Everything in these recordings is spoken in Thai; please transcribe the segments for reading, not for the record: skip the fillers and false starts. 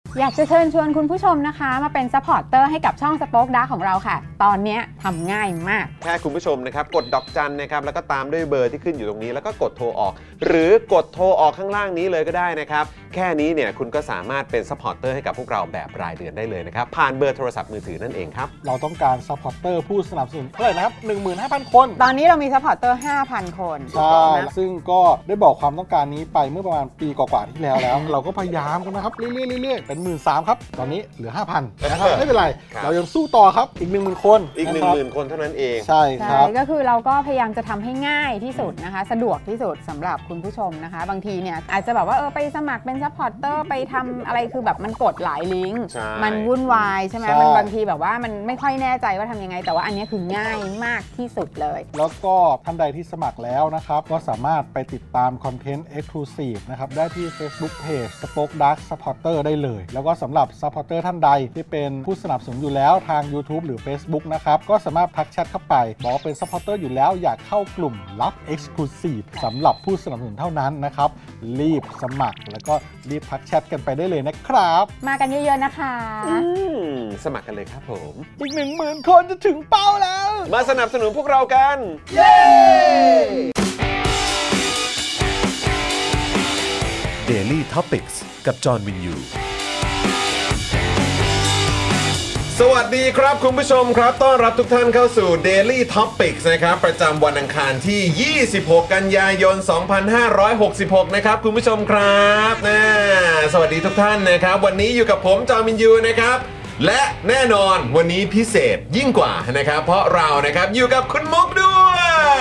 อยากจะเชิญชวนคุณผู้ชมนะคะมาเป็นซัพพอร์ตเตอร์ให้กับช่อง Spoke Dark ของเราค่ะตอนนี้ทำง่ายมากแค่คุณผู้ชมนะครับกดดอกจันนะครับแล้วก็ตามด้วยเบอร์ที่ขึ้นอยู่ตรงนี้แล้วก็กดโทรออกหรือกดโทรออกข้างล่างนี้เลยก็ได้นะครับแค่นี้เนี่ยคุณก็สามารถเป็นซัพพอร์ตเตอร์ให้กับพวกเราแบบรายเดือนได้เลยนะครับผ่านเบอร์โทรศัพท์มือถือนั่นเองครับเราต้องการซัพพอร์ตเตอร์ผู้สนับสนุนเท่าไหร่นะครับ 15,000 คนตอนนี้เรามีซัพพอร์ตเตอร์ 5,000 คนใช่ซึ่งก็ได้บอกความต้องการนี้ไปเมื่อประมาณปีกว่าๆที่แล้ว เราก็พยายามกันนะครับเรื่อยๆเป็น 13,000 ครับตอนนี้เหลือ 5,000 นะครับไม่เป็นไรเรายังสู้ต่อครับอีก 10,000 คนอีก 10,000 คนเท่านั้นเองใช่ครับก็คือเราก็พยายามจะทำให้ง่ายที่สุดนะคะสะดวกที่สุดสำหรับคุณผู้ชมนะคะบางทีเนี่ยอาจจะแบบว่าไปสมัครเป็นซัพพอร์ตเตอร์ไปทำอะไรคือแบบมันกดหลายลิงก์มันวุ่นวายใช่ไหมมันบางทีแบบว่ามันไม่ค่อยแน่ใจว่าทำยังไงแต่ว่าอันนี้คือง่ายมากที่สุดเลยแล้วก็ท่านใดที่สมัครแล้วนะครับก็สามารถไปติดตามคอนเทนต์ Exclusive นะครับได้ที่ Facebook Page Spoke Dark Supporter ได้เลยแล้วก็สำหรับ Supporter ท่านใดที่เป็นผู้สนับสนุนอยู่แล้วทาง YouTube หรือ Facebook นะครับก็สามารถทักแชทเข้าไปบอกว่าเป็น Supporter อยู่แล้วอยากเข้ากลุ่มลับ Exclusive สำหรับผู้สนับสนุนเท่านั้นนะครับรีบสมัครแล้วก็รีบทักแชทกันไปได้เลยนะครับมากันเยอะๆนะคะสมัครกันเลยครับผมอีก 10,000 คนจะถึงเป้าแล้วมาสนับสนุนพวกเรากันเย้ Daily Topics กับจอห์นวินยูสวัสดีครับคุณผู้ชมครับต้อนรับทุกท่านเข้าสู่ Daily Topics นะครับประจำวันอังคารที่ 26 กันยายน 2566 นะครับคุณผู้ชมครับสวัสดีทุกท่านนะครับวันนี้อยู่กับผมจอห์นวินยูนะครับและแน่นอนวันนี้พิเศษยิ่งกว่านะครับเพราะเรานะครับอยู่กับคุณมุกด้วย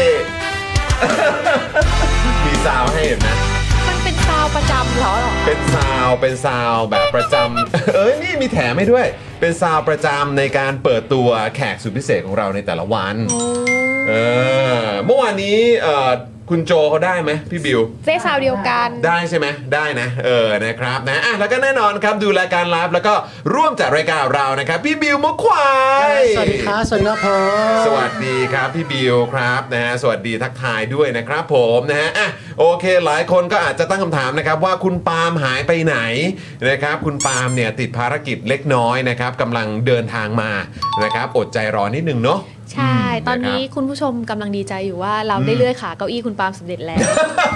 มีซาวให้เห็นนะมันเป็นซาวประจำเหรอเป็นซาวแบบประจำนี่มีแถมให้ด้วยเป็นซาวประจำในการเปิดตัวแขกสุดพิเศษของเราในแต่ละวันเมื่อวานนี้คุณโจเขาได้ไหมพี่บิวได้ซาวเดียวกันได้ใช่ไหมได้นะนะครับนะแล้วก็แน่นอนครับดูรายการไลฟ์แล้วก็ร่วมจัดรายการเรานะครับพี่บิวมุกควายสวัสดีครับสวัสดีครับผมสวัสดีครับพี่บิวครับนะฮะสวัสดีทักทายด้วยนะครับผมนะฮะโอเคหลายคนก็อาจจะตั้งคำถามนะครับว่าคุณปาล์มหายไปไหนนะครับคุณปาล์มเนี่ยติดภารกิจเล็กน้อยนะครับกำลังเดินทางมานะครับอดใจรอนิดนึงเนาะใช่ตอนนี้คุณผู้ชมกำลังดีใจอยู่ว่าเราได้เลื่อยขาเก้าอี้คุณปาล์มสำเร็จแล้ว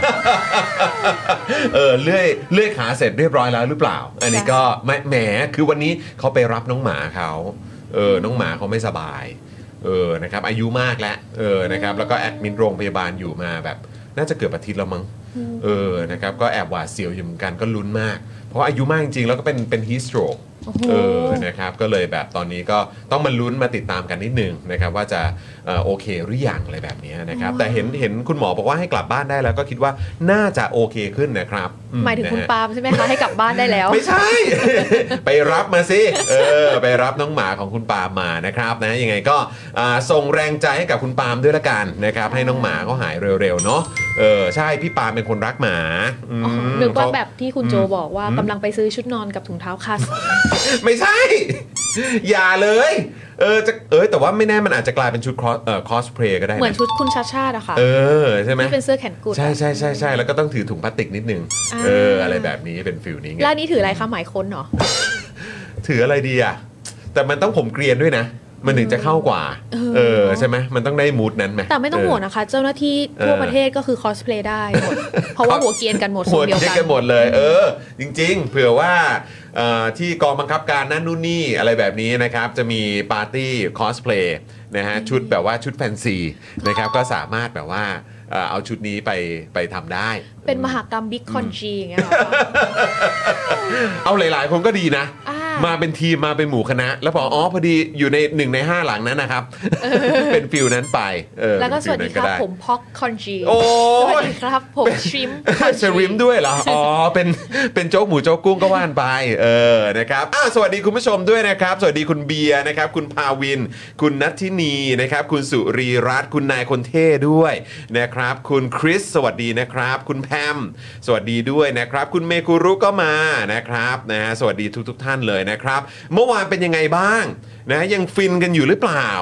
เลื่อยขาเสร็จเรียบร้อยแล้วหรือเปล่าอันนี้ก็แหมคือวันนี้เขาไปรับน้องหมาเขาน้องหมาเขาไม่สบายนะครับอายุมากแล้วนะครับแล้วก็แอดมิดโรงพยาบาลอยู่มาแบบน่าจะเกือบอาทิตย์แล้วมั้งนะครับก็แอบหวาดเสียวอยู่เหมือนกันก็ลุ้นมากเพราะอายุมากจริงๆแล้วก็เป็นฮีสโตรกนะครับก็เลยแบบตอนนี้ก็ต้องมาลุ้นมาติดตามกันนิดนึงนะครับว่าจะโอเคหรือยังอะไรแบบนี้นะครับแต่เห็นคุณหมอบอกว่าให้กลับบ้านได้แล้วก็คิดว่าน่าจะโอเคขึ้นนะครับหมายถึงคุณปาล์มใช่ไหมคะให้กลับบ้านได้แล้วไม่ใช่ ไปรับมาสิไปรับน้องหมาของคุณปาล์มมานะครับนะยังไงก็ส่งแรงใจให้กับคุณปาล์มด้วยละกันนะครับให้น้องหมาเขาหายเร็วๆเนาะใช่พี่ปาล์มเป็นคนรักหมาหรือว่าแบบที่คุณโจบอกว่ากำลังไปซื้อชุดนอนกับถุงเท้าคัสไม่ใช่อย่าเลยแต่ว่าไม่แน่มันอาจจะกลายเป็นชุดคอสเพลย์ก็ได้เหมือนชุดคุณชาชาอะค่ะใช่ไหมที่เป็นเสื้อแขนกุดใช่แล้วก็ต้องถือถุงพลาสติกนิดนึงอะไรแบบนี้เป็นฟิลนี้ไงแล้วนี่ถืออะไรคะหมายค้นเหรอถืออะไรดีอ่ะแต่มันต้องผมเกรียนด้วยนะมันถึงจะเข้ากว่าใช่ไหมมันต้องได้มูดนั้นไหมแต่ไม่ต้องห่วงนะคะเจ้าหน้าที่ทั่วประเทศก็คือคอสเพลย์ได้หมดเพราะว่าหัวเกียนกันหมดหัวเกียนกันหมดเลยจริงๆเผื่อว่าที่กองบังคับการนั่นนู่นนี่อะไรแบบนี้นะครับจะมีปาร์ตี้คอสเพลย์นะฮะชุดแบบว่าชุดแฟนซีนะครับก็สามารถแบบว่าเอาชุดนี้ไปทำได้เป็นมหกรรมบิ๊กคอนจีอย่างเงี้ยเอาหลายๆคนก็ดีนะมาเป็นทีมมาเป็นหมู่คณะแล้วพอดีอยู่ใน1ใน5หลังนั้นนะครับเป็นฟิลนั้นไปแล้วก็สวัสดีครับผมพ็อกคอนจีสวัสดีครับผมชริมชริมด้วยเหรอเป็นโจ๊กหมูโจ๊กกุ้งก็ว่านไปนะครับสวัสดีคุณผู้ชมด้วยนะครับสวัสดีคุณเบียร์นะครับคุณภาวินคุณนัทธินีนะครับคุณสุรีรัตน์คุณนายคนเท่ด้วยนะครับคุณคริสสวัสดีนะครับคุณแพมสวัสดีด้วยนะครับคุณเมกุรุก็มานะครับนะสวัสดีทุกท่านเลยนะครับเมื่อวานเป็นยังไงบ้างนะยังฟินกันอยู่หรือเปล่า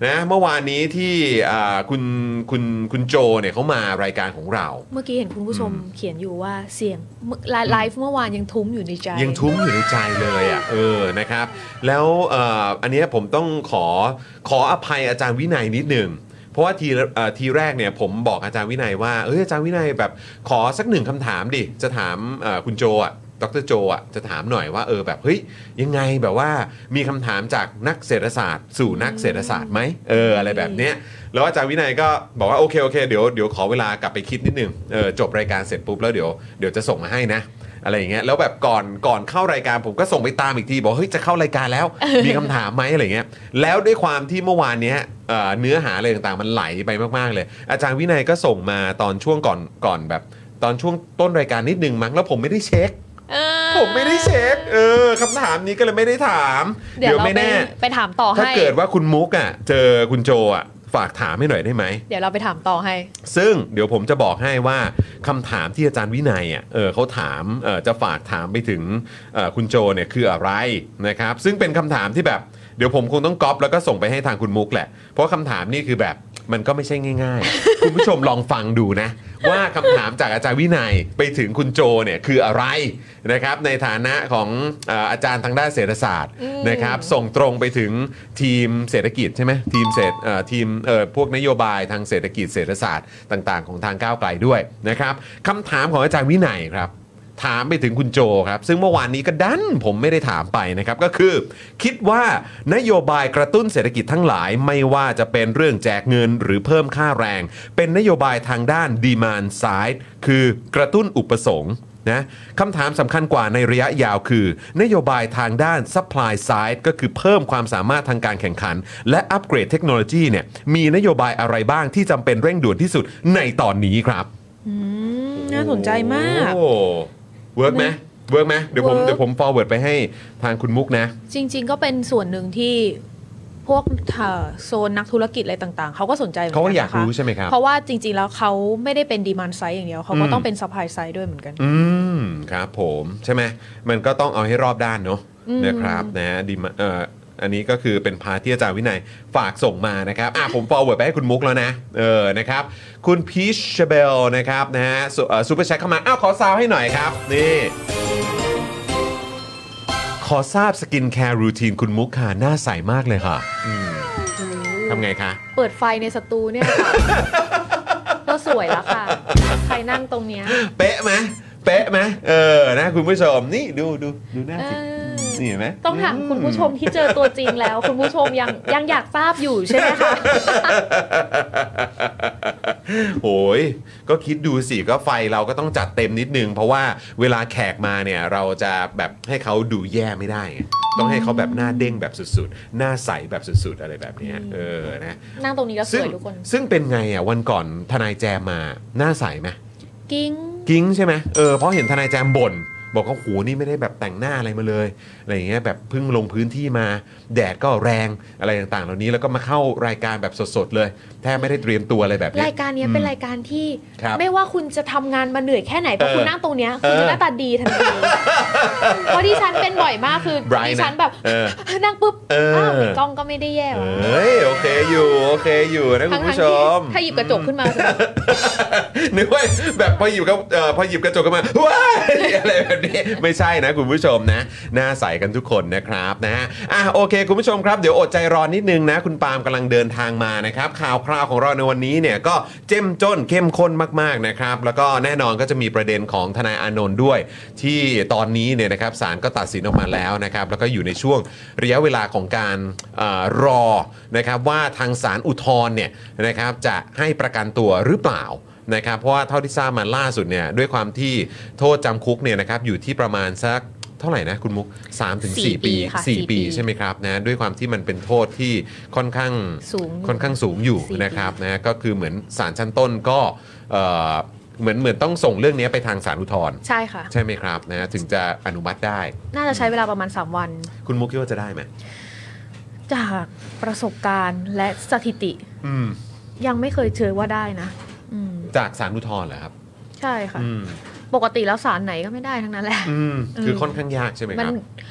นะเมื่อวานนี้ที่คุณโจเนี่ยเขามารายการของเราเมื่อกี้เห็นคุณผู้ชมเขียนอยู่ว่าเสียงไลฟ์เมื่อวานยังทุ้มอยู่ในใจยังทุ้มอยู่ในใจเลยอ่ะนะครับแล้วอันนี้ผมต้องขออภัยอาจารย์วินัยนิดนึงเพราะว่าทีแรกเนี่ยผมบอกอาจารย์วินัยว่าอาจารย์วินัยแบบขอสัก1คำถามดิจะถามคุณโจอ่ะดร.โจอ่ะจะถามหน่อยว่าแบบเฮ้ยยังไงแบบว่ามีคำถามจากนักเศรษฐศาสตร์สู่นักเศรษฐศาสตร์ไหมอะไรแบบเนี้ยแล้วอาจารย์วินัยก็บอกว่าโอเคเดี๋ยวขอเวลากลับไปคิดนิดนึงจบรายการเสร็จปุ๊บแล้วเดี๋ยวจะส่งมาให้นะอะไรอย่างเงี้ยแล้วแบบก่อนเข้ารายการผมก็ส่งไปตามอีกทีบอกเฮ้ยจะเข้ารายการแล้วมีคำถามไหมอะไรเงี้ยแล้วด้วยความที่เมื่อวานเนี้ยเนื้อหาอะไรต่างๆมันไหลไปมากๆเลยอาจารย์วินัยก็ส่งมาตอนช่วงก่อนแบบตอนช่วงต้นรายการนิดนึงมั้งแล้วผมไม่ได้เช็คคำถามนี้ก็เลยไม่ได้ถามเดี๋ยวไม่แน่ไปถามต่อให้ถ้าเกิดว่าคุณมุกเจอคุณโจฝากถามให้หน่อยได้ไหมเดี๋ยวเราไปถามต่อให้ซึ่งเดี๋ยวผมจะบอกให้ว่าคำถามที่อาจารย์วินัยเขาถามจะฝากถามไปถึงคุณโจเนี่ยคืออะไรนะครับซึ่งเป็นคำถามที่แบบเดี๋ยวผมคงต้องก๊อปแล้วก็ส่งไปให้ทางคุณมุกแหละเพราะคำถามนี่คือแบบมันก็ไม่ใช่ง่ายๆ คุณผู้ชมลองฟังดูนะว่าคำถามจากอาจารย์วินัยไปถึงคุณโจเนี่ยคืออะไรนะครับในฐานะของอาจารย์ทางด้านเศรษฐศาสตร์นะครับส่งตรงไปถึงทีมเศรษฐกิจใช่ไหมทีมพวกนโยบายทางเศรษฐกิจเศรษฐศาสตร์ต่างๆของทางก้าวไกลด้วยนะครับคำถามของอาจารย์วินัยครับถามไปถึงคุณโจครับซึ่งเมื่อวานนี้ก็ดันผมไม่ได้ถามไปนะครับก็คือคิดว่านโยบายกระตุ้นเศรษฐกิจทั้งหลายไม่ว่าจะเป็นเรื่องแจกเงินหรือเพิ่มค่าแรงเป็นนโยบายทางด้าน demand side คือกระตุ้นอุปสงค์นะคำถามสำคัญกว่าในระยะยาวคือนโยบายทางด้าน supply side ก็คือเพิ่มความสามารถทางการแข่งขันและอัปเกรดเทคโนโลยีเนี่ยมีนโยบายอะไรบ้างที่จำเป็นเร่งด่วนที่สุดในตอนนี้ครับน่าสนใจมากเวิร์กไหมเดี๋ยวผม forward ไปให้ทางคุณมุกนะจริงๆก็เป็นส่วนหนึ่งที่พวกโซนนักธุรกิจอะไรต่างๆเขาก็สนใจเหมือนกันเขาก็อยากรู้ใช่ไหมครับเพราะว่าจริงๆแล้วเขาไม่ได้เป็น demand side อย่างเดียวเขาก็ต้องเป็น supply side ด้วยเหมือนกันครับผมใช่ไหมมันก็ต้องเอาให้รอบด้านเนาะนะครับนะอันนี้ก็คือเป็นพาร์ทที่อาจารย์วินัยฝากส่งมานะครับผม forward ไปให้คุณมุกแล้วนะนะครับคุณพีชเชเบลนะครับนะฮะซูเปอร์แชทเข้ามาขอซาวให้หน่อยครับนี่ขอทราบสกินแคร์รูทีนคุณมุกค่ะหน้าใสมากเลยค่ะทำไงคะเปิดไฟในสตูเนี่ยค่ะก็สวยแล้วค่ะใครนั่งตรงเนี้ยเป๊ะไหมนะคุณผู้ชมนี่ดูหน้าสินี่เห็นไหมต้องถามคุณผู้ชมที่เจอตัวจริงแล้วคุณผู้ชมยังอยากทราบอยู่ใช่ไหมคะโอ้ยก็คิดดูสิก็ไฟเราก็ต้องจัดเต็มนิดนึงเพราะว่าเวลาแขกมาเนี่ยเราจะแบบให้เขาดูแย่ไม่ได้ต้องให้เขาแบบหน้าเด้งแบบสุดๆหน้าใสแบบสุดๆอะไรแบบนี้นะนั่งตรงนี้ก็สวยทุกคนซึ่งเป็นไงวันก่อนทนายแจมมาหน้าใสไหมกิ้งใช่ไหมเพราะเห็นทนายแจมบ่นบอกว่าโหนี่ไม่ได้แบบแต่งหน้าอะไรมาเลยอะไรอย่างเงี้ยแบบเพิ่งลงพื้นที่มาแดดก็แรงอะไรต่างๆเหล่านี้แล้วก็มาเข้ารายการแบบสดๆเลยแทบไม่ได้เตรียมตัวอะไรแบบนี้รายการนี้เป็นรายการที่ไม่ว่าคุณจะทำงานมาเหนื่อยแค่ไหนพอคุณนั่งตรงเนี้ยคุณจะหน้าตาดีทันทีเพราะดิฉันเป็นบ่อยมากคือดิฉันแบบนั่งปุ๊บกล้องก็ไม่ได้แย่โอเคอยู่นะคุณผู้ชมถ้าหยิบกระจกขึ้นมานึกว่าแบบพอหยิบกระจกขึ้นมาว้ายอะไรแบบนี้ไม่ใช่นะคุณผู้ชมนะหน้าใสกันทุกคนนะครับนะโอเคคุณผู้ชมครับเดี๋ยวอดใจรอนิดนึงนะคุณปาล์มกำลังเดินทางมานะครับข่าวคราวของเราในวันนี้เนี่ยก็เจ้มจนเข้มข้นมากๆนะครับแล้วก็แน่นอนก็จะมีประเด็นของทนายอานนท์ด้วยที่ตอนนี้เนี่ยนะครับศาลก็ตัดสินออกมาแล้วนะครับแล้วก็อยู่ในช่วงระยะเวลาของการรอนะครับว่าทางศาลอุทธรณ์เนี่ยนะครับจะให้ประกันตัวหรือเปล่านะครับเพราะว่าเท่าที่ทราบมาล่าสุดเนี่ยด้วยความที่โทษจำคุกเนี่ยนะครับอยู่ที่ประมาณสักเท่าไหร่นะคุณมุก 3-4 ปี4 ปีใช่ไหมครับนะด้วยความที่มันเป็นโทษที่ค่อนข้างสูงอยู่นะครับนะก็คือเหมือนศาลชั้นต้นก็เหมือนต้องส่งเรื่องนี้ไปทางศาลอุทธรณ์ใช่ค่ะใช่ไหมครับนะถึงจะอนุมัติได้น่าจะใช้เวลาประมาณ3วันคุณมุกคิดว่าจะได้ไหมจากประสบการณ์และสถิติยังไม่เคยเจอว่าได้นะจากศาลอุทธรณ์เหรอครับใช่ค่ะปกติแล้วศาลไหนก็ไม่ได้ทั้งนั้นแหละคือค่อนข้างยากใช่ไหมครับ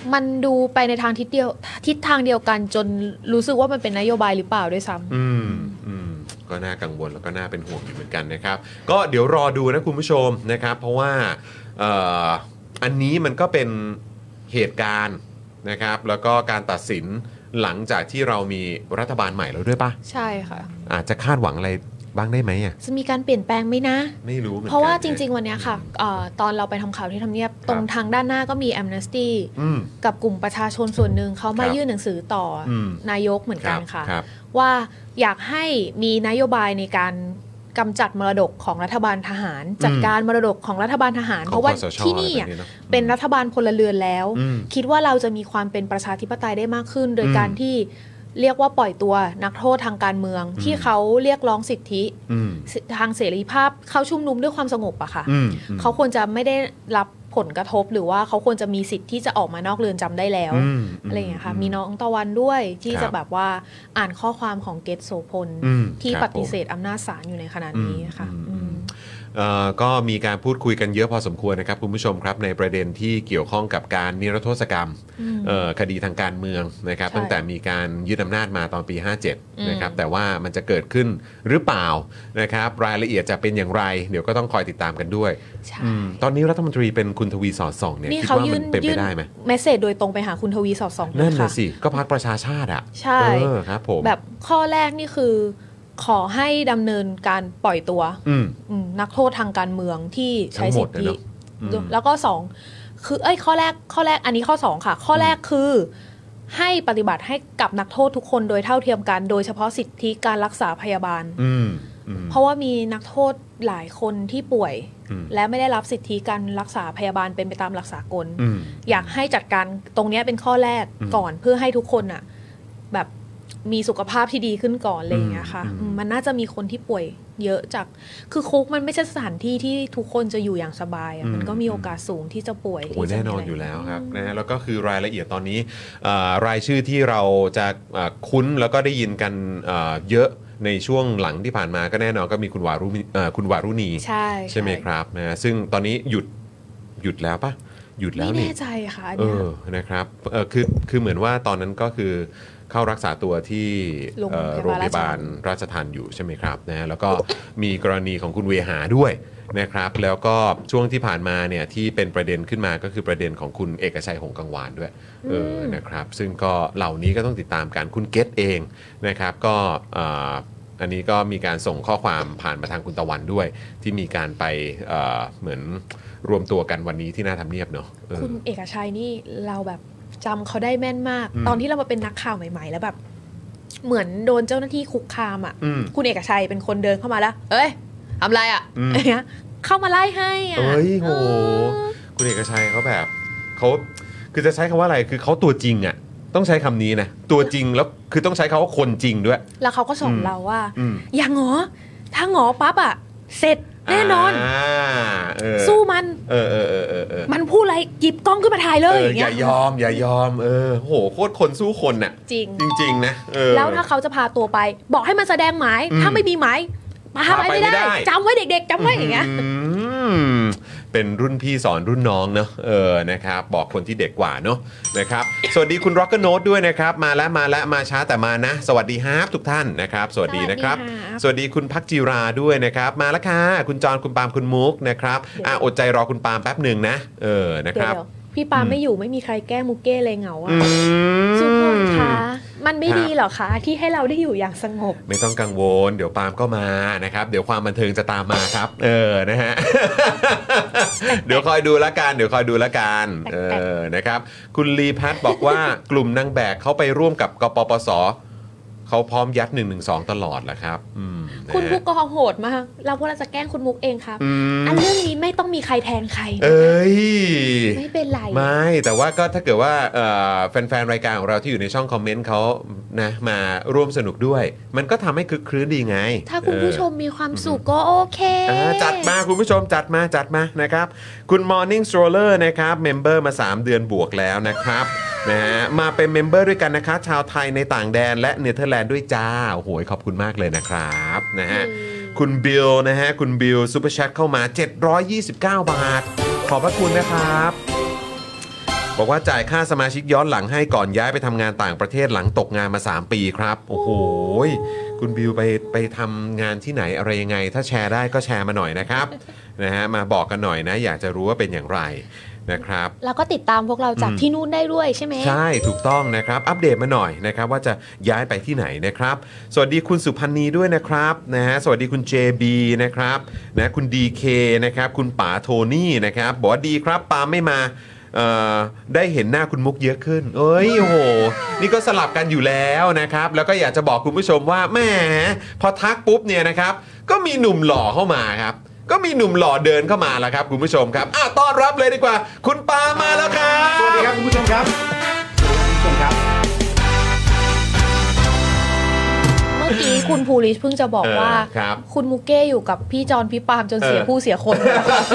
มันดูไปในทางทิศทางเดียวกันจนรู้สึกว่ามันเป็นนโยบายหรือเปล่าด้วยซ้ำก็น่ากังวลแล้วก็น่าเป็นห่วงอยู่เหมือนกันนะครับก็เดี๋ยวรอดูนะคุณผู้ชมนะครับเพราะว่าอันนี้มันก็เป็นเหตุการณ์นะครับแล้วก็การตัดสินหลังจากที่เรามีรัฐบาลใหม่แล้วด้วยป่ะใช่ค่ะอาจจะคาดหวังอะไรบ้างได้ไหมจะมีการเปลี่ยนแปลงไหมนะไม่รู้เพราะว่าจริงๆวันนี้ค่ะตอนเราไปทำข่าวที่ทำเนียบตรงทางด้านหน้าก็มี Amnesty กับกลุ่มประชาชนส่วนหนึ่งเขามายื่นหนังสือต่อนายกเหมือนกันค่ะว่าอยากให้มีนโยบายในการกำจัดมรดกของรัฐบาลทหารจัดการมรดกของรัฐบาลทหารเพราะว่าที่นี่เป็นรัฐบาลพลเรือนแล้วคิดว่าเราจะมีความเป็นประชาธิปไตยได้มากขึ้นโดยการที่เรียกว่าปล่อยตัวนักโทษทางการเมืองที่เขาเรียกร้องสิทธิทางเสรีภาพเข้าชุมนุมด้วยความสงบอะค่ะเขาควรจะไม่ได้รับผลกระทบหรือว่าเขาควรจะมีสิทธิ์ที่จะออกมานอกเรือนจำได้แล้วอะไรอย่างเงี้ยค่ะมีน้องตะวันด้วยที่จะแบบว่าอ่านข้อความของเกตโสพลที่ปฏิเสธอำนาจศาลอยู่ในขณะนี้ค่ะก็มีการพูดคุยกันเยอะพอสมควรนะครับคุณผู้ชมครับในประเด็นที่เกี่ยวข้องกับการนิรโทษกรรมคดีทางการเมืองนะครับตั้งแต่มีการยึดอำนาจมาตอนปี57นะครับแต่ว่ามันจะเกิดขึ้นหรือเปล่านะครับรายละเอียดจะเป็นอย่างไรเดี๋ยวก็ต้องคอยติดตามกันด้วยตอนนี้รัฐมนตรีเป็นคุณทวีสอดส่องเนี่ยคิดว่ามันเป็นไปได้ไหมเมสเสจโดยตรงไปหาคุณทวีสอดส่องนั่นน่ะสิก็พรรคประชาชาติอ่ะใช่ครับผมแบบข้อแรกนี่คือขอให้ดำเนินการปล่อยตัวนักโทษทางการเมืองที่ใช้สิทธิแล้วก็2คือข้อแรกอันนี้ข้อ2ค่ะข้อแรกคือให้ปฏิบัติให้กับนักโทษทุกคนโดยเท่าเทียมกันโดยเฉพาะสิทธิการรักษาพยาบาลเพราะว่ามีนักโทษหลายคนที่ป่วยและไม่ได้รับสิทธิการรักษาพยาบาลเป็นไปตามหลักสากลอยากให้จัดการตรงนี้เป็นข้อแรกก่อนเพื่อให้ทุกคนอ่ะแบบมีสุขภาพที่ดีขึ้นก่อนอะไรอย่างเงี้ยค่ะมันน่าจะมีคนที่ป่วยเยอะจากคือคุกมันไม่ใช่สถานที่ที่ทุกคนจะอยู่อย่างสบายมันก็มีโอกาสสูงที่จะป่วยแน่นอนอยู่แล้วครับนะแล้วก็คือรายละเอียดตอนนี้รายชื่อที่เราจะคุ้นแล้วก็ได้ยินกันเยอะในช่วงหลังที่ผ่านมาก็แน่นอนก็มีคุณวารุณีใช่ไหมครับนะซึ่งตอนนี้หยุดแล้วปะหยุดแล้วนี่ไม่แน่ใจค่ะนะครับคือเหมือนว่าตอนนั้นก็คือเข้ารักษาตัวที่โรงพยาบาลราชทัณฑ์อยู่ใช่ไหมครับนะแล้วก็มีกรณีของคุณเวหาด้วยนะครับแล้วก็ช่วงที่ผ่านมาเนี่ยที่เป็นประเด็นขึ้นมาก็คือประเด็นของคุณเอกชัยหงส์กังวานด้วยนะครับซึ่งก็เหล่านี้ก็ต้องติดตามการคุณเกตเองนะครับก็อันนี้ก็มีการส่งข้อความผ่านมาทางคุณตะวันด้วยที่มีการไปเหมือนรวมตัวกันวันนี้ที่หน้าทำเนียบเนาะคุณเอกชัยนี่เราแบบจำเขาได้แม่นมากตอนที่เรามาเป็นนักข่าวใหม่ๆแล้วแบบเหมือนโดนเจ้าหน้าที่คุกคามอ่ะคุณเอกชัยเป็นคนเดินเข้ามาแล้วเอ้ยทำไรอ่ะเข้ามาไล่ให้อ่ะเฮ้ยโหคุณเอกชัยเขาแบบเขาคือจะใช้คำว่าอะไรคือเขาตัวจริงอ่ะต้องใช้คำนี้นะตัวจริงแล้วคือต้องใช้คำว่าคนจริงด้วยแล้วเขาก็สอนเราว่าอย่างหงอถ้าหงอปั๊บอ่ะเสร็จแน่นอนสู้มันมันพูดอะไรหยิบกล้องขึ้นมาถ่ายเลยอย่ายอมโหโคตรคนสู้คนน่ะจริงนะแล้วถ้าเขาจะพาตัวไปบอกให้มันแสดงหมายถ้าไม่มีหมายพาไปไม่ได้จำไว้เด็กๆจำไว้อย่างเงี้ยเป็นรุ่นพี่สอนรุ่นน้องเนอะนะครับบอกคนที่เด็กกว่าเนอะนะครับสวัสดีคุณ Rocker Note ด้วยนะครับมาแล้วมาช้าแต่มานะสวัสดีฮาร์ปทุกท่านนะครับสวัสดีนะครับสวัสดีคุณพักจิราด้วยนะครับมาแล้วค่ะคุณจอนคุณปาล์มคุณมุกนะครับอดใจรอคุณปาล์มแป๊บหนึ่งนะนะครับพี่ปาไม่อยู่ไม่มีใครแก้มุกเก้เลยเหงาอ่ะสุพลคะมันไม่ดีหรอคะที่ให้เราได้อยู่อย่างสงบไม่ต้องกังวลเดี๋ยวปาล์มก็มานะครับเดี๋ยวความบันเทิงจะตามมาครับนะฮะ เดี๋ยวคอยดูละกันนะครับคุณลีแพทบอกว่ากลุ่มนางแบกเขาไปร่วมกับกปปส.เขาพร้อมยัด112ตลอดแหละครับคุณมุกก็โหดมากเราพวกเราจะแกล้งคุณมุกเองครับเรื่องนี้ไม่ต้องมีใครแทนใครไม่เป็นไรไม่แต่ว่าก็ถ้าเกิดว่าแฟนๆรายการของเราที่อยู่ในช่องคอมเมนต์เขานะมาร่วมสนุกด้วยมันก็ทำให้คึกครื้นดีไงถ้าคุณผู้ชมมีความสุขก็โอเคจัดมาคุณผู้ชมจัดมานะครับคุณ Morning Stroller นะครับเมมเบอร์มา3เดือนบวกแล้วนะครับนะฮะมาเป็นเมมเบอร์ด้วยกันนะคะชาวไทยในต่างแดนและเนเธอร์แลนด์ด้วยจ้าโอ้โหขอบคุณมากเลยนะครับนะฮะคุณบิลนะฮะคุณบิลซุปเปอร์แชทเข้ามา729 บาทขอบพระคุณนะครับโอบอกว่าจ่ายค่าสมาชิกย้อนหลังให้ก่อนย้ายไปทำงานต่างประเทศหลังตกงานมา3 ปีครับโอ้โหคุณบิวไปทำงานที่ไหนอะไรยังไงถ้าแชร์ได้ก็แชร์มาหน่อยนะครับ นะฮะมาบอกกันหน่อยนะอยากจะรู้ว่าเป็นอย่างไรนะครับแล้วก็ติดตามพวกเราจากที่นู่นได้ด้วยใช่ไหมใช่ถูกต้องนะครับอัปเดตมาหน่อยนะครับว่าจะย้ายไปที่ไหนนะครับสวัสดีคุณสุพันธ์นีด้วยนะครับนะฮะสวัสดีคุณ JB นะครับนะคุณ DK นะครับคุณป๋าโทนี่นะครับบอกว่าดีครับปาไม่มาได้เห็นหน้าคุณมุกเยอะขึ้นเอ้ยโอ้โหนี่ก็สลับกันอยู่แล้วนะครับแล้วก็อยากจะบอกคุณผู้ชมว่าแหมพอทักปุ๊บเนี่ยนะครับก็มีหนุ่มหล่อเข้ามาครับก็มีหนุ่มหล่อเดินเข้ามาแล้วครับคุณผู้ชมครับต้อนรับเลยดีกว่าคุณปามาแล้วครับสวัสดีครับคุณผู้ชมครับสวัสดีคุณผู้ชมครับเมื่อกี้คุณภูริชเพิ่งจะบอกว่า คุณมุกเก้อยู่กับพี่จอนพี่ปาล์มจนเสียผู้เสียคน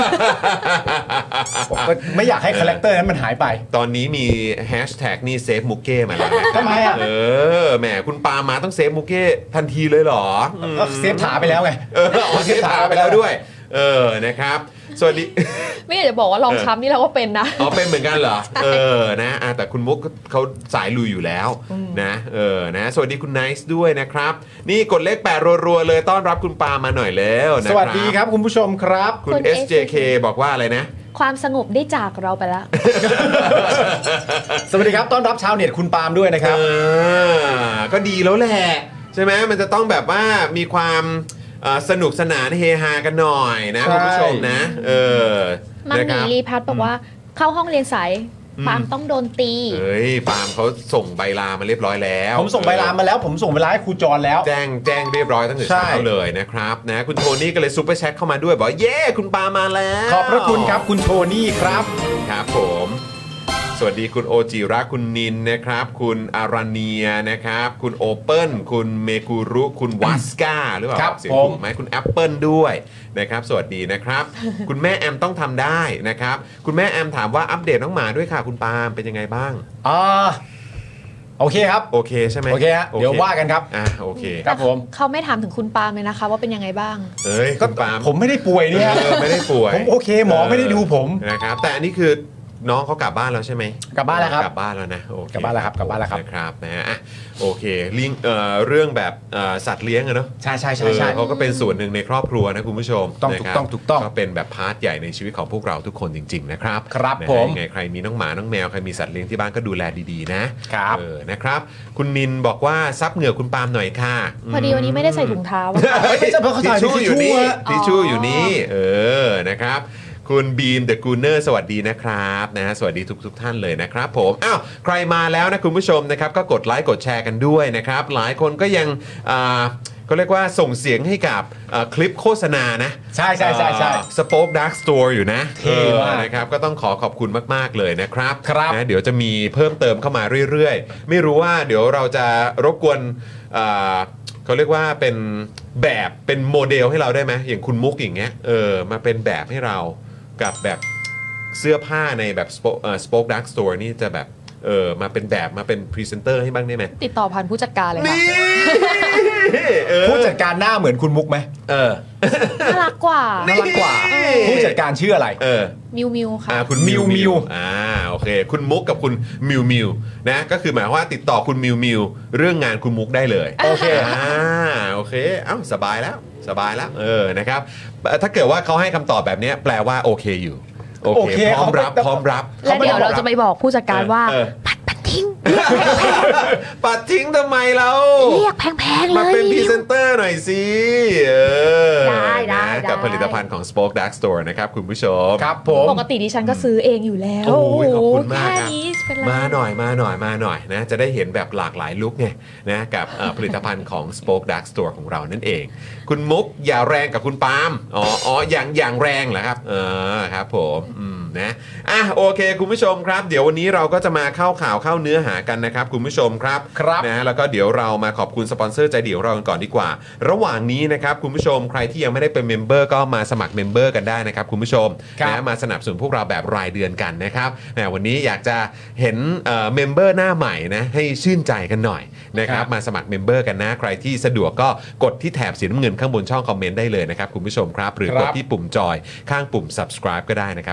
ก็ไม่อยากให้คาแรคเตอร์นั้นมันหายไปตอนนี้มีแฮชแท็กนี่เซฟมุกเก้มาแล้วทำไมอ่ะแหมคุณปาล์มมาต้องเซฟมุกเก้ทันทีเลยเหรอก็เซฟถาไปแล้วไงเซฟถาไปแล้วด้วยนะครับสวัสดีไม่อยากจะบอกว่าลองช้ำนี่เราก็เป็นนะเป็นเหมือนกันเหรอนะแต่คุณมุกเขาสายลุยอยู่แล้วนะนะสวัสดีคุณไนซ์ด้วยนะครับนี่กดเลข8รัวๆเลยต้อนรับคุณปามาหน่อยแล้วนะครับสวัสดีครับคุณผู้ชมครับคุณ SJK บอกว่าอะไรนะความสงบได้จากเราไปแล้วสวัสดีครับต้อนรับชาวเน็ตคุณปาล์มด้วยนะครับก็ดีแล้วแหละใช่ไหมมันจะต้องแบบว่ามีความสนุกสนานเฮฮากันหน่อยนะคุณผู้ชมนะมัมมี่รีพัทบอกว่าเข้าห้องเรียนสายปาล์มต้องโดนตีเฮ้ยปาล์มเขาส่งใบลามาเรียบร้อยแล้วผมส่งใบลามาแล้วผมส่งใบลาให้ครูจรแล้วแจ้งเรียบร้อยตั้งแต่เช้าเลยนะครับนะคุณโทนี่ก็เลยซุปเปอร์แชทเข้ามาด้วยบอกเย้คุณปาล์มมาแล้วขอบพระคุณครับคุณโทนี่ครับครับผมสวัสดีคุณโอจิระคุณนินนะครับคุณอาราเนียนะครับคุณโอเปิลคุณเมกุรุคุณวัสกาหรือเปล่าเสียงถูกไหมคุณแอปเปิลด้วยนะครับสวัสดีนะครับ คุณแม่แอมต้องทำได้นะครับคุณแม่แอมถามว่าอัปเดตน้องหมาด้วยค่ะคุณปาล์มเป็นยังไงบ้างโอเคครับโอเคใช่ไหมโอเคฮะเดี๋ยวว่ากันครับโอเคครับผมเขาไม่ถามถึงคุณปาล์มเลยนะคะว่าเป็นยังไงบ้างคุณปาล์มผมไม่ได้ป่วยเนี่ยไม่ได้ป่วยผมโอเคหมอไม่ได้ดูผมนะครับแต่อันนี้คือน้องเขากลับบ้านแล้วใช่ไหมกลับบ้านแล้วครับกลับบ้านแล้วนะโอเคกลับบ้านแล้วครับกลับบ้านแล้วครับนะครับนะฮะโอเคเรื่องแบบสัตว์เลี้ยงอะเนาะใช่เขาก็เป็นส่วนหนึ่งในครอบครัวนะคุณผู้ชมถูกต้องก็เป็นแบบพาร์ทใหญ่ในชีวิตของพวกเราทุกคนจริงๆนะครับครับผมไงใครมีน้องหมาน้องแมวใครมีสัตว์เลี้ยงที่บ้านก็ดูแลดีๆนะครับนะครับคุณนินบอกว่าซับเหงื่อคุณปาล์มหน่อยค่ะพอดีวันนี้ไม่ได้ใส่ถุงเท้าทิชชู่อยู่นี่ทิชชู่อยู่นี่นะครับคุณบีมเดอะกูเนอร์สวัสดีนะครับนะฮะสวัสดีทุกท่านเลยนะครับผมใครมาแล้วนะคุณผู้ชมนะครับก็กดไลค์กดแชร์กันด้วยนะครับหลายคนก็ยังก็เรียกว่าส่งเสียงให้กับคลิปโฆษณานะใช่ Spoke Dark Store อยู่นะนะครับก็ต้องขอบคุณมากๆเลยนะครับนะเดี๋ยวจะมีเพิ่มเติมเข้ามาเรื่อยๆไม่รู้ว่าเดี๋ยวเราจะรบกวนเขาเรียกว่าเป็นโมเดลให้เราได้ไหมอย่างคุณมุกอย่างเงี้ยมาเป็นแบบให้เรากับแบบเสื้อผ้าในแบบ Spoke Dark Store นี่จะแบบมาเป็นแบบมาเป็นพรีเซนเตอร์ให้บ้างได้ไหมติดต่อผ่านผู้จัดการเลยค่ะผู้จัดการหน้าเหมือนคุณมุกไหมน่ารักกว่าผู้จัดการชื่ออะไรมิวค่ะคุณมิวโอเคคุณมุกกับคุณมิวนะก็คือหมายว่าติดต่อคุณมิวเรื่องงานคุณมุกได้เลยโอเคโอเคสบายแล้วนะครับถ้าเกิดว่าเขาให้คำตอบแบบนี้แปลว่าโอเคอยู่โอเคพร้อมรับแล้วเดี๋ยวเราจะไปบอกผู้จัดการว่าปัดทิ้งปัดทิ้งทำไมเราเรียกแพงๆเลยมาเป็นพรีเซนเตอร์หน่อยสิได้กับผลิตภัณฑ์ของ Spoke Dark Store นะครับคุณผู้ชมครับผมปกติดิฉันก็ซื้อเองอยู่แล้วโอ้ยขอบคุณมากครับมาหน่อยนะจะได้เห็นแบบหลากหลายลุคไงนะกับผลิตภัณฑ์ของ Spoke Dark Store ของเรานั่นเองคุณมุกอย่าแรงกับคุณปาล์มอย่างแรงเหรอครับครับผมนะโอเคคุณผู้ชมครับเดี๋ยววันนี้เราก็จะมาเข้าข่าวเข้าเนื้อหากันนะครับคุณผู้ชมครับนะแล้วก็เดี๋ยวเรามาขอบคุณสปอนเซอร์ใจดีของเรากันก่อนดีกว่าระหว่างนี้นะครับคุณผู้ชมใครที่ยังไม่ได้เป็นเมมเบอร์ก็มาสมัครเมมเบอร์กันได้นะครับคุณผู้ชมนะมาสนับสนุนพวกเราแบบรายเดือนกันนะครับวันนี้อยากจะเห็นเมมเบอร์หน้าใหม่นะให้ชื่นใจกันหน่อยนะครับมาสมัครเมมเบอร์กันนะใครที่สะดวกก็กดที่แถบสีน้ำเงินข้างบนช่องคอมเมนต์ได้เลยนะครับคุณผู้ชมครับหรือกดที่ปุ่มจอยข้างปุ่ม subscribe ก็ได้นะครับคุณผู้ชม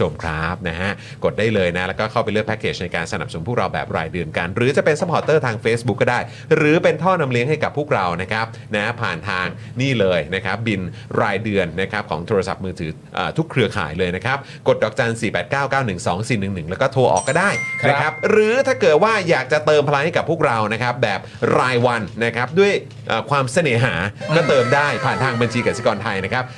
มครับนะฮะกดได้เลยนะแล้วก็เข้าไปเลือกแพ็กเกจในการสนับสนุนพวกเราแบบรายเดือนกันหรือจะเป็นซัพพอร์เตอร์ทาง Facebook ก็ได้หรือเป็นท่อนำเลี้ยงให้กับพวกเรานะครับนะผ่านทางนี่เลยนะครับบินรายเดือนนะครับของโทรศัพท์มือถือทุกเครือข่ายเลยนะครับกดดอกจัน 489912411 แล้วก็โทรออกก็ได้นะครับหรือถ้าเกิดว่าอยากจะเติมพลังให้กับพวกเรานะครับแบบรายวันนะครับด้วยความเสน่หาก็เติมได้ผ่านทางบัญชีกสิกรไทยนะครับ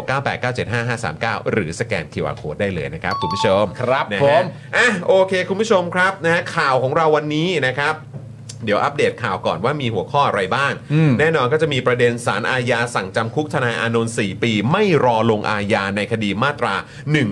0698975539หรือสแกน QR Code ได้เลยนะครับคุณผู้ชมครับนะผฮะมโอเคคุณผู้ชมครับนะฮะข่าวของเราวันนี้นะครับเดี๋ยวอัปเดตข่าวก่อนว่ามีหัวข้ออะไรบ้าง แน่นอนก็จะมีประเด็นศาลอาญาสั่งจำคุกทนายอานนท์4 ปีไม่รอลงอาญาในคดีมาตรา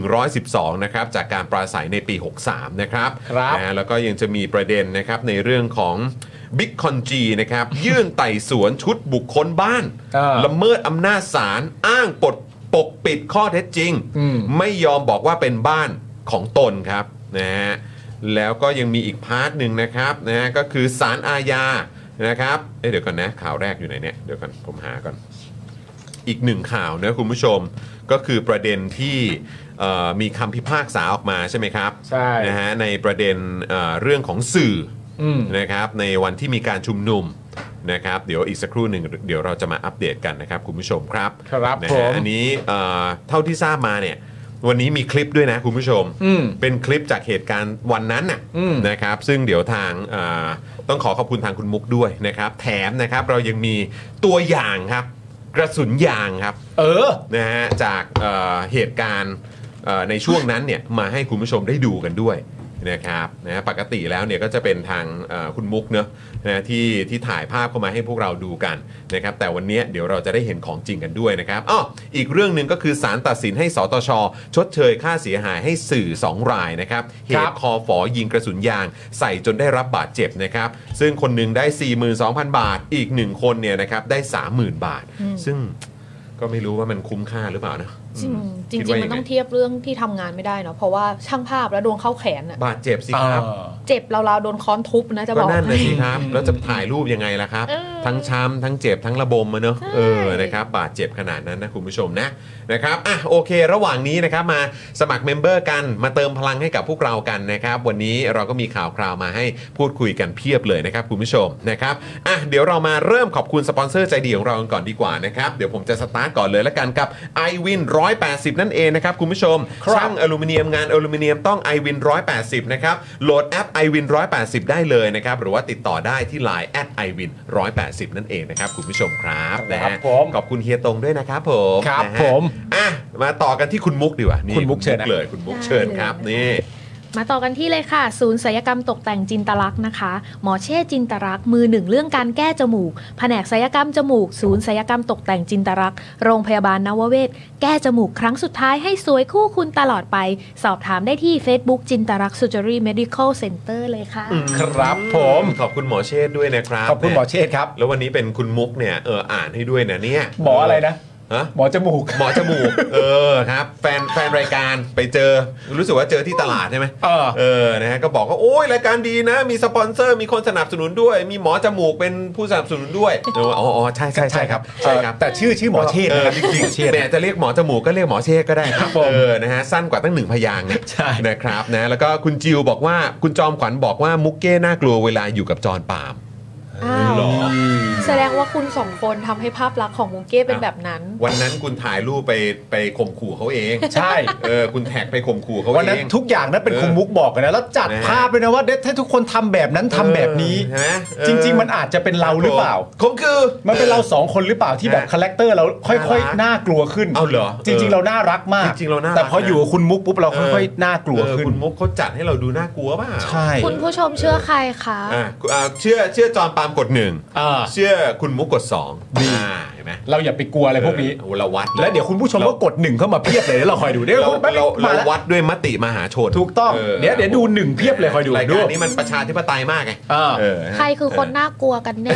112นะครับจากการปราศัยในปี 63นะครับครับนะฮะแล้วก็ยังจะมีประเด็นนะครับในเรื่องของบิ๊กคอนจีนะครับ ยื่นไต่สวนชุดบุคคลบ้านละเมิดอำนาจศาลอ้างปกปิดข้อเท็จจริง ไม่ยอมบอกว่าเป็นบ้านของตนครับนะฮะแล้วก็ยังมีอีกพาร์ทหนึ่งนะครับนะฮะก็คือศาลอาญานะครับเดี๋ยวก่อนนะข่าวแรกอยู่ไหนเนี่ยเดี๋ยวก่อนผมหาก่อนอีกหนึ่งข่าวนะคุณผู้ชมก็คือประเด็นที่มีคำพิพากษาออกมาใช่ไหมครับใช่นะฮะในประเด็นเรื่องของสื่อนะครับในวันที่มีการชุมนุมนะครับเดี๋ยวอีกสักครู่หนึ่งเดี๋ยวเราจะมาอัปเดตกันนะครับคุณผู้ชมครับครับนะผฮะมอันนี้เท่าที่ทราบมาเนี่ยวันนี้มีคลิปด้วยนะคุณผู้ชมเป็นคลิปจากเหตุการณ์วันนั้นน่ะนะครับซึ่งเดี๋ยวทางต้องขอบคุณทางคุณมุกด้วยนะครับแถมนะครับเรายังมีตัวอย่างครับกระสุนยางครับนะฮะจากเหตุการณ์ในช่วงนั้นเนี่ยมาให้คุณผู้ชมได้ดูกันด้วยนะครับนะปกติแล้วเนี่ยก็จะเป็นทางคุณมุกเนอะนะที่ถ่ายภาพเข้ามาให้พวกเราดูกันนะครับแต่วันนี้เดี๋ยวเราจะได้เห็นของจริงกันด้วยนะครับอีกเรื่องหนึ่งก็คือศาลตัดสินให้สตช.ชดเชยค่าเสียหายให้สื่อ2 รายนะครับเหตุคอฝอยิงกระสุนยางใส่จนได้รับบาดเจ็บนะครับซึ่งคนหนึ่งได้ 42,000 บาทอีก1คนเนี่ยนะครับได้ 30,000 บาทซึ่งก็ไม่รู้ว่ามันคุ้มค่าหรือเปล่านะจริงมันต้องเทียบเรื่องที่ทำงานไม่ได้เนาะเพราะว่าช่างภาพแล้วโดนเข้าแขนอะบาดเจ็บสิครับเจ็บราวๆโดนค้อนทุบนะจะบอกก็นั่นเลยสิครับแล้วจะถ่ายรูปยังไงล่ะครับทั้งช้ำทั้งเจ็บทั้งระบมมาเนอะนะครับบาดเจ็บขนาดนั้นนะคุณผู้ชมนะครับโอเคระหว่างนี้นะครับมาสมัครเมมเบอร์กันมาเติมพลังให้กับพวกเรากันนะครับวันนี้เราก็มีข่าวคราวมาให้พูดคุยกันเพียบเลยนะครับคุณผู้ชมนะครับเดี๋ยวเรามาเริ่มขอบคุณสปอนเซอร์ใจดีของเรากันก่อนดีกว่านะครับเดี๋ยวผมจะสตาร์ทก่อนเลยแล้วกันกับ iWin 180 นั่นเองนะครับคุณผู้ชมช่างอลูมิเนียมงานอลูมิเนียมต้อง iWin 180 นะครับโหลดแอป iWin 180 ได้เลยนะครับหรือว่าติดต่อได้ที่ Line @iWin 180 นั่นเองนะครับคุณผู้ชมครับนะฮะขอบคุณเฮียตงด้วยนะครับผมครับผมมาต่อกันที่คุณมุกดีกว่านี่คุณมุกเชิญเลยคุณมุกเชิญครับนี่มาต่อกันที่เลยค่ะศูนย์ศัลยกรรมตกแต่งจินตลักษณ์นะคะหมอเช่จินตลักษณ์มือหนึ่งเรื่องการแก้จมูกแผนกศัลยกรรมจมูกศูนย์ศัลยกรรมตกแต่งจินตลักษณ์โรงพยาบาลนวเวศแก้จมูกครั้งสุดท้ายให้สวยคู่คุณตลอดไปสอบถามได้ที่ Facebook จินตลักษณ์ Surgery Medical Center เลยค่ะครับผมขอบคุณหมอเชษฐ์ด้วยนะครับขอบคุณหมอเชษฐ์ครับแล้ววันนี้เป็นคุณมุกเนี่ยอ่านให้ด้วยนะเนี่ยหมออะไรนะหมอจมูกครับแฟนรายการไปเจอรู้สึกว่าเจอที่ตลาดใช่ไหมนะฮะก็บอกว่าโอ้ยรายการดีนะมีสปอนเซอร์มีคนสนับสนุนด้วยมีหมอจมูกเป็นผู้สนับสนุนด้วยใช่ครับใช่ครับแต่ชื่อหมอเชษฐ์นะครับจริงๆแต่จะเรียกหมอจมูกก็เรียกหมอเชษฐ์ก็ได้ครับนะฮะสั้นกว่าตั้ง1 พยางค์นะครับนะแล้วก็คุณจิวบอกว่าคุณจอมขวัญบอกว่ามุกเก้น่ากลัวเวลาอยู่กับจอห์นปาล์มแสดงว่าคุณสองคนทำให้ภาพลักษณ์ของมุกเก้เป็นแบบนั้นวันนั้นคุณถ่ายรูปไปข่มขู่เขาเองใช่คุณแท็กไปข่มขู่เขาเองวันนั้นทุกอย่างนั้นเป็นคุณมุกบอกกันนะแล้วจัดภาพเลยนะว่าให้ทุกคนทำแบบนั้นทำแบบนี้จริงๆมันอาจจะเป็นเราหรือเปล่าคือมันเป็นเรา2 คนหรือเปล่าที่แบบคาแรคเตอร์เราค่อยๆน่ากลัวขึ้นเอาเหรอจริงๆเราน่ารักมากแต่พออยู่กับคุณมุกปุ๊บเราค่อยๆน่ากลัวขึ้นคุณมุกเขาจัดให้เราดูน่ากลัวป่ะใช่คุณผู้ชมเชื่อใครคะเชื่อจอห์นปาล์มกด1เชื่อคุณมุกกด2 ดีเห็นไหมเราอย่าไปกลัวอะไรพวกนี้เราวัดแล้วเดี๋ยวคุณผู้ชมก็กด1เข้ามาเพียบเลยแล้วเราคอยดูเดี๋ยวเราวัดด้วยมติมหาชนถูกต้องเดี๋ยวดู1เพียบเลยคอยดูรายการนี้มันประชาธิปไตยมากไงใครคือคนน่ากลัวกันแน่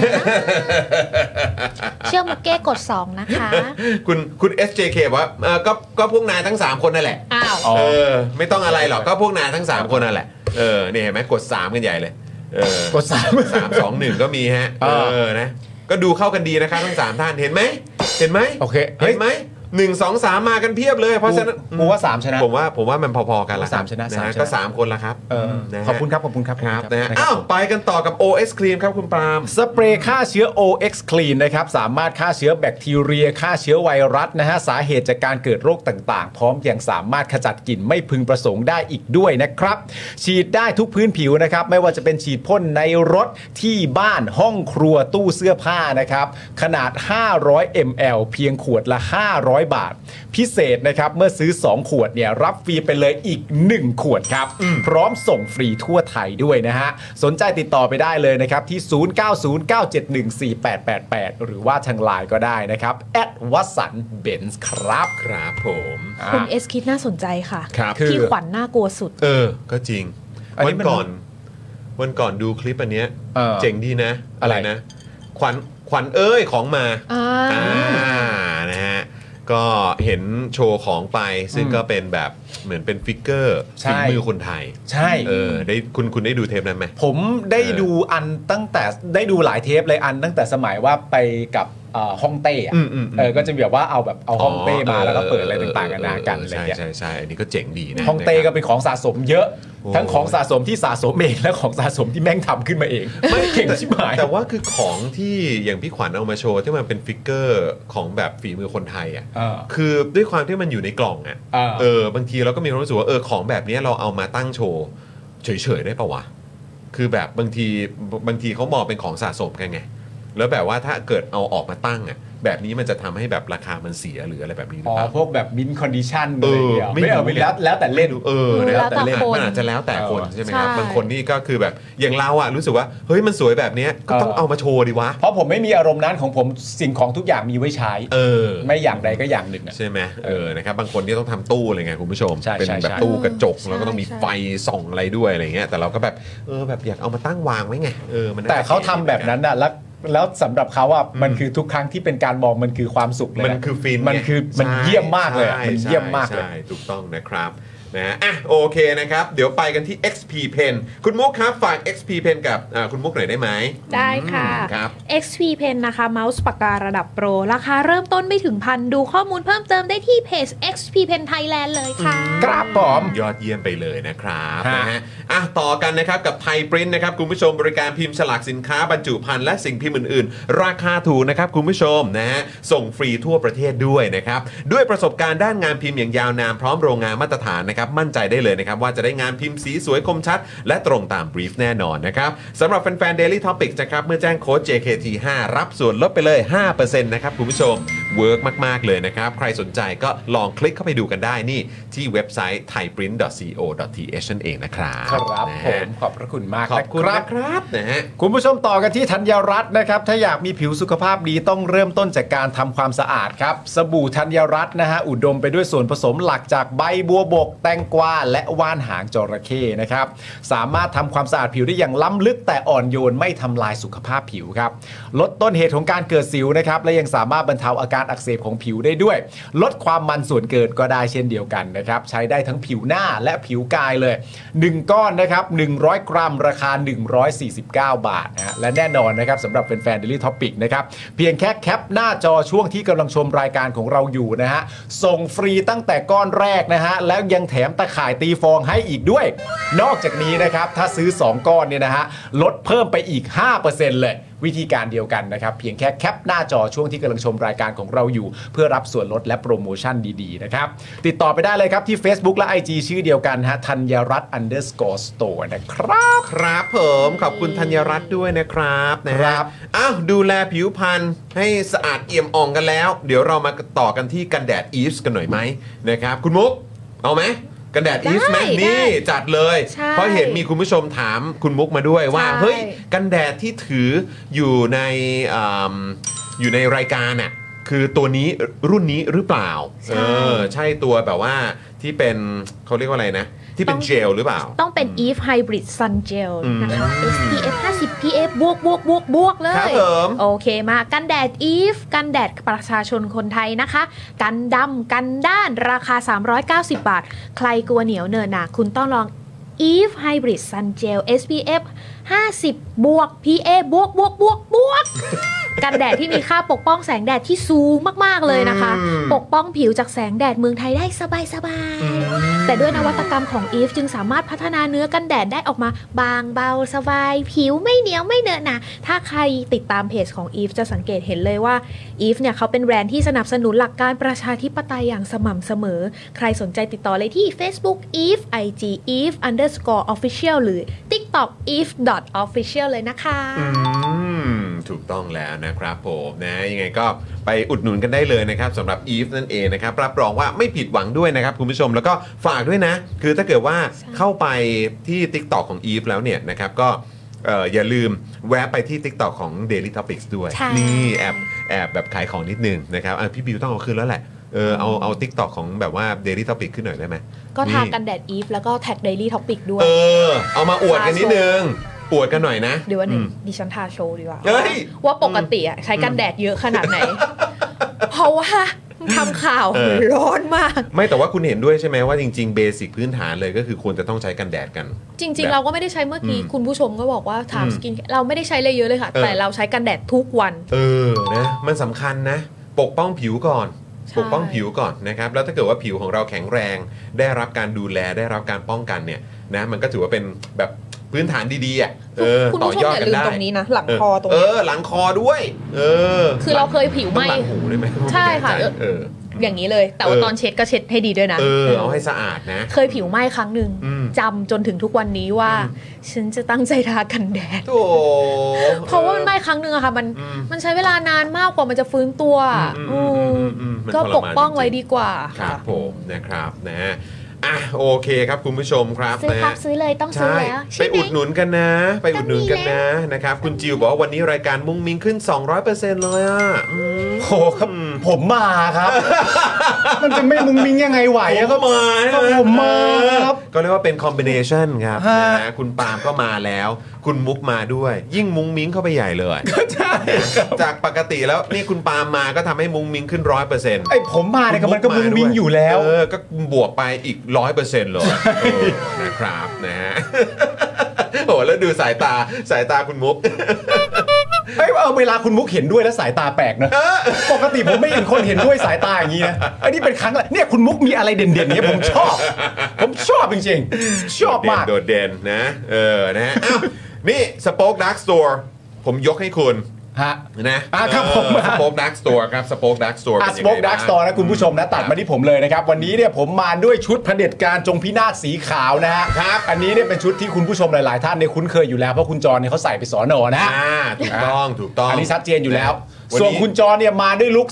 เชื่อมุกเก้กด2นะคะคุณ SJK ว่าก็พวกนายทั้ง3คนนั่นแหละไม่ต้องอะไรหรอกก็พวกนายทั้ง3คนนั่นแหละนี่เห็นไหมกด3กันใหญ่เลยกด 3 2 1ก็มีฮะนะก็ดูเข้ากันดีนะครับทั้ง3ท่านเห็นไหมโอเคเห็นไหม 1 2 3มากันเพียบเลยเพราะฉะนั้นผมว่า3ชนะผมว่ามันพอๆกันละสามชนะสามชนะก็3คนละครับนะฮะขอบคุณครับขอบคุณครับครับนะฮะอ้าวไปกันต่อกับ OX Clean ครับคุณปาล์มสเปรย์ฆ่าเชื้อ OX Clean นะครับสามารถฆ่าเชื้อแบคทีเรียฆ่าเชื้อไวรัสนะฮะสาเหตุจากการเกิดโรคต่างๆพร้อมยังสามารถขจัดกลิ่นไม่พึงประสงค์ได้อีกด้วยนะครับฉีดได้ทุกพื้นผิวนะครับไม่ว่าจะเป็นฉีดพ่นในรถที่บ้านห้องครัวตู้เสื้อผ้านะครับขนาด500 ml เพียงขวดละ500 บาทพิเศษนะครับเมื่อซื้อ2ขวดเนี่ยรับฟรีไปเลยอีก1ขวดครับพร้อมส่งฟรีทั่วไทยด้วยนะฮะสนใจติดต่อไปได้เลยนะครับที่0909714888หรือว่าทางไลน์ก็ได้นะครับ@wasan-benz ครับครับผมคุณเอสคิดน่าสนใจค่ะครับที่ขวัญน่ากลัวสุดก็จริงอันนี้วันก่อนดูคลิปอันเนี้ยเออเจ๋งดีนะอะไรนะขวัญเอ้ยของมาอ่านะฮะก็เห็นโชว์ของไปซึ่งก็เป็นแบบเหมือนเป็นฟิกเกอร์ใช่ฝีมือคนไทยใช่ได้คุณได้ดูเทปนั้นไหมผมได้ดูอันตั้งแต่ได้ดูหลายเทปเลยอันตั้งแต่สมัยว่าไปกับฮ่องเต้อะก็จะแบบว่าเอาฮ่องเต้มาแล้วก็เปิดอะไรต่างๆกันานากันอะไรอย่างเงี้ยใช่อันนี้ก็เจ๋งดีนะฮ่องเต้ก็เป็นของสะสมเยอะโอ้ทั้งของสะสมที่สะสมเองและของสะสมที่แม่งทำขึ้นมาเองไม่เก่งชิบหายแต่ว่าคือของที่อย่างพี่ขวัญเอามาโชว์ที่มันเป็นฟิกเกอร์ของแบบฝีมือคนไทยอ่ะคือด้วยความที่มันอยู่ในกล่องอ่ะบางทีเราก็มีความรู้สึกว่าของแบบนี้เราเอามาตั้งโชว์เฉยๆได้ปะวะคือแบบบางทีเขามองเป็นของสะสมกันไงแล้วแบบว่าถ้าเกิดเอาออกมาตั้งอ่ะแบบนี้มันจะทำให้แบบราคามันเสียหรืออะไรแบบนี้หรือเปล่าพวกแบบมินคอนดิชั่นอะไรอย่างเงี้ยไม่เอาไปแล้วแต่เล่นแล้วแต่แล้วแต่เล่นคนมันอาจจะแล้วแต่คนใช่ไหมครับใช่บางคนนี่ก็คือแบบอย่างเราอ่ะรู้สึกว่าเฮ้ยมันสวยแบบเนี้ยก็ต้องเอามาโชว์ดีวะเพราะผมไม่มีอารมณ์นั้นของผมสิ่งของทุกอย่างมีไว้ใช้ไม่อย่างใดก็อย่างหนึ่งอะใช่ไหมนะครับบางคนที่ต้องทำตู้อะไรไงคุณผู้ชมใช่เป็นใช่แบบใช่ตู้กระจกใช่แล้วก็ต้องมีใช่ไฟส่องอะไรด้วยอะไรเงี้ยแต่เราก็แบบแบบอยากเอามาตั้งวางไว้ไงมันน่จะแต่เขาทำแบบนั้นน่ะแล้วสำหรับเขาอ่ะมันคือทุกครั้งที่เป็นการมองมันคือความสุขเลยมันคือฟินมันคือมันเยี่ยมมากเลยอะมันเยี่ยมมากเลยใช่ถูกต้องนะครับนะโอเคนะครับเดี๋ยวไปกันที่ XP Pen คุณมุกครับฝาก XP Pen กับคุณมุกหน่อยได้ไหมได้ค่ะครับ XP Pen นะคะเมาส์ปากการะดับโปรราคาเริ่มต้นไม่ถึงพันดูข้อมูลเพิ่มเติมได้ที่เพจ XP Pen Thailand เลยค่ะครับผมยอดเยี่ยมไปเลยนะครับฮะนะฮะต่อกันนะครับกับไทยปริ้นนะครับคุณผู้ชมบริการพิมพ์ฉลากสินค้าบรรจุภัณฑ์และสิ่งพิมพ์อื่นๆ ราคาถูกนะครับคุณผู้ชมนะฮะส่งฟรีทั่วประเทศด้วยนะครับด้วยประสบการณ์ด้านงานพิมพ์อย่างยาวนานพร้อมโรงงานมาตรฐานนะครับมั่นใจได้เลยนะครับว่าจะได้งานพิมพ์สีสวยคมชัด และตรงตามบรีฟแน่นอนนะครับสำหรับแฟนๆ Daily Topics นะครับเมื่อแจ้งโค้ด JKT5 รับส่วนลดไปเลย 5% นะครับคุณผู้ชมเวิร์กมากๆเลยนะครับใครสนใจก็ลองคลิกเข้าไปดูกันได้นี่ที่เว็บไซต์ thaiprint.co.th นั่นเองนะครับครับนะผฮะมขอบพระคุณมากขอบคุณนะนะครับนะฮะคุณผู้ชมต่อกันที่ธัญรัตน์นะครับถ้าอยากมีผิวสุขภาพดีต้องเริ่มต้นจากการทำความสะอาดครับสบู่ธัญรัตน์นะฮะอุดมไปด้วยส่วนผสมหลักจากใบบัวบกแตงกวาและว่านหางจระเข้นะครับสามารถทำความสะอาดผิวได้อย่างล้ำลึกแต่อ่อนโยนไม่ทำลายสุขภาพผิวครับลดต้นเหตุของการเกิดสิวนะครับและยังสามารถบรรเทาอาการอักเสบของผิวได้ด้วยลดความมันส่วนเกินก็ได้เช่นเดียวกันนะครับใช้ได้ทั้งผิวหน้าและผิวกายเลย1ก้อนนะครับ100 กรัมราคา149 บาทนะฮะและแน่นอนนะครับสำหรับแฟนๆ Daily Topic นะครับเพียงแค่แคปหน้าจอช่วงที่กำลังชมรายการของเราอยู่นะฮะส่งฟรีตั้งแต่ก้อนแรกนะฮะแล้วยังแถมตะข่ายตีฟองให้อีกด้วยนอกจากนี้นะครับถ้าซื้อ2ก้อนเนี่ยนะฮะลดเพิ่มไปอีก 5% เลยวิธีการเดียวกันนะครับเพียงแค่แคปหน้าจอช่วงที่กำลังชมรายการของเราอยู่เพื่อรับส่วนลดและโปรโมชั่นดีๆนะครับติดต่อไปได้เลยครับที่ Facebook และ IG ชื่อเดียวกันฮะธัญรัตน์ _store นะครับครับผมขอบคุณธัญรัตน์ด้วยนะครับนะฮะดูแลผิวพรรณให้สะอาดเอี่ยมอ่องกันแล้วเดี๋ยวเรามาต่อกันที่กันแดดอีฟส์กันหน่อยไหมนะครับคุณมุกเอาไหมกันแดดอีฟส์ไหมนี่จัดเลย เพราะเห็นมีคุณผู้ชมถามคุณมุกมาด้วยว่าเฮ้ยกันแดดที่ถืออยู่ในรายการน่ะคือตัวนี้รุ่นนี้หรือเปล่าใช่ตัวแบบว่าที่เป็นเขาเรียกว่าอะไรนะที่เป็นเจลหรือเปล่าต้องเป็น Eve Hybrid Sun Gel นะคะ SPF 50 PA บวกเลยครับผมโอเคมากันแดด Eve กันแดดประชาชนคนไทยนะคะกันดำกันด้านราคา390 บาทใครกลัวเหนียวเนินหนาคุณต้องลอง Eve Hybrid Sun Gel SPF 50 PA บวกกันแดดที่มีค่าปกป้องแสงแดดที่สูงมากๆเลยนะคะปกป้องผิวจากแสงแดดเมืองไทยได้สบายๆแต่ด้วยนวัตกรรมของ Eve จึงสามารถพัฒนาเนื้อกันแดดได้ออกมาบางเบาสบายผิวไม่เหนียวไม่เหนอะหนะถ้าใครติดตามเพจของ Eve จะสังเกตเห็นเลยว่า Eve เนี่ยเขาเป็นแบรนด์ที่สนับสนุนหลักการประชาธิปไตยอย่างสม่ำเสมอใครสนใจติดต่อเลยที่ Facebook Eve IG Eve_official หรือ TikTok Eve.official เลยนะคะถูกต้องแล้วนะครับผมนะยังไงก็ไปอุดหนุนกันได้เลยนะครับสำหรับ Eve นั่นเองนะครับรับรองว่าไม่ผิดหวังด้วยนะครับคุณผู้ชมแล้วก็ฝากด้วยนะคือถ้าเกิดว่าเข้าไปที่ TikTok ของ Eve แล้วเนี่ยนะครับก็อย่าลืมแวะไปที่ TikTok ของ Daily Topics ด้วยนี่แอบแบบขายของนิดนึงนะครับพี่บิวต้องเอาคืนแล้วแหละเอา TikTok ของแบบว่า Daily Topic ขึ้นหน่อยได้ไหมก็ทากันแดด Eve แล้วก็แท็ก Daily Topic ด้วยเอามาอวดกันนิดนึงอวดกันหน่อยนะเดี๋ยววันนี้ดิฉันทาโชว์ดีกว่าว่าปกติใช้กันแดดเยอะขนาดไหนเพราะว่าทำข่าวร้อนมากไม่แต่ว่าคุณเห็นด้วยใช่ไหมว่าจริงๆเบสิกพื้นฐานเลยก็คือควรจะต้องใช้กันแดดกันจริงๆเราก็ไม่ได้ใช้เมื่อกี้คุณผู้ชมก็บอกว่าถามสกินเราไม่ได้ใช้เลยเยอะเลยค่ะแต่เราใช้กันแดดทุกวันนะมันสำคัญนะปกป้องผิวก่อนปกป้องผิวก่อนนะครับแล้วถ้าเกิดว่าผิวของเราแข็งแรงได้รับการดูแลได้รับการป้องกันเนี่ยนะมันก็ถือว่าเป็นแบบพื้นฐานดีๆอ่ะต่อยอดกันได้ตรงนี้นะหลังคอตรงนี้หลังคอด้วยคือเราเคยผิวไหม้ใช่ค่ะอย่างนี้เลยแต่ว่าตอนเช็ดก็เช็ดให้ดีด้วยนะเอาให้สะอาดนะเคยผิวไหม้ครั้งหนึ่งจำจนถึงทุกวันนี้ว่าฉันจะตั้งใจทากันแดดเพราะว่ามันไหม้ครั้งหนึ่งอะค่ะมันใช้เวลานานมากกว่ามันจะฟื้นตัวก็ปกป้องไว้ดีกว่าครับผมนะครับนะโอเคครับคุณผู้ชมครับซื้อครับซื้อเลยต้องซื้อแล้วไปอุดหนุนกันนะไปอุดหนุนกันนะครับคุณจิวบอกว่าวันนี้รายการมุ้งมิ้งขึ้น 200% เลยโหครับผมมาครับมันจะไม่มุ้งมิ้งยังไงไหวก็มาผมมาครับก็เรียกว่าเป็นคอมบิเนชันครับนะคุณปาล์มก็มาแล้วคุณมุกมาด้วยยิ่งมุ้งมิ้งเข้าไปใหญ่เลยก็ใช่จากปกติแล้วนี่คุณปาล์มมาก็ทำให้มุ้งมิ้งขึ้น 100% ไอ้ผมมาเนี่ยมันก็มุ้งมิ้งอยู่แล้วก็บวกไปอีก 100% เลยนะครับนะฮะโอ้แล้วดูสายตาคุณมุกเวลาคุณมุกเห็นด้วยแล้วสายตาแปลกนะปกติผมไม่เห็นคนเห็นด้วยสายตาอย่างนี้นะอันนี้เป็นครั้งแรกเนี่ยคุณมุกมีอะไรเด่นๆอย่างนี้ผมชอบจริงๆชอบมากโดดเด่นนะนะนี่ Spoke Dark Store ผมยกให้คุณนะครับผม Spoke Dark Store ครับ Spoke Dark Store Spoke Dark Store นะคุณผู้ชมนะตัดมาที่ผมเลยนะครับวันนี้เนี่ยผมมาด้วยชุดเผด็จการจงพินาศสีขาวนะฮะครับอันนี้เนี่ยเป็นชุดที่คุณผู้ชมหลายๆท่านเนี่ยคุ้นเคยอยู่แล้วเพราะคุณจรเนี่ยเขาใส่ไปสอนอนะถูกต้องอันนี้ชัดเจนอยู่แล้วส่วนคุณจรเนี่ยมาด้วยลุค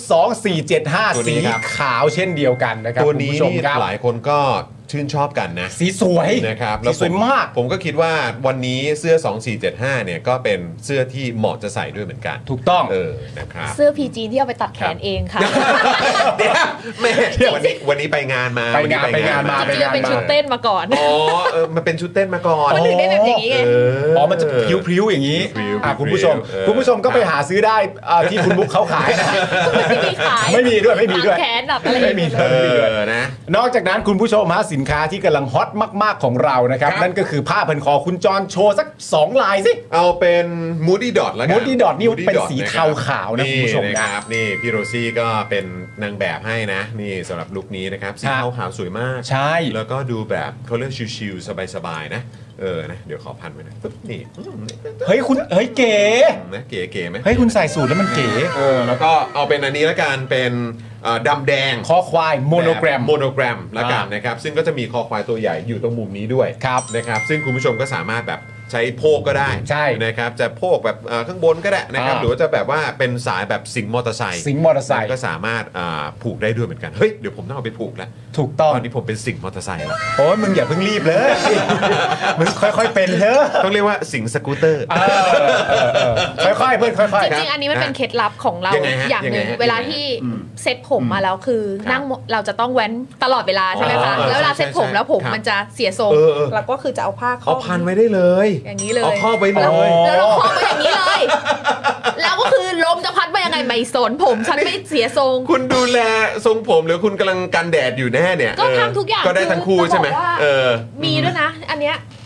2475สีขาวเช่นเดียวกันนะครับตัวนี้หลายคนก็ชื่นชอบกันนะสีสวยนะครับแล้วสวยมากผมก็คิดว่าวันนี้เสื้อ2475เนี่ยก็เป็นเสื้อที่เหมาะจะใส่ด้วยเหมือนกันถูกต้องนะครับเสื้อ PG ที่เอาไปตัดแขนเองค่ะเดี๋ยวแม่วันนี้ไปงานมาเป็นชุดเต้นมาก่อนมันเป็นชุดเต้นมาก่อนมันถึงได้แบบอย่างนี้ไงมันจะพริ้วๆอย่างนี้คุณผู้ชมก็ไปหาซื้อได้ที่คุณมุกเขาขายนะไม่มีขายไม่มีด้วยแขนแบบอะไรไม่มีด้วยนะนอกจากนั้นคุณผู้ชมสินค้าที่กำลังฮอตมากๆของเรานะครับนั่นก็คือผ้าพันคอคุณจรโชว์สัก2ลายสิเอาเป็น Moody Dot แล้วกัน Moody Dot นี่เป็นสีเทาขาวนะคุณผู้ชมนะครับนี่พี่โรซี่ก็เป็นนางแบบให้นะนี่สำหรับลุคนี้นะครับสีเทาขาวสวยมากใช่แล้วก็ดูแบบเขาเรียกชิลๆสบายๆนะนะเดี๋ยวขอพันไว้นะนี่เฮ้ยคุณเก๋นะเก๋ไหมเฮ้ยคุณใส่สูทแล้วมันเก๋แล้วก็เอาเป็นอันนี้ละกันเป็นดำแดงคอควายโมโนแกรมละกันนะครับซึ่งก็จะมีคอควายตัวใหญ่อยู่ตรงมุมนี้ด้วยนะครับซึ่งคุณผู้ชมก็สามารถแบบใช้โพกก็ได้ใช่นะครับจะโพกแบบข้างบนก็ได้นะครับหรือว่าจะแบบว่าเป็นสายแบบสิงมอเตอร์ไซค์ก็สามารถผูกได้ด้วยเหมือนกันเฮ้ยเดี๋ยวผมต้องเอาไปผูกแล้วถูกต้องตอนนี้ผมเป็นสิงมอเตอร์ไซค์แล้วโอ้ยมึงอย่าเพิ่งรีบเลยมึงค่อยๆเป็นเถอะต้องเรียกว่าสิงสกูตเตอร์ค่อยๆเพื่อนค่อยๆจริงๆอันนี้มันเป็นเคล็ดลับของเราอย่างนึงเวลาที่เซ็ตผมมาแล้วคือนั่งเราจะต้องแว้นตลอดเวลาใช่ไหมคะแล้วเวลาเซ็ตผมแล้วผมมันจะเสียทรงแล้วก็คือจะเอาผ้าครอบพันไว้ได้เลยอย่างนี้เลยเอาครอบไว้เลยแล้วเราครอบไว้อย่างนี้เลยแล้วก็คือลมจะพัดไปยังไงไม่สนผมฉันไม่เสียทรงคุณดูแลทรงผมหรือคุณกำลังกันแดดอยู่แน่เนี่ยก็ทำทุกอย่างก็ได้ทั้งคู่ใช่ไหมมีด้วยนะอันเนี้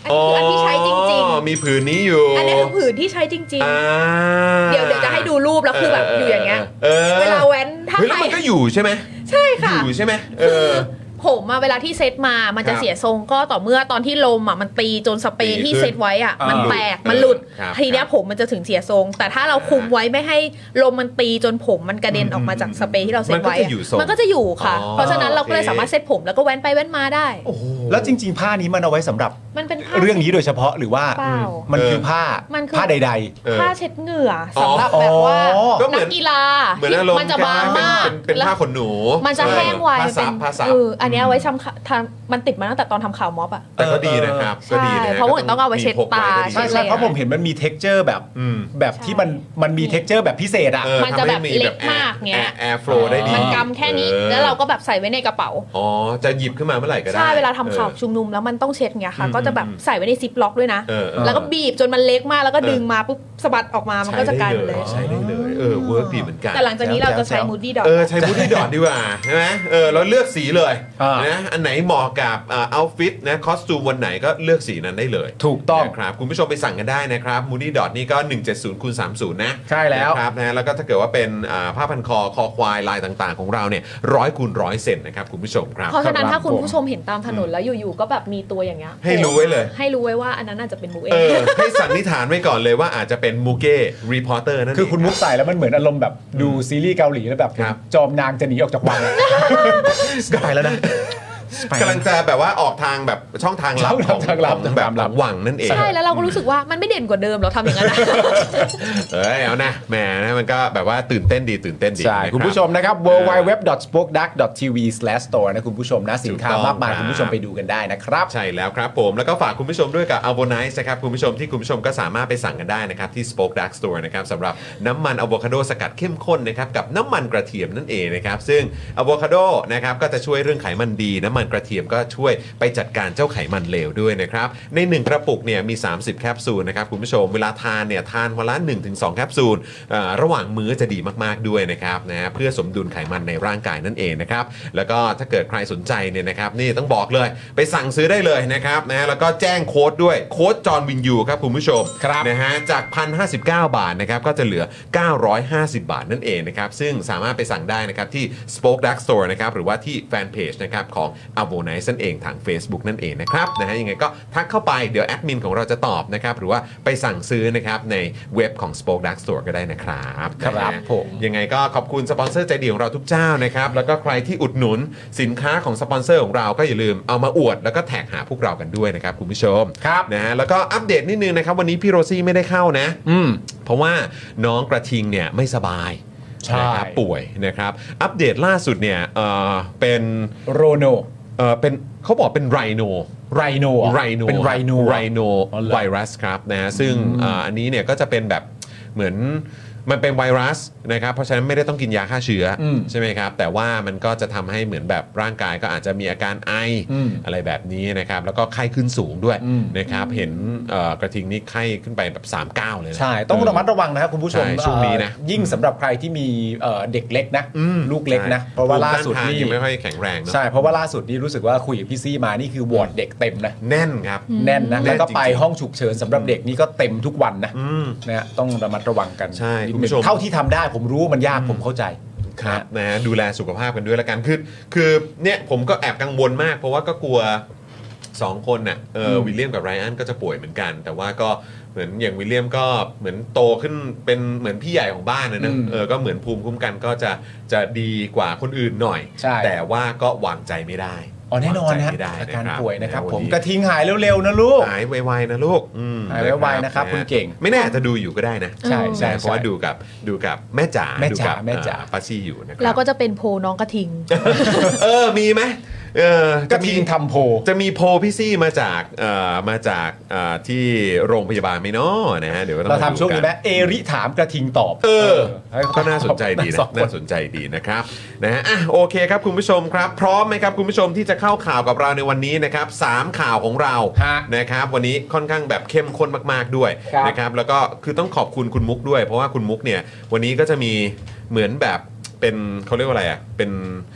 อันนี้คืออันที่ใช้จริงๆมีผืนนี้อยู่อันนี้คือผืนที่ใช้จริงๆเดี๋ยวจะให้ดูรูปแล้วคือแบบอยู่อย่างเงี้ยเวลาแว้นถ้าใครมันก็อยู่ใช่ไหมใช่ค่ะอยู่ใช่ไหมผมเวลาที่เซตมามันจะเสียทรงก็ต่อเมื่อตอนที่ลมมันตีจนสเปรย์ที่เซตไว้มันแตกมันหลุดทีเนี้ยผมมันจะถึงเสียทรงแต่ถ้าเราคุมไว้ไม่ให้ลมมันตีจนผมมันกระเด็นออกมาจากสเปรย์ที่เราเซตไว้มันก็จะอยู่ค่ะเพราะฉะนั้นเราก็เลยสามารถเซตผมแล้วก็แว้นไปแว้นมาได้แล้วจริงๆผ้านี้มันเอาไว้สำหรับมันเป็นเรื่องนี้โดยเฉพาะหรือว่ามันคือผ้าใดๆผ้าเช็ดเหงื่อสำหรับแบบว่านักกีฬามันจะบางมากเป็นผ้าขนหนูมันจะแห้งไวเป็นอันนี้เอาไว้มันติดมาตั้งแต่ตอนทำข่าวม็อบแต่ก็ดีนะครับก็ดีนะเพราะว่าต้องเอาไว้เช็ดตาใช่เพราะผมเห็นมันมี texture แบบที่มันมี texture แบบพิเศษมันจะแบบเล็กมากเงี้ยแอร์โฟลว์ได้ดีมันกำแค่นี้แล้วเราก็แบบใส่ไว้ในกระเป๋าจะหยิบขึ้นมาเมื่อไหร่ก็ได้ใช่เวลาทำข่าวชุมนุมแล้วมันต้องเช็ดเงี้ยค่ะก็จะแบบใส่ไว้ในซิปล็อกด้วยนะแล้วก็บีบจนมันเล็กมากแล้วก็ดึงมาปุ๊บสะบัดออกมามันก็จะกลายเป็นเลยใช้ได้เลยเวิร์กดีเหมือนกันแต่หลังจากนี้เราจะใช้ Moody Dot ใช้ Moody Dot ดีกว่าใช่ไหมเราเลือกสีเลยนะอันไหนเหมาะกับเอาท์ฟิตนะคอสตูมวันไหนก็เลือกสีนั้นได้เลยถูกต้องนะครับคุณผู้ชมไปสั่งกันได้นะครับ Moody Dot นี่ก็170x30นะใช่แล้วครับนะแล้วก็ถ้าเกิดว่าเป็นผ้าพันคอควายลายต่างๆของเราเนี่ย100x100 เซนนะครับคุณผู้ชมครับเพราะฉะนั้นถ้าคุณผู้ชมเห็นตามถนนแล้วอยู่ๆก็แบบมีตัวอย่างเงี้ยให้รู้ไว้เลยให้รู้ไว้ว่าอันนั้นอาจจะเป็นมูเอให้สันนิษฐานไว้ก่อนเลยว่าอาจจะเป็นมูเก้รีพอร์เตอร์นั่นเองคือคุณมุกใส่แล้วมันเหมือนอารมณ์แบบดูซีรีส์เกาหลีแล้วแบบจอมนางจะหนีออกจากวังก็ไปแล้วนะกำลังจะแบบว่าออกทางแบบช่องทางลับของแบบหลังวังนั่นเองใช่แล้วเราก็รู้สึกว่ามันไม่เด่นกว่าเดิมเราทำอย่างนั้นเอานะแหมนะมันก็แบบว่าตื่นเต้นดีใช่คุณผู้ชมนะครับ www.spokedark.tv/store นะคุณผู้ชมนะสินค้ามากมายคุณผู้ชมไปดูกันได้นะครับใช่แล้วครับผมแล้วก็ฝากคุณผู้ชมด้วยกับ Avonice นะครับคุณผู้ชมที่คุณผู้ชมก็สามารถไปสั่งกันได้นะครับที่ Spoke Dark Store นะครับสำหรับน้ำมันอะโวคาโดสกัดเข้มข้นนะครับกับน้ำมันกระเทียมนั่นเองนะครับซึ่งอะโวคาโดนะครับก็จะช่วยเรื่องไขมันดีน้ำมันกระเทียมก็ช่วยไปจัดการเจ้าไขมันเลวด้วยนะครับใน1กระปุกเนี่ยมี30แคปซูลนะครับคุณผู้ชมเวลาทานเนี่ยทานวันละ 1-2 แคปซูลระหว่างมื้อจะดีมากๆด้วยนะครับนะเพื่อสมดุลไขมันในร่างกายนั่นเองนะครับแล้วก็ถ้าเกิดใครสนใจเนี่ยนะครับนี่ต้องบอกเลยไปสั่งซื้อได้เลยนะครับนะแล้วก็แจ้งโค้ดด้วยโค้ดจอห์นวินยูครับคุณผู้ชมนะฮะจาก 1,059 บาทนะครับก็จะเหลือ950 บาทนั่นเองนะครับซึ่งสามารถไปสั่งได้นะครับที่ Spoke Dark Store นะครับหรือว่าที่แฟนเพจนะครับของ Avonice นั่นเองทาง Facebook นั่นเองนะครับนะฮะยังไงก็ทักเข้าไปเดี๋ยวแอดมินของเราจะตอบนะครับหรือว่าไปสั่งซื้อนะครับในเว็บของ Spoke Dark Store ก็ได้นะครับครับผมยังไงก็ขอบคุณสปอนเซอร์ใจดีของเราทุกเจ้านะครับแล้วก็ใครที่อุดหนุนสินค้าของสปอนเซอร์ของเราก็อย่าลืมเอามาอวดแล้วก็แท็กหาพวกเรากันด้วยนะครับคุณผู้ชมนะฮะแล้วก็อัปเดตนิดนึงนะครับวันนี้พี่โรซี่ไม่ได้เข้านะเพราะว่าน้องกระทิงเนี่ยไม่สบายนะครับป่วยนะครับอัปเดตล่าสุดเนี่ยเป็นโรโนเป็นเขาบอกเป็นไรโนเป็นไรโนไวรัสครับนะฮะซึ่งอันนี้เนี่ยก็จะเป็นแบบเหมือนมันเป็นไวรัสนะครับเพราะฉะนั้นไม่ได้ต้องกินยาฆ่าเชื้อใช่ไหมครับแต่ว่ามันก็จะทำให้เหมือนแบบร่างกายก็อาจจะมีอาการไออะไรแบบนี้นะครับแล้วก็ไข้ขึ้นสูงด้วยนะครับเห็นกระทิงนี่ไข้ขึ้นไปแบบ39เลยใช่ต้องระมัดระวังนะครับคุณผู้ชมช่วงนี้นะยิ่งสำหรับใครที่มีเด็กเล็กนะลูกเล็กนะเพราะว่าล่าสุดนี่ไม่ค่อยแข็งแรงใช่เพราะว่าล่าสุดนี่รู้สึกว่าคุยกับพี่ซี่มานี่คือวอร์ดเด็กเต็มนะแน่นครับแน่นนะแล้วก็ไปห้องฉุกเฉินสำหรับเด็กนี่ก็เต็มทุกวันนะต้องระมัดระวังกันใช่เท่าที่ทำได้ผมรู้มันยากผมเข้าใจครับนะดูแลสุขภาพกันด้วยละกันคือเนี่ยผมก็แอบกังวลมากเพราะว่าก็กลัว2คนน่ะวิลเลียมกับไรอันก็จะป่วยเหมือนกันแต่ว่าก็เหมือนอย่างวิลเลียมก็เหมือนโตขึ้นเป็นเหมือนพี่ใหญ่ของบ้านนะก็เหมือนภูมิคุ้มกันก็จะดีกว่าคนอื่นหน่อยแต่ว่าก็วางใจไม่ได้แน่นอนนะอาการป่วยนะครับผมกระทิงหายเร็วๆนะลูกหายไวๆนะลูกหายไวๆนะครับคุณเก่งไม่แน่จะดูอยู่ก็ได้นะใช่เพราะว่าดูกับแม่จ๋าดูกับแม่จ๋าป้าซี่อยู่นะครับแล้วก็จะเป็นโพน้องกระทิงมีไหมกระทิงทำโพจะมีโพพี่ซี่มาจากที่โรงพยาบาลไหมเนาะนะฮะเดี๋ยวเราทำช่วงนี้ไหมเอริถามกระทิงตอบก็น่าสนใจดีนะน่าสนใจดีนะครับนะฮะโอเคครับคุณผู้ชมครับพร้อมไหมครับคุณผู้ชมที่จะเข้าข่าวกับเราในวันนี้นะครับ3ข่าวของเรานะครับวันนี้ค่อนข้างแบบเข้มข้นมากๆด้วยนะครับแล้วก็คือต้องขอบคุณคุณมุกด้วยเพราะว่าคุณมุกเนี่ยวันนี้ก็จะมีเหมือนแบบเป็นเขาเรียกว่าอะไรอ่ะเป็น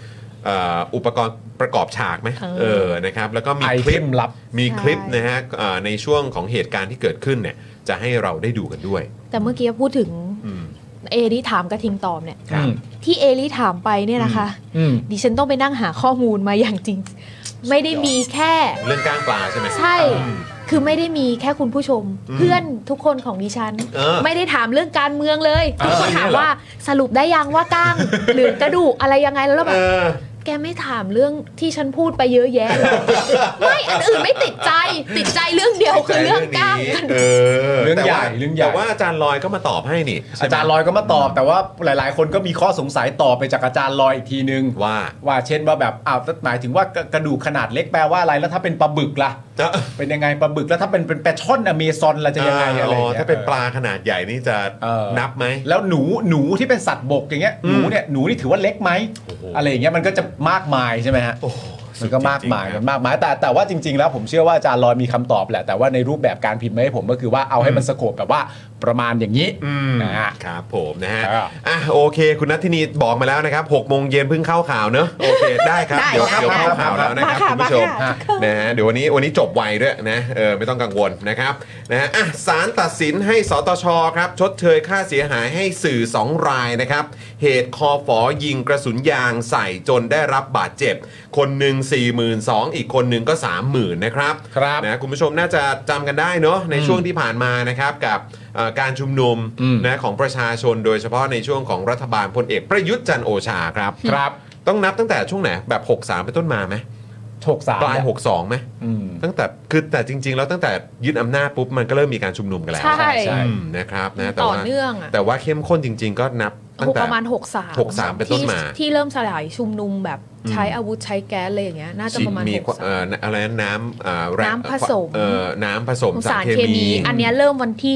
อุปกรณ์ประกอบฉากไหมนะครับแล้วก็มีไอคเทลิปมลับมีคลิปนะฮะในช่วงของเหตุการณ์ที่เกิดขึ้นเนี่ยจะให้เราได้ดูกันด้วยแต่เมื่อกี้พูดถึงเอริถามกระทิงตอบเนี่ยครับที่เอริถามไปเนี่ยนะคะดิฉันต้องไปนั่งหาข้อมูลมาอย่างจริง ไม่ได้มีแค่เรื่องก้างปลาใช่ไหมใช่ คือไม่ได้มีแค่คุณผู้ชม เพื่อนทุกคนของดิฉัน ไม่ได้ถามเรื่องการเมืองเลยทุกคนถามว่าสรุปได้ยังว่าก้าง หรือกระดูกอะไรยังไงแล้วแบบแกไม่ถามเรื่องที่ฉันพูดไปเยอะแยะเลย ไม่อันอื่นไม่ติดใจเรื่องเดียวคือเรื่องก้างกันเรื่องใหญ่เรื่องใหญ่แต่ว่าอาจารย์ลอยก็มาตอบให้นี่อาจารย์ลอยก็มาตอบแต่ว่าหลายๆ คนก็มีข้อสงสัยต่อไปจากอาจารย์ลอยอีกทีนึงว่าเช่นว่าแบบหมายถึงว่ากระดูกขนาดเล็กแปลว่าอะไรแล้วถ้าเป็นปลาบึกล่ะเป็นยังไงปลาบึกแล้วถ้าเป็นปลาช่อนอเมซอนล่ะจะยังไงอะไรอย่างเงี้ยถ้าเป็นปลาขนาดใหญ่นี่จะนับไหมแล้วหนูที่เป็นสัตว์บกอย่างเงี้ยหนูนี่ถือว่าเล็กไหมอะไรอย่างเงี้ยมันก็จะมากมายใช่ไหมฮะมันก็มากมายแต่ว่าจริงๆแล้วผมเชื่อว่าอาจารย์ลอยมีคำตอบแหละแต่ว่าในรูปแบบการพิมพ์มาให้ผมก็คือว่าเอาให้มันสโคปแบบว่าประมาณอย่างนี้ครับผมนะฮะโอเคคุณนัทธินีบอกมาแล้วนะครับ6 โมงเย็นเพิ่งเข้าข่าวเนอะโอเคได้ครับเดี๋ยวเข้าข่าวแล้วนะครับคุณผู้ชมนะฮะเดี๋ยววันนี้จบไวด้วยนะไม่ต้องกังวลนะครับนะฮะศาลตัดสินให้สตชครับชดเชยค่าเสียหายให้สื่อ2 รายนะครับเหตุคฝยิงกระสุนยางใส่จนได้รับบาดเจ็บคนหนึ่ง 42,000 อีกคนหนึ่งก็ 30,000 นะครับนะคุณผู้ชมน่าจะจำกันได้เนาะในช่วงที่ผ่านมานะครับกับการชุมนุมนะของประชาชนโดยเฉพาะในช่วงของรัฐบาลพลเอกประยุทธ์จันทร์โอชาครับต้องนับตั้งแต่ช่วงไหนแบบ63เป็นต้นมาไหมปลาย62ไหมตั้งแต่คือแต่จริงๆแล้วตั้งแต่ยึดอำนาจปุ๊บมันก็เริ่มมีการชุมนุมกันแล้วใช่นะครับนะแต่ว่าเข้มข้นจริงๆก็นับตั้งแต่ประมาณ63 เป็นต้นมาที่เริ่มสลายชุมนุมแบบใช้อาวุธใช้แก๊สอะไรอย่างเงี้ยน่าจะประมาณ63 อะไรน้ำผสมน้ำผสมสารเคมีอันนี้เริ่มวันที่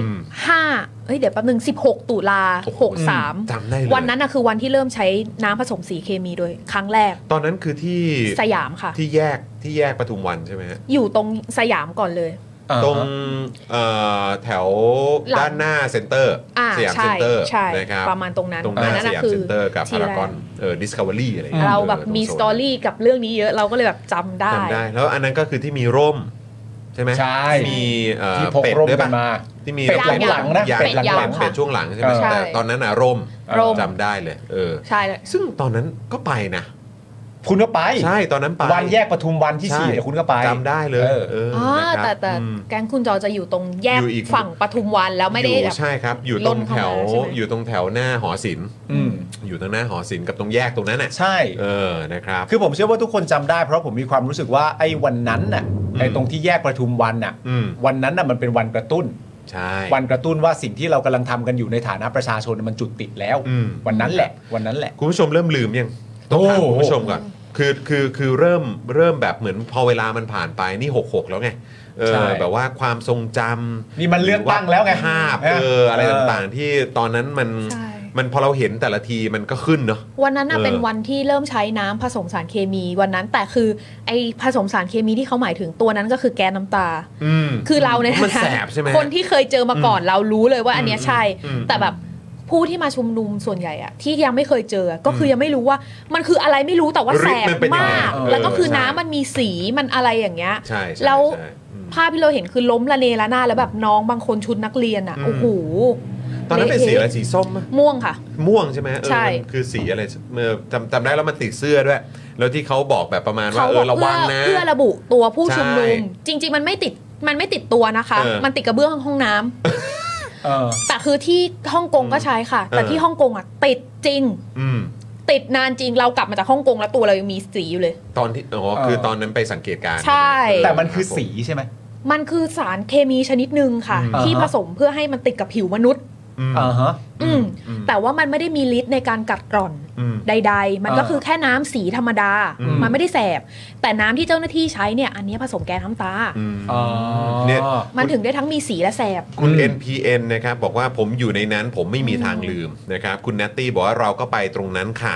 15เดี๋ยวแป๊บนึง16 ตุลา63 จำได้เลยวันนั้นคือวันที่เริ่มใช้น้ำผสมสีเคมีโดยครั้งแรกตอนนั้นคือที่สยามค่ะที่แยกปทุมวันใช่ไหมฮะอยู่ตรงสยามก่อนเลยตรงแถวด้านหน้าเซ็นเตอร์สยามเซ็นเตอร์นะครับประมาณตรงนั้นตรงหน้าสยามเซ็นเตอร์กับพารากอนDiscovery อะไรเราแบบมีสตอรี่กับเรื่องนี้เยอะเราก็เลยแบบจำได้แล้วอันนั้นก็คือที่มีร่มใช่ไหมใช่มีเป็ดด้วยป่ะที่มีเป็ดหลังๆนะเป็ดหลังเป็ดช่วงหลังใช่ไหมแต่ตอนนั้นร่มจำได้เลยใช่ซึ่งตอนนั้นก็ไปนะคุณก็ไปใช่ตอนนั้นไปวันแยกปทุมวันที่ฉีดคุณก็ไปจำได้เลยแต่แก๊งคุณจอจะอยู่ตรงแยกฝั่งปทุมวันแล้วไม่ได้ใช่ครับอยู่ตรงแถวหน้าหอศิลป์อยู่ตรงหน้าหอศิลป์กับตรงแยกตรงนั้นน่ะใช่นะครับคือผมเชื่อว่าทุกคนจำได้เพราะผมมีความรู้สึกว่าไอ้วันนั้นน่ะไอ้ตรงที่แยกปทุมวันน่ะวันนั้นน่ะมันเป็นวันกระตุ้นวันกระตุ้นว่าสิ่งที่เรากำลังทำกันอยู่ในฐานะประชาชนมันจุดติดแล้ววันนั้นแหละคุณผู้ชมเริ่มลืมยังต้องถามคุณผู้ชมก่อนคือเริ่มแบบเหมือนพอเวลามันผ่านไปนี่66แล้วไงแบบว่าความทรงจำนี่มันเลือกตั้งแล้วไงภาพอะไรต่างๆที่ตอนนั้นมันพอเราเห็นแต่ละทีมันก็ขึ้นเนาะวันนั้นเป็นวันที่เริ่มใช้น้ำผสมสารเคมีวันนั้นแต่คือไอผสมสารเคมีที่เขาหมายถึงตัวนั้นก็คือแก๊สน้ำตาคือเราเนี่ยมันแสบใช่ไหมคนที่เคยเจอมาก่อนเรารู้เลยว่าอันเนี้ยใช่แต่แบบผู้ที่มาชุมนุมส่วนใหญ่อะที่ยังไม่เคยเจอก็คือยังไม่รู้ว่ามันคืออะไรไม่รู้แต่ว่าแสบมากแล้วก็คือน้ำมันมีสีมันอะไรอย่างเงี้ยแล้วภาพที่เราเห็นคือล้มละเนระนาดแล้วแบบน้องบางคนชุดนักเรียนอะโอ้โหตอนนั้นเป็นสีอะไรสีส้มม่วงค่ะม่วงใช่ไหมคือสีอะไรจำได้แล้วมันติดเสื้อด้วยแล้วที่เขาบอกแบบประมาณว่าระวังนะเพื่อระบุตัวผู้ชุมนุมจริงๆมันไม่ติดตัวนะคะมันติดกระเบื้องห้องน้ำแต่คือที่ฮ่องกงก็ใช้ค่ะแต่ที่ฮ่องกงอ่ะติดจริงติดนานจริงเรากลับมาจากฮ่องกงแล้วตัวเรายังมีสีอยู่เลยตอนที่คือตอนนั้นไปสังเกตการณ์ใช่แต่มันคือสีใช่ไหมมันคือสารเคมีชนิดหนึ่งค่ะที่ผสมเพื่อให้มันติดกับผิวมนุษย์แต่ว่ามันไม่ได้มีฤทธิ์ในการกัดกร่อนใดๆมันก็คือแค่น้ำสีธรรมดามันไม่ได้แสบแต่น้ำที่เจ้าหน้าที่ใช้เนี่ยอันนี้ผสมแก๊สน้ำตาเนี่ยมันถึงได้ทั้งมีสีและแสบคุณ NPN นะครับบอกว่าผมอยู่ในนั้นผมไม่มีทางลืมนะครับคุณนัตตี้บอกว่าเราก็ไปตรงนั้นค่ะ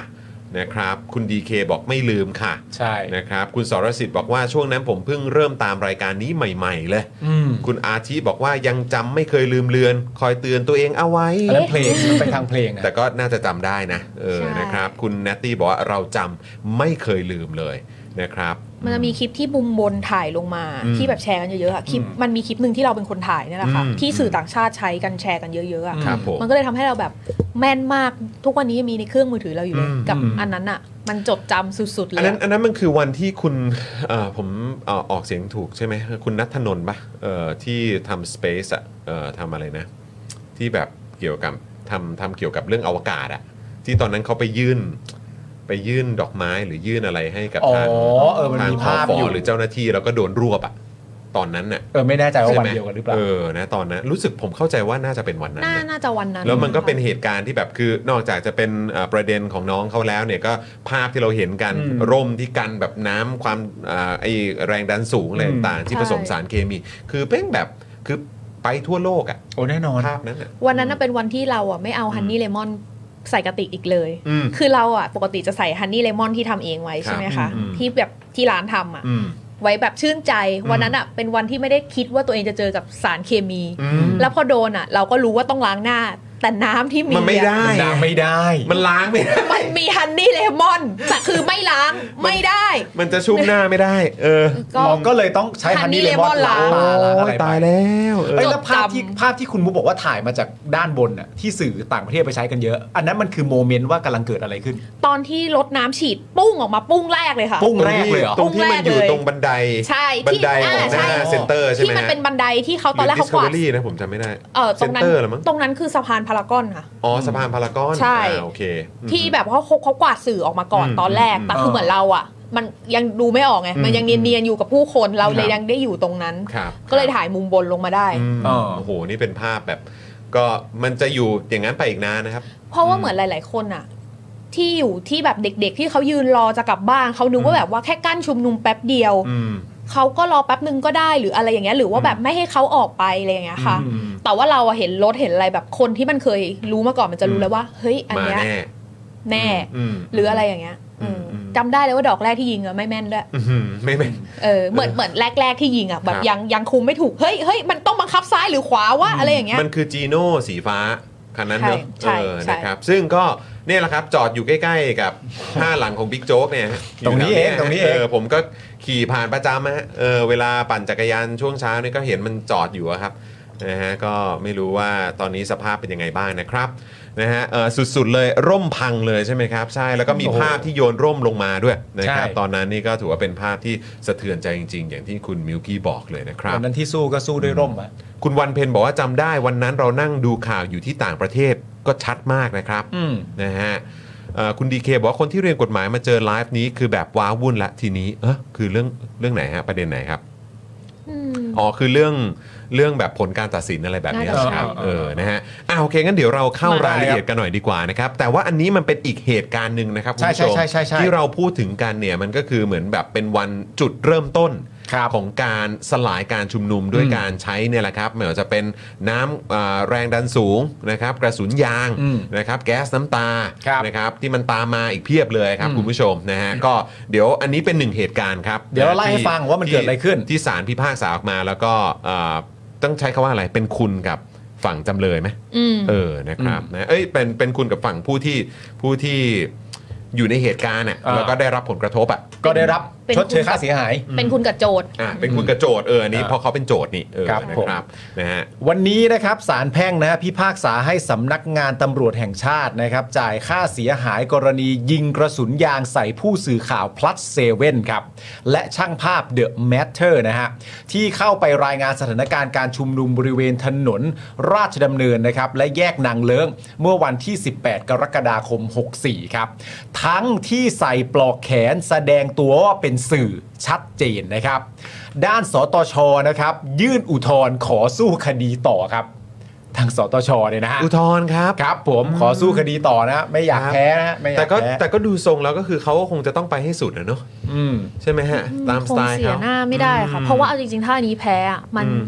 นะครับคุณดีเคบอกไม่ลืมค่ะใช่นะครับคุณสรสิทธิ์บอกว่าช่วงนั้นผมเพิ่งเริ่มตามรายการนี้ใหม่ๆเลยคุณอาทิบอกว่ายังจำไม่เคยลืมเลือนคอยเตือนตัวเองเอาไว้อันนั้นเพลงมันเป็นทางเพลงอะแต่ก็น่าจะจำได้นะใช่นะครับคุณแนตตี้บอกว่าเราจำไม่เคยลืมเลยนะครับมันจะมีคลิปที่มุมบนถ่ายลงมาที่แบบแชร์กันเยอะๆอะคลิปมันมีคลิปหนึ่งที่เราเป็นคนถ่ายนี่แหละค่ะที่สื่อต่างชาติใช้กันแชร์กันเยอะๆอะครับผมมันก็เลยทำให้เราแบบแม่นมากทุกวันนี้ยังมีในเครื่องมือถือเราอยู่เลยกับอันนั้นอ่ะมันจดจำสุดๆเลยอันนั้นมันคือวันที่คุณผมออกเสียงถูกใช่ไหมคุณณัฐนนท์ปะที่ทำ Space อะทำอะไรนะที่แบบเกี่ยวกับทำเกี่ยวกับเรื่องอวกาศอะที่ตอนนั้นเขาไปยื่นดอกไม้หรือยื่นอะไรให้กับทางมันทางมีคภาพฟอยู่หรือเจ้าหน้าที่แล้วก็โดนรวบอะตอนนั้นน่ะไม่แน่ใจว่าวันใช่ไหมเดียวกันหรือเปล่านะตอนนั้นรู้สึกผมเข้าใจว่าน่าจะเป็นวันนั้นนะน่าจะวันนั้นแล้วมันก็เป็นเหตุการณ์ที่แบบคือนอกจากจะเป็นประเด็นของน้องเขาแล้วเนี่ยก็ภาพที่เราเห็นกันร่มที่กันแบบน้ำความไอแรงดันสูงอะไรต่างๆที่ผสมสารเคมี คือเป็นแบบคือไปทั่วโลกอ่ะโอ้แน่นอนภาพนั้นอ่ะวันนั้นน่ะเป็นวันที่เราอ่ะไม่เอาฮันนี่เลมอนใส่กระติกอีกเลยอืมคือเราอ่ะปกติจะใส่ฮันนี่เลมอนที่ทำเองไว้ใช่ไหมครัคะบอืมที่แบบที่ร้านทำอ่ะอืมไว้แบบชื่นใจวันนั้นอ่ะเป็นวันที่ไม่ได้คิดว่าตัวเองจะเจอกับสารเคมี แล้วพอโดนอ่ะเราก็รู้ว่าต้องล้างหน้า แต่น้ำที่มีมันไม่ได้มันล้างไม่ได้มันล้างไม่ได้มันมีฮันนี่เลมอนแต่คือไม่ล้างไม่ได้มันจะชุ่มหน้าไม่ได้เราก็เลยต้องใช้ฮันนี่เลมอนล้างมาล้างอะไรตายแล้วเอ้ยแล้วภาพที่คุณมุกบอกว่าถ่ายมาจากด้านบนน่ะที่สื่อต่างประเทศไปใช้กันเยอะ อันนั้นมันคือโมเมนต์ว่ากำลังเกิดอะไรขึ้นตอนที่รดน้ำฉีดปุ้งออกมาปุ้งแรกเลยค่ะปุ้งแรกเลยเหรอตรงที่มันอยู่ตรงบันไดใช่บันที่ไดของหน้าใช่เซ็นเตอร์ใช่ไหมที่มันเป็นบันไดที่เขาตอนแรกเขากวาด Discovery นะผมจำไม่ได้ตรงนั้นเซ็นเตอร์เหรอมั้งตรงนั้นคือสะพานพารากอนค่ะอ๋อสะพานพารากอนใช่โอเคที่แบบว่าเขากวาดสื่อออกมาก่อนตอนแรกแต่คือเหมือนเราอ่ะ มันยังดูไม่ออกไงมันยังเนียนๆอยู่กับผู้คนเราเลยยังได้อยู่ตรงนั้นครับก็เลยถ่ายมุมบนลงมาได้โอ้โหนี่เป็นภาพแบบ ก็มันจะอยู่อย่างนั้นไปอีกนานนะครับเพราะว่าเหมือนหลายๆคนอ่ะ ที่อยู่ที่แบบเด็กๆที่เขายืนรอจะกลับบ้านเขานึกว่าแบบว่าแค่กั้นชุมนุมแป๊บเดียวเขาก็รอแป๊บนึงก็ได้หรืออะไรอย่างเงี้ยหรือว่าแบบไม่ให้เขาออกไปอะไรอย่างเงี้ยค่ะ แต่ว่าเราอะเห็นรถเห็นอะไรแบบคนที่มันเคยรู้มาก่อนมันจะรู้แล้วว่าเฮ้ยอันเนี้ยแน่หรืออะไรอย่างเงี้ยจำได้เลยว่าดอกแรกที่ยิงอะไม่แม่นด้วยไม่แม่นเหมือนแรกๆที่ยิงอะแบบยังคุมไม่ถูกเฮ้ยมันต้องบังคับซ้ายหรือขวาวะอะไรอย่างเงี้ยมันคือจีโน่สีฟ้าคันนั้นเนอะใช่ใช่นะครับซึ่งก็เนี่ยแหละครับจอดอยู่ใกล้ๆกับห้าหลังของบิ๊กโจ๊กเนี่ยตรงนี้เองตรงนี้เองผมก็ขี่ผ่านประจำฮะเวลาปั่นจักรยานช่วงเช้านี่ก็เห็นมันจอดอยู่อะครับนะฮะก็ไม่รู้ว่าตอนนี้สภาพเป็นยังไงบ้างนะครับนะฮะสุดๆเลยร่มพังเลยใช่ไหมครับใช่แล้วก็มีภาพที่โยนร่มลงมาด้วยนะครับตอนนั้นนี่ก็ถือว่าเป็นภาพที่สะเทือนใจจริงๆ อย่างที่คุณมิวกี้บอกเลยนะครับวันนั้นที่สู้ก็สู้ด้วยร่มอะคุณวันเพ็ญบอกว่าจำได้วันนั้นเรานั่งดูข่าวอยู่ที่ต่างประเทศก็ชัดมากนะครับนะฮะคุณดีเคบอกว่าคนที่เรียนกฎหมายมาเจอไลฟ์นี้คือแบบว้าวุ่นละทีนี้คือเรื่องไหนฮะประเด็นไหนครับอ๋อคือเรื่องแบบผลการตัดสินอะไรแบบนี้ครับนะฮะโอเคงั้นเดี๋ยวเราเข้ารายละเอียดกันหน่อยดีกว่านะครับแต่ว่าอันนี้มันเป็นอีกเหตุการณ์หนึ่งนะครับคุณผู้ชมที่เราพูดถึงกันเนี่ยมันก็คือเหมือนแบบเป็นวันจุดเริ่มต้นของการสลายการชุมนุมด้วยการใช้เนี่ยแหละครับไม่ว่าจะเป็นน้ำแรงดันสูงนะครับกระสุนยางนะครับแก๊สน้ำตานะครับที่มันตามมาอีกเพียบเลยครับคุณผู้ชมนะฮะก็เดี๋ยวอันนี้เป็นหนึ่งเหตุการณ์ครับเดี๋ยวเราไล่ให้ฟังว่ามันเกิดอะไรขึ้นที่ศาลพิพากษาออกมาแล้วก็ต้องใช้คำว่าอะไรเป็นคุณกับฝั่งจำเลยไหมนะครับนะเป็นคุณกับฝั่งผู้ที่อยู่ในเหตุการณ์อ่ะแล้วก็ได้รับผลกระทบอ่ะก็ได้รับชดเชยค่าเสียหายเป็นคุณกับโจทย์เป็นคุณกับโจทย์อันนี้เพราะเขาเป็นโจทย์นี่นะครับนะฮะวันนี้นะครับศาลแพ่งนะพิพากษาให้สำนักงานตำรวจแห่งชาตินะครับจ่ายค่าเสียหายกรณียิงกระสุนยางใส่ผู้สื่อข่าว plus 7ครับและช่างภาพ The Matter นะฮะที่เข้าไปรายงานสถานการณ์การชุมนุมบริเวณถนนราชดำเนินนะครับและแยกนางเลิ้งเมื่อวันที่18กรกฎาคม64ครับทั้งที่ใส่ปลอกแขนแสดงตัวว่าเป็นสื่อชัดเจนนะครับด้านสตชนะครับยื่นอุทธรณ์ขอสู้คดีต่อครับทางสตชเนี่ยนะฮะอุทธรณ์ครับครับผมขอสู้คดีต่อนะไม่อยากแพ้นะไม่อยากแพ้แต่ก็ดูทรงแล้วก็คือเขาก็คงจะต้องไปให้สุดนะเนาะใช่ไหมฮะตามสไตล์เขาเสียหน้าไม่ได้ค่ะเพราะว่าเอาจริงๆถ้าอันนี้แพ้มัน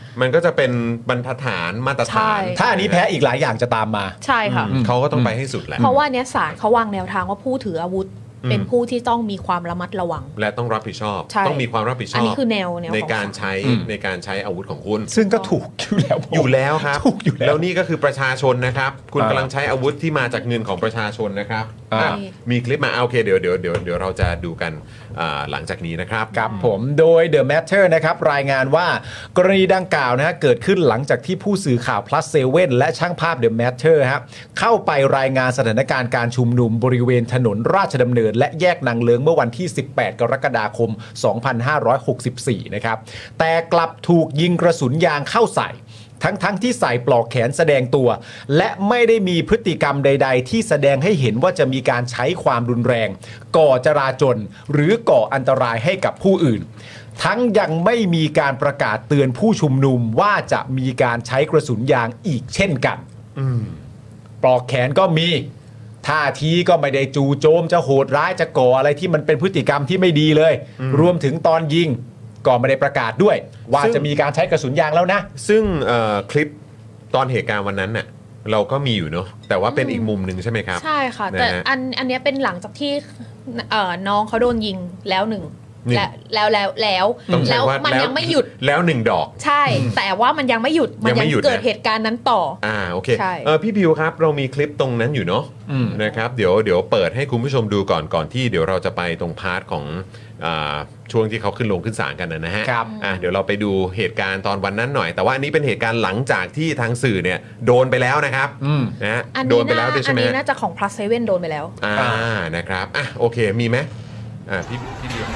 มันก็จะเป็นบรรทัดฐานมาตรฐานถ้าอันนี้แพ้อีกหลายอย่างจะตามมาใช่ค่ะเขาก็ต้องไปให้สุดแหละเพราะว่าเนี้ยศาลเขาวางแนวทางว่าผู้ถืออาวุธเป็นผู้ที่ต้องมีความระมัดระวังและต้องรับผิดชอบต้องมีความรับผิดชอบอันนี้คือแนวในการใช้อาวุธของคุณซึ่งก็ถูกอยู่แล้วครับถูกอยู่แล้วนี่ก็คือประชาชนนะครับคุณกำลังใช้อาวุธที่มาจากเงินของประชาชนนะครับมีคลิปมาโอเคเดี๋ยวเราจะดูกันหลังจากนี้นะครับครับผมโดย The Matter นะครับรายงานว่ากรณีดังกล่าวนะฮะเกิดขึ้นหลังจากที่ผู้สื่อข่าว plus 7และช่างภาพ The Matter ครับเข้าไปรายงานสถานการณ์การชุมนุมบริเวณถนนราชดำเนินและแยกนางเลิ้งเมื่อวันที่18กรกฎาคม2564นะครับแต่กลับถูกยิงกระสุนยางเข้าใส่ทั้งที่ใส่ปลอกแขนแสดงตัวและไม่ได้มีพฤติกรรมใดๆที่แสดงให้เห็นว่าจะมีการใช้ความรุนแรงก่อจราจลหรือก่ออันตรายให้กับผู้อื่นทั้งยังไม่มีการประกาศเตือนผู้ชุมนุมว่าจะมีการใช้กระสุนยางอีกเช่นกันปลอกแขนก็มีท่าทีก็ไม่ได้จู่โจมจะโหดร้ายจะก่ออะไรที่มันเป็นพฤติกรรมที่ไม่ดีเลยรวมถึงตอนยิงก็ไม่ได้ประกาศด้วยว่าจะมีการใช้กระสุนยางแล้วนะซึ่งคลิปตอนเหตุการณ์วันนั้นน่ะเราก็มีอยู่เนาะแต่ว่าเป็นอีกมุมหนึ่งใช่ไหมครับใช่ค่ะแต่อันนี้เป็นหลังจากที่น้องเขาโดนยิงแล้วหนึ่งแล้วมันยังไม่หยุดแล้วหนึ่งดอกใช่แต่ว่ามันยังไม่หยุดมันยังเกิดเหตุการณ์นั้นต่อโอเคพี่พิวครับเรามีคลิปตรงนั้นอยู่เนาะนะครับเดี๋ยวเปิดให้คุณผู้ชมดูก่อนที่เดี๋ยวเราจะไปตรงพาร์ทของช่วงที่เขาขึ้นลงขึ้นศาลกันนะฮะเดี๋ยวเราไปดูเหตุการณ์ตอนวันนั้นหน่อยแต่ว่าอันนี้เป็นเหตุการณ์หลังจากที่ทางสื่อเนี่ยโดนไปแล้วนะครับนะโดนไปแล้วด้วยใช่ไหมอันนี้น่าจะของ plus 7โดนไปแล้วนะครับโอเคมีไหมพี่เดียว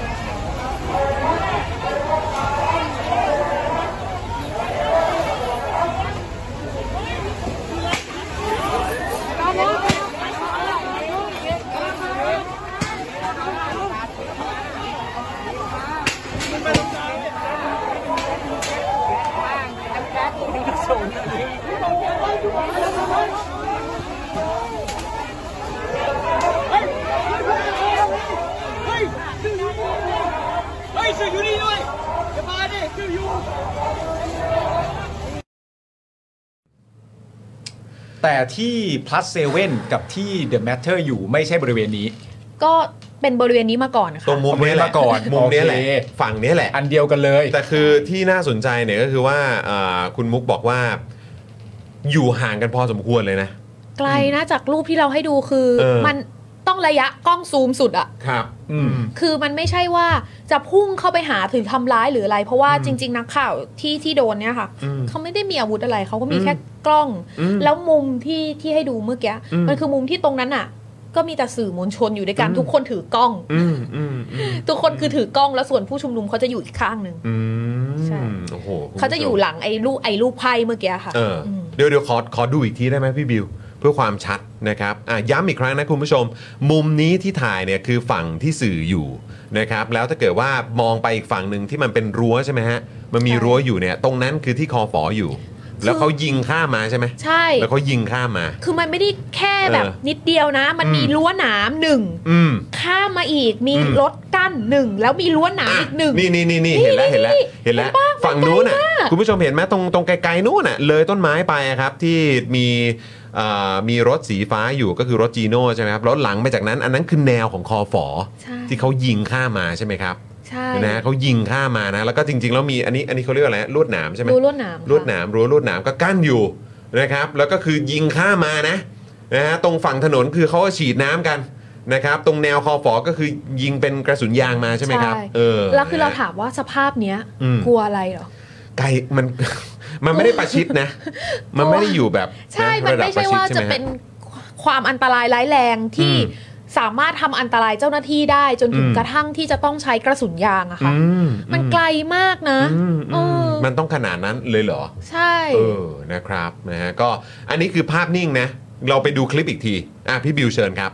แต่ที่ plus 7กับที่ The Matter อยู่ไม่ใช่บริเวณนี้ก็เป็นบริเวณนี้มาก่อนค่ะตรงมุมนี้มาก่อนมุมนี้แหละฝั่งนี้แหละอันเดียวกันเลยแต่คือที่น่าสนใจเนี่ยก็คือว่าคุณมุกบอกว่าอยู่ห่างกันพอสมควรเลยนะไกลนะจากรูปที่เราให้ดูคือมันต้องระยะกล้องซูมสุดอะครับคือมันไม่ใช่ว่าจะพุ่งเข้าไปหาถึงทำร้ายหรืออะไรเพราะว่าจริงๆนักข่าวที่โดนเนี่ยค่ะเขาไม่ได้มีอาวุธอะไรเขาก็มีแค่กล้องแล้วมุมที่ให้ดูเมื่อกี้มันคือมุมที่ตรงนั้นอะก็มีแต่สื่อมวลชนอยู่ด้วยกันทุกคนถือกล้องทุกคนคือถือกล้องแล้วส่วนผู้ชุมนุมเขาจะอยู่อีกข้างหนึ่งใช่เขาจะอยู่หลังไอ้ลูกไพ่เมื่อกี้ค่ะเดี๋ยวขอดูอีกทีได้ไหมพี่บิวเพื่อความชัดนะครับย้ำอีกครั้งนะคุณผู้ชมมุมนี้ที่ถ่ายเนี่ยคือฝั่งที่สื่ออยู่นะครับแล้วถ้าเกิดว่ามองไปอีกฝั่งหนึ่งที่มันเป็นรั้วใช่ไหมฮะมันมีรั้วอยู่เนี่ยตรงนั้นคือที่คอฝออยู่แล้วเขายิงข้ามมาใช่ไหมใช่แล้วเขายิงข้ามมาคือมันไม่ได้แค่แบบนิดเดียวนะมันมีรั้วหนามหนึ่งข้ามมาอีกมีรถกั้นหนึ่งแล้วมีรั้วหนามอีกหนึ่งนี่เห็นแล้วฝั่งนู้นน่ะคุณผู้ชมเห็นไหมตรงไกลๆนู้นน่ะเลยต้นไม้ไปครับที่มีรถสีฟ้าอยู่ก็คือรถจีโน่ใช่ไหมครับรถหลังไปจากนั้นอันนั้นคือแนวของคอฝอที่เขายิงข้ามมาใช่ไหมครับนะเขายิงข้ามมานะแล้วก็จริงๆแล้วมีอันนี้เขาเรียกว่าอะไรลวดหนามใช่ไหมลวดหนามรั้วลวดหนามก็กั้นอยู่นะครับแล้วก็คือยิงข้ามมานะฮะตรงฝั่งถนนคือเขาฉีดน้ำกันนะครับตรงแนวคอฝอก็คือยิงเป็นกระสุนยางมาใช่ไหมครับแล้วคือเราถามว่าสภาพเนี้ยกลัวอะไรเหรอไกลมันไม่ได้ประชิดนะมันไม่ได้อยู่แบบใช่มันไม่ใช่ว่าจะเป็นความอันตรายร้ายแรงที่สามารถทำอันตรายเจ้าหน้าที่ได้จนถึงกระทั่งที่จะต้องใช้กระสุนยางอะค่ะมันไกลมากนะมันต้องขนาดนั้นเลยเหรอใช่นะครับนะฮะก็อันนี้คือภาพนิ่งนะเราไปดูคลิปอีกทีพี่บิวเชิญครับ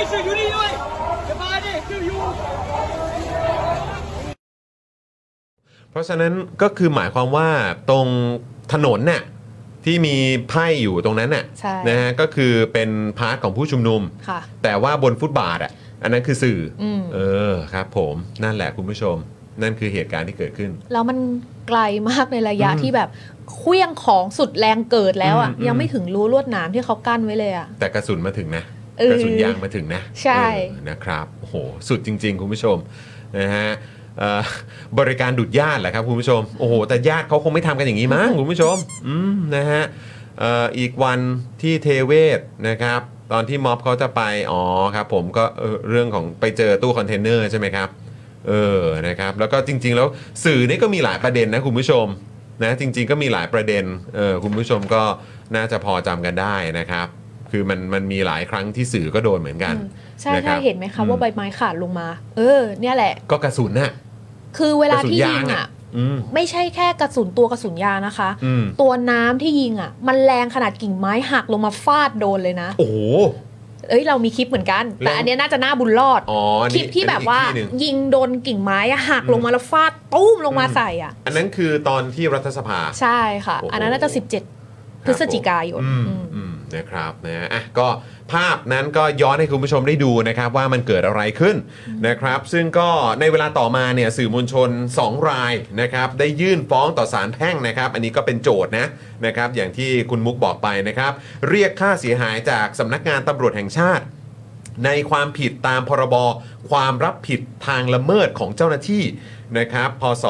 เพราะฉะนั้นก็คือหมายความว่าตรงถนนน่ะที่มีไพ่อยู่ตรงนั้นน่ะใช่นะฮะก็คือเป็นพาร์ทของผู้ชุมนุมค่ะแต่ว่าบนฟุตบาทอ่ะอันนั้นคือสื่ออมครับผมนั่นแหละคุณผู้ชมนั่นคือเหตุการณ์ที่เกิดขึ้นแล้วมันไกลมากในระยะที่แบบเคลื่องของสุดแรงเกิดแล้วอ่ะยังไม่ถึงรั้วลวดหนามที่เขากั้นไว้เลยอ่ะแต่กระสุนมาถึงนะเออกระสุนยางมาถึงนะใช่นะครับโอ้โหสุดจริง ๆ คุณผู้ชมนะฮะบริการดุดญาติแหละครับคุณผู้ชมโอ้โหแต่ญาติเขาคงไม่ทำกันอย่างนี้มั้งคุณผู้ชมนะฮะอีกวันที่เทเวศนะครับตอนที่ม็อบเขาจะไปอ๋อครับผมก็เรื่องของไปเจอตู้คอนเทนเนอร์ใช่ไหมครับนะครับแล้วก็จริง ๆ แล้วสื่อนี่ก็มีหลายประเด็นนะคุณผู้ชมนะจริง ๆ ก็มีหลายประเด็นคุณผู้ชมก็น่าจะพอจำกันได้นะครับคือมันมีหลายครั้งที่สื่อก็โดนเหมือนกันใช่นะคใช่รับเห็นไหมคะว่าใบไม้ขาดลงมาเนี่ยแหละก็กระสุนน่ะคือเวลาที่กระสุนยิยางงอ่ะอ่ะไม่ใช่แค่กระสุนตัวกระสุนยางนะคะอืมตัวน้ำที่ยิงอ่ะมันแรงขนาดกิ่งไม้หักลงมาฟาดโดนเลยนะโอ้โหเรามีคลิปเหมือนกัน แต่อันเนี้ยน่าจะหน้าบุญรอดอ๋ออันคนี้ลิปที่แบบว่าอันนี้อีกที่หนึ่งยิงโดนกิ่งไม้อะหักลงมาแล้วฟาดตุ้มลงมาใส่อ่ะอันนั้นคือตอนที่รัฐสภาใช่ค่ะโอ้โหอันนั้นน่าจะ17 พฤศจิกายนนะครับนะอ่ะก็ภาพนั้นก็ย้อนให้คุณผู้ชมได้ดูนะครับว่ามันเกิดอะไรขึ้นนะครับซึ่งก็ในเวลาต่อมาเนี่ยสื่อมวลชน 2 รายนะครับได้ยื่นฟ้องต่อศาลแพ่งนะครับอันนี้ก็เป็นโจทย์นะครับอย่างที่คุณมุกบอกไปนะครับเรียกค่าเสียหายจากสำนักงานตำรวจแห่งชาติในความผิดตามพรบความรับผิดทางละเมิดของเจ้าหน้าที่นะครับพศ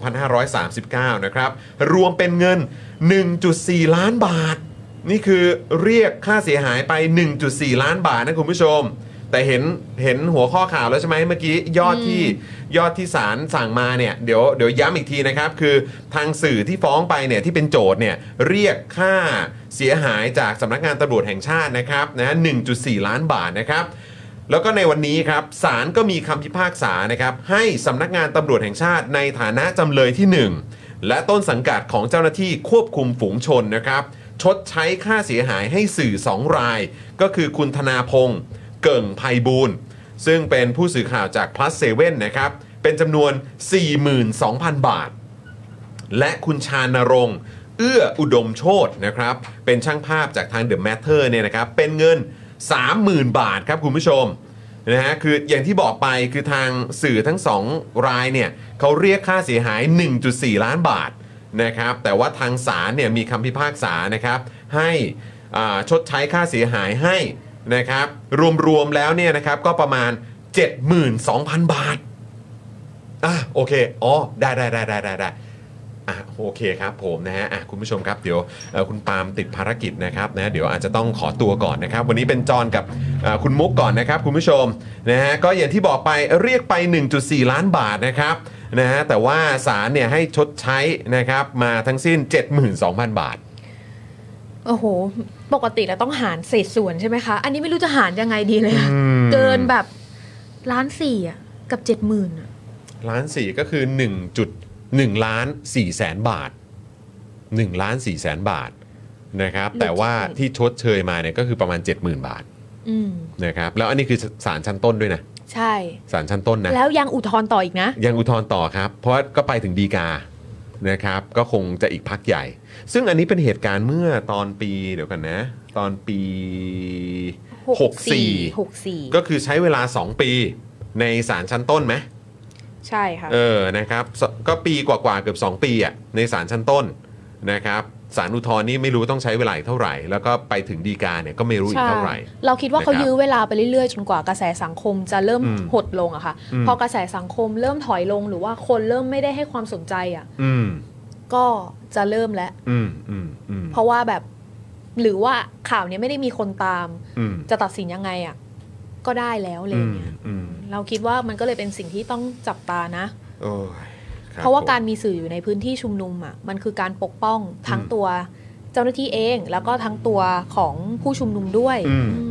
2539 นะครับรวมเป็นเงิน 1.4 ล้านบาทนี่คือเรียกค่าเสียหายไป 1.4 ล้านบาทนะคุณผู้ชมแต่เห็นหัวข้อข่าวแล้วใช่ไหมเมื่อกี้ยอดที่ศาลสั่งมาเนี่ยเดี๋ยวย้ำอีกทีนะครับคือทางสื่อที่ฟ้องไปเนี่ยที่เป็นโจทย์เนี่ยเรียกค่าเสียหายจากสำนักงานตำรวจแห่งชาตินะครับนะ 1.4 ล้านบาทนะครับแล้วก็ในวันนี้ครับศาลก็มีคำพิพากษานะครับให้สำนักงานตำรวจแห่งชาติในฐานะจำเลยที่ 1 และต้นสังกัดของเจ้าหน้าที่ควบคุมฝูงชนนะครับชดใช้ค่าเสียหายให้สื่อ 2 รายก็คือคุณธนาพงษ์เกิ่งไพบูลย์ซึ่งเป็นผู้สื่อข่าวจาก plus 7นะครับเป็นจำนวน 42,000 บาทและคุณชานรงค์เอื้ออุดมโชตินะครับเป็นช่างภาพจากทาง The Matter เนี่ยนะครับเป็นเงิน 30,000 บาทครับคุณผู้ชมนะฮะคืออย่างที่บอกไปคือทางสื่อทั้ง2รายเนี่ยเขาเรียกค่าเสียหาย 1.4 ล้านบาทนะครับแต่ว่าทางศาลเนี่ยมีคำพิพากษานะครับให้ชดใช้ค่าเสียหายให้นะครับรวมๆแล้วเนี่ยนะครับก็ประมาณ 72,000 บาทโอเคได้โอเคครับผมนะฮะคุณผู้ชมครับเดี๋ยวคุณปาล์มติดภารกิจนะครับนะเดี๋ยวอาจจะต้องขอตัวก่อนนะครับวันนี้เป็นจอนกับคุณมุกก่อนนะครับคุณผู้ชมนะฮะก็อย่างที่บอกไปเรียกไป 1.4 ล้านบาทนะครับนะฮะแต่ว่าศาลเนี่ยให้ชดใช้นะครับมาทั้งสิ้น 72,000 บาทโอ้โหปกติแล้วต้องหารเศษส่วนใช่ไหมคะอันนี้ไม่รู้จะหารยังไงดีเลยอะเกินแบบ1.4 ล้านอ่ะกับ 70,000อ่ะ 1.4 ล้านก็คือ1.1 ล้าน4แสนบาท1 ล้าน 4 แสนบาทนะครับแต่ว่าที่ชดเชยมาเนี่ยก็คือประมาณ 70,000 บาทนะครับแล้วอันนี้คือศาลชั้นต้นด้วยนะใช่ศาลชั้นต้นนะแล้วยังอุทธรณ์ต่ออีกนะยังอุทธรณ์ต่อครับเพราะก็ไปถึงฎีกานะครับก็คงจะอีกพักใหญ่ซึ่งอันนี้เป็นเหตุการณ์เมื่อตอนปีเดี๋ยวกันนะตอนปี64ก็คือใช้เวลา2ปีในศาลชั้นต้นไหมใช่ค่ะนะครับก็ปีกว่าๆเกือบ2ปีอ่ะในศาลชั้นต้นนะครับศาลอุทธรณ์นี่ไม่รู้ต้องใช้เวลาเท่าไหร่แล้วก็ไปถึงฎีกาเนี่ยก็ไม่รู้อีกเท่าไหร่เราคิดว่าเขายื้อเวลาไปเรื่อยๆจนกว่ากระแสสังคมจะเริ่มหดลงอะค่ะพอกระแสสังคมเริ่มถอยลงหรือว่าคนเริ่มไม่ได้ให้ความสนใจอะก็จะเริ่มแล้วเพราะว่าแบบหรือว่าข่าวนี้ไม่ได้มีคนตามจะตัดสินยังไงอะก็ได้แล้วอะไรเงี้ยเราคิดว่ามันก็เลยเป็นสิ่งที่ต้องจับตานะเพราะว่าการมีสื่ออยู่ในพื้นที่ชุมนุมอ่ะมันคือการปกป้องทั้งตัวเจ้าหน้าที่เองแล้วก็ทั้งตัวของผู้ชุมนุมด้วย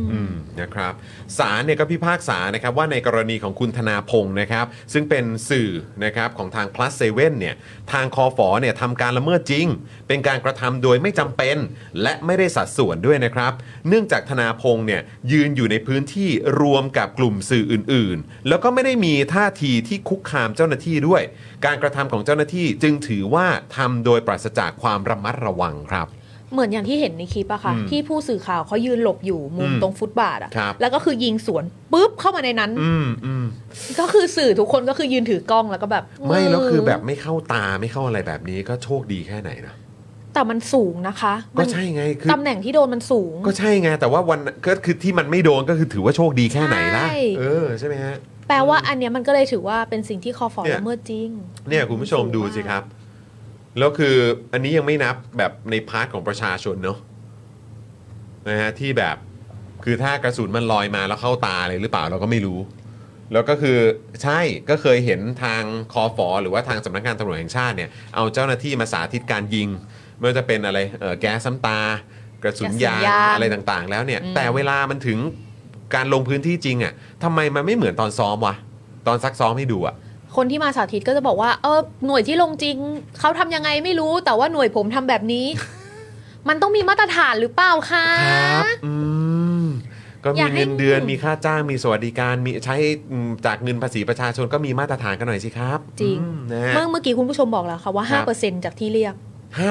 นะครับศาลเนี่ยก็พิพากษานะครับว่าในกรณีของคุณธนาพงศ์นะครับซึ่งเป็นสื่อนะครับของทาง plus 7เนี่ยทางคฝเนี่ยทำการละเมิดจริงเป็นการกระทำโดยไม่จำเป็นและไม่ได้สัดส่วนด้วยนะครับเนื่องจากธนาพงศ์เนี่ยยืนอยู่ในพื้นที่รวมกับกลุ่มสื่ออื่นๆแล้วก็ไม่ได้มีท่าทีที่คุกคามเจ้าหน้าที่ด้วยการกระทำของเจ้าหน้าที่จึงถือว่าทำโดยปราศจากความระมัดระวังครับเหมือนอย่างที่เห็นในคลิปอะค่ะที่ผู้สื่อข่าวเขายืนหลบอยู่มุมตรงฟุตบาทอะแล้วก็คือยิงสวนปุ๊บเข้ามาในนั้นก็คือสื่อทุกคนก็คือยืนถือกล้องแล้วก็แบบไม่แล้วคือแบบไม่เข้าตาไม่เข้าอะไรแบบนี้ก็โชคดีแค่ไหนนะแต่มันสูงนะคะก็ใช่ไงคือตำแหน่งที่โดนมันสูงก็ใช่ไงแต่ว่าวันก็คือที่มันไม่โดนก็คือถือว่าโชคดีแค่ไหนล่ะใช่ไหมฮะแปลว่าอันเนี้ยมันก็เลยถือว่าเป็นสิ่งที่คฝ.ละเมิดจริงเนี่ยคุณผู้ชมดูสิครับแล้วคืออันนี้ยังไม่นับแบบในพาร์ทของประชาชนเนาะนะฮะที่แบบคือถ้ากระสุนมันลอยมาแล้วเข้าตาเลยหรือเปล่าเราก็ไม่รู้แล้วก็คือใช่ก็เคยเห็นทางคฝ.หรือว่าทางสำนักงานตำรวจแห่งชาติเนี่ยเอาเจ้าหน้าที่มาสาธิตการยิงไม่ว่าจะเป็นอะไรแก๊สน้ำตากระสุนยางอะไรต่างๆแล้วเนี่ยแต่เวลามันถึงการลงพื้นที่จริงอ่ะทำไมมันไม่เหมือนตอนซ้อมวะตอนซักซ้อมให้ดูอ่ะคนที่มาสาธิตก็จะบอกว่าหน่วยที่ลงจริงเขาทำยังไงไม่รู้แต่ว่าหน่วยผมทำแบบนี้ มันต้องมีมาตรฐานหรือเปล่าคะครับก็มีเงินเดือนมีค่าจ้างมีสวัสดิการมีใช้จากเงินภาษีประชาชนก็มีมาตรฐานกันหน่อยสิครับจริงเมื่อกี้คุณผู้ชมบอกแล้วค่ะว่า 5% จากที่เรียก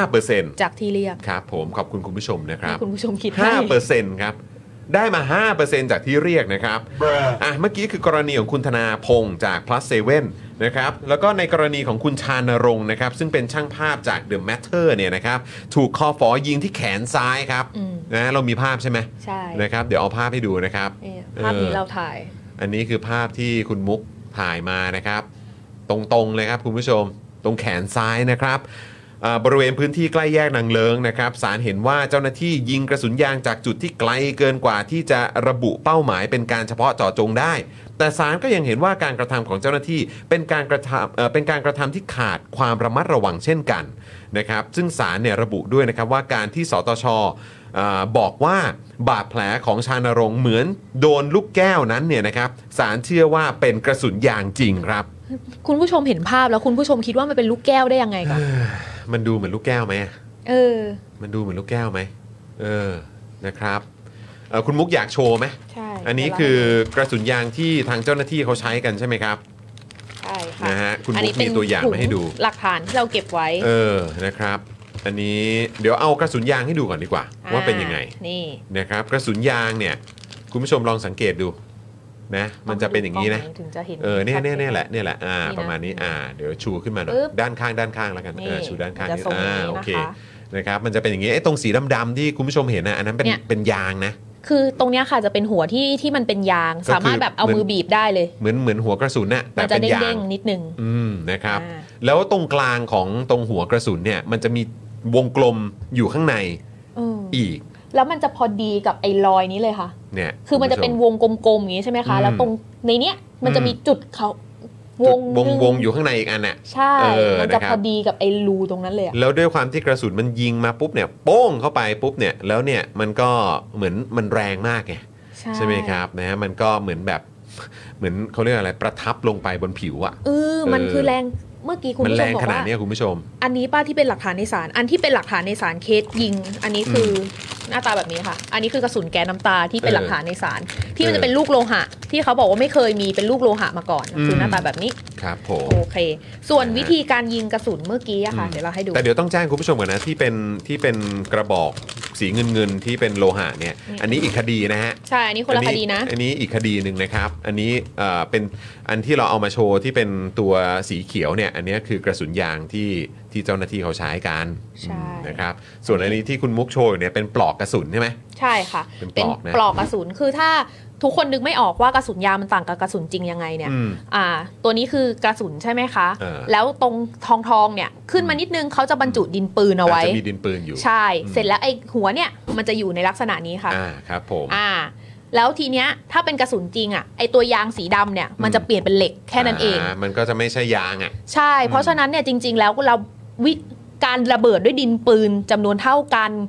5% จากที่เรียกครับผมขอบคุณคุณผู้ชมนะครับคุณผู้ชมคิด 5% ครับได้มา 5% จากที่เรียกนะครับเมื่อกี้คือกรณีของคุณธนาพงศ์จาก plus 7นะครับแล้วก็ในกรณีของคุณชานรงค์นะครับซึ่งเป็นช่างภาพจาก The Matter เนี่ยนะครับถูกคฝ.ยิงที่แขนซ้ายครับนะเรามีภาพใช่ไหมใช่นะครับเดี๋ยวเอาภาพให้ดูนะครับภาพนี้เราถ่ายอันนี้คือภาพที่คุณมุกถ่ายมานะครับตรงๆเลยครับคุณผู้ชมตรงแขนซ้ายนะครับบริเวณพื้นที่ใกล้แยกนางเลิงนะครับศาลเห็นว่าเจ้าหน้าที่ยิงกระสุนยางจากจุดที่ไกลเกินกว่าที่จะระบุเป้าหมายเป็นการเฉพาะเจาะจงได้แต่ศาลก็ยังเห็นว่าการกระทำของเจ้าหน้าที่เป็นการกระทำที่ขาดความระมัดระวังเช่นกันนะครับซึ่งศาลเนี่ยระบุด้วยนะครับว่าการที่สตช.บอกว่าบาดแผลของชานรงค์เหมือนโดนลูกแก้วนั้นเนี่ยนะครับศาลเชื่อว่าเป็นกระสุนยางจริงครับคุณผู้ชมเห็นภาพแล้วคุณผู้ชมคิดว่ามันเป็นลูกแก้วได้ยังไงก่อนมันดูเหมือนลูกแก้วไหมมันดูเหมือนลูกแก้วไหมนะครับคุณมุกอยากโชว์ไหมใช่อันนี้คือกระสุนยางที่ทางเจ้าหน้าที่เขาใช้กันใช่ไหมครับใช่ค่ะนะฮะคุณมุกมีตัวอย่างมาให้ดูหลักฐานที่เราเก็บไว้นะครับอันนี้เดี๋ยวเอากระสุนยางให้ดูก่อนดีกว่าว่าเป็นยังไงนี่นะครับกระสุนยางเนี่ยคุณผู้ชมลองสังเกตดูนะมันจะเป็นอย่างนี้นะเนี่ยแหละประมาณนี้เดี๋ยวชูขึ้นมาหน่อยด้านข้างแล้วกันชูด้านข้างโอเคนะครับมันจะเป็นอย่างนี้ไอ้ตรงสีดำๆที่คุณผู้ชมเห็นนะอันนั้นเป็นยางนะคือตรงเนี้ยค่ะจะเป็นหัวที่มันเป็นยางสามารถแบบเอามือบีบได้เลยเหมือนหัวกระสุนน่ะแต่เป็นยางนิดนึงนะครับแล้วตรงกลางของตรงหัวกระสุนเนี่ยมันจะมีวงกลมอยู่ข้างในอีกแล้วมันจะพอดีกับไอ้รอยนี้เลยค่ะเนี่ยคือมันจะเป็นวงกลมๆอย่างนี้ใช่ไหมคะแล้วตรงในเนี้ยมันจะมีจุดเขาวงอยู่ข้างในอีกอันน่ะใช่มันจะพอดีกับไอ้รูตรงนั้นเลยแล้วด้วยความที่กระสุนมันยิงมาปุ๊บเนี่ยโป้งเข้าไปปุ๊บเนี่ยแล้วเนี่ยมันก็เหมือนมันแรงมากไงใช่ไหมครับนะฮะมันก็เหมือนแบบเหมือนเขาเรียกอะไรประทับลงไปบนผิวอ่ะมันคือแรงเมื่อกี้คุณผู้ชมบอกว่ามันแรงขนาดนี้คุณผู้ชมอันนี้ป้าที่เป็นหลักฐานในศาลอันที่เป็นหลักฐานในศาลเคสยิงอันนี้คือหน้าตาแบบนี้ค่ะอันนี้คือกระสุนแก๊สน้ำตาที่เป็นหลักฐานในศาลที่มันจะเป็นลูกโลหะที่เขาบอกว่าไม่เคยมีเป็นลูกโลหะมาก่อนคือหน้าตาแบบนี้ครับผมโอเคส่วนวิธีการยิงกระสุนเมื่อกี้อะค่ะเดี๋ยวเราให้ดูแต่เดี๋ยวต้องแจ้งคุณผู้ชมก่อนนะที่เป็นกระบอกสีเงินที่เป็นโลหะเนี่ยอันนี้อีกคดีนะฮะใช่อันนี้คนละคดีนะอันนี้อีกคดีนึงนะครับอันนี้เป็นอันที่เราเอามาโชว์ที่เป็นตัวสีเขียวเนี่ยอันนี้คือกระสุนยางที่เจ้าหน้าที่เขาใช้กันนะครับส่วนอันนี้ที่คุณมุกโชว์เนี่ยเป็นปลอกกระสุนใช่ไหมใช่ค่ะเป็นปลอกกระสุนคือถ้าทุกคนนึกไม่ออกว่ากระสุนยางมันต่างกับกระสุนจริงยังไงเนี่ยตัวนี้คือกระสุนใช่ไหมคะแล้วตรงทองเนี่ยขึ้นมานิดนึงเขาจะบรรจุดินปืนเอาไว้จะมีดินปืนอยู่ใช่เสร็จแล้วไอ้หัวเนี่ยมันจะอยู่ในลักษณะนี้ค่ะครับผมแล้วทีเนี้ยถ้าเป็นกระสุนจริงอ่ะไอตัวยางสีดำเนี่ยมันจะเปลี่ยนเป็นเหล็กแค่นั้นเองมันก็จะไม่ใช่ยางใช่เพราะฉะนั้นเนี่ยจริงๆแล้วเราการระเบิดด้วยดินปืนจำนวนเท่ากัน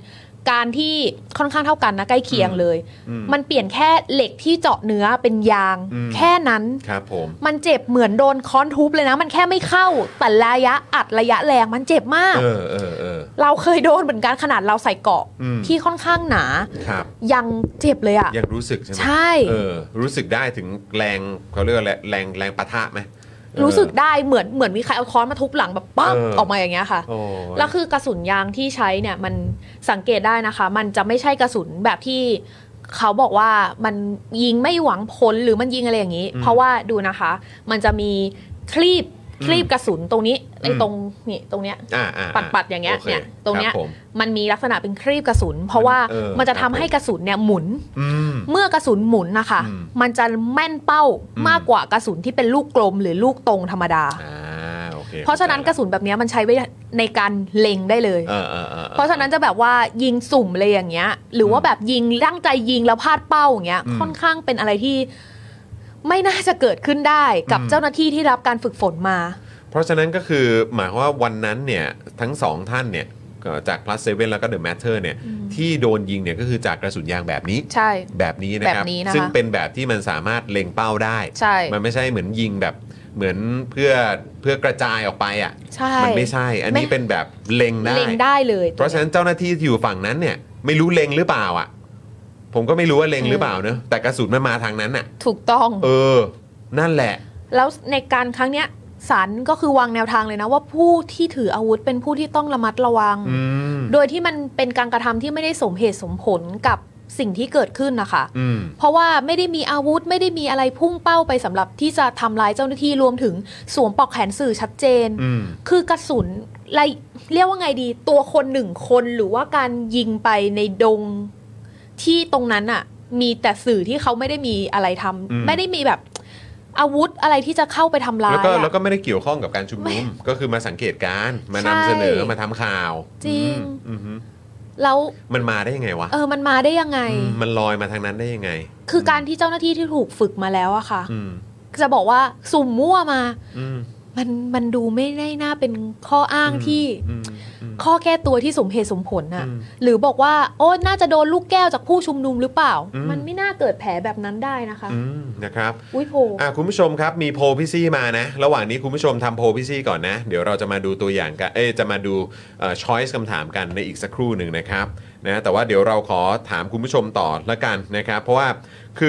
การที่ค่อนข้างเท่ากันนะใกล้เคียงเลยมันเปลี่ยนแค่เหล็กที่เจาะเนื้อเป็นยางแค่นั้นครับผมมันเจ็บเหมือนโดนค้อนทุบเลยนะมันแค่ไม่เข้าแต่ระยะอัดระยะแรงมันเจ็บมากเราเคยโดนเหมือนกันขนาดเราใส่เกราะที่ค่อนข้างหนายังเจ็บเลยอ่ะยังรู้สึกใช่ไหมใช่รู้สึกได้ถึงแรงเขาเรียกว่าแรงปะทะไหมรู้สึกได้เหมือนมีใครเอาค้อนมาทุบหลังแบบปั๊บออกมาอย่างเงี้ยค่ะแล้วคือกระสุนยางที่ใช้เนี่ยมันสังเกตได้นะคะมันจะไม่ใช่กระสุนแบบที่เขาบอกว่ามันยิงไม่หวังผลหรือมันยิงอะไรอย่างนี้เพราะว่าดูนะคะมันจะมีคลีบกระสุนตรงนี้ไอ้ตรงนี่ตรงเนี้ยปัดอย่างเงี้ยเนี่ยตรงเนี้ยมันมีลักษณะเป็นคลีบกระสุนเพราะว่ามันจะทำให้กระสุนเนี่ยหมุนเมื่อกระสุนหมุนนะคะมันจะแม่นเป้ามากกว่ากระสุนที่เป็นลูกกลมหรือลูกตรงธรรมดาเพราะฉะนั้นกระสุนแบบนี้มันใช้ไว้ในการเล็งได้เลยเพราะฉะนั้นจะแบบว่ายิงสุ่มเลยอย่างเงี้ยหรือว่าแบบยิงตั้งใจยิงแล้วพลาดเป้าอย่างเงี้ยค่อนข้างเป็นอะไรที่ไม่น่าจะเกิดขึ้นได้กับเจ้าหน้าที่ที่รับการฝึกฝนมาเพราะฉะนั้นก็คือหมายความว่าวันนั้นเนี่ยทั้งสองท่านเนี่ยจาก plus 7แล้วก็ The Matter เนี่ยที่โดนยิงเนี่ยก็คือจากกระสุนยางแบบนี้ใช่แบบนี้นะครับซึ่งเป็นแบบที่มันสามารถเล็งเป้าได้มันไม่ใช่เหมือนยิงแบบเหมือนเพื่อกระจายออกไปอ่ะมันไม่ใช่อันนี้เป็นแบบเล็งได้เลยเพราะฉะนั้นเจ้าหน้าที่ที่อยู่ฝั่งนั้นเนี่ยไม่รู้เล็งหรือเปล่าอ่ะผมก็ไม่รู้ว่าเล็งหรือเปล่าเนอะแต่กระสุนมันมาทางนั้นน่ะถูกต้องนั่นแหละแล้วในการครั้งเนี้ยศาลก็คือวางแนวทางเลยนะว่าผู้ที่ถืออาวุธเป็นผู้ที่ต้องระมัดระวังโดยที่มันเป็นการกระทำที่ไม่ได้สมเหตุสมผลกับสิ่งที่เกิดขึ้นนะคะเพราะว่าไม่ได้มีอาวุธไม่ได้มีอะไรพุ่งเป้าไปสำหรับที่จะทำร้ายเจ้าหน้าที่รวมถึงสวมปลอกแขนสื่อชัดเจนคือกระสุนเรียกว่าไงดีตัวคนหนึ่งคนหรือว่าการยิงไปในดงที่ตรงนั้นอ่ะมีแต่สื่อที่เขาไม่ได้มีอะไรทำไม่ได้มีแบบอาวุธอะไรที่จะเข้าไปทำร้ายแล้วก็ไม่ได้เกี่ยวข้องกับการชุมนุมก็คือมาสังเกตการณ์มานำเสนอมาทำข่าวจริงแล้วมันมาได้ยังไงวะมันมาได้ยังไงมันลอยมาทางนั้นได้ยังไงคือการที่เจ้าหน้าที่ที่ถูกฝึกมาแล้วอะค่ะจะบอกว่าสุ่มมั่วมามันดูไม่ได้น่าเป็นข้ออ้างที่ข้อแก้ตัวที่สมเหตุสมผลน่ะหรือบอกว่าโอ้น่าจะโดนลูกแก้วจากผู้ชุมนุมหรือเปล่ามันไม่น่าเกิดแผลแบบนั้นได้นะคะนะครับอุ้ยโพคุณผู้ชมครับมีโพลพี่ซี่มานะระหว่างนี้คุณผู้ชมทำโพลพี่ซี่ก่อนนะเดี๋ยวเราจะมาดูตัวอย่างกันจะมาดูช้อยส์คำถามกันในอีกสักครู่หนึ่งนะครับนะแต่ว่าเดี๋ยวเราขอถามคุณผู้ชมต่อละกันนะครับเพราะว่าคือ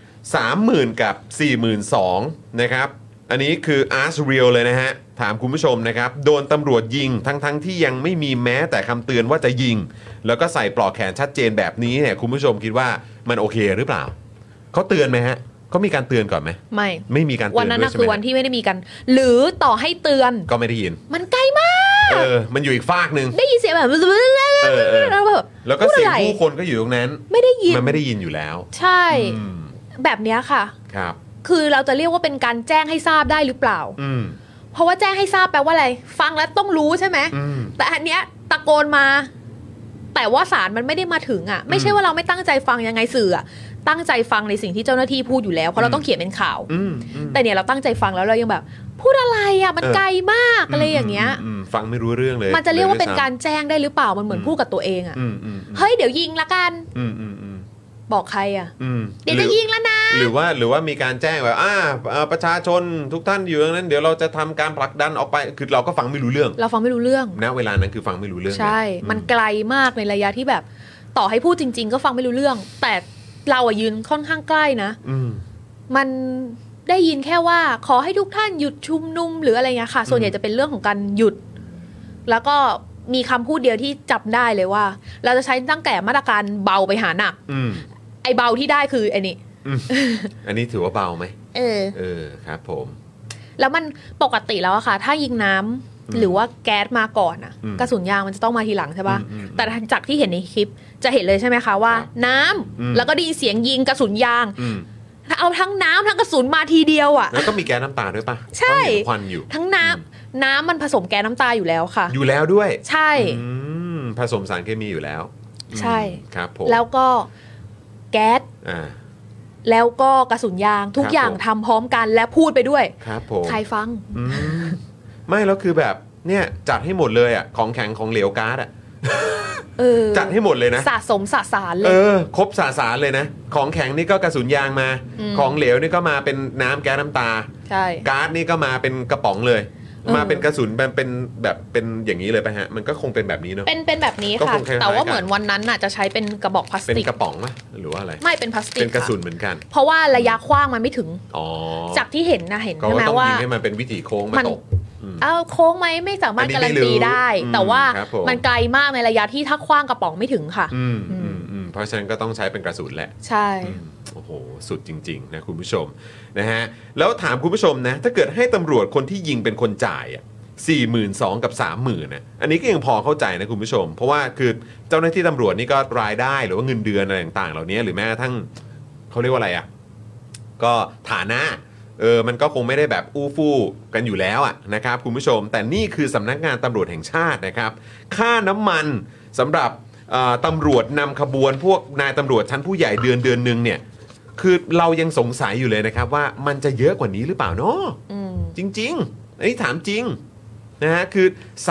30,000 กับ 42,000 นะครับอันนี้คือ Ask Real เลยนะฮะถามคุณผู้ชมนะครับโดนตำรวจยิงทั้งที่ยังไม่มีแม้แต่คำเตือนว่าจะยิงแล้วก็ใส่ปลอกแขนชัดเจนแบบนี้เนี่ยคุณผู้ชมคิดว่ามันโอเคหรือเปล่าเขาเตือนไหมฮะเขามีการเตือนก่อนไหมไม่มีการเตือนวันนั้นคือวันที่ไม่ได้มีกันหรือต่อให้เตือนก็ไม่ได้ยินมันไกลมากมันอยู่อีกฟากนึงได้ยินเสียงแบบแล้วก็เสียงผู้คนก็อยู่ตรงนั้นไม่ได้ยินมันไม่ได้ยินอยู่แล้วใช่แบบนี้ค่ะครับคือเราจะเรียกว่าเป็นการแจ้งให้ทราบได้หรือเปล่าเพราะว่าแจ้งให้ทราบแปลว่าอะไรฟังแล้วต้องรู้ใช่ไหมแต่อันเนี้ยตะโกนมาแต่ว่าสารมันไม่ได้มาถึงอ่ะไม่ใช่ว่าเราไม่ตั้งใจฟังยังไงสื่อตั้งใจฟังในสิ่งที่เจ้าหน้าที่พูดอยู่แล้วเพราะเราต้องเขียนเป็นข่าวแต่เนี่ยเราตั้งใจฟังแล้วเรายังแบบพูดอะไรอ่ะมันไกลมากอะไรอย่างเงี้ยฟังไม่รู้เรื่องเลยมันจะเรียกว่าเป็นการแจ้งได้หรือเปล่ามันเหมือนพูดกับตัวเองอ่ะเฮ้ยเดี๋ยวยิงละกันบอกใครอ่ะเดี๋ยวจะยิงแล้วนะหรือว่ามีการแจ้งแบบประชาชนทุกท่านอยู่ตรงนั้นเดี๋ยวเราจะทำการผลักดันออกไปคือเราก็ฟังไม่รู้เรื่องเราฟังไม่รู้เรื่องณเวลานั้นคือฟังไม่รู้เรื่องใช่มันไกลมากในระยะที่แบบต่อให้พูดจริงๆก็ฟังไม่รู้เรื่องแต่เรายืนค่อนข้างใกล้นะมันได้ยินแค่ว่าขอให้ทุกท่านหยุดชุมนุมหรืออะไรเงี้ยค่ะส่วนใหญ่จะเป็นเรื่องของการหยุดแล้วก็มีคำพูดเดียวที่จับได้เลยว่าเราจะใช้ตั้งแต่มาตรการเบาไปหาหนักไอเบาที่ได้คือไอนี่อันนี้ถือว่าเบาไหมครับผมแล้วมันปกติแล้วอะค่ะถ้ายิงน้ำหรือว่าแก๊สมาก่อนอะกระสุนยางมันจะต้องมาทีหลังใช่ป่ะแต่จากที่เห็นในคลิปจะเห็นเลยใช่ไหมคะว่าน้ำแล้วก็ได้ยินเสียงยิงกระสุนยางเอาทั้งน้ำทั้งกระสุนมาทีเดียวอะแล้วก็มีแก๊สน้ำตาด้วยป่ะใช่ควันอยู่ทั้งน้ำมันผสมแก๊สน้ำตาอยู่แล้วค่ะอยู่แล้วด้วยใช่ผสมสารเคมีอยู่แล้วใช่ครับผมแล้วก็แก๊สแล้วก็กระสุนยางทุกอย่างทำพร้อมกันและพูดไปด้วยครับผมใครฟังไม่แล้วคือแบบเนี่ยจัดให้หมดเลยอ่ะของแข็งของเหลวก๊าซอ่ะจัดให้หมดเลยนะสะสมสะสารเลยครบสะสารเลยนะของแข็งนี่ก็กระสุนยางมาของเหลวนี่ก็มาเป็นน้ำแก๊สน้ำตาใช่ก๊าซนี่ก็มาเป็นกระป๋องเลยมาเป็นกระสุนเป็นแบบเป็นอย่างนี้เลยไปฮะมันก็คงเป็นแบบนี้เนาะเป็นแบบนี้ค่ะแต่ว่าเหมือนวันนั้นน่ะจะใช้เป็นกระบอกพลาสติกเป็นกระป๋องไหมหรือว่าอะไรไม่เป็นพลาสติกเป็นกระสุนเหมือนกันเพราะว่าระยะขว้างมันไม่ถึงจากที่เห็นนะเห็นใช่ไหมว่าให้มันเป็นวิถีโค้งมาตกโค้งไหมไม่สามารถการันตีได้แต่ว่ามันไกลมากในระยะที่ถ้าขว้างกระป๋องไม่ถึงค่ะเพราะฉะนั้นก็ต้องใช้เป็นกระสุนแหละใช่โอ้โหสุดจริงๆนะคุณผู้ชมนะฮะแล้วถามคุณผู้ชมนะถ้าเกิดให้ตำรวจคนที่ยิงเป็นคนจ่าย42,000กับ 30,000นะอันนี้ก็ยังพอเข้าใจนะคุณผู้ชมเพราะว่าคือเจ้าหน้าที่ตำรวจนี่ก็รายได้หรือว่าเงินเดือนอะไรต่างๆเหล่านี้หรือแม้กระทั่งเขาเรียกว่าอะไรอ่ะก็ฐานะมันก็คงไม่ได้แบบอู้ฟู่กันอยู่แล้วอ่ะนะครับคุณผู้ชมแต่นี่คือสำนักงานตำรวจแห่งชาตินะครับค่าน้ำมันสำหรับตำรวจนำขบวนพวกนายตำรวจชั้นผู้ใหญ่เดือนนึงเนี่ยคือเรายังสงสัยอยู่เลยนะครับว่ามันจะเยอะกว่านี้หรือเปล่าเนาะจริงๆอันนี้ถามจริงนะฮะคือ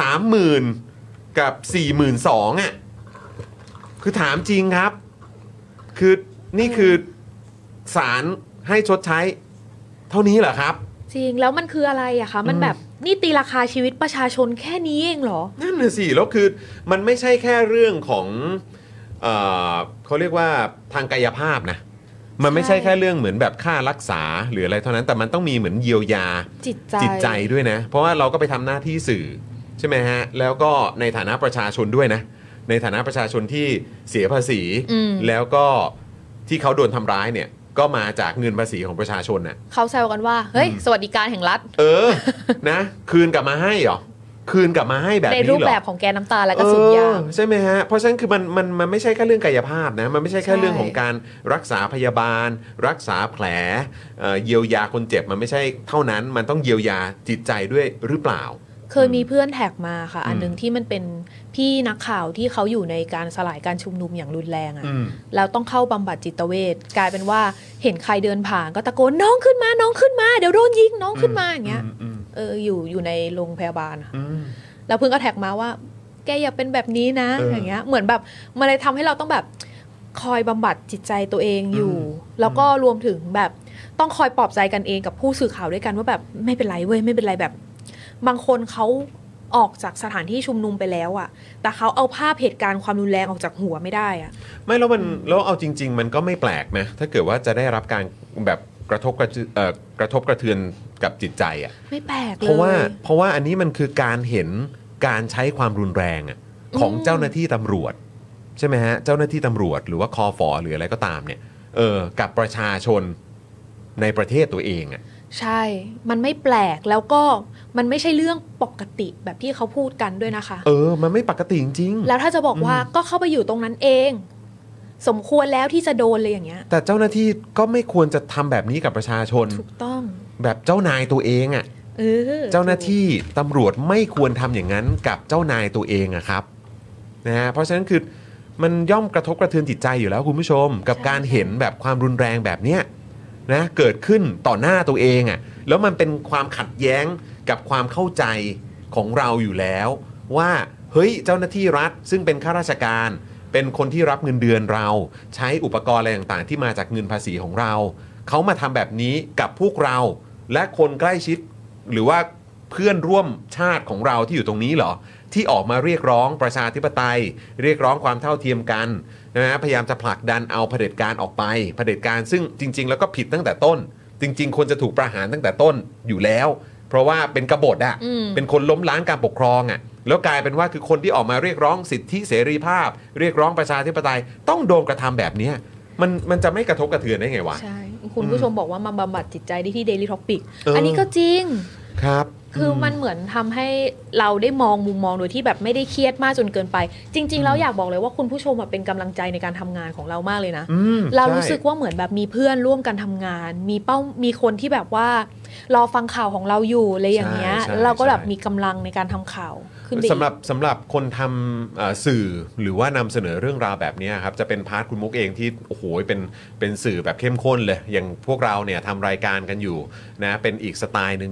30,000 กับ 42,000อ่ะคือถามจริงครับคือนี่คือศาลให้ชดใช้เท่านี้เหรอครับจริงแล้วมันคืออะไรอะคะมันแบบนี่ตีราคาชีวิตประชาชนแค่นี้เองเหรอนั่นน่ะสิแล้วคือมันไม่ใช่แค่เรื่องของเขาเรียกว่าทางกายภาพนะมันไม่ใช่แค่เรื่องเหมือนแบบค่ารักษาหรืออะไรเท่านั้นแต่มันต้องมีเหมือนเยียวยาจิตใจด้วยนะเพราะว่าเราก็ไปทำหน้าที่สื่อใช่ไหมฮะแล้วก็ในฐานะประชาชนด้วยนะในฐานะประชาชนที่เสียภาษีแล้วก็ที่เขาโดนทำร้ายเนี่ยก็มาจากเงินภาษีของประชาชนน่ะเขาแซวกันว่าเฮ้ยสวัสดิการแห่งรัฐนะคืนกลับมาให้เหรอคืนกลับมาให้แบบนี้เหรอในรูปแบบของแกน้ำตาและกระสุนยางใช่ไหมฮะเพราะฉะนั้นคือมันไม่ใช่แค่เรื่องกายภาพนะมันไม่ใช่แค่เรื่องของการรักษาพยาบาลรักษาแผลเยียวยาคนเจ็บมันไม่ใช่เท่านั้นมันต้องเยียวยาจิตใจด้วยหรือเปล่าเคยมีเพื่อนแท็กมาค่ะอันนึงที่มันเป็นพี่นักข่าวที่เขาอยู่ในการสลายการชุมนุมอย่างรุนแรงอ่ะแล้วต้องเข้าบำบัดจิตเวชกลายเป็นว่าเห็นใครเดินผ่านก็ตะโกนน้องขึ้นมาน้องขึ้นมาเดี๋ยวโดนยิงน้องขึ้นมาอย่างเงี้ยอยู่ในโรงพยาบาลค่ะแล้วเพื่อนก็แท็กมาว่าแกอย่าเป็นแบบนี้นะอย่างเงี้ยเหมือนแบบมันเลยทำให้เราต้องแบบคอยบำบัดจิตใจตัวเองอยู่แล้วก็รวมถึงแบบต้องคอยปลอบใจกันเองกับผู้สื่อข่าวด้วยกันว่าแบบไม่เป็นไรเว้ยไม่เป็นไรแบบบางคนเขาออกจากสถานที่ชุมนุมไปแล้วอ่ะแต่เขาเอาภาพเหตุการณ์ความรุนแรงออกจากหัวไม่ได้อ่ะไม่แล้วเอาจริงๆมันก็ไม่แปลกนะถ้าเกิดว่าจะได้รับการแบบกระทบกระเทือนกับจิตใจอ่ะไม่แปลกเลยเพราะว่าอันนี้มันคือการเห็นการใช้ความรุนแรงของเจ้าหน้าที่ตำรวจใช่ไหมฮะเจ้าหน้าที่ตำรวจหรือว่าคฝ.หรืออะไรก็ตามเนี่ยกับประชาชนในประเทศตัวเองอ่ะใช่มันไม่แปลกแล้วก็มันไม่ใช่เรื่องปกติแบบที่เขาพูดกันด้วยนะคะมันไม่ปกติจริงๆแล้วถ้าจะบอกว่าก็เข้าไปอยู่ตรงนั้นเองสมควรแล้วที่จะโดนเลยอย่างเงี้ยแต่เจ้าหน้าที่ก็ไม่ควรจะทำแบบนี้กับประชาชนถูกต้องแบบเจ้านายตัวเองอ่ะเจ้าหน้าที่ตำรวจไม่ควรทำอย่างนั้นกับเจ้านายตัวเองอะครับนะฮะเพราะฉะนั้นคือมันย่อมกระทบกระเทือนจิตใจอยู่แล้วคุณผู้ชมกับการเห็นแบบความรุนแรงแบบเนี้ยนะเกิดขึ้นต่อหน้าตัวเองอ่ะแล้วมันเป็นความขัดแย้งกับความเข้าใจของเราอยู่แล้วว่าเฮ้ยเจ้าหน้าที่รัฐซึ่งเป็นข้าราชการเป็นคนที่รับเงินเดือนเราใช้อุปกรณ์อะไรต่างๆที่มาจากเงินภาษีของเราเขามาทำแบบนี้กับพวกเราและคนใกล้ชิดหรือว่าเพื่อนร่วมชาติของเราที่อยู่ตรงนี้เหรอที่ออกมาเรียกร้องประชาธิปไตยเรียกร้องความเท่าเทียมกันนะพยายามจะผลักดันเอาเผด็จการออกไปเผด็จการซึ่งจริงๆแล้วก็ผิดตั้งแต่ต้นจริงๆควรจะถูกประหารตั้งแต่ต้นอยู่แล้วเพราะว่าเป็นกบฏเป็นคนล้มล้างการปกครองแล้วกลายเป็นว่าคือคนที่ออกมาเรียกร้องสิทธิเสรีภาพเรียกร้องประชาธิปไตยต้องโดนกระทำแบบนี้มันจะไม่กระทบกระเทือนได้ไงวะใช่คุณผู้ชมบอกว่ามาบำบัดจิตใจได้ที่ Daily Topic อันนี้ก็จริงครับคือมันเหมือนทำให้เราได้มองมุมมองโดยที่แบบไม่ได้เครียดมากจนเกินไปจริงๆแล้วอยากบอกเลยว่าคุณผู้ชมเป็นกำลังใจในการทำงานของเรามากเลยนะเรารู้สึกว่าเหมือนแบบมีเพื่อนร่วมกันทำงานมีคนที่แบบว่ารอฟังข่าวของเราอยู่อะไรอย่างเงี้ยเราก็แบบมีกำลังในการทำข่าวสำหรับคนทำสื่อหรือว่านำเสนอเรื่องราวแบบนี้ครับจะเป็นพาร์ทคุณมุกเองที่โอ้โหเป็นสื่อแบบเข้มข้นเลยอย่างพวกเราเนี่ยทำรายการกันอยู่นะเป็นอีกสไตล์นึงเนี่ย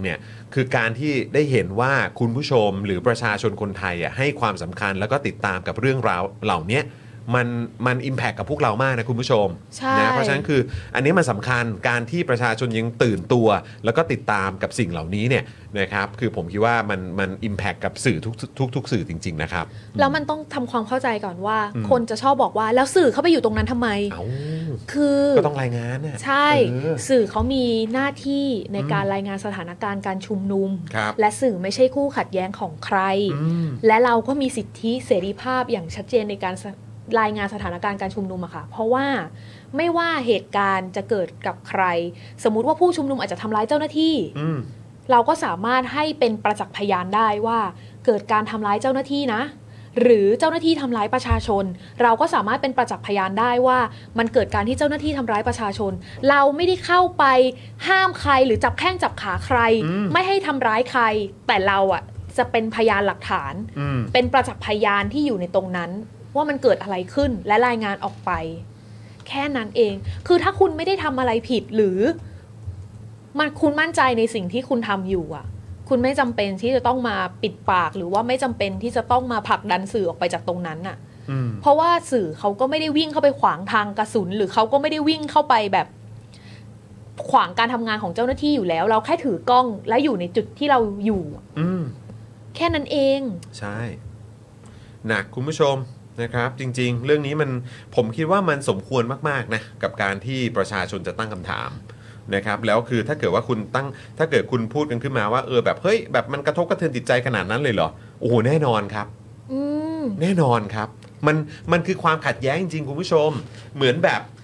คือการที่ได้เห็นว่าคุณผู้ชมหรือประชาชนคนไทยให้ความสำคัญแล้วก็ติดตามกับเรื่องราวเหล่านี้มันอิมแพคกับพวกเรามากนะคุณผู้ชมนะเพราะฉะนั้นคืออันนี้มันสำคัญการที่ประชาชนยังตื่นตัวแล้วก็ติดตามกับสิ่งเหล่านี้เนี่ยนะครับคือผมคิดว่ามันอิมแพคกับสื่อทุกสื่อจริงๆนะครับแล้วมันต้องทำความเข้าใจก่อนว่าคนจะชอบบอกว่าแล้วสื่อเข้าไปอยู่ตรงนั้นทำไมคือก็ต้องรายงานใช่สื่อเขามีหน้าที่ในการรายงานสถานการณ์การชุมนุมและสื่อไม่ใช่คู่ขัดแย้งของใครและเราก็มีสิทธิเสรีภาพอย่างชัดเจนในการรายงานสถานการณ์การชุมนุมอะค่ะเพราะว่าไม่ว่าเหตุการณ์จะเกิดกับใครสมมุติว่าผู้ชุมนุมอาจจะทำร้ายเจ้าหน้าที่เราก็สามารถให้เป็นประจักษ์พยานได้ว่าเกิดการทำร้ายเจ้าหน้าที่นะหรือเจ้าหน้าที่ทำร้ายประชาชนเราก็สามารถเป็นประจักษ์พยานได้ว่ามันเกิดการที่เจ้าหน้าที่ทำร้ายประชาชนเราไม่ได้เข้าไปห้ามใครหรือจับแข้งจับขาใครไม่ให้ทำร้ายใครแต่เราอะจะเป็นพยานหลักฐานเป็นประจักษ์พยานที่อยู่ในตรงนั้นว่ามันเกิดอะไรขึ้นและรายงานออกไปแค่นั้นเองคือถ้าคุณไม่ได้ทำอะไรผิดหรือคุณมั่นใจในสิ่งที่คุณทำอยู่อ่ะคุณไม่จำเป็นที่จะต้องมาปิดปากหรือว่าไม่จำเป็นที่จะต้องมาผลักดันสื่อออกไปจากตรงนั้นอ่ะเพราะว่าสื่อเขาก็ไม่ได้วิ่งเข้าไปขวางทางกระสุนหรือเขาก็ไม่ได้วิ่งเข้าไปแบบขวางการทำงานของเจ้าหน้าที่อยู่แล้วเราแค่ถือกล้องและอยู่ในจุดที่เราอยู่แค่นั้นเองใช่หนักคุณผู้ชมนะครับจริงๆเรื่องนี้ผมคิดว่ามันสมควรมากๆนะกับการที่ประชาชนจะตั้งคำถามนะครับแล้วคือถ้าเกิดว่าถ้าเกิดคุณพูดกันขึ้นมาว่าแบบเฮ้ยแบบมันกระทบกระเทือนจิตใจขนาดนั้นเลยเหรอโอ้โหแน่นอนครับแน่นอนครับมันคือความขัดแย้งจริงๆคุณผู้ชมเหมือน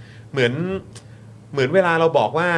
เวลาเราบอกว่า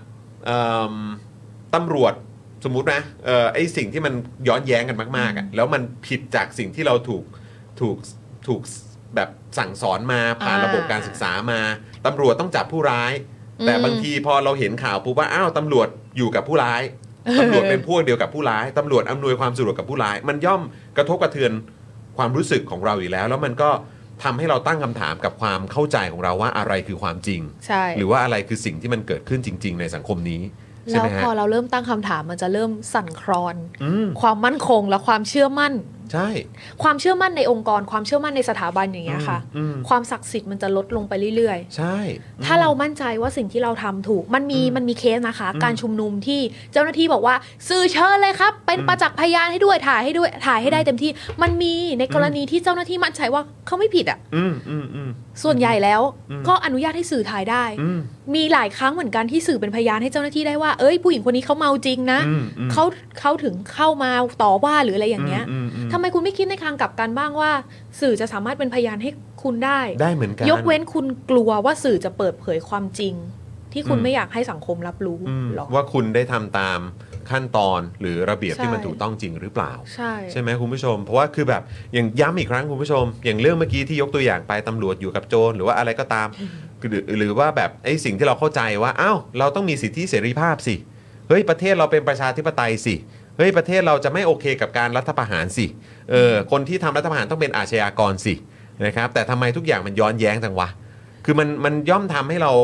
ตำรวจสมมุตินะไอ้สิ่งที่มันย้อนแย้งกันมากๆแล้วมันผิดจากสิ่งที่เราถูกแบบสั่งสอนมาผ่านระบบการศึกษามาตำรวจต้องจับผู้ร้ายแต่บางทีพอเราเห็นข่าวปุ๊บว่าอ้าวตำรวจอยู่กับผู้ร้ายตำรวจเป็นพวกเดียวกับผู้ร้ายตำรวจอำนวยความสะดวกกับผู้ร้ายมันย่อมกระทบกระเทือนความรู้สึกของเราอยู่แล้วแล้วมันก็ทำให้เราตั้งคำถามกับความเข้าใจของเราว่าอะไรคือความจริงหรือว่าอะไรคือสิ่งที่มันเกิดขึ้นจริงๆในสังคมนี้แล้วพอเราเริ่มตั้งคำถามมันจะเริ่มสั่นคลอนความมั่นคงและความเชื่อมั่นใช่ความเชื่อมั่นในองค์กรความเชื่อมั่นในสถาบันอย่างเงี้ยค่ะความศักดิ์สิทธิ์มันจะลดลงไปเรื่อยๆใช่ถ้าเรามั่นใจว่าสิ่งที่เราทำถูกมันมีเคสนะคะการชุมนุมที่เจ้าหน้าที่บอกว่าสื่อเชิญเลยครับเป็นประจักษ์พยานให้ด้วยถ่ายให้ได้เต็มที่มันมีในกรณีที่เจ้าหน้าที่มั่นใจว่าเขาไม่ผิดอ่ะส่วนใหญ่แล้วก็อนุญาตให้สื่อถ่ายได้มีหลายครั้งเหมือนกันที่สื่อเป็นพยานให้เจ้าหน้าที่ได้ว่าเอ้ยผู้หญิงคนนี้เขาเมาจริงนะเขาถึงเข้ามาต่อว่าหรืออะไรอย่างเงี้ยทำไมคุณไม่คิดในทางกลับกันบ้างว่าสื่อจะสามารถเป็นพยานให้คุณได้เหมือนกันยกเว้นคุณกลัวว่าสื่อจะเปิดเผยความจริงที่คุณไม่อยากให้สังคมรับรู้หรอว่าคุณได้ทำตามขั้นตอนหรือระเบียบที่มันถูกต้องจริงหรือเปล่าใช่ไหมคุณผู้ชมเพราะว่าคือแบบอย่างย้ำอีกครั้งคุณผู้ชมอย่างเรื่องเมื่อกี้ที่ยกตัวอย่างไปตำรวจอยู่กับโจรหรือว่าอะไรก็ตามหรือว่าแบบไอ้สิ่งที่เราเข้าใจว่าอ้าวเราต้องมีสิทธิเสรีภาพสิเฮ้ยประเทศเราเป็นประชาธิปไตยสิเฮ้ยประเทศเราจะไม่โอเคกับการรัฐประหารสิคนที่ทำรัฐประหารต้องเป็นอาชญากรสินะครับแต่ทำไมทุกอย่างมันย้อนแย้งจังวะคือมันย่อมทำให้เรา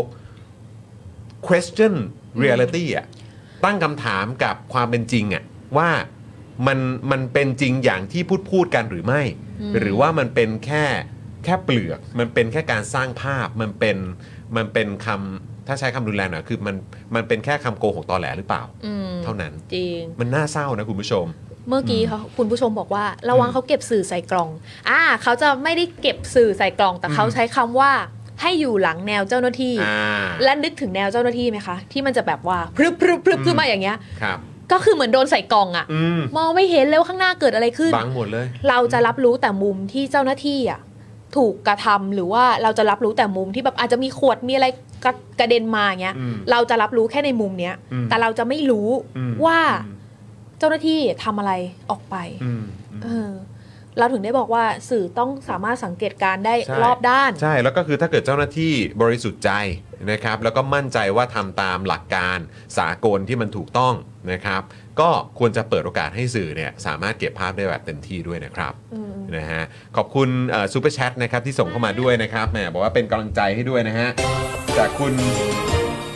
question reality อ่ะตั้งคำถามกับความเป็นจริงอ่ะว่ามันเป็นจริงอย่างที่พูดกันหรือไม่หรือว่ามันเป็นแค่เปลือกมันเป็นแค่การสร้างภาพมันเป็นคำถ้าใช้คำรุนแรงหน่อยคือมันเป็นแค่คำโกหกตอแหลหรือเปล่าเท่านั้นจริงมันน่าเศร้านะคุณผู้ชมเมื่อกี้คุณผู้ชมบอกว่าระวังเขาเก็บสื่อใส่กล่องเขาจะไม่ได้เก็บสื่อใส่กล่องแต่เขาใช้คำว่าให้อยู่หลังแนวเจ้าหน้าที่และนึกถึงแนวเจ้าหน้าที่ไหมคะที่มันจะแบบว่าพรึบขึ้นมาอย่างเงี้ยก็คือเหมือนโดนใส่กล่องอ่ะมองไม่เห็นแล้วข้างหน้าเกิดอะไรขึ้นบังหมดเลยเราจะรับรู้แต่มุมที่เจ้าหน้าที่อ่ะถูกกระทำหรือว่าเราจะรับรู้แต่มุมที่แบบอาจจะมีขวดมีอะไรกระเด็นมาเงี้ยเราจะรับรู้แค่ในมุมเนี้ยแต่เราจะไม่รู้ว่าเจ้าหน้าที่ทำอะไรออกไปเราถึงได้บอกว่าสื่อต้องสามารถสังเกตการได้รอบด้านใช่แล้วก็คือถ้าเกิดเจ้าหน้าที่บริสุทธิ์ใจนะครับแล้วก็มั่นใจว่าทำตามหลักการสากลที่มันถูกต้องนะครับก็ควรจะเปิดโอกาสให้สื่อเนี่ยสามารถเก็บภาพได้แบบเต็มที่ด้วยนะครับนะฮะขอบคุณซูเปอร์แชทนะครับที่ส่งเข้ามาด้วยนะครับแหมบอกว่าเป็นกำลังใจให้ด้วยนะฮะจากคุณ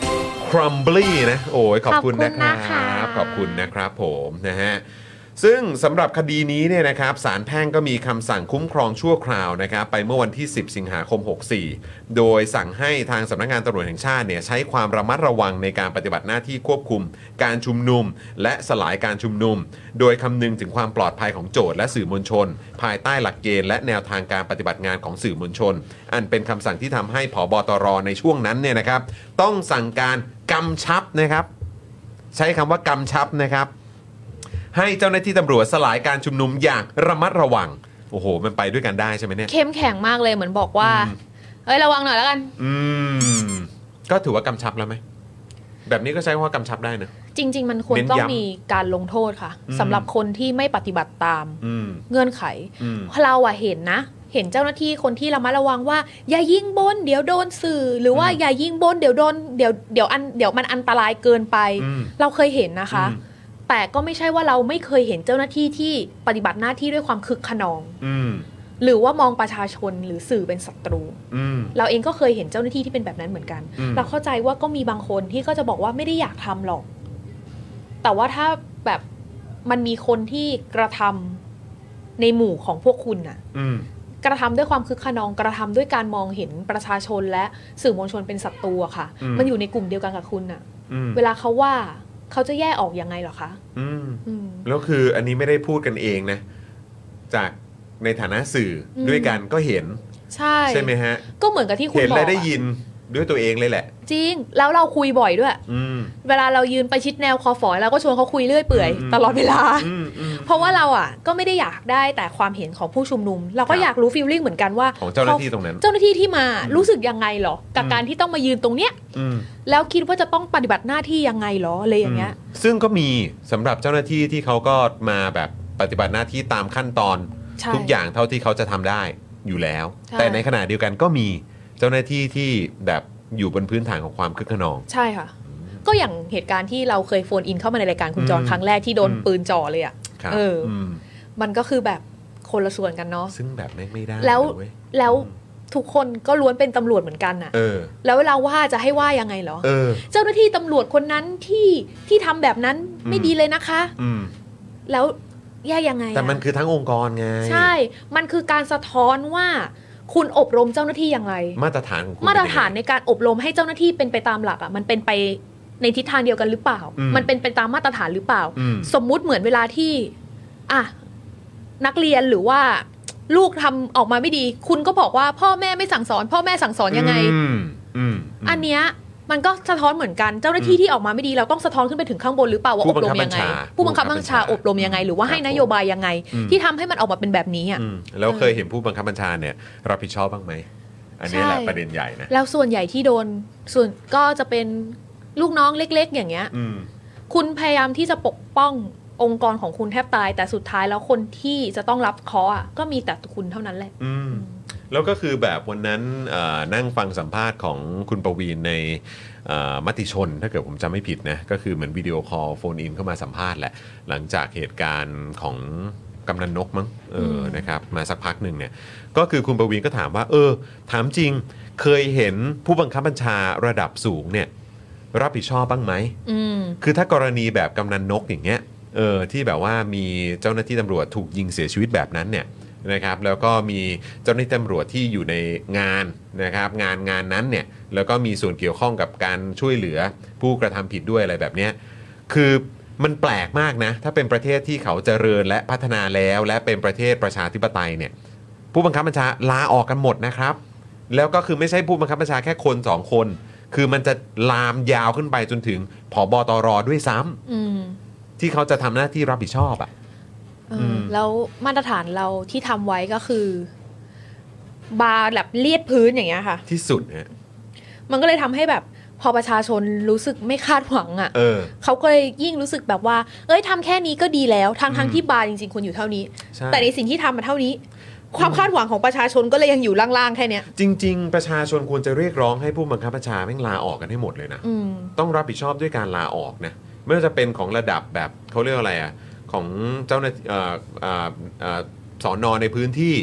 Crumbly นะโอ้ยขอบคุณนะคขอบคุณรันะคะบขอบคุณนะครับผมนะฮะซึ่งสำหรับคดีนี้เนี่ยนะครับศาลแพ่งก็มีคำสั่งคุ้มครองชั่วคราวนะครับไปเมื่อวันที่ 10 สิงหาคม 64 โดยสั่งให้ทางสำนักงานตำรวจแห่งชาติเนี่ยใช้ความระมัดระวังในการปฏิบัติหน้าที่ควบคุมการชุมนุมและสลายการชุมนุม โดยคำนึงถึงความปลอดภัยของโจทก์และสื่อมวลชน ภายใต้หลักเกณฑ์และแนวทางการปฏิบัติงานของสื่อมวลชน อันเป็นคำสั่งที่ทำให้ผบ.ตร.ในช่วงนั้นเนี่ยนะครับต้องสั่งการกำชับนะครับใช้คำว่ากำชับนะครับให้เจ้าหน้าที่ตำรวจสลายการชุมนุมอย่างระมัดระวังโอ้โหมันไปด้วยกันได้ใช่ไหมเนี่ยเข้มแข็งมากเลยเหมือนบอกว่าเฮ้ยระวังหน่อยแล้วกันก็ถือว่ากำชับแล้วไหมแบบนี้ก็ใช้คำว่ากำชับได้นะจริงๆมันควรต้องมีการลงโทษค่ะสำหรับคนที่ไม่ปฏิบัติตามเงื่อนไขเราอะเห็นเจ้าหน้าที่คนที่ระมัดระวังว่าอย่ายิงบนเดี๋ยวโดนสื่อหรือว่าอย่ายิงบนเดี๋ยวโดนเดี๋ยวมันอันตรายเกินไปเราเคยเห็นนะคะแต่ก็ไม่ใช่ว่าเราไม่เคยเห็นเจ้าหน้าที่ที่ปฏิบัติหน้าที่ด้วยความคึกขนองหรือว่ามองประชาชนหรือสื่อเป็นศัตรูเราเองก็เคยเห็นเจ้าหน้าที่ที่เป็นแบบนั้นเหมือนกันเราเข้าใจว่าก็มีบางคนที่ก็จะบอกว่าไม่ได้อยากทำหรอกแต่ว่าถ้าแบบมันมีคนที่กระทำในหมู่ของพวกคุณน่ะกระทำด้วยความคึกขนองกระทำด้วยการมองเห็นประชาชนและสื่อมวลชนเป็นศัตรูอะค่ะมันอยู่ในกลุ่มเดียวกันกับคุณน่ะเวลาเขาว่าเขาจะแยกออกยังไงหรอคะแล้วคืออันนี้ไม่ได้พูดกันเองนะจากในฐานะสื่อด้วยกันก็เห็นใช่ไหมฮะก็เหมือนกับที่คุณบอกเห็นและได้ยินด้วยตัวเองเลยแหละจริงแล้วเราคุยบ่อยด้วยเวลาเรายืนไปชิดแนวคอฝอยเราก็ชวนเขาคุยเรื่อยเปื่อยตลอดเวลาเพราะว่าเราอ่ะก็ไม่ได้อยากได้แต่ความเห็นของผู้ชุมนุมเราก็อยากรู้ฟีลลิ่งเหมือนกันว่าของเจ้าหน้าที่ตรงนั้นเจ้าหน้าที่ที่มารู้สึกยังไงหรอกับการที่ต้องมายืนตรงเนี้ยแล้วคิดว่าจะต้องปฏิบัติหน้าที่ยังไงหรออะไรอย่างเงี้ยซึ่งก็มีสำหรับเจ้าหน้าที่ที่เขาก็มาแบบปฏิบัติหน้าที่ตามขั้นตอนทุกอย่างเท่าที่เขาจะทำได้อยู่แล้วแต่ในขณะเดียวกันก็มีเจ้าหน้าที่ที่แบบอยู่บนพื้นฐานของความคึกขนองใช่ค่ะก็อย่างเหตุการณ์ที่เราเคยโฟนอินเข้ามาในรายการคุณจรครั้งแรกที่โดนปืนจ่อเลยอ่ะมันก็คือแบบคนละส่วนกันเนาะซึ่งแบบไม่ได้แล้วทุกคนก็ล้วนเป็นตำรวจเหมือนกันอ่ะแล้วเวลาว่าจะให้ว่ายังไงเหรอเจ้าหน้าที่ตำรวจคนนั้นที่ทำแบบนั้นไม่ดีเลยนะคะแล้วแย่ยังไงแต่มันคือทั้งองค์กรไงใช่มันคือการสะท้อนว่าคุณอบรมเจ้าหน้าที่อย่างไรมาตรฐานของคุณมาตรฐานในการอบรมให้เจ้าหน้าที่เป็นไปตามหลักอ่ะมันเป็นไปในทิศทางเดียวกันหรือเปล่ามันเป็นไปตามมาตรฐานหรือเปล่าสมมุติเหมือนเวลาที่นักเรียนหรือว่าลูกทำออกมาไม่ดีคุณก็บอกว่าพ่อแม่ไม่สั่งสอนพ่อแม่สั่งสอนยังไงอันเนี้ยมันก็สะท้อนเหมือนกันเจ้าหน้าที่ที่ออกมาไม่ดีเราต้องสะท้อนขึ้นไปถึงข้างบนหรือเปล่าว่าอบรมยังไงผู้บังคับบัญชาอบรมยังไงหรือว่าให้นโยบายยังไงที่ทำให้มันออกมาเป็นแบบนี้อ่ะแล้วเคยเห็นผู้บังคับบัญชาเนี่ยรับผิดชอบบ้างไหมอันนี้แหละประเด็นใหญ่นะแล้วส่วนใหญ่ที่โดนส่วนก็จะเป็นลูกน้องเล็กๆอย่างเงี้ยคุณพยายามที่จะปกป้ององค์กรของคุณแทบตายแต่สุดท้ายแล้วคนที่จะต้องรับเคราะห์ก็มีแต่คุณเท่านั้นแหละแล้วก็คือแบบวันนั้นนั่งฟังสัมภาษณ์ของคุณประวีณในมติชนถ้าเกิดผมจำไม่ผิดนะก็คือเหมือนวิดีโอคอลโฟนอินเข้ามาสัมภาษณ์แหละหลังจากเหตุการณ์ของกำนันนกมั้งนะครับมาสักพักหนึ่งเนี่ยก็คือคุณประวีณก็ถามว่าถามจริงเคยเห็นผู้บังคับบัญชาระดับสูงเนี่ยรับผิดชอบบ้างไหมคือถ้ากรณีแบบกำนันนกอย่างเงี้ยที่แบบว่ามีเจ้าหน้าที่ตำรวจถูกยิงเสียชีวิตแบบนั้นเนี่ยนะครับแล้วก็มีเจ้าหน้าที่ตำรวจที่อยู่ในงานนะครับงานนั้นเนี่ยแล้วก็มีส่วนเกี่ยวข้องกับการช่วยเหลือผู้กระทำผิดด้วยอะไรแบบนี้คือมันแปลกมากนะถ้าเป็นประเทศที่เขาเจริญและพัฒนาแล้วและเป็นประเทศประชาธิปไตยเนี่ยผู้บังคับบัญชาลาออกกันหมดนะครับแล้วก็คือไม่ใช่ผู้บังคับบัญชาแค่คน2คนคือมันจะลามยาวขึ้นไปจนถึงผบ.ตร.ด้วยซ้ำที่เขาจะทำหน้าที่รับผิดชอบอ่ะแล้วมาตรฐานเราที่ทำไว้ก็คือบาร์แบบเลียดพื้นอย่างเงี้ยค่ะที่สุดเนี่ยมันก็เลยทำให้แบบพอประชาชนรู้สึกไม่คาดหวังอ่ะเขาก็เลยยิ่งรู้สึกแบบว่าทำแค่นี้ก็ดีแล้วทั้งที่บาร์จริงๆควรอยู่เท่านี้แต่ในสิ่งที่ทำมาเท่านี้ความคาดหวังของประชาชนก็เลยยังอยู่ล่างๆแค่เนี้ยจริงๆประชาชนควรจะเรียกร้องให้ผู้บังคับบัญชาแม่งลาออกกันให้หมดเลยนะต้องรับผิดชอบด้วยการลาออกนะไม่ว่าจะเป็นของระดับแบบเขาเรียกอะไรอ่ะของเจ้าหน้าที่สน.ในพื้นที่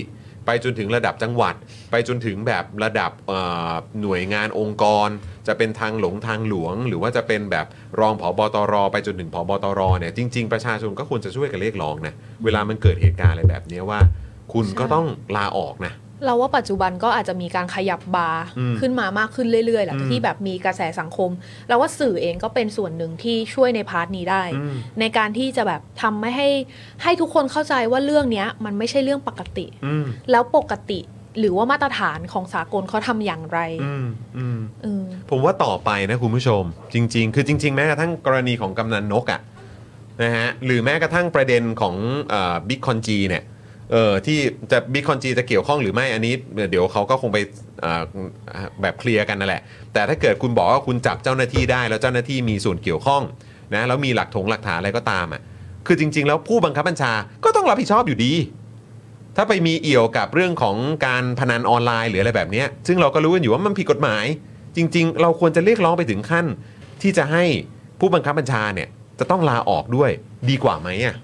ไปจนถึงระดับจังหวัดไปจนถึงแบบระดับหน่วยงานองค์กรจะเป็นทางหลวงหรือว่าจะเป็นแบบรองผบตรไปจนถึงผบตรเนี่ยจริงๆประชาชนก็ควรจะช่วยกันเรียกร้องนะเวลามันเกิดเหตุการณ์อะไรแบบนี้ว่าคุณก็ต้องลาออกนะเราว่าปัจจุบันก็อาจจะมีการขยับบาร์ขึ้นมามากขึ้นเรื่อยๆแหละที่แบบมีกระแสสังคมเราว่าสื่อเองก็เป็นส่วนหนึ่งที่ช่วยในพาร์ทนี้ได้ในการที่จะแบบทำให้ทุกคนเข้าใจว่าเรื่องนี้มันไม่ใช่เรื่องปกติแล้วปกติหรือว่ามาตรฐานของสากลเขาทำอย่างไรผมว่าต่อไปนะคุณผู้ชมจริงๆคือจริงๆแม้กระทั่งกรณีของกำนันนกอ่ะนะฮะหรือแม้กระทั่งประเด็นของบิ๊กคอนจีเนี่ยที่จะบิ๊กคอนจีจะเกี่ยวข้องหรือไม่อันนี้เดี๋ยวเขาก็คงไปแบบเคลียร์กันนั่นแหละแต่ถ้าเกิดคุณบอกว่าคุณจับเจ้าหน้าที่ได้แล้วเจ้าหน้าที่มีส่วนเกี่ยวข้องนะแล้วมีหลักฐานอะไรก็ตามอ่ะคือจริงๆแล้วผู้บังคับบัญชาก็ต้องรับผิดชอบอยู่ดีถ้าไปมีเอี่ยวกับเรื่องของการพนันออนไลน์หรืออะไรแบบนี้ซึ่งเราก็รู้กันอยู่ว่ามันผิดกฎหมายจริงๆเราควรจะเรียกร้องไปถึงขั้นที่จะให้ผู้บังคับบัญชาเนี่ยจะต้องลาออกด้วยดีกว่าไหมอ่ะ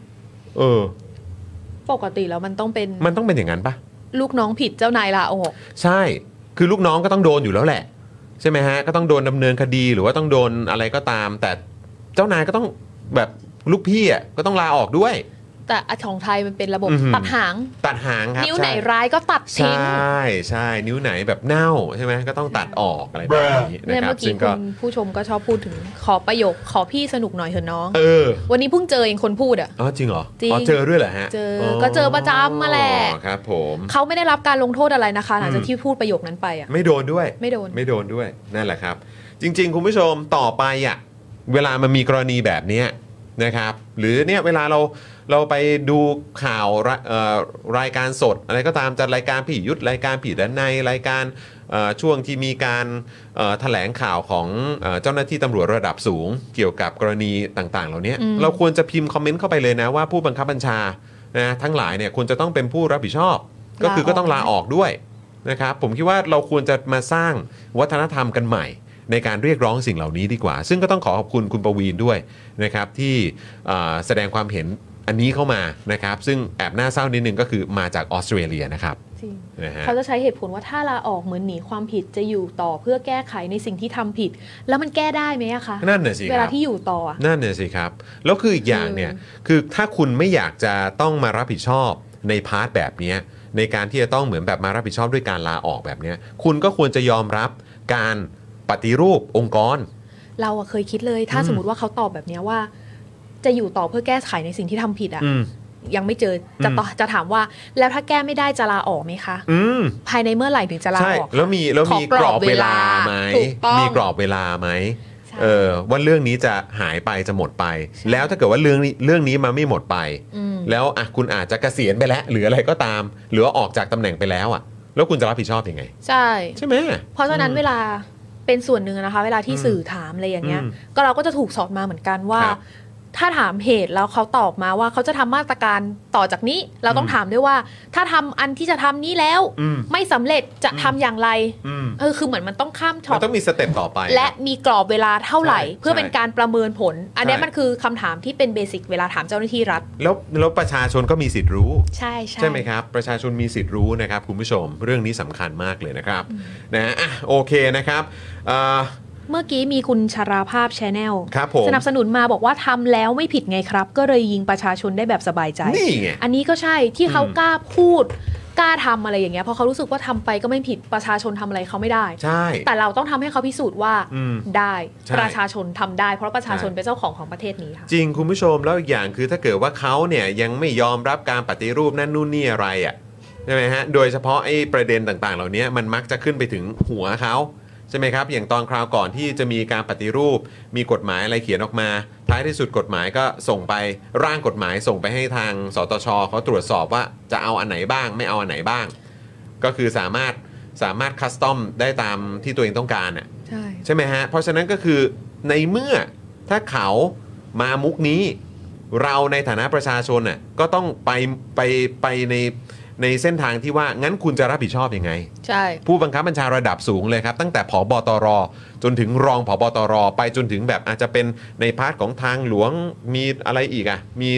ปกติแล้วมันต้องเป็นอย่างนั้นปะลูกน้องผิดเจ้านายลาออกใช่คือลูกน้องก็ต้องโดนอยู่แล้วแหละใช่ไหมฮะก็ต้องโดนดำเนินคดีหรือว่าต้องโดนอะไรก็ตามแต่เจ้านายก็ต้องแบบลูกพี่อ่ะก็ต้องลาออกด้วยแต่ของไทยมันเป็นระบบตัดหางครับนิ้วไหนร้ายก็ตัดทิ้งใช่นิ้วไหนแบบเน่าใช่ไหมก็ต้องตัดออกอะไรแบบนี้นะครับเมื่อกี้คุณผู้ชมก็ชอบพูดถึงขอประโยคขอพี่สนุกหน่อยเถอะน้องวันนี้เพิ่งเจอเองคนพูดอ่ะจริงเหรอเจอด้วยเหรอฮะก็เจอประจำมาแหละครับผมเขาไม่ได้รับการลงโทษอะไรนะคะหลังจากที่พูดประโยคนั้นไปอ่ะไม่โดนด้วยไม่โดนด้วยนั่นแหละครับจริงๆคุณผู้ชมต่อไปอ่ะเวลามันมีกรณีแบบนี้นะครับหรือเนี่ยเวลาเราไปดูข่าวรายการสดอะไรก็ตามจะรายการพี่ยุทธรายการผีด้านในรายการช่วงที่มีการแถลงข่าวของเจ้าหน้าที่ตำรวจระดับสูงเกี่ยวกับกรณีต่างๆเหล่านี้เราควรจะพิมพ์คอมเมนต์เข้าไปเลยนะว่าผู้บังคับบัญชานะทั้งหลายเนี่ยควรจะต้องเป็นผู้รับผิดชอบก็คือก็ต้องลาออกด้วยนะครับผมคิดว่าเราควรจะมาสร้างวัฒนธรรมกันใหม่ในการเรียกร้องสิ่งเหล่านี้ดีกว่าซึ่งก็ต้องขอบคุณคุณประวีณด้วยนะครับที่แสดงความเห็นอันนี้เข้ามานะครับซึ่งแอบน่าเศร้านิดนึงก็คือมาจากออสเตรเลียนะครับเขาจะใช้เหตุผลว่าถ้าลาออกเหมือนหนีความผิดจะอยู่ต่อเพื่อแก้ไขในสิ่งที่ทำผิดแล้วมันแก้ได้ไหมอะคะนั่นน่ะสิเวลาที่อยู่ต่อนั่นน่ะสิครับแล้วคืออีกอย่างเนี่ยคือถ้าคุณไม่อยากจะต้องมารับผิดชอบในพาร์ทแบบนี้ในการที่จะต้องเหมือนแบบมารับผิดชอบด้วยการลาออกแบบนี้คุณก็ควรจะยอมรับการปฏิรูปองค์กรเราเคยคิดเลยถ้าสมมติว่าเขาตอบแบบนี้ว่าจะอยู่ต่อเพื่อแก้ไขในสิ่งที่ทำผิดอ่ะยังไม่เจอจะถามว่าแล้วถ้าแก้ไม่ได้จะลาออกไหมคะภายในเมื่อไหร่ถึงจะลาออกแล้วมีกรอบเวลาไหมมีกรอบเวลาไหมว่าเรื่องนี้จะหายไปจะหมดไปแล้วถ้าเกิดว่าเรื่องนี้มาไม่หมดไปแล้วคุณอาจจะเกษียณไปแล้วหรืออะไรก็ตามหรือว่าออกจากตำแหน่งไปแล้วอ่ะแล้วคุณจะรับผิดชอบยังไงใช่ไหมเพราะฉะนั้นเวลาเป็นส่วนหนึ่งนะคะเวลาที่สื่อถามอะไรอย่างเงี้ยก็เราก็จะถูกสอนมาเหมือนกันว่าถ้าถามเหตุแล้วเขาตอบมาว่าเขาจะทำมาตรการต่อจากนี้เราต้องถามด้วยว่าถ้าทำอันที่จะทำนี้แล้วไม่สำเร็จจะทำอย่างไรคือเหมือนมันต้องข้ามช็อตมันต้องมีสเต็ปต่อไปและมีกรอบเวลาเท่าไหร่เพื่อเป็นการประเมินผลอันนี้มันคือคำถามที่เป็นเบสิกเวลาถามเจ้าหน้าที่รัฐแล้วประชาชนก็มีสิทธิ์รู้ใช่ไหมครับประชาชนมีสิทธิ์รู้นะครับคุณผู้ชมเรื่องนี้สำคัญมากเลยนะครับนะโอเคนะครับเมื่อกี้มีคุณชราภาพ Channel สนับสนุนมาบอกว่าทำแล้วไม่ผิดไงครับก็เลยยิงประชาชนได้แบบสบายใจอันนี้ก็ใช่ที่เขากล้าพูดกล้าทำอะไรอย่างเงี้ยเพราะเขารู้สึกว่าทำไปก็ไม่ผิดประชาชนทำอะไรเขาไม่ได้แต่เราต้องทำให้เขาพิสูจน์ว่าได้ประชาชนทำได้เพราะประชาชนเป็นเจ้าของประเทศนี้ค่ะจริงคุณผู้ชมแล้วอีกอย่างคือถ้าเกิดว่าเขาเนี่ยยังไม่ยอมรับการปฏิรูปนั่นนู่นนี่อะไรอ่ะใช่ไหมฮะโดยเฉพาะไอ้ประเด็นต่างๆเหล่านี้มันมักจะขึ้นไปถึงหัวเขาใช่ไหมครับอย่างตอนคราวก่อนที่จะมีการปฏิรูปมีกฎหมายอะไรเขียนออกมาท้ายที่สุดกฎหมายก็ส่งไปร่างกฎหมายส่งไปให้ทางสตช.เขาตรวจสอบว่าจะเอาอันไหนบ้างไม่เอาอันไหนบ้างก็คือสามารถคัสตอมได้ตามที่ตัวเองต้องการอ่ะใช่ไหมฮะเพราะฉะนั้นก็คือในเมื่อถ้าเขามามุกนี้เราในฐานะประชาชนน่ะก็ต้องไปในเส้นทางที่ว่างั้นคุณจะรับผิดชอบยังไงใช่ผู้บังคับบัญชาระดับสูงเลยครับตั้งแต่ผบตรจนถึงรองผบตรไปจนถึงแบบอาจจะเป็นในพาร์ทของทางหลวงมีอะไรอีกอ่ะมี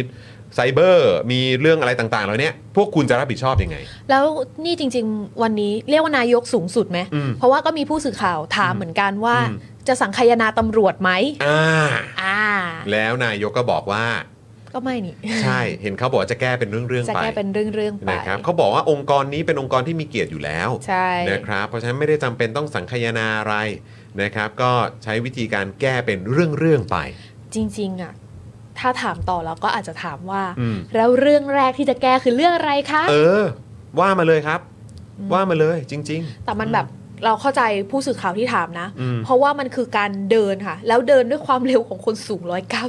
ไซเบอร์มีเรื่องอะไรต่างๆเหล่านี้พวกคุณจะรับผิดชอบยังไงแล้วนี่จริงๆวันนี้เรียกว่านายกสูงสุดไหมเพราะว่าก็มีผู้สื่อข่าวถามเหมือนกันว่าจะสังคายนาตำรวจไหมแล้วนายกก็บอกว่าก็ไม่นี่ใช่เห็นเขาบอกจะแก้เป็นเรื่องๆไปจะแก้เป็นเรื่องๆไปนะครับเขาบอกว่าองค์กรนี้เป็นองค์กรที่มีเกียรติอยู่แล้วนะครับเพราะฉะนั้นไม่ได้จำเป็นต้องสังคายนาอะไรนะครับก็ใช้วิธีการแก้เป็นเรื่องๆไปจริงๆอ่ะถ้าถามต่อแล้วก็อาจจะถามว่าแล้วเรื่องแรกที่จะแก้คือเรื่องอะไรคะว่ามาเลยครับว่ามาเลยจริงๆแต่มันแบบเราเข้าใจผู้สื่อข่าวที่ถามนะเพราะว่ามันคือการเดินค่ะแล้วเดินด้วยความเร็วของคนสูง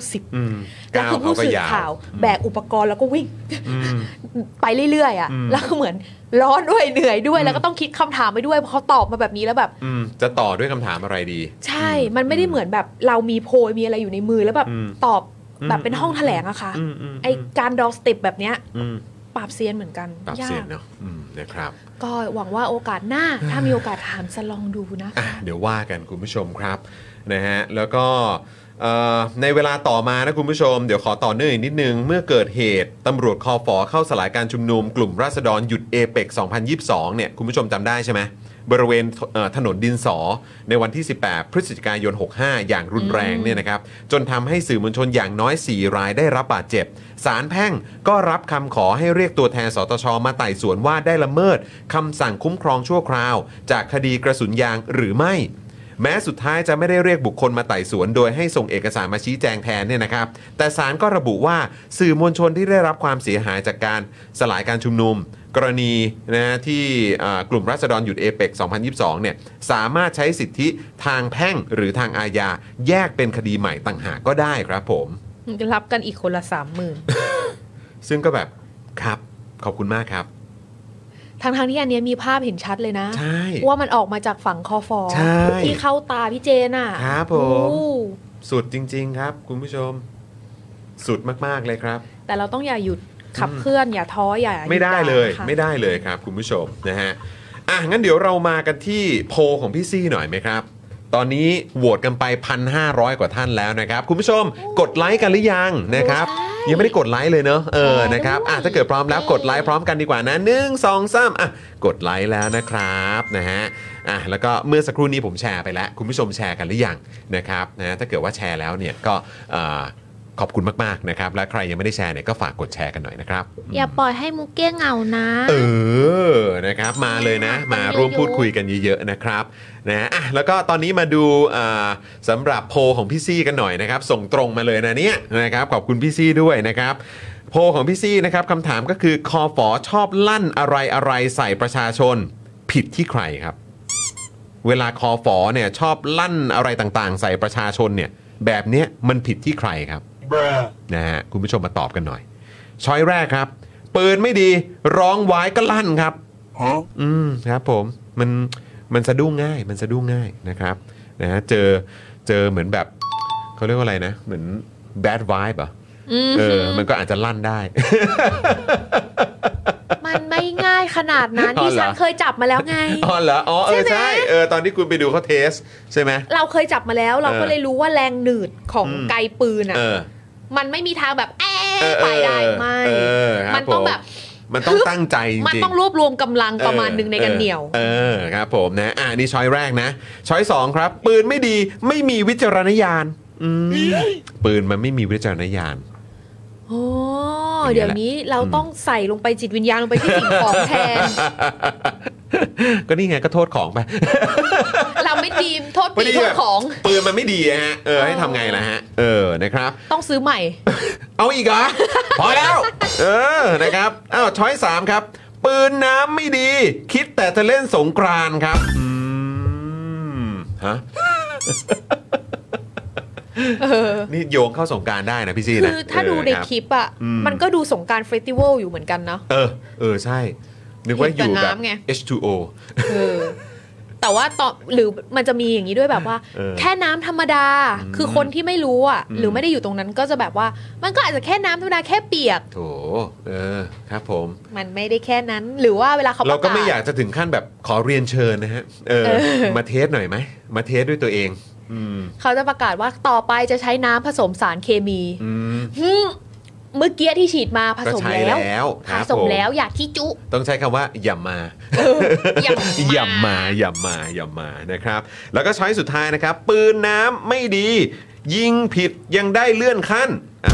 190แล้วคือผู้สื่อข่าวแบกอุปกรณ์แล้วก็วิ่งไปเรื่อยๆอ่ะแล้วก็เหมือนร้อนด้วยเหนื่อยด้วยแล้วก็ต้องคิดคำถามไปด้วยเพราะเขาตอบมาแบบนี้แล้วแบบจะต่อด้วยคำถามอะไรดีใช่มันไม่ได้เหมือนแบบเรามีโพยมีอะไรอยู่ในมือแล้วแบบตอบแบบเป็นห้องแถลงอะค่ะไอการดอสเต็ปแบบเนี้ยปราบเซียนเหมือนกันปราบเซียนเนาะนะครับก็หวังว่าโอกาสหน้าถ้ามีโอกาสถามจะลองดูนะคะเดี๋ยวว่ากันคุณผู้ชมครับนะฮะแล้วก็ในเวลาต่อมานะคุณผู้ชมเดี๋ยวขอต่อเนื่องอีกนิดนึงเมื่อเกิดเหตุตำรวจคฟ.เข้าสลายการชุมนุมกลุ่มราษฎรหยุดเอเปก2022เนี่ยคุณผู้ชมจำได้ใช่ไหมบริเวณถนนดินสอในวันที่18พฤศจิกายน65อย่างรุนแรงเนี่ยนะครับจนทำให้สื่อมวลชนอย่างน้อย4รายได้รับบาดเจ็บศาลแพ่งก็รับคำขอให้เรียกตัวแทนสตช.มาไต่สวนว่าได้ละเมิดคำสั่งคุ้มครองชั่วคราวจากคดีกระสุนยางหรือไม่แม้สุดท้ายจะไม่ได้เรียกบุคคลมาไต่สวนโดยให้ส่งเอกสารมาชี้แจงแทนเนี่ยนะครับแต่ศาลก็ระบุว่าสื่อมวลชนที่ได้รับความเสียหายจากการสลายการชุมนุมกรณีนะที่กลุ่มราษฎรหยุดเอเปก2022เนี่ยสามารถใช้สิทธิทางแพ่งหรือทางอาญาแยกเป็นคดีใหม่ต่างหากก็ได้ครับผมรับกันอีกคนละ 30,000 ซึ่งก็แบบครับขอบคุณมากครับทั้งที่อันนี้มีภาพเห็นชัดเลยนะว่ามันออกมาจากฝั่งคฟ.ที่เข้าตาพี่เจนอ่ะครับผมสุดจริงๆครับคุณผู้ชมสุดมากๆเลยครับแต่เราต้องอย่าหยุดขับเคลื่อนอย่าท้ออย่าไม่ได้เลยไม่ได้เลยครับคุณผู้ชมนะฮะงั้นเดี๋ยวเรามากันที่โพลของพี่ซี่หน่อยไหมครับตอนนี้โหวตกันไป 1,500 กว่าท่านแล้วนะครับคุณผู้ชมกดไลค์กันหรือยังนะครับยังไม่ได้กดไลค์เลยเนอะนะครับถ้าเกิดพร้อมแล้วกดไลค์พร้อมกันดีกว่านะ1 2 3กดไลค์แล้วนะครับนะฮะแล้วก็เมื่อสักครู่นี้ผมแชร์ไปแล้วคุณผู้ชมแชร์กันหรือยังนะครับนะถ้าเกิดว่าแชร์แล้วเนี่ยก็ขอบคุณมากๆนะครับและใครยังไม่ได้แชร์เนี่ยก็ฝากกดแชร์กันหน่อยนะครับอย่าปล่อยให้มุกเก้เหงานะนะครับมาเลยนะมาร่วมพูดคุยกันเยอะๆนะครับนะแล้วก็ตอนนี้มาดูสำหรับโพลของพี่ซี่กันหน่อยนะครับส่งตรงมาเลยนะเนี่ยนะครับขอบคุณพี่ซี่ด้วยนะครับโพลของพี่ซี่นะครับคำถามก็คือคฟ.ชอบลั่นอะไรใส่ประชาชนผิดที่ใครครับเวลาคฟ.เนี่ยชอบลั่นอะไรต่างๆใส่ประชาชนเนี่ยแบบเนี้ยมันผิดที่ใครครับนะฮะคุณผู้ชมมาตอบกันหน่อยช้อยแรกครับปืนไม่ดีร้องไว้ก็ลั่นครับครับผมมันสะดุ้งง่ายมันสะดุ้งง่ายนะครับนะฮะเจอเหมือนแบบเขาเรียกว่าอะไรนะเหมือน bad vibe อ่ะมันก็อาจจะลั่นได้มันไม่ง่ายขนาดนั้นที่ฉันเคยจับมาแล้วไงเหรอใช่ตอนที่คุณไปดูเขาเทสใช่ไหมเราเคยจับมาแล้วเราก็เลยรู้ว่าแรงหนืดของไกปืนอ่ะมันไม่มีทางแบบไปได้ไม่มันต้องแบบมันต้องตั้งใจจริงมันต้องรวบรวมกำลังประมาณนึงในการเหนี่ยวครับผมนะนี่ช้อยแรกนะช้อย2ครับปืนไม่ดีไม่มีวิจารณญาณปืนมันไม่มีวิจารณญาณเดี๋ยวนี้เราต้องใส่ลงไปจิตวิญญาณลงไปที่สิ่งของแทนก็นี่ไงก็โทษของไปเราไม่ดีโทษปีโทษของปืนมันไม่ดีฮะให้ทำไงล่ะฮะนะครับต้องซื้อใหม่เอาอีกเหรอพอแล้วนะครับช้อย3ครับปืนน้ำไม่ดีคิดแต่จะเล่นสงกรานต์ครับฮะนี่โยงเข้าสงกรานต์ได้นะพี่ซีนะคือถ้าดูในคลิปอ่ะมันก็ดูสงกรานต์เฟสติวัลอยู่เหมือนกันเนาะใช่นึกว่าอยู่แบบ H2O แต่ว่าหรือมันจะมีอย่างนี้ด้วยแบบว่าแค่น้ำธรรมดาคือคนที่ไม่รู้อ่ะหรือไม่ได้อยู่ตรงนั้นก็จะแบบว่ามันก็อาจจะแค่น้ำธรรมดาแค่เปียกโถครับผมมันไม่ได้แค่นั้นหรือว่าเวลาเขาเราก็ไม่อยากจะถึงขั้นแบบขอเรียนเชิญนะฮะมาเทสหน่อยไหมมาเทสด้วยตัวเองเขาจะประกาศว่าต่อไปจะใช้น้ำผสมสารเคมีเมื่อกี้ที่ฉีดมาผสมก็ใช้แล้วครัผบสมผมแล้วอย่าขี้จุต้องใช้คำว่าอย่ามา อย่ามานะครับ แล้วก็ช้อยสุดท้ายนะครับ ปืนน้ำไม่ดี ยิงผิดยังได้เลื่อนขั้นอ้าว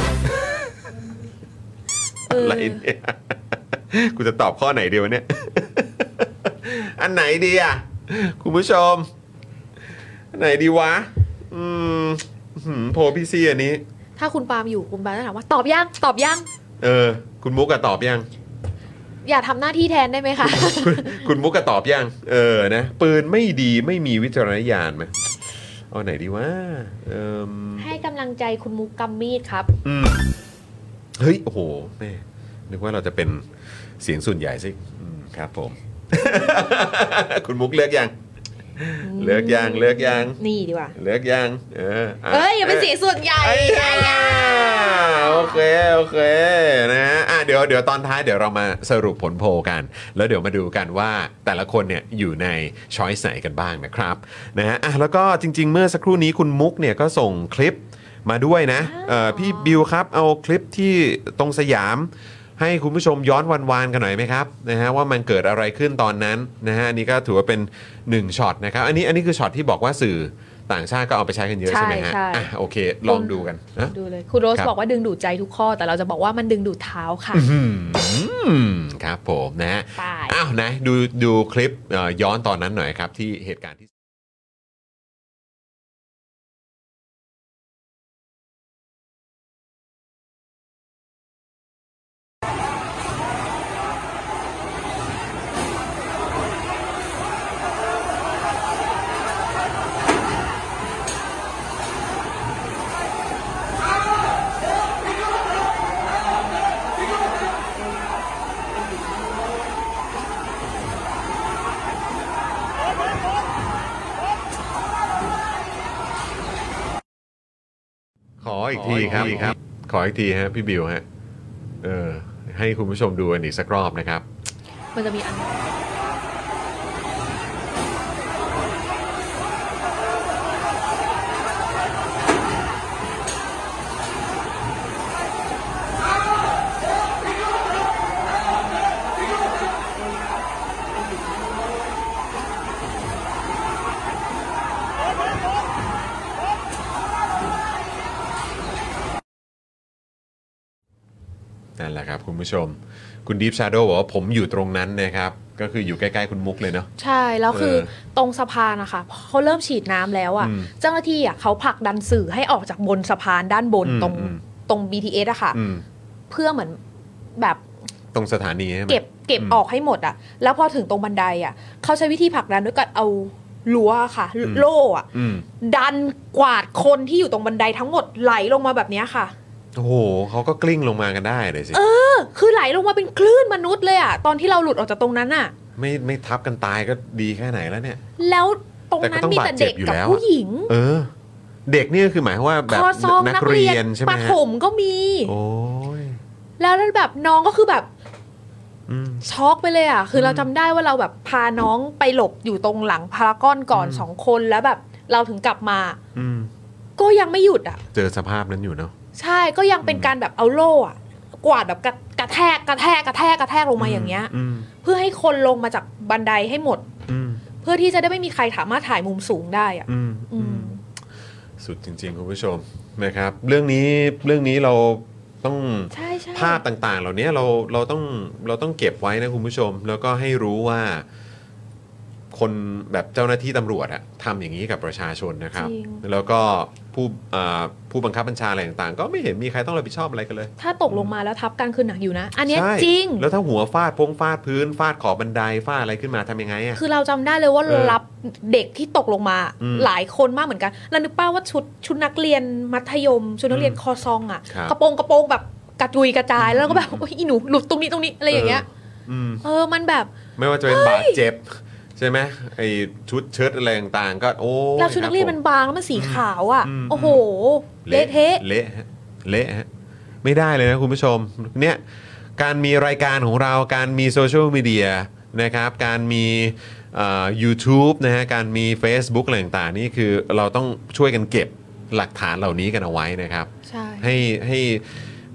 อะไรเนี่ยกูจะตอบข้อไหนดีวะเนี่ย อันไหนดีอ่ะคุณผู้ชมอันไหนดีวะโพลพี่ซี่อันนี้ถ้าคุณปาล์มอยู่คุณปาล์มจะถามว่าตอบยังคุณมุกอะตอบยังอย่าทำหน้าที่แทนได้ไหมคะคุณมุกอะตอบยังนะปืนไม่ดีไม่มีวิจารณญาณไหมเอาไหนดีวะให้กำลังใจคุณมุกกำมีดครับเฮ้ยโอ้โหแม่นึกว่าเราจะเป็นเสียงส่วนใหญ่สิครับผม คุณมุกเลือกยังเลือกยังนี่ดีกว่าเลือกยังอย่าเป็นเสียงส่วนใหญ่โอเคนะฮะเดี๋ยวตอนท้ายเดี๋ยวเรามาสรุปผลโพลกันแล้วเดี๋ยวมาดูกันว่าแต่ละคนเนี่ยอยู่ในช้อยส์ไหนกันบ้างนะครับนะฮะแล้วก็จริงๆเมื่อสักครู่นี้คุณมุกเนี่ยก็ส่งคลิปมาด้วยนะพี่บิวครับเอาคลิปที่ตรงสยามให้คุณผู้ชมย้อนวานๆกันหน่อยไหมครับนะฮะว่ามันเกิดอะไรขึ้นตอนนั้นนะฮะอันนี้ก็ถือว่าเป็น1ช็อตนะครับอันนี้คือช็อตที่บอกว่าสื่อต่างชาติก็เอาไปใช้กันเยอะใช่ไหมฮะโอเคลองดูกันนะดูเลยคุณโรสบอกว่าดึงดูดใจทุกข้อแต่เราจะบอกว่ามันดึงดูดเท้าค่ะครับผมนะอ้าวนะดูคลิปย้อนตอนนั้นหน่อยครับที่เหตุการณ์ที่ขออีกทีครับขออีกทีฮะพี่บิวฮะให้คุณผู้ชมดูกันอีกสักรอบนะครับมันจะมีอันนั่นแหละครับคุณผู้ชมคุณ Deep Shadow บอกว่าผมอยู่ตรงนั้นนะครับก็คืออยู่ใกล้ๆคุณมุกเลยเนาะใช่แล้วคือตรงสะพานนะคะเขาเริ่มฉีดน้ำแล้วอ่ะเจ้าหน้าที่อ่ะเขาผลักดันสื่อให้ออกจากบนสะพานด้านบนตรง BTS อะค่ะเพื่อเหมือนแบบตรงสถานีใช่ไหมเก็บออกให้หมดอ่ะแล้วพอถึงตรงบันไดอ่ะเขาใช้วิธีผลักดันด้วยการเอารั้วค่ะโล่อ่ะดันกวาดคนที่อยู่ตรงบันไดทั้งหมดไหลลงมาแบบนี้ค่ะโอ้โหเขาก็กลิ้งลงมากันได้เลยสิคือไหลลงมาเป็นคลื่นมนุษย์เลยอ่ะตอนที่เราหลุดออกจากตรงนั้นอ่ะไม่ทับกันตายก็ดีแค่ไหนแล้วเนี่ยแล้วตรงนั้นมีแต่เด็กกับผู้หญิงเด็กนี่คือหมายความว่าแบบนักเรียนใช่ไหมประถมก็มีโอ้ยแล้วแบบน้องก็คือแบบช็อกไปเลยอ่ะคือเราจำได้ว่าเราแบบพาน้องไปหลบอยู่ตรงหลังพารากอนก่อน2 คนแล้วแบบเราถึงกลับมาก็ยังไม่หยุดอ่ะเจอสภาพนั้นอยู่เนาะใช่ก็ยังเป็นการแบบเอาโล่อะกวาดแบบกระแทกลงมาอย่างเงี้ยเพื่อให้คนลงมาจากบันไดให้หมดเพื่อที่จะได้ไม่มีใครสามารถถ่ายมุมสูงได้อ่ะสุดจริงๆคุณผู้ชมนะครับเรื่องนี้เราต้องภาพต่างๆเหล่านี้เราต้องเก็บไว้นะคุณผู้ชมแล้วก็ให้รู้ว่าคนแบบเจ้าหน้าที่ตำรวจอะทำอย่างนี้กับประชาชนนะครับแล้วก็ผู้บังคับบัญชาอะไรต่างๆก็ไม่เห็นมีใครต้องรับผิดชอบอะไรกันเลยถ้าตกลงมาแล้วทับกันคือหนักอยู่นะอันนี้จริงแล้วถ้าหัวฟาดพื้นฟาดขอบบันไดฟาดอะไรขึ้นมาทำยังไงอะคือเราจำได้เลยว่ารับเด็กที่ตกลงมาหลายคนมากเหมือนกันแล้วนึกป้าว่าชุดนักเรียนมัธยมชุดนักเรียนคอซองอะกระโปรงแบบกระจุยกระจายแล้วก็แบบอีหนูหลุดตรงนี้อะไรอย่างเงี้ยมันแบบไม่ว่าจะเป็นบาดเจ็บใช่ไหมไอชุดเชิ้ตอะไรต่างๆก็โอ้แล้วชุดนักเรียนมันบางแล้วมันสีขาวอ่ะโอ้โหเละเทะเละฮะไม่ได้เลยนะคุณผู้ชมเนี่ยการมีรายการของเราการมีโซเชียลมีเดียนะครับการมีYouTube นะฮะการมี Facebook อะไรต่างๆนี่คือเราต้องช่วยกันเก็บหลักฐานเหล่านี้กันเอาไว้นะครับใช่ให้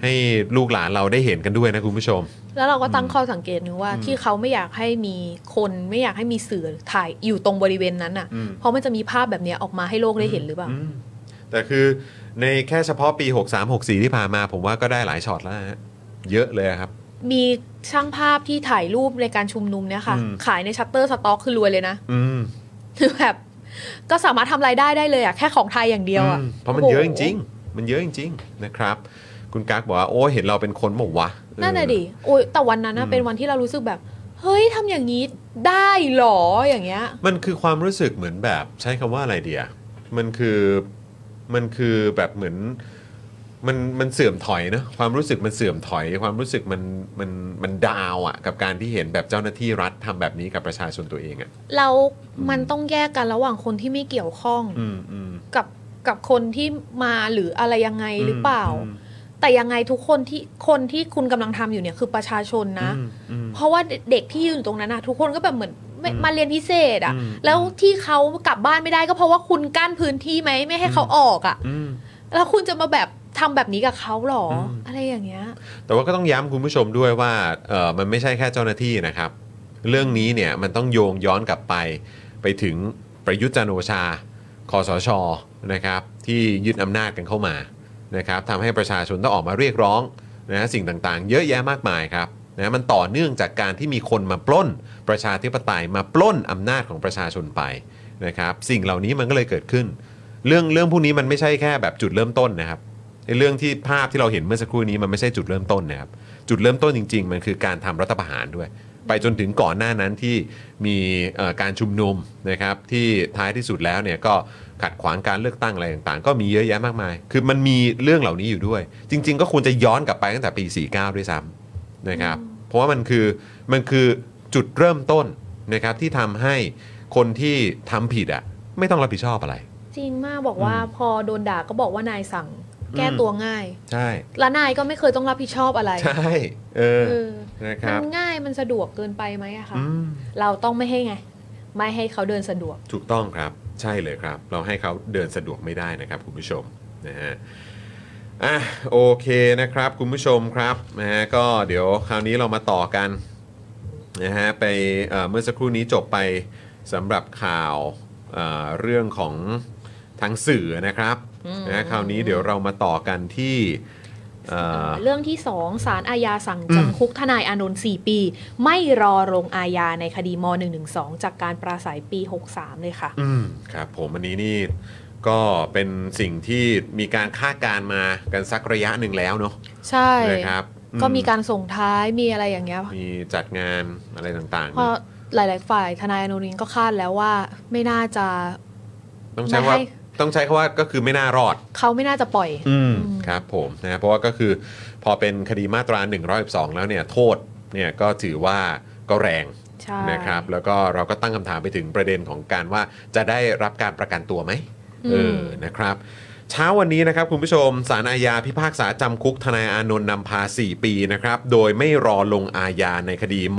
ให้ลูกหลานเราได้เห็นกันด้วยนะคุณผู้ชมแล้วเราก็ตั้งข้อสังเกตนึงว่าที่เขาไม่อยากให้มีคนไม่อยากให้มีสื่อถ่ายอยู่ตรงบริเวณนั้นอ่ะเพราะมันจะมีภาพแบบนี้ออกมาให้โลกได้เห็นหรือเปล่าแต่คือในแค่เฉพาะปี63-64ที่ผ่านมาผมว่าก็ได้หลายช็อตแล้วฮะเยอะเลยครับมีช่างภาพที่ถ่ายรูปในการชุมนุมเนี่ยค่ะขายในชัตเตอร์สต็อกคือรวยเลยนะคือแบบก็สามารถทำรายได้ได้เลยอ่ะแค่ของไทยอย่างเดียวอ่ะเพราะมันเยอะจริงๆมันเยอะจริงๆนะครับคุณกั๊กบอกว่าโอ้เห็นเราเป็นคนบอกวะนั่นแหละดิโอ้ยแต่วันนั้นเป็นวันที่เรารู้สึกแบบเฮ้ยทำอย่างนี้ได้หรออย่างเงี้ยมันคือความรู้สึกเหมือนแบบใช้คำว่าอะไรเดียมันคือแบบเหมือนมันเสื่อมถอยนะความรู้สึกมันเสื่อมถอยความรู้สึกมันดาวอ่ะกับการที่เห็นแบบเจ้าหน้าที่รัฐทำแบบนี้กับประชาชนตัวเองอ่ะแล้วมันต้องแยกกันระหว่างคนที่ไม่เกี่ยวข้องกับคนที่มาหรืออะไรยังไงหรือเปล่าแต่ยังไงทุกคนที่คุณกำลังทำอยู่เนี่ยคือประชาชนนะเพราะว่าเด็กที่ยืนอยู่ตรงนั้นนะทุกคนก็แบบเหมือนมาเรียนพิเศษอ่ะแล้วที่เขากลับบ้านไม่ได้ก็เพราะว่าคุณกั้นพื้นที่ไหมไม่ให้เขาออกอ่ะแล้วคุณจะมาแบบทำแบบนี้กับเขาหรออะไรอย่างเงี้ยแต่ว่าก็ต้องย้ำคุณผู้ชมด้วยว่ามันไม่ใช่แค่เจ้าหน้าที่นะครับเรื่องนี้เนี่ยมันต้องโยงย้อนกลับไปถึงประยุทธ์จันทร์โอชาคสช.นะครับที่ยึดอำนาจกันเข้ามานะครับทำให้ประชาชนต้องออกมาเรียกร้องนะสิ่งต่างๆเยอะแยะมากมายครับนะมันต่อเนื่องจากการที่มีคนมาปล้นประชาธิปไตยมาปล้นอำนาจของประชาชนไปนะครับสิ่งเหล่านี้มันก็เลยเกิดขึ้นเรื่องพวกนี้มันไม่ใช่แค่แบบจุดเริ่มต้นนะครับเรื่องที่ภาพที่เราเห็นเมื่อสักครู่นี้มันไม่ใช่จุดเริ่มต้นนะครับจุดเริ่มต้นจริงๆมันคือการทำรัฐประหารด้วยไปจนถึงก่อนหน้านั้นที่มีการชุมนุมนะครับที่ท้ายที่สุดแล้วเนี่ยก็ขัดขวางการเลือกตั้งอะไรต่างๆก็มีเยอะแยะมากมายคือมันมีเรื่องเหล่านี้อยู่ด้วยจริงๆก็ควรจะย้อนกลับไปตั้งแต่ปี49ด้วยซ้ำนะครับเพราะว่ามันคือจุดเริ่มต้นนะครับที่ทำให้คนที่ทำผิดอ่ะไม่ต้องรับผิดชอบอะไรจริงมากบอกว่าพอโดนด่าก็บอกว่านายสั่งแก้ตัวง่ายใช่แล้วนายก็ไม่เคยต้องรับผิดชอบอะไรใช่นะครับมันง่ายมันสะดวกเกินไปไหมอะคะเราต้องไม่ให้ไงไม่ให้เขาเดินสะดวกถูกต้องครับใช่เลยครับเราให้เขาเดินสะดวกไม่ได้นะครับคุณผู้ชมนะฮะโอเคนะครับคุณผู้ชมครับนะฮะก็เดี๋ยวคราวนี้เรามาต่อกันนะฮะไปเมื่อสักครู่นี้จบไปสำหรับข่าวเรื่องของทางสื่อนะครับนะคราวนี้เดี๋ยวเรามาต่อกันที่เรื่องที่2ศาลอาญาสั่งจำคุกทนายอานนท์4 ปีไม่รอลงอาญาในคดีม.112 จากการปราศัยปี63เลยค่ะครับผมอันนี้นี่ก็เป็นสิ่งที่มีการคาดการณ์มากันสักระยะหนึ่งแล้วเนาะใช่นะครับก็มีการส่งท้ายมีอะไรอย่างเงี้ยมีจัดงานอะไรต่างๆเพราะหลายๆฝ่ายทนายอานนท์ก็คาดแล้วว่าไม่น่าจะต้องใช้คำว่าก็คือไม่น่ารอดเขาไม่น่าจะปล่อยครับผมนะเพราะว่าก็คือพอเป็นคดีมาตรา112แล้วเนี่ยโทษเนี่ยก็ถือว่าก็แรงนะครับแล้วก็เราก็ตั้งคำถามไปถึงประเด็นของการว่าจะได้รับการประกันตัวไหมนะครับเช้าวันนี้นะครับคุณผู้ชมศาลอาญาพิพากษาจำคุกทนายอานนท์นำพา4 ปีนะครับโดยไม่รอลงอาญาในคดีม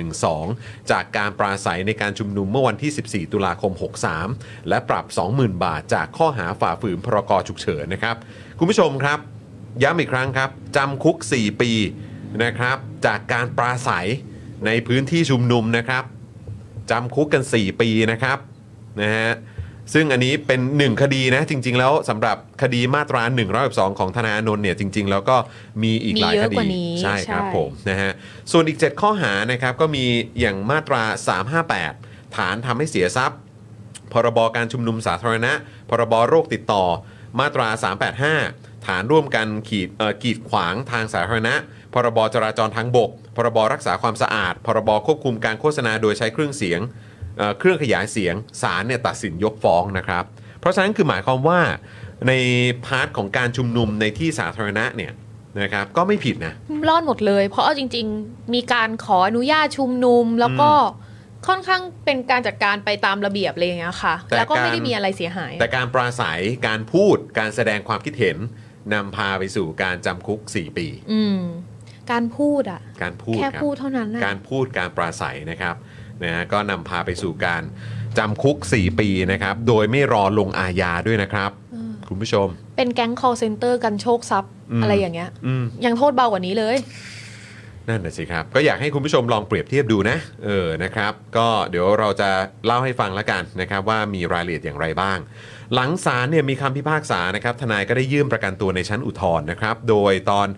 .112 จากการปราศัยในการชุมนุมเมื่อวันที่14ตุลาคม63และปรับ 20,000 บาทจากข้อหาฝ่าฝืนพรก.ฉุกเฉินนะครับคุณผู้ชมครับย้ำอีกครั้งครับจำคุก4 ปีนะครับจากการปราศัยในพื้นที่ชุมนุมนะครับจำคุกกัน4 ปีนะครับนะฮะซึ่งอันนี้เป็น1คดีนะจริงๆแล้วสำหรับคดีมาตรา112ของทนายอานนท์เนี่ยจริงๆแล้วก็มีอีกหลายคดีใช่ครับผมนะฮะส่วนอีก7ข้อหานะครับก็มีอย่างมาตรา358ฐานทำให้เสียทรัพย์พรบการชุมนุมสาธารณะพรบโรคติดต่อมาตรา385ฐานร่วมกันกีดขวางทางสาธารณะพรบจราจรทางบกพรบรักษาความสะอาดพรบควบคุมการโฆษณาโดยใช้เครื่องเสียงเครื่องขยายเสียงศาลเนี่ยตัดสินยกฟ้องนะครับเพราะฉะนั้นคือหมายความว่าในพาร์ทของการชุมนุมในที่สาธารณะเนี่ยนะครับก็ไม่ผิดนะรอดหมดเลยเพราะเอาจริงๆมีการขออนุญาตชุมนุมแล้วก็ค่อนข้างเป็นการจัดการไปตามระเบียบอะไรอย่างเงี้ยค่ะแล้วก็ไม่ได้มีอะไรเสียหายแต่การปราศัยการพูดการแสดงความคิดเห็นนำพาไปสู่การจำคุก4 ปีการพูดการพูดแค่พูดเท่านั้นการพูดการปราศัยนะครับนะฮะก็นำพาไปสู่การจำคุก4 ปีนะครับโดยไม่รอลงอาญาด้วยนะครับคุณผู้ชมเป็นแก๊ง call center กันโชคทรัพย์อะไรอย่างเงี้ยยังโทษเบากว่านี้เลยนั่นแหละสิครับก็อยากให้คุณผู้ชมลองเปรียบเทียบดูนะนะครับก็เดี๋ยวเราจะเล่าให้ฟังแล้วกันนะครับว่ามีรายละเอียดอย่างไรบ้างหลังศาลเนี่ยมีคำพิพากษานะครับทนายก็ได้ยื่นประกันตัวในชั้นอุทธรณ์นะครับโดยตอน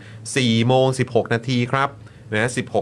4:16 นาทีครับนะ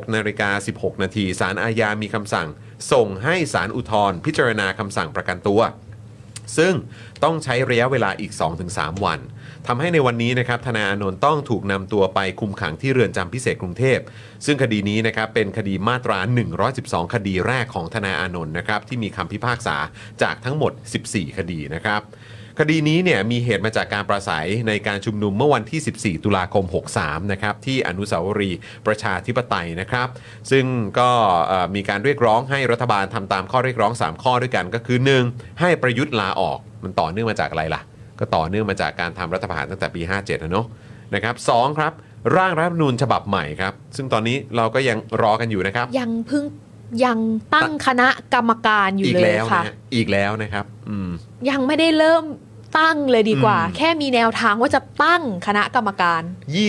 16:16 นาทีศาลอาญามีคำสั่งส่งให้ศาลอุทธรณ์พิจารณาคำสั่งประกันตัวซึ่งต้องใช้ระยะเวลาอีก 2-3 วันทำให้ในวันนี้นะครับทนายอานนท์ต้องถูกนำตัวไปคุมขังที่เรือนจำพิเศษกรุงเทพซึ่งคดีนี้นะครับเป็นคดีมาตรา 112 คดีแรกของทนายอานนท์นะครับที่มีคำพิพากษาจากทั้งหมด 14 คดีนะครับคดีนี้เนี่ยมีเหตุมาจากการปราศัยในการชุมนุมเมื่อวันที่ 14 ตุลาคม 63 นะครับที่อนุสาวรีย์ประชาธิปไตยนะครับซึ่งก็มีการเรียกร้องให้รัฐบาลทำตามข้อเรียกร้อง 3 ข้อด้วยกันก็คือ 1. ให้ประยุทธ์ลาออกมันต่อเนื่องมาจากอะไรล่ะก็ต่อเนื่องมาจากการทำรัฐประหารตั้งแต่ปี 57 นะเนาะนะครับ 2 ครับร่างรัฐธรรมนูญฉบับใหม่ครับซึ่งตอนนี้เราก็ยังรอกันอยู่นะครับยังตั้งคณะกรรมการอยู่เลยค่ะอีกแล้วนะครับยังไม่ได้เริ่มตั้งเลยดีกว่าแค่มีแนวทางว่าจะตั้งคณะกรรมการ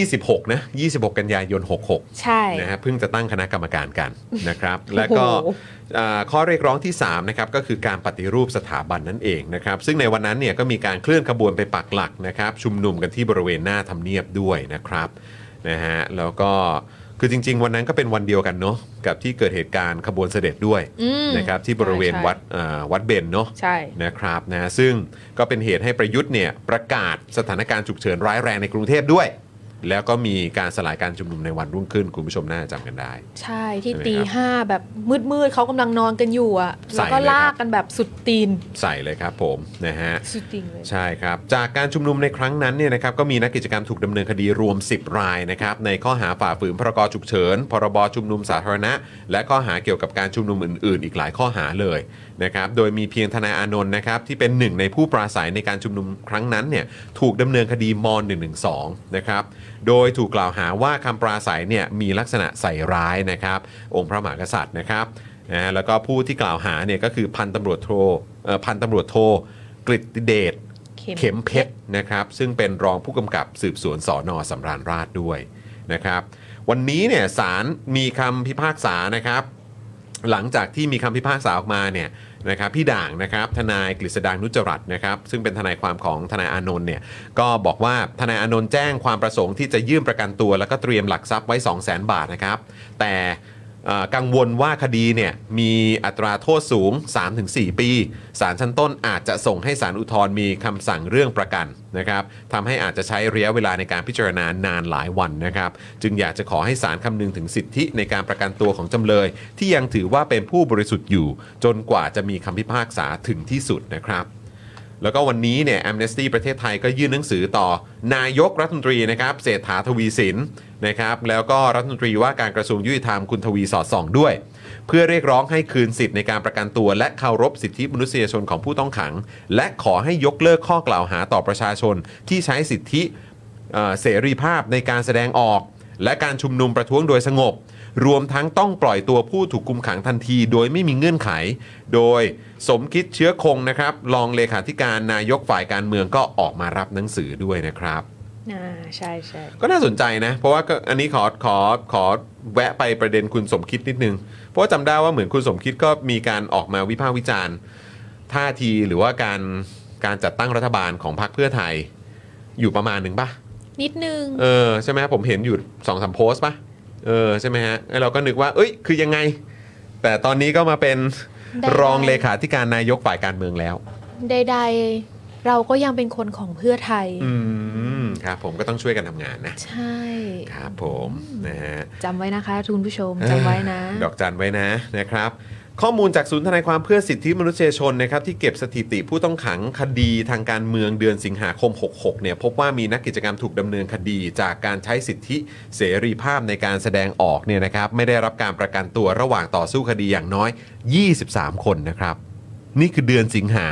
26นะ26กันยายน66 ใช่นะฮะเพิ่งจะตั้งคณะกรรมการกันนะครับแล้วก็ข้อเรียกร้องที่3นะครับก็คือการปฏิรูปสถาบันนั่นเองนะครับซึ่งในวันนั้นเนี่ยก็มีการเคลื่อนขบวนไปปักหลักนะครับชุมนุมกันที่บริเวณหน้าทำเนียบด้วยนะครับนะฮะแล้วก็คือจริงๆวันนั้นก็เป็นวันเดียวกันเนาะกับที่เกิดเหตุการณ์ขบวนเสด็จด้วยนะครับที่บริเวณวัดเบญเนาะนะครับนะซึ่งก็เป็นเหตุให้ประยุทธ์เนี่ยประกาศสถานการณ์ฉุกเฉินร้ายแรงในกรุงเทพด้วยแล้วก็มีการสลายการชุมนุมในวันรุ่งขึ้นคุณผู้ชมน่าจะจำกันได้ใช่ที่ตี 5แบบมืดๆเขากำลังนอนกันอยู่อ่ะแล้วก็ลากกันแบบสุดตีนใส่เลยครับผมนะฮะสุดตีนเลยใช่ครับจากการชุมนุมในครั้งนั้นเนี่ยนะครับก็มีนักกิจกรรมถูกดำเนินคดีรวม10รายนะครับในข้อหาฝ่าฝืนพรกฉุกเฉินพรบชุมนุมสาธารณะและข้อหาเกี่ยวกับการชุมนุมอื่นๆอีกหลายข้อหาเลยนะครับโดยมีเพียงทนายอานนท์นะครับที่เป็นหนึ่งในผู้ปราศัยในการชุมนุมครั้งนั้นเนี่ยถูกดำเนินคดีม.112 นะครับโดยถูกกล่าวหาว่าคำปราศัยเนี่ยมีลักษณะใส่ร้ายนะครับองค์พระมหากษัตริย์นะครับแล้วก็ผู้ที่กล่าวหาเนี่ยก็คือพันตำรวจโทกฤติเดชเข็มเพชรนะครับซึ่งเป็นรองผู้กำกับสืบสวนสน.สำราญราษฎร์ด้วยนะครับวันนี้เนี่ยศาลมีคำพิพากษานะครับหลังจากที่มีคำพิพากษาออกมาเนี่ยนะครับพี่ด่างนะครับทนายกฤษดางนุจจรัตน์นะครับซึ่งเป็นทนายความของทนายอานนท์เนี่ยก็บอกว่าทนายอานนท์แจ้งความประสงค์ที่จะยื่นประกันตัวแล้วก็เตรียมหลักทรัพย์ไว้ 200,000 บาทนะครับแต่กังวลว่าคดีเนี่ยมีอัตราโทษสูง 3-4 ปีศาลชั้นต้นอาจจะส่งให้ศาลอุทธรณ์มีคำสั่งเรื่องประกันนะครับทำให้อาจจะใช้ระยะเวลาในการพิจารณานานหลายวันนะครับจึงอยากจะขอให้ศาลคำนึงถึงสิทธิในการประกันตัวของจำเลยที่ยังถือว่าเป็นผู้บริสุทธิ์อยู่จนกว่าจะมีคำพิพากษาถึงที่สุดนะครับแล้วก็วันนี้เนี่ย Amnesty ประเทศไทยก็ยื่นหนังสือต่อนายกรัฐมนตรีนะครับเศรษฐาทวีสินนะครับแล้วก็รัฐมนตรีว่าการกระทรวงยุติธรรมคุณทวีสอดส่องด้วยเพื่อเรียกร้องให้คืนสิทธิ์ในการประกันตัวและเคารพสิทธิมนุษยชนของผู้ต้องขังและขอให้ยกเลิกข้อกล่าวหาต่อประชาชนที่ใช้สิทธิเสรีภาพในการแสดงออกและการชุมนุมประท้วงโดยสงบรวมทั้งต้องปล่อยตัวผู้ถูกคุมขังทันทีโดยไม่มีเงื่อนไขโดยสมคิดเชื้อคงนะครับรองเลขาธิการนายกฝ่ายการเมืองก็ออกมารับหนังสือด้วยนะครับใช่ใช่ก็น่าสนใจนะเพราะว่าอันนี้ขอแวะไปประเด็นคุณสมคิดนิดนึงเพราะว่าจำได้ว่าเหมือนคุณสมคิดก็มีการออกมาวิพากษ์วิจารณ์ท่าทีหรือว่าการจัดตั้งรัฐบาลของพรรคเพื่อไทยอยู่ประมาณหนึ่งป่ะนิดนึงใช่ไหมผมเห็นอยู่ 2-3 โพสต์ป่ะใช่ไหมฮะเราก็นึกว่าคือยังไงแต่ตอนนี้ก็มาเป็นรองเลขาธิการนายกฝ่ายการเมืองแล้วใดๆเราก็ยังเป็นคนของเพื่อไทยครับผมก็ต้องช่วยกันทำงานนะใช่ครับผมนะฮะจำไว้นะคะคุณผู้ชมจำไว้นะดอกจันไว้นะครับข้อมูลจากศูนย์ทนายความเพื่อสิทธิมนุษยชนนะครับที่เก็บสถิติผู้ต้องขังคดีทางการเมืองเดือนสิงหาคม66เนี่ยพบว่ามีนักกิจกรรมถูกดำเนินคดีจากการใช้สิทธิเสรีภาพในการแสดงออกเนี่ยนะครับไม่ได้รับการประกันตัวระหว่างต่อสู้คดีอย่างน้อย23คนนะครับนี่คือเดือนสิงหา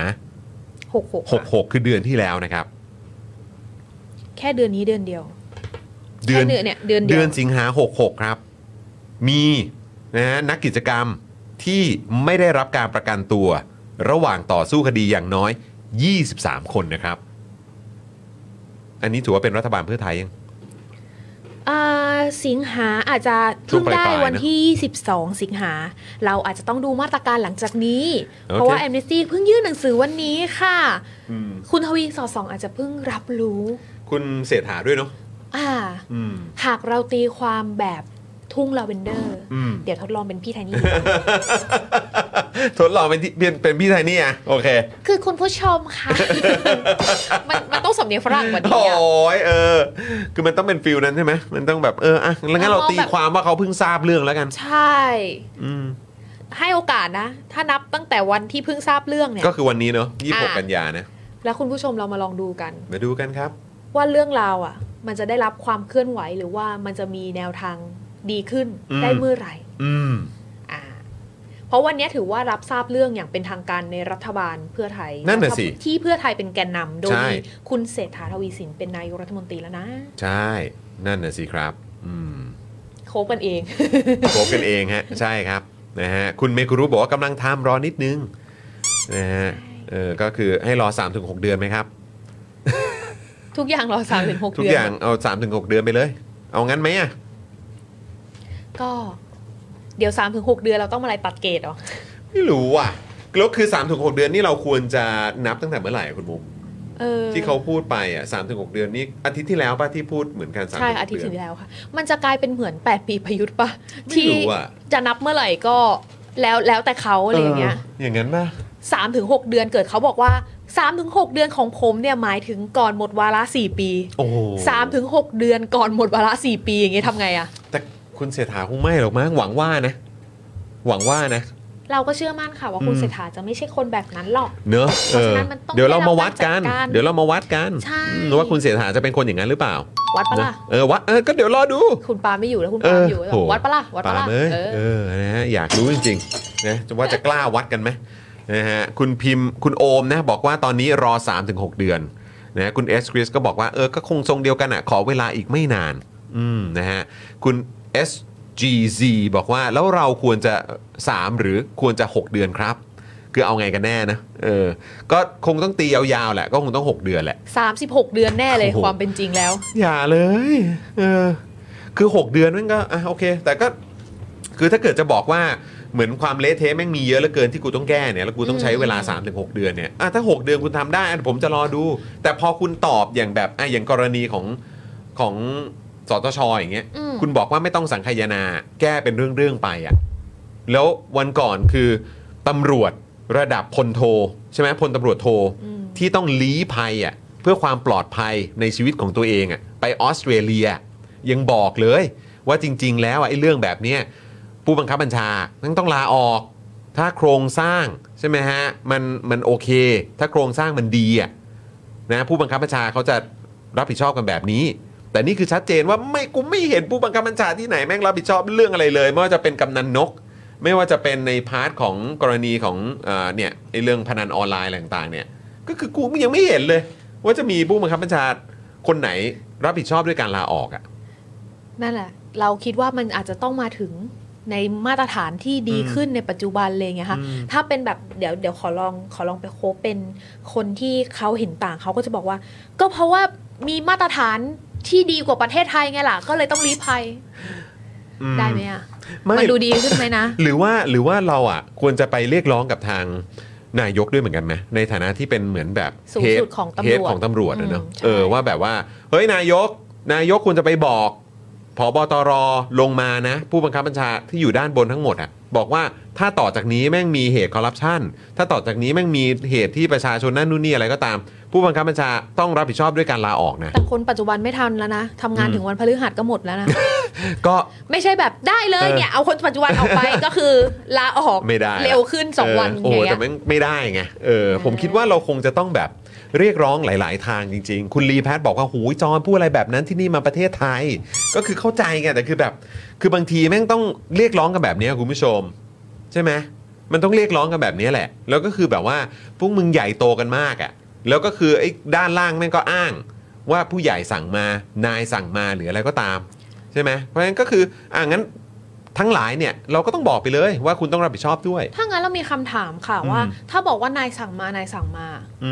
66คือเดือนที่แล้วนะครับแค่เดือนนี้เดือนเดียวเดือนสิงหา66ครับมีนะนักกิจกรรมที่ไม่ได้รับการประกันตัวระหว่างต่อสู้คดีอย่างน้อย23คนนะครับอันนี้ถือว่าเป็นรัฐบาลเพื่อไทยยังสิงหาอาจจะเพิ่งได้วันที่ช่วงปลายๆนะ 22 สิงหาเราอาจจะต้องดูมาตรการหลังจากนี้โอเคเพราะว่า Amnesty เพิ่งยื่นหนังสือวันนี้ค่ะคุณทวีสอดส่องอาจจะเพิ่งรับรู้คุณเศรษฐาด้วยเนาะหากเราตีความแบบทุ่งลาเวนเดอร์เดี๋ยวทดลองเป็นพี่ไทนี่ทดลองเป็นพี่ไทยนี่อ่ะโอเคคือคุณผู้ชมค่ะ มันต้องสำเนียงฝรั่งกว่านี้โอ้อะยคือมันต้องเป็นฟิลนั้นใช่ไหมมันต้องแบบอ่ะแล้วงั้นเราตีความว่าเขาเพิ่งทราบเรื่องแล้วกันใช่ให้โอกาสนะถ้านับตั้งแต่วันที่เพิ่งทราบเรื่องเนี่ยก็คือวันนี้เนาะ26 กันยานะแล้วคุณผู้ชมเรามาลองดูกันมาดูกันครับว่าเรื่องราวอ่ะมันจะได้รับความเคลื่อนไหวหรือว่ามันจะมีแนวทางดีขึ้นได้เมื่อไหร่เพราะวันนี้ถือว่ารับทราบเรื่องอย่างเป็นทางการในรัฐบาลเพื่อไทยนั่นน่ะสิที่เพื่อไทยเป็นแกนนำโดยมีคุณเศรษฐาทวีสินเป็นนายกรัฐมนตรีแล้วนะใช่นั่นน่ะสิครับโคบกันเองโคบกันเองฮะใช่ครับนะฮะคุณเมกุรุบอกว่ากำลังทำรอนิดนึงนะฮะก็คือให้รอ 3-6 เดือนไหมครับทุกอย่างรอ 3-6 เดือนทุกอย่างเอา 3-6 เดือนไปเลยเอางั้นไหมอ่ะก็เดี๋ยว 3-6 เดือนเราต้องมาอะไรตัดเกรดหรอไม่รู้อ่ะแล้วคือ 3-6 เดือนนี่เราควรจะนับตั้งแต่เมื่อไหร่คุณมุกที่เขาพูดไปอ่ะ 3-6 เดือนนี่อาทิตย์ที่แล้วป่ะที่พูดเหมือนกันใช่อาทิตย์ที่แล้วค่ะมันจะกลายเป็นเหมือน8 ปีประยุทธ์ป่ะที่จะนับเมื่อไหร่ก็แล้วแต่เขาอะไรอย่างเงี้ยอย่างนั้นป่ะ 3-6 เดือนเกิดเขาบอกว่า 3-6 เดือนของผมเนี่ยหมายถึงก่อนหมดวาระ4 ปี 3-6 เดือนก่อนหมดวาระ4 ปีอย่างเงี้ยทำไงอ่ะแต่คุณเศรษฐาคงไม่หรอกมั้งหวังว่านะเราก็เชื่อมั่นค่ะว่าคุณเศรษฐาจะไม่ใช่คนแบบนั้นหรอกเนอะเดี๋ยวเรามาวัดกันว่าคุณเศรษฐาจะเป็นคนอย่างนั้นหรือเปล่าวัดปะล่ะวัดก็เดี๋ยวรอดูคุณปาไม่อยู่แล้วคุณปาอยู่วัดปะล่ะนะฮะอยากรู้จริงๆนะว่าจะกล้าวัดกันไหมนะฮะคุณพิมพ์คุณโอมนะบอกว่าตอนนี้รอ 3-6 เดือนนะคุณเอสคริสก็บอกว่าก็คงทรงเดียวกันอ่ะขอเวลาอีกไม่นานนะฮะคุณ SGZ บอกว่าแล้วเราควรจะ3หรือควรจะ6เดือนครับคือเอาไงกันแน่นะก็คงต้องตียาวๆแหละก็คงต้อง6เดือนแหละ 36เดือนแน่เลยความเป็นจริงแล้วอย่าเลยคือ6เดือนมันก็โอเคแต่ก็คือถ้าเกิดจะบอกว่าเหมือนความเละเทะแม่งมีเยอะเหลือเกินที่กูต้องแก้เนี่ยแล้วกูต้องใช้เวลา 3-6 เดือนเนี่ยถ้า6เดือนคุณทำได้ผมจะรอดูแต่พอคุณตอบอย่างแบบอย่างกรณีของสตช.อย่างเงี้ยคุณบอกว่าไม่ต้องสังคายนาแก้เป็นเรื่องๆไปอ่ะแล้ววันก่อนคือตำรวจระดับพลโทใช่ไหมพลตำรวจโทที่ต้องลี้ภัยอ่ะเพื่อความปลอดภัยในชีวิตของตัวเองอ่ะไปออสเตรเลียยังบอกเลยว่าจริงๆแล้วไอ้เรื่องแบบเนี้ยผู้บังคับบัญชาต้องลาออกถ้าโครงสร้างใช่ไหมฮะมันโอเคถ้าโครงสร้างมันดีอ่ะนะผู้บังคับบัญชาเขาจะรับผิดชอบกันแบบนี้แต่นี่คือชัดเจนว่ากูไม่เห็นผู้บังคับบัญชาที่ไหนแม่งรับผิดชอบเรื่องอะไรเลยไม่ว่าจะเป็นกำนันนกไม่ว่าจะเป็นในพาร์ทของกรณีของเนี่ยไอ้เรื่องพนันออนไลน์อะไรต่างๆเนี่ยก็คือกูยังไม่เห็นเลยว่าจะมีผู้บังคับบัญชาคนไหนรับผิดชอบด้วยการลาออกอ่ะนั่นแหละเราคิดว่ามันอาจจะต้องมาถึงในมาตรฐานที่ดีขึ้นในปัจจุบันเลยไงคะถ้าเป็นแบบเดี๋ยวขอลองไปโค้ชเป็นคนที่เขาเห็นต่างเขาก็จะบอกว่าก็เพราะว่ามีมาตรฐานที่ดีกว่าประเทศไทยไงล่ะก็เลยต้องลี้ภัยได้ไหมอ่ะมันดูดีขึ้นไหมนะหรือว่าเราอ่ะควรจะไปเรียกร้องกับทางนายกด้วยเหมือนกันไหมในฐานะที่เป็นเหมือนแบบสูงสุดของตำรวจนะเนอะว่าแบบว่าเฮ้ยนายกควรจะไปบอกผบตรลงมานะผู้บังคับบัญชาที่อยู่ด้านบนทั้งหมดอ่ะบอกว่าถ้าต่อจากนี้แม่งมีเหตุคอร์รัปชันถ้าต่อจากนี้แม่งมีเหตุที่ประชาชนนั่นนู่นนี่อะไรก็ตามผู้บังคับบัญชาต้องรับผิดชอบด้วยการลาออกนะแต่คนปัจจุบันไม่ทันแล้วนะทำงานถึงวันพฤหัสก็หมดแล้วนะก็ไม่ใช่แบบได้เลยเนี่ยเอาคนปัจจุบันออกไป ก็คือลาออกไม่ได้เร็วขึ้น2วันอย่างเงี้ยแต่ไม่ได้ไงผมคิดว่าเราคงจะต้องแบบเรียกร้องหลายๆทางจริงๆคุณลีแพทบอกว่าหูยจอนพูดอะไรแบบนั้นที่นี่มาประเทศไทยก็คือเข้าใจไงแต่คือแบบคือบางทีแม่งต้องเรียกร้องกันแบบนี้คุณผู้ชมใช่ไหมมันต้องเรียกร้องกันแบบนี้แหละแล้วก็คือแบบว่าพวกมึงใหญ่โตกันมากอ่ะแล้วก็คือไอ้ด้านล่างแม่งก็อ้างว่าผู้ใหญ่สั่งมานายสั่งมาหรืออะไรก็ตามใช่ไหมเพราะฉะนั้นก็คืองั้นทั้งหลายเนี่ยเราก็ต้องบอกไปเลยว่าคุณต้องรับผิดชอบด้วยถ้างั้นเรามีคำถามค่ะว่าถ้าบอกว่านายสั่งมานายสั่งมา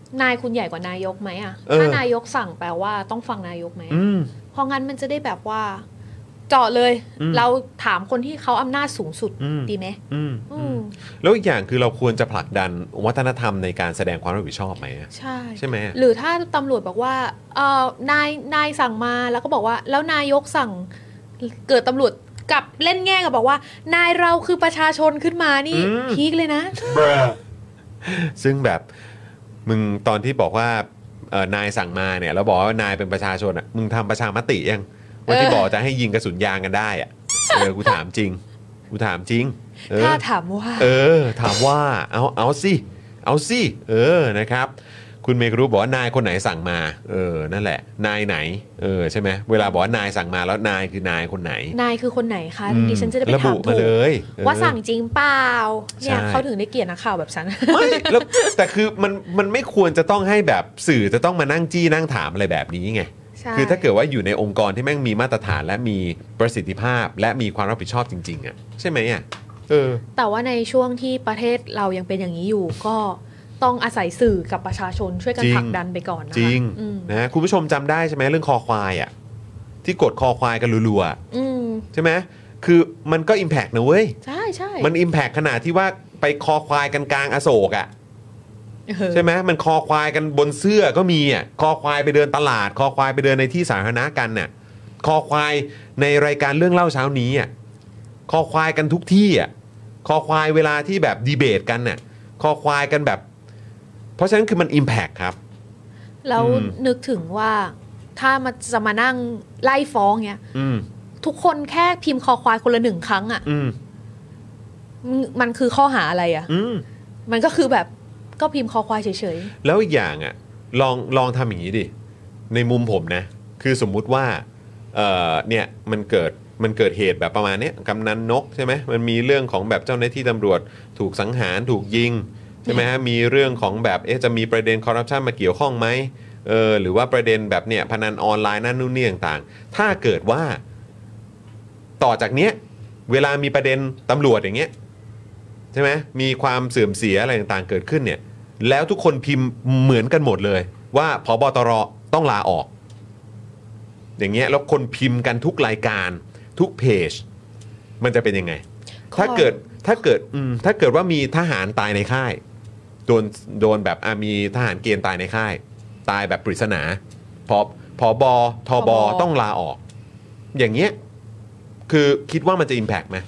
นายคุณใหญ่กว่านายกไหมอ่ะถ้านายกสั่งแปลว่าต้องฟังนายกไหมเพราะงั้นมันจะได้แบบว่าเจาะเลยเราถามคนที่เขาอำนาจสูงสุดดีไหมแล้วอีกอย่างคือเราควรจะผลักดันวัฒนธรรมในการแสดงความรับผิดชอบไหมใช่ไหมหรือถ้าตำรวจบอกว่านายสั่งมาแล้วก็บอกว่าแล้วนายกสั่งเกิดตำรวจกลับเล่นแง่กับบอกว่านายเราคือประชาชนขึ้นมานี่พีคเลยนะซึ่งแบบมึงตอนที่บอกว่านายสั่งมาเนี่ยแล้วบอกว่านายเป็นประชาชนอ่ะมึงทำประชามติยังวันที่บอกจะให้ยิงกระสุนยางกันได้อ่ะกูถามจริงถ้าถามว่าถามว่าเอาสินะครับคุณเมกรู้บอกว่านายคนไหนสั่งมานั่นแหละนายไหนใช่ไหมเวลาบอกว่านายสั่งมาแล้วนายคือนายคนไหนนายคือคนไหนคะดิฉันจะได้ไปถามถูกว่าสั่งจริงเปล่าเนี่ยเขาถึงได้เกลียดนักข่าวแบบฉันไม่แล้วแต่คือมันไม่ควรจะต้องให้แบบสื่อจะต้องมานั่งจี้นั่งถามอะไรแบบนี้ไงคือถ้าเกิดว่าอยู่ในองค์กรที่แม่งมีมาตรฐานและมีประสิทธิภาพและมีความรับผิดชอบจริงๆอ่ะใช่ไหมอ่ะแต่ว่าในช่วงที่ประเทศเรายังเป็นอย่างนี้อยู่ก็ต้องอาศัยสื่อกับประชาชนช่วยกันผลักดันไปก่อนนะคะจริงนะคุณผู้ชมจำได้ใช่ไหมเรื่องคอควายอ่ะที่กดคอควายกันรัวๆใช่ไหมคือมันก็ impact นะเว้ยใช่มัน impact ขนาดที่ว่าไปคอควายกันกลางอโศกอ่ะใช่ไหมมันคอควายกันบนเสื้อก็มีอ่ะคอควายไปเดินตลาดคอควายไปเดินในที่สาธารณะกันน่ะคอควายในรายการเรื่องเล่าเช้านี้อ่ะคอควายกันทุกที่อ่ะคอควายเวลาที่แบบดีเบตกันน่ะคอควายกันแบบเพราะฉะนั้นคือมัน impact ครับแล้วนึกถึงว่าถ้ามันจะมานั่งไล่ฟ้องเงี้ยทุกคนแค่พิมพ์คอควายคนละ1 ครั้งอ่ะมันคือข้อหาอะไรอ่ะมันก็คือแบบก็พิมพ์คอควายเฉยๆแล้วอีกอย่างอ่ะลองทำอย่างนี้ดิในมุมผมนะคือสมมุติว่าเนี่ยมันเกิดเหตุแบบประมาณนี้กำนันนกใช่ไหมมันมีเรื่องของแบบเจ้าหน้าที่ตำรวจถูกสังหารถูกยิงใช่ไหมฮะมีเรื่องของแบบจะมีประเด็นคอร์รัปชันมาเกี่ยวข้องไหมหรือว่าประเด็นแบบเนี่ยพนันออนไลน์นั่นนู่นนี่ต่างๆถ้าเกิดว่าต่อจากเนี้ยเวลามีประเด็นตำรวจอย่างเงี้ยใช่ไหมมีความเสื่อมเสียอะไรต่างๆเกิดขึ้นเนี่ยแล้วทุกคนพิมพ์เหมือนกันหมดเลยว่าผบตรต้องลาออกอย่างเงี้ยแล้วคนพิมพ์กันทุกรายการทุกเพจมันจะเป็นยังไงถ้าเกิดว่ามีทหารตายในค่ายโดนแบบมีทหารเกณฑ์ตายในค่ายตายแบบปริศนาผบทบต้องลาออกอย่างเงี้ยคือคิดว่ามันจะ impact ไหม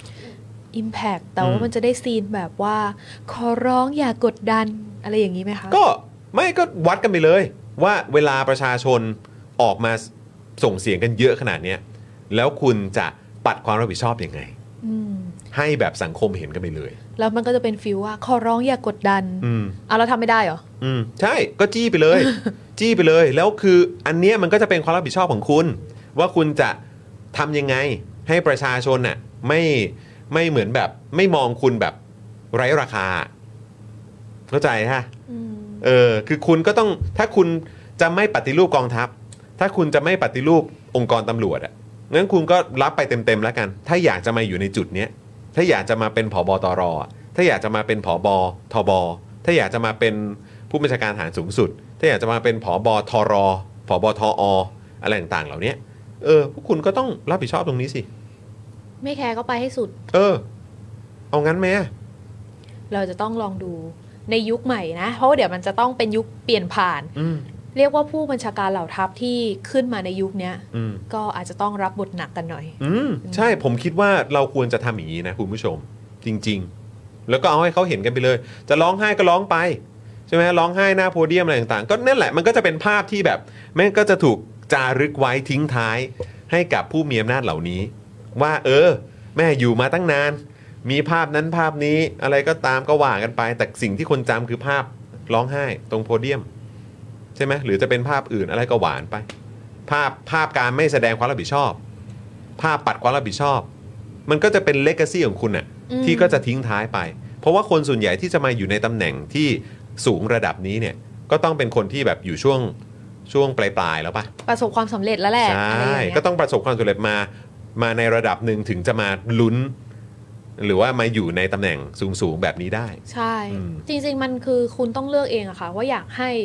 impact แต่ว่ามันจะได้ซีนแบบว่าขอร้องอย่ากดดันอะไรอย่างนี้ไหมคะก็ไม่ก็วัดกันไปเลยว่าเวลาประชาชนออกมาส่งเสียงกันเยอะขนาดนี้แล้วคุณจะปัดความรับผิดชอบยังไงให้แบบสังคมเห็นกันไปเลยแล้วมันก็จะเป็นฟีลว่าขอร้องอย่ากดดันเราทำไม่ได้เหรอใช่ก็จี้ไปเลย จี้ไปเลยแล้วคืออันเนี้ยมันก็จะเป็นความรับผิดชอบของคุณว่าคุณจะทำยังไงให้ประชาชนน่ะไม่เหมือนแบบไม่มองคุณแบบไร้ราคาเข้าใจฮะคือคุณก็ต้องถ้าคุณจะไม่ปฏิรูปกองทัพถ้าคุณจะไม่ปฏิรูปองค์กรตำรวจอ่ะงั้นคุณก็รับไปเต็มๆแล้วกันถ้าอยากจะมาอยู่ในจุดเนี้ยถ้าอยากจะมาเป็นผบตรถ้าอยากจะมาเป็นผบทบถ้าอยากจะมาเป็นผู้บัญชาการทหารสูงสุดถ้าอยากจะมาเป็นผบทรผบทออะไรต่างๆเหล่านี้พวกคุณก็ต้องรับผิดชอบตรงนี้สิไม่แคร์ก็ไปให้สุดเอางั้นไหมเราจะต้องลองดูในยุคใหม่นะเพราะว่าเดี๋ยวมันจะต้องเป็นยุคเปลี่ยนผ่านเรียกว่าผู้บัญชาการเหล่าทัพที่ขึ้นมาในยุคนี้ก็อาจจะต้องรับบทหนักกันหน่อยใช่ผมคิดว่าเราควรจะทำอย่างนี้นะคุณผู้ชมจริงๆแล้วก็เอาให้เขาเห็นกันไปเลยจะร้องไห้ก็ร้องไปใช่ไหมร้องไห้หน้าโพเดียมอะไรต่างๆก็นั่นแหละมันก็จะเป็นภาพที่แบบแม่งก็จะถูกจารึกไว้ทิ้งท้ายให้กับผู้มีอำนาจเหล่านี้ว่าแม่อยู่มาตั้งนานมีภาพนั้นภาพนี้อะไรก็ตามก็ว่ากันไปแต่สิ่งที่คนจำคือภาพร้องไห้ตรงโพเดียมใช่ไหมหรือจะเป็นภาพอื่นอะไรก็หวานไปภาพการไม่แสดงความรับผิดชอบภาพปัดความรับผิดชอบมันก็จะเป็นเลกาซีของคุณน่ะที่ก็จะทิ้งท้ายไปเพราะว่าคนส่วนใหญ่ที่จะมาอยู่ในตำแหน่งที่สูงระดับนี้เนี่ยก็ต้องเป็นคนที่แบบอยู่ช่วงปลายๆแล้วปะประสบความสำเร็จแล้วแหละใช่ก็ต้องประสบความสำเร็จมาในระดับหนึ่งถึงจะมาลุ้นหรือว่ามาอยู่ในตำแหน่งสูงๆแบบนี้ได้ใช่จริงๆมันคือคุณต้องเลือกเองอะค่ะว่าอยากให้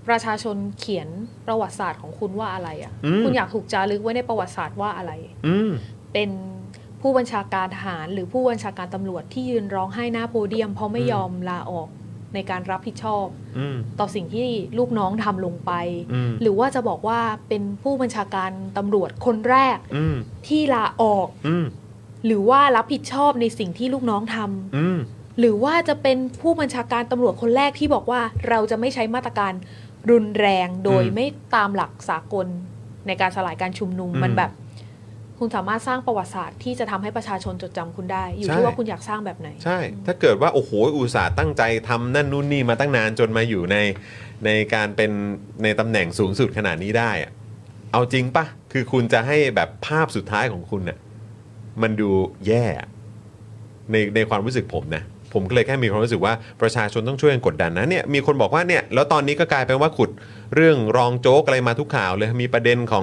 ประชาชนเขียนประวัติศาสตร์ของคุณว่าอะไรอ่ะคุณอยากถูกจารึกไว้ในประวัติศาสตร์ว่าอะไรเป็นผู้บัญชาการทหารหรือผู้บัญชาการตำรวจที่ยืนร้องไห้หน้าโพเดียมเพราะไม่ยอมลาออกในการรับผิดชอบต่อสิ่งที่ลูกน้องทำลงไปหรือว่าจะบอกว่าเป็นผู้บัญชาการตำรวจคนแรกที่ลาออกหรือว่ารับผิดชอบในสิ่งที่ลูกน้องทำหรือว่าจะเป็นผู้บัญชาการตำรวจคนแรกที่บอกว่าเราจะไม่ใช้มาตรการรุนแรงโดยไม่ตามหลักสากลในการสลายการชุมนุมมันแบบคุณสามารถสร้างประวัติศาสตร์ที่จะทำให้ประชาชนจดจำคุณได้อยู่ที่ว่าคุณอยากสร้างแบบไหนใช่ถ้าเกิดว่าโอ้โหอุตส่าห์ตั้งใจทำนั่นนู่นนี่มาตั้งนานจนมาอยู่ในการเป็นในตำแหน่งสูงสุดขนาดนี้ได้อะเอาจริงปะคือคุณจะให้แบบภาพสุดท้ายของคุณน่ะมันดูแย่ในความรู้สึกผมนะผมก็เลยแค่มีความรู้สึกว่าประชาชนต้องช่วยกันกดดันนะเนี่ยมีคนบอกว่าเนี่ยแล้วตอนนี้ก็กลายเป็นว่าขุดเรื่องรองโจ๊กอะไรมาทุกข่าวเลยมีประเด็นของ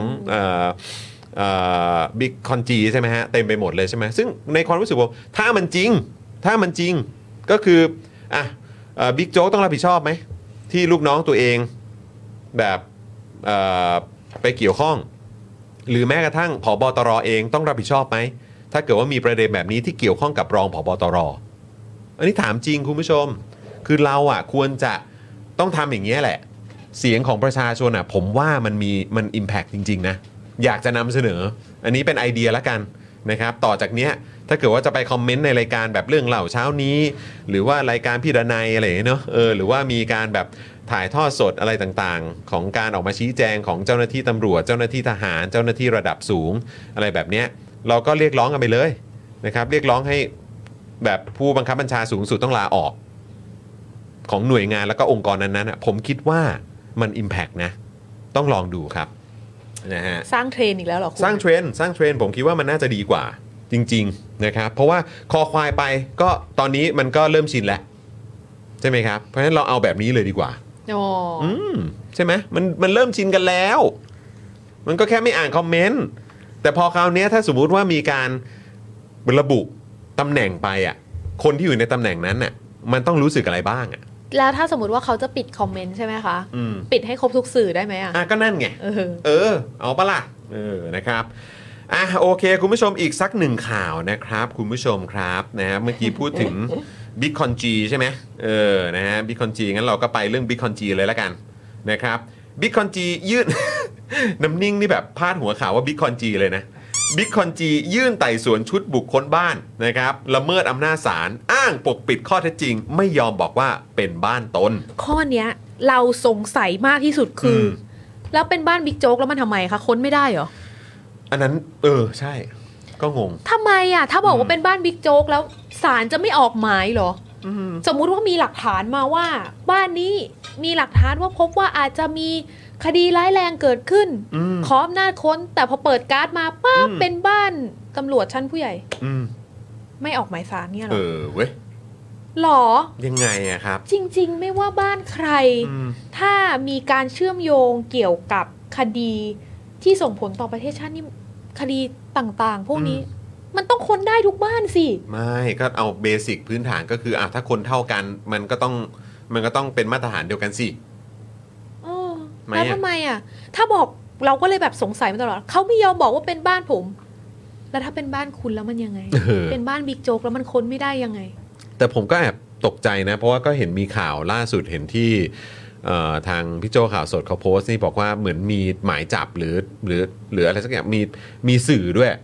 บิ๊กคอนจีใช่ไหมฮะเต็มไปหมดเลยใช่ไหมซึ่งในความรู้สึกว่าถ้ามันจริงก็คือบิ๊กโจ๊กต้องรับผิดชอบไหมที่ลูกน้องตัวเองแบบไปเกี่ยวข้องหรือแม้กระทั่งผบ.ตร.เองต้องรับผิดชอบไหมถ้าเกิดว่ามีประเด็นแบบนี้ที่เกี่ยวข้องกับรองผบ.ตร.อันนี้ถามจริงคุณผู้ชมคือเราควรจะต้องทำอย่างนี้แหละเสียงของประชาชนผมว่ามัน impact จริงๆนะอยากจะนำเสนออันนี้เป็นไอเดียละกันนะครับต่อจากเนี้ยถ้าเกิดว่าจะไปคอมเมนต์ในรายการแบบเรื่องเล่าเช้านี้หรือว่ารายการพี่ดนัยอะไรเนาะหรือว่ามีการแบบถ่ายทอดสดอะไรต่างๆของการออกมาชี้แจงของเจ้าหน้าที่ตำรวจเจ้าหน้าที่ทหารเจ้าหน้าที่ระดับสูงอะไรแบบเนี้ยเราก็เรียกร้องกันไปเลยนะครับเรียกร้องให้แบบผู้บังคับบัญชาสูงสุดต้องลาออกของหน่วยงานแล้วก็องค์กรนั้นๆผมคิดว่ามัน impact นะต้องลองดูครับนะฮะสร้างเทรนอีกแล้วเหรอคุณสร้างเทรนผมคิดว่ามันน่าจะดีกว่าจริงๆนะครับเพราะว่าคอควายไปก็ตอนนี้มันก็เริ่มชินแล้วใช่ไหมครับเพราะฉะนั้นเราเอาแบบนี้เลยดีกว่าใช่ไหมมันเริ่มชินกันแล้วมันก็แค่ไม่อ่านคอมเมนต์แต่พอคราวนี้ถ้าสมมุติว่ามีการระบุตำแหน่งไปคนที่อยู่ในตำแหน่งนั้นมันต้องรู้สึกอะไรบ้างแล้วถ้าสมมติว่าเขาจะปิดคอมเมนต์ใช่ไหมคะปิดให้ครบทุกสื่อได้ไหมก็นั่นไงเอาปะล่ะนะครับโอเคคุณผู้ชมอีกสักหนึ่งข่าวนะครับคุณผู้ชมครับนะฮะเมื่อกี้พูดถึงบิ๊กคอนจีใช่ไหมนะฮะบิ๊กคอนจีงั้นเราก็ไปเรื่องบิ๊กคอนจีเลยแล้วกันนะครับบิ๊กคอนจียื่น น้ำนิ่งนี่แบบพาดหัวข่าวว่าบิ๊กคอนจีเลยนะบิ๊กคอนจียื่นไต่สวนชุดบุคคลบ้านนะครับละเมิดอำนาจศาลอ้างปกปิดข้อเท็จจริงไม่ยอมบอกว่าเป็นบ้านตนข้อเนี้ยเราสงสัยมากที่สุดคือแล้วเป็นบ้านบิ๊กโจ๊กแล้วมันทำไมคะค้นไม่ได้เหรออันนั้นใช่ก็งงทำไมถ้าบอกว่าเป็นบ้านบิ๊กโจ๊กแล้วศาลจะไม่ออกหมายเหรอสมมุติว่ามีหลักฐานมาว่าบ้านนี้มีหลักฐานว่าพบว่าอาจจะมีคดีร้ายแรงเกิดขึ้นขออำนาจค้นแต่พอเปิดการ์ดมาปั๊บเป็นบ้านตำรวจชั้นผู้ใหญ่ไม่ออกหมายศาลเนี่ยหรอเว้ยหรอยังไงครับจริงๆไม่ว่าบ้านใครถ้ามีการเชื่อมโยงเกี่ยวกับคดีที่ส่งผลต่อประเทศชาตินี่คดีต่างๆพวกนี้มันต้องค้นได้ทุกบ้านสิไม่ก็เอาเบสิกพื้นฐานก็คือถ้าคนเท่ากันมันก็ต้องเป็นมาตรฐานเดียวกันสิแล้วทำไมถ้าบอกเราก็เลยแบบสงสัยมาตลอดเขาไม่ยอมบอกว่าเป็นบ้านผมแล้วถ้าเป็นบ้านคุณแล้วมันยังไง เป็นบ้านบิ๊กโจ๊กแล้วมันค้นไม่ได้ยังไงแต่ผมก็แอบตกใจนะเพราะว่าก็เห็นมีข่าวล่าสุดเห็นที่ทางพี่โจข่าวสดเขาโพสต์นี่บอกว่าเหมือนมีหมายจับหรืออะไรสักอย่างมีสื่อด้วย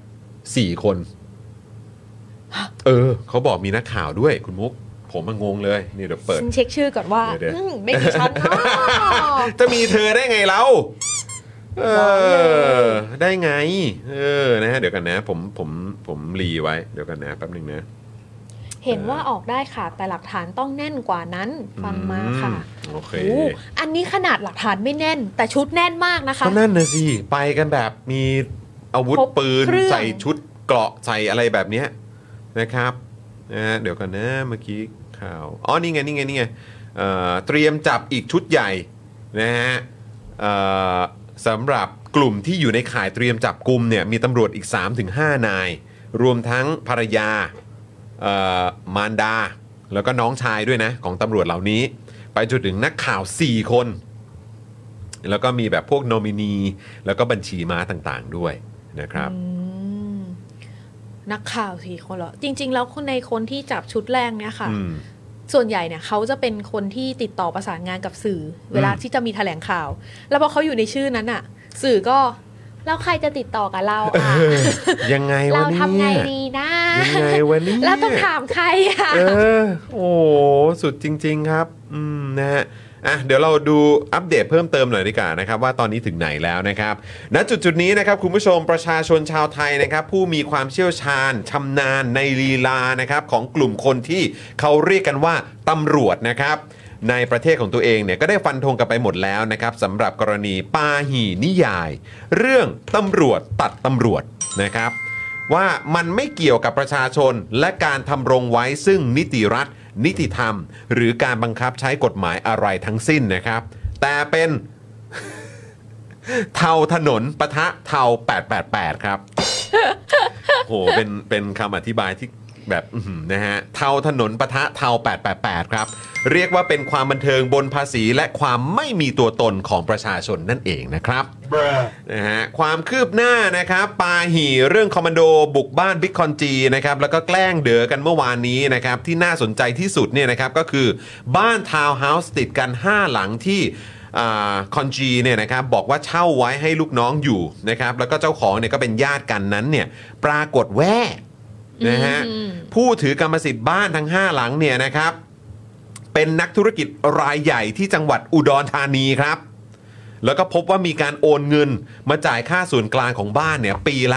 4 คนเขาบอกมีนักข่าวด้วยคุณมุกผมมันงงเลยนี่เดี๋ยวเปิดเช็คชื่อก่อนว่าไม่มีชั้นจะมีเธอได้ไงเราได้ไงนะฮะเดี๋ยวกันนะผมรีไว้เดี๋ยวกันนะแป๊บนึงนะเห็นว่าออกได้ค่ะแต่หลักฐานต้องแน่นกว่านั้นฟังมาค่ะโอเคอันนี้ขนาดหลักฐานไม่แน่นแต่ชุดแน่นมากนะคะก็นั่นนะสิไปกันแบบมีอาวุธปืนใส่ชุดเกราะใส่อะไรแบบนี้นะครับนะเดี๋ยวกันนะเมื่อกี้ข่าวนี่ไงเตรียมจับอีกชุดใหญ่นะฮะสำหรับกลุ่มที่อยู่ในข่ายเตรียมจับกุมเนี่ยมีตำรวจอีก 3-5 นายรวมทั้งภรรยามารดาแล้วก็น้องชายด้วยนะของตำรวจเหล่านี้ไปจนถึงนักข่าว4 คนแล้วก็มีแบบพวกโนมินีแล้วก็บัญชีม้าต่างๆด้วยนะครับนักข่าว4 คนเหรอจริงๆแล้วในคนที่จับชุดแรกเนี่ยค่ะส่วนใหญ่เนี่ยเขาจะเป็นคนที่ติดต่อประสานงานกับสื่อเวลาที่จะมีแถลงข่าวแล้วพอเขาอยู่ในชื่อนั้นอ่ะสื่อก็แล้วใครจะติดต่อกับเราอ่ะยังไงวะเนี่ยเราทำไงดีนะยังไงวะเนี่ยแล้วต้องถามใครอ่ะโอ้สุดจริงๆครับนะฮะเดี๋ยวเราดูอัปเดตเพิ่มเติมหน่อยดีกว่านะครับว่าตอนนี้ถึงไหนแล้วนะครับณจุดนี้นะครับคุณผู้ชมประชาชนชาวไทยนะครับผู้มีความเชี่ยวชาญชำนาญในลีลานะครับของกลุ่มคนที่เขาเรียกกันว่าตำรวจนะครับในประเทศของตัวเองเนี่ยก็ได้ฟันธงกันไปหมดแล้วนะครับสำหรับกรณีปาหี่นิยายเรื่องตำรวจตัดตำรวจนะครับว่ามันไม่เกี่ยวกับประชาชนและการทำรงไว้ซึ่งนิติรัฐนิติธรรมหรือการบังคับใช้กฎหมายอะไรทั้งสิ้นนะครับแต่เป็น เทาถนนปะทะเทา888ครับ โหเป็นคำอธิบายที่แบบนะฮะเทาถนนปะทะเทา888ครับเรียกว่าเป็นความบันเทิงบนภาษีและความไม่มีตัวตนของประชาชนนั่นเองนะครับนะฮะความคืบหน้านะครับปาหี่เรื่องคอมมานโดบุกบ้านบิ๊กคอนจีนะครับแล้วก็แกล้งเด๋อกันเมื่อวานนี้นะครับที่น่าสนใจที่สุดเนี่ยนะครับก็คือบ้านทาวน์เฮาส์ติดกัน5หลังที่คอนจีเนี่ยนะครับบอกว่าเช่าไว้ให้ลูกน้องอยู่นะครับแล้วก็เจ้าของเนี่ยก็เป็นญาติกันนั้นเนี่ยปรากฏแว่นะฮะผู้ถือกรรมสิทธิ์บ้านทั้ง5หลังเนี่ยนะครับเป็นนักธุรกิจรายใหญ่ที่จังหวัดอุดรธานีครับแล้วก็พบว่ามีการโอนเงินมาจ่ายค่าส่วนกลางของบ้านเนี่ยปีละ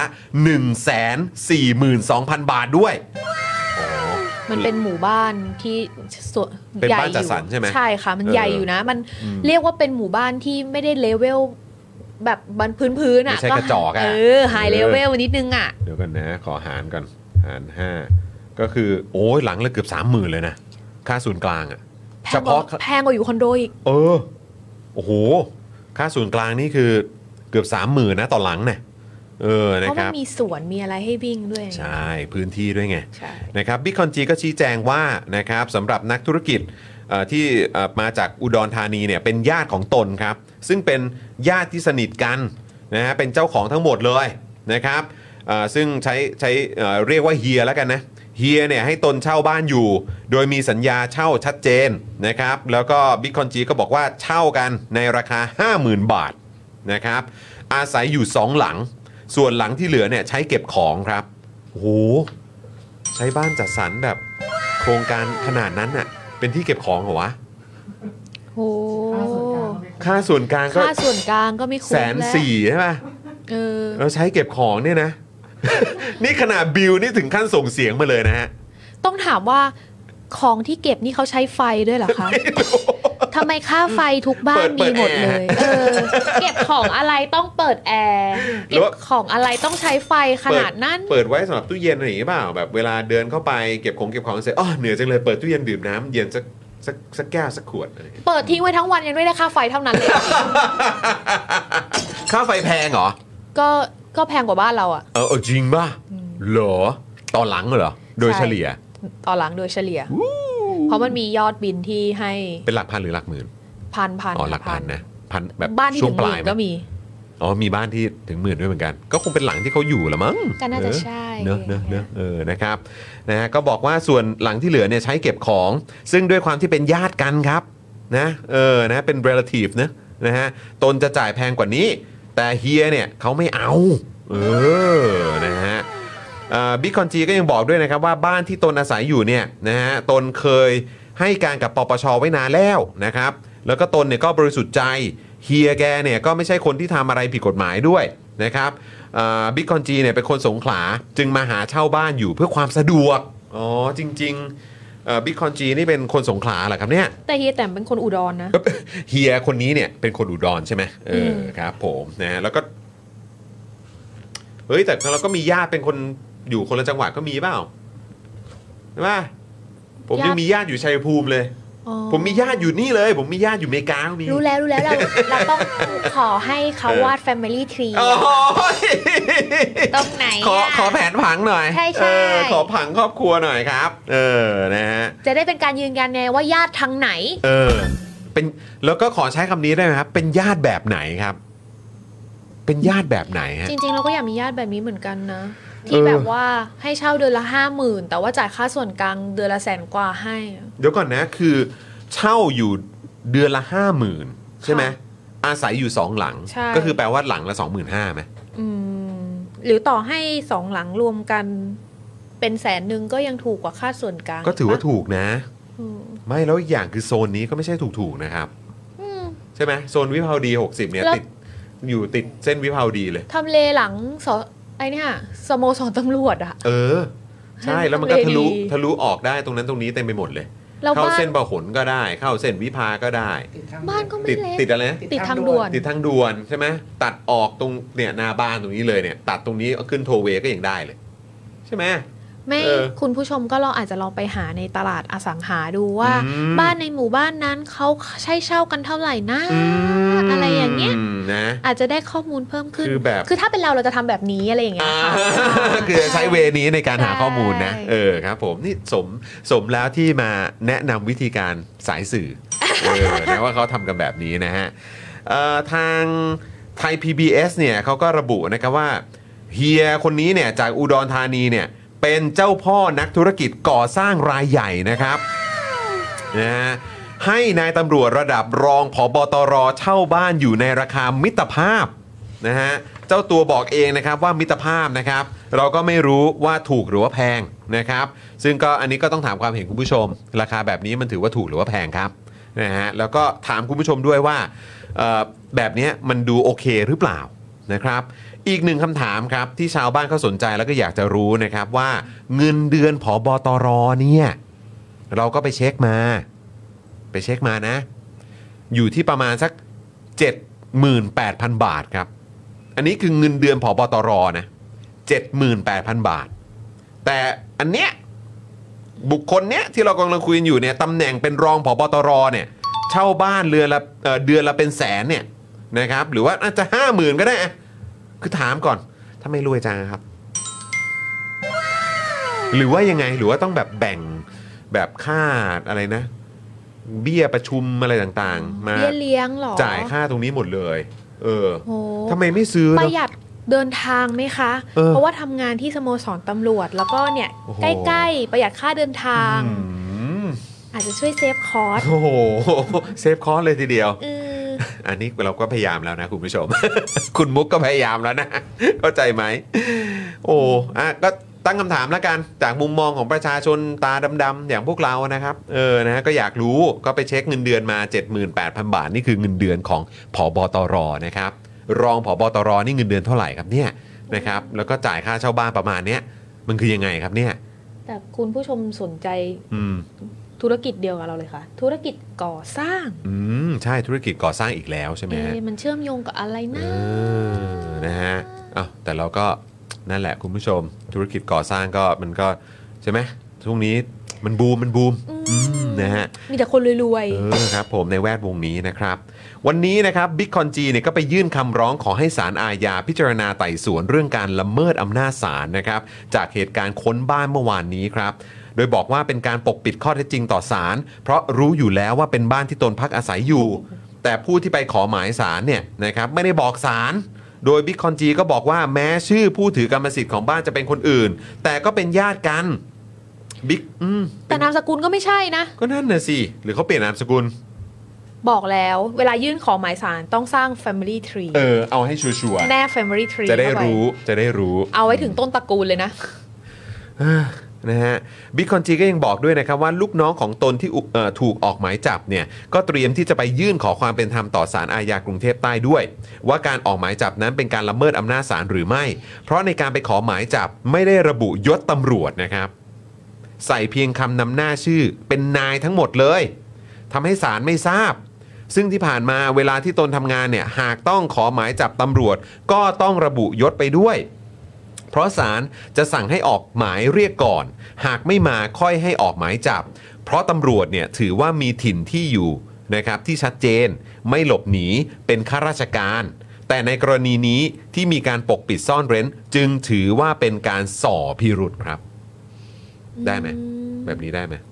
142,000 บาทด้วยมันเป็นหมู่บ้านที่เป็นบ้านจัดสรรใช่ไหมใช่ค่ะมันใหญ่อยู่นะมันเรียกว่าเป็นหมู่บ้านที่ไม่ได้เลเวลแบบบันพื้นๆอ่ะไม่ใช่กระจอกไฮเลเวลนิดนึงอ่ะเดี๋ยวกันนะขอหารก่อนหาร5ก็คือโอ้ยหลังละเกือบ 30,000 เลยนะค่าส่วนกลางอ่ะเฉพาะแพงกว่าอยู่คอนโดอีกโอ้โหค่าส่วนกลางนี่คือเกือบ 30,000 นะต่อหลังเนี่ยเพราะมันมีสวนมีอะไรให้วิ่งด้วยใช่พื้นที่ด้วยไงนะครับบิ๊กคอนจีก็ชี้แจงว่านะครับสำหรับนักธุรกิจที่มาจากอุดรธานีเนี่ยเป็นญาติของตนครับซึ่งเป็นญาติที่สนิทกันนะฮะเป็นเจ้าของทั้งหมดเลยนะครับซึ่งใช้เรียกว่าเฮียแล้วกันนะเฮียเนี่ยให้ตนเช่าบ้านอยู่โดยมีสัญญาเช่าชัดเจนนะครับแล้วก็บิ๊กคอนจีก็บอกว่าเช่ากันในราคา 50,000 บาทนะครับอาศัยอยู่2หลังส่วนหลังที่เหลือเนี่ยใช้เก็บของครับโอ้โหใช้บ้านจัดสรรแบบโครงการขนาดนั้นน่ะเป็นที่เก็บของเหรอวะโอ้ค่าส่วนกลางก็ไม่คุ้มแล้ว 140,000ใช่ป่ะแล้วใช้เก็บของเนี่ยนะ นี่ขนาดบิลนี่ถึงขั้นส่งเสียงมาเลยนะฮะต้องถามว่าของที่เก็บนี่เขาใช้ไฟด้วยเหรอคะทำไมค่าไฟทุกบ้านมีหมดเลยเก็บของอะไรต้องเปิดแอร์เก็บของอะไรต้องใช้ไฟขนาดนั้นเปิดไว้สำหรับตู้เย็นอะไรอย่างเงี้ยเปล่าแบบเวลาเดินเข้าไปเก็บของเสร็จเหนื่อยจังเลยเปิดตู้เย็นดื่มน้ำเย็นสักแก้วสักขวดเปิดทิ้งไว้ทั้งวันยังไม่ได้ค่าไฟเท่านั้นเลยค่าไฟแพงเหรอก็แพงกว่าบ้านเราอ่ะจริงป่ะเหรอต่อหลังเหรอโดยเฉลี่ยต่อหลังโดยเฉลี่ยเพราะมันมียอดบินที่ให้เป็นหลักพันหรือหลักหมื่นพันหลักพันนะพันแบบบ้านที่ถึงหมื่นก็มีมีบ้านที่ถึงหมื่นด้วยเหมือนกันก็คงเป็นหลังที่เขาอยู่ละมั้งก็น่าจะใช่เนอะนะครับนะฮะก็บอกว่าส่วนหลังที่เหลือเนี่ยใช้เก็บของซึ่งด้วยความที่เป็นญาติกันครับนะนะเป็น relative นะฮะตนจะจ่ายแพงกว่านี้แต่เฮียเนี่ยเขาไม่เอานะฮะบิ๊กคอนจีก็ยังบอกด้วยนะครับว่าบ้านที่ตนอาศัยอยู่เนี่ยนะฮะตนเคยให้การกับปปช.ไว้นานแล้วนะครับแล้วก็ตนเนี่ยก็บริสุทธิ์ใจเฮียแกเนี่ยก็ไม่ใช่คนที่ทำอะไรผิดกฎหมายด้วยนะครับบิ๊กคอนจีเนี่ยเป็นคนสงขลาจึงมาหาเช่าบ้านอยู่เพื่อความสะดวกจริงๆบิ๊กคอนจีนี่เป็นคนสงขลาเหรอครับเนี่ยแต่เฮียแต่เป็นคนอุดรนะเฮียคนนี้เนี่ยเป็นคนอุดรใช่ไหมครับผมนะแล้วก็เฮ้ยแต่เราก็มีญาติเป็นคนอยู่คนละจังหวัดก็มีเปล่าใช่ป่ะผมยังมีญาติอยู่ชัยภูมิเลยผมมีญาติอยู่นี่เลยผมมีญาติอยู่อเมริกามีรู้แล้วเราต้องขอให้เขาวาด Family Tree ตรงไหนขอแผนผังหน่อยใช่ขอผังครอบครัวหน่อยครับนะฮะจะได้เป็นการยืนยันไงว่าญาติทางไหนเป็นแล้วก็ขอใช้คำนี้ได้ไหมครับเป็นญาติแบบไหนครับเป็นญาติแบบไหนฮะจริงๆเราก็อยากมีญาติแบบนี้เหมือนกันนะที่แบบว่าให้เช่าเดือนละ 50,000 แต่ว่าจ่ายค่าส่วนกลางเดือนละ100,000 กว่าให้เดี๋ยวก่อนนะคือเช่าอยู่เดือนละ 50,000 ใช่ไหมอาศัยอยู่2หลังก็คือแปลว่าหลังละ 25,000 ไหมหรือต่อให้2หลังรวมกันเป็น100,000ก็ยังถูกกว่าค่าส่วนกลางก็ถือว่าถูกนะไม่แล้วอีกอย่างคือโซนนี้ก็ไม่ใช่ถูกๆนะครับใช่ไหมโซนวิภาวดี60เนี่ยติดเส้นวิภาวดีเลยทำเลหลังไอ้นี่สโมสรตำรวจอะใช่แล้วมันก็ทะลุออกได้ตรงนั้นตรงนี้เต็มไปหมดเลยเข้าเส้นพหลก็ได้เข้าเส้นวิภาก็ได้บ้านก็ไม่เล็กติดอะไรติดทางด่วนใช่ไหมตัดออกตรงเนี่ยหน้าบ้านตรงนี้เลยเนี่ยตัดตรงนี้ขึ้นโทเวก็ยังได้เลยใช่ไหมไม่คุณผู้ชมก็อาจจะลองไปหาในตลาดอสังหาดูว่าบ้านในหมู่บ้านนั้นเขาใช้เช่ากันเท่าไหร่นะอะไรอย่างเงี้ยนะอาจจะได้ข้อมูลเพิ่มขึ้นคือถ้าเป็นเราจะทำแบบนี้อะไรอย่างเงี้ยค่ะคือใช้เวนี้ในการหาข้อมูลนะครับผมนี่สมแล้วที่มาแนะนำวิธีการสายสื่อนะว่าเขาทำกันแบบนี้นะฮะทางไทย PBS เนี่ยเขาก็ระบุนะครับว่าเฮียคนนี้เนี่ยจากอุดรธานีเนี่ยเป็นเจ้าพ่อนักธุรกิจก่อสร้างรายใหญ่นะครับนะฮะให้นายตำรวจระดับรองผบตรเช่าบ้านอยู่ในราคามิตรภาพนะฮะเจ้าตัวบอกเองนะครับว่ามิตรภาพนะครับเราก็ไม่รู้ว่าถูกหรือว่าแพงนะครับซึ่งก็อันนี้ก็ต้องถามความเห็นคุณผู้ชมราคาแบบนี้มันถือว่าถูกหรือว่าแพงครับนะฮะแล้วก็ถามคุณผู้ชมด้วยว่าแบบนี้มันดูโอเคหรือเปล่านะครับอีกหนึ่งคำถามครับที่ชาวบ้านเขาสนใจแล้วก็อยากจะรู้นะครับว่าเงินเดือนผบตรเนี่ยเราก็ไปเช็คมานะอยู่ที่ประมาณสัก 78,000 บาทครับอันนี้คือเงินเดือนผบตรนะ 78,000 บาทแต่อันเนี้ยบุคคลเนี้ยที่เรากำลังคุยกันอยู่เนี่ยตำแหน่งเป็นรองผบตรเนี่ยเช่าบ้านเดือนละเป็นแสนเนี่ยนะครับหรือว่าอาจจะ 50,000 ก็ได้คือถามก่อนทำไมรวยจังครับหรือว่ายังไงหรือว่าต้องแบบแบ่งแบบค่าอะไรนะเบี้ยประชุมอะไรต่างๆมาเบี้ยเลี้ยงหรอจ่ายค่าตรงนี้หมดเลยทำไมไม่ซื้อประหยัดเดินทางไหมคะเพราะว่าทำงานที่สโมสรตำรวจแล้วก็เนี่ยใกล้ๆประหยัดค่าเดินทางอาจจะช่วยเซฟคอสโอ้โหเซฟคอสเลยทีเดียวอันนี้เราก็พยายามแล้วนะคุณผู้ชม คุณมุกก็พยายามแล้วนะเข้าใจไหมโอ้ก็ตั้งคำถามแล้วกันจากมุมมองของประชาชนตาดำๆอย่างพวกเรานะครับนะก็อยากรู้ก็ไปเช็คเงินเดือนมา 78,000 บาทนี่คือเงินเดือนของผบตรนะครับรองผบตรนี่เงินเดือนเท่าไหร่ครับเนี่ยนะครับแล้วก็จ่ายค่าเช่าบ้านประมาณเนี้ยมันคือยังไงครับเนี่ยแต่คุณผู้ชมสนใจธุรกิจเดียวกับเราเลยค่ะธุรกิจก่อสร้างใช่ธุรกิจก่อสร้างอีกแล้วใช่ไหมมันเชื่อมโยงกับอะไรนะนะฮะแต่เราก็นั่นแหละคุณผู้ชมธุรกิจก่อสร้างก็มันก็ใช่ไหมช่วงนี้มันบูมนะฮะมีแต่คนรวยๆครับผมในแวดวงนี้นะครับวันนี้นะครับบิ๊กคอนจีเนี่ยก็ไปยื่นคำร้องขอให้ศาลอาญาพิจารณาไต่สวนเรื่องการละเมิดอำนาจศาลนะครับจากเหตุการณ์ค้นบ้านเมื่อวานนี้ครับโดยบอกว่าเป็นการปกปิดข้อเท็จจริงต่อศาลเพราะรู้อยู่แล้วว่าเป็นบ้านที่ตนพักอาศัยอยู่แต่ผู้ที่ไปขอหมายศาลเนี่ยนะครับไม่ได้บอกศาลโดยบิ๊กคอนจีก็บอกว่าแม้ชื่อผู้ถือกรรมสิทธิ์ของบ้านจะเป็นคนอื่นแต่ก็เป็นญาติกันบิ๊กแต่นามสกุลก็ไม่ใช่นะก็นั่นน่ะสิหรือเขาเปลี่ยนนามสกุลบอกแล้วเวลายื่นขอหมายศาลต้องสร้าง Family Tree เอาให้ชัวร์แน่ Family Tree จะได้รู้เอาไว้ถึงต้นตระกูลเลยนะนะฮะบิ๊กคอนจีก็ยังบอกด้วยนะครับว่าลูกน้องของตนที่ถูกออกหมายจับเนี่ยก็เตรียมที่จะไปยื่นขอความเป็นธรรมต่อศาลอาญากรุงเทพใต้ด้วยว่าการออกหมายจับนั้นเป็นการละเมิดอำนาจศาลหรือไม่เพราะในการไปขอหมายจับไม่ได้ระบุยศตำรวจนะครับใส่เพียงคำนำหน้าชื่อเป็นนายทั้งหมดเลยทำให้ศาลไม่ทราบซึ่งที่ผ่านมาเวลาที่ตนทำงานเนี่ยหากต้องขอหมายจับตำรวจก็ต้องระบุยศไปด้วยเพราะศาลจะสั่งให้ออกหมายเรียกก่อนหากไม่มาค่อยให้ออกหมายจับเพราะตำรวจเนี่ยถือว่ามีถิ่นที่อยู่นะครับที่ชัดเจนไม่หลบหนีเป็นข้าราชการแต่ในกรณีนี้ที่มีการปกปิดซ่อนเร้นจึงถือว่าเป็นการส่อพิรุธครับได้ไหมแบบนี้ได้ไหม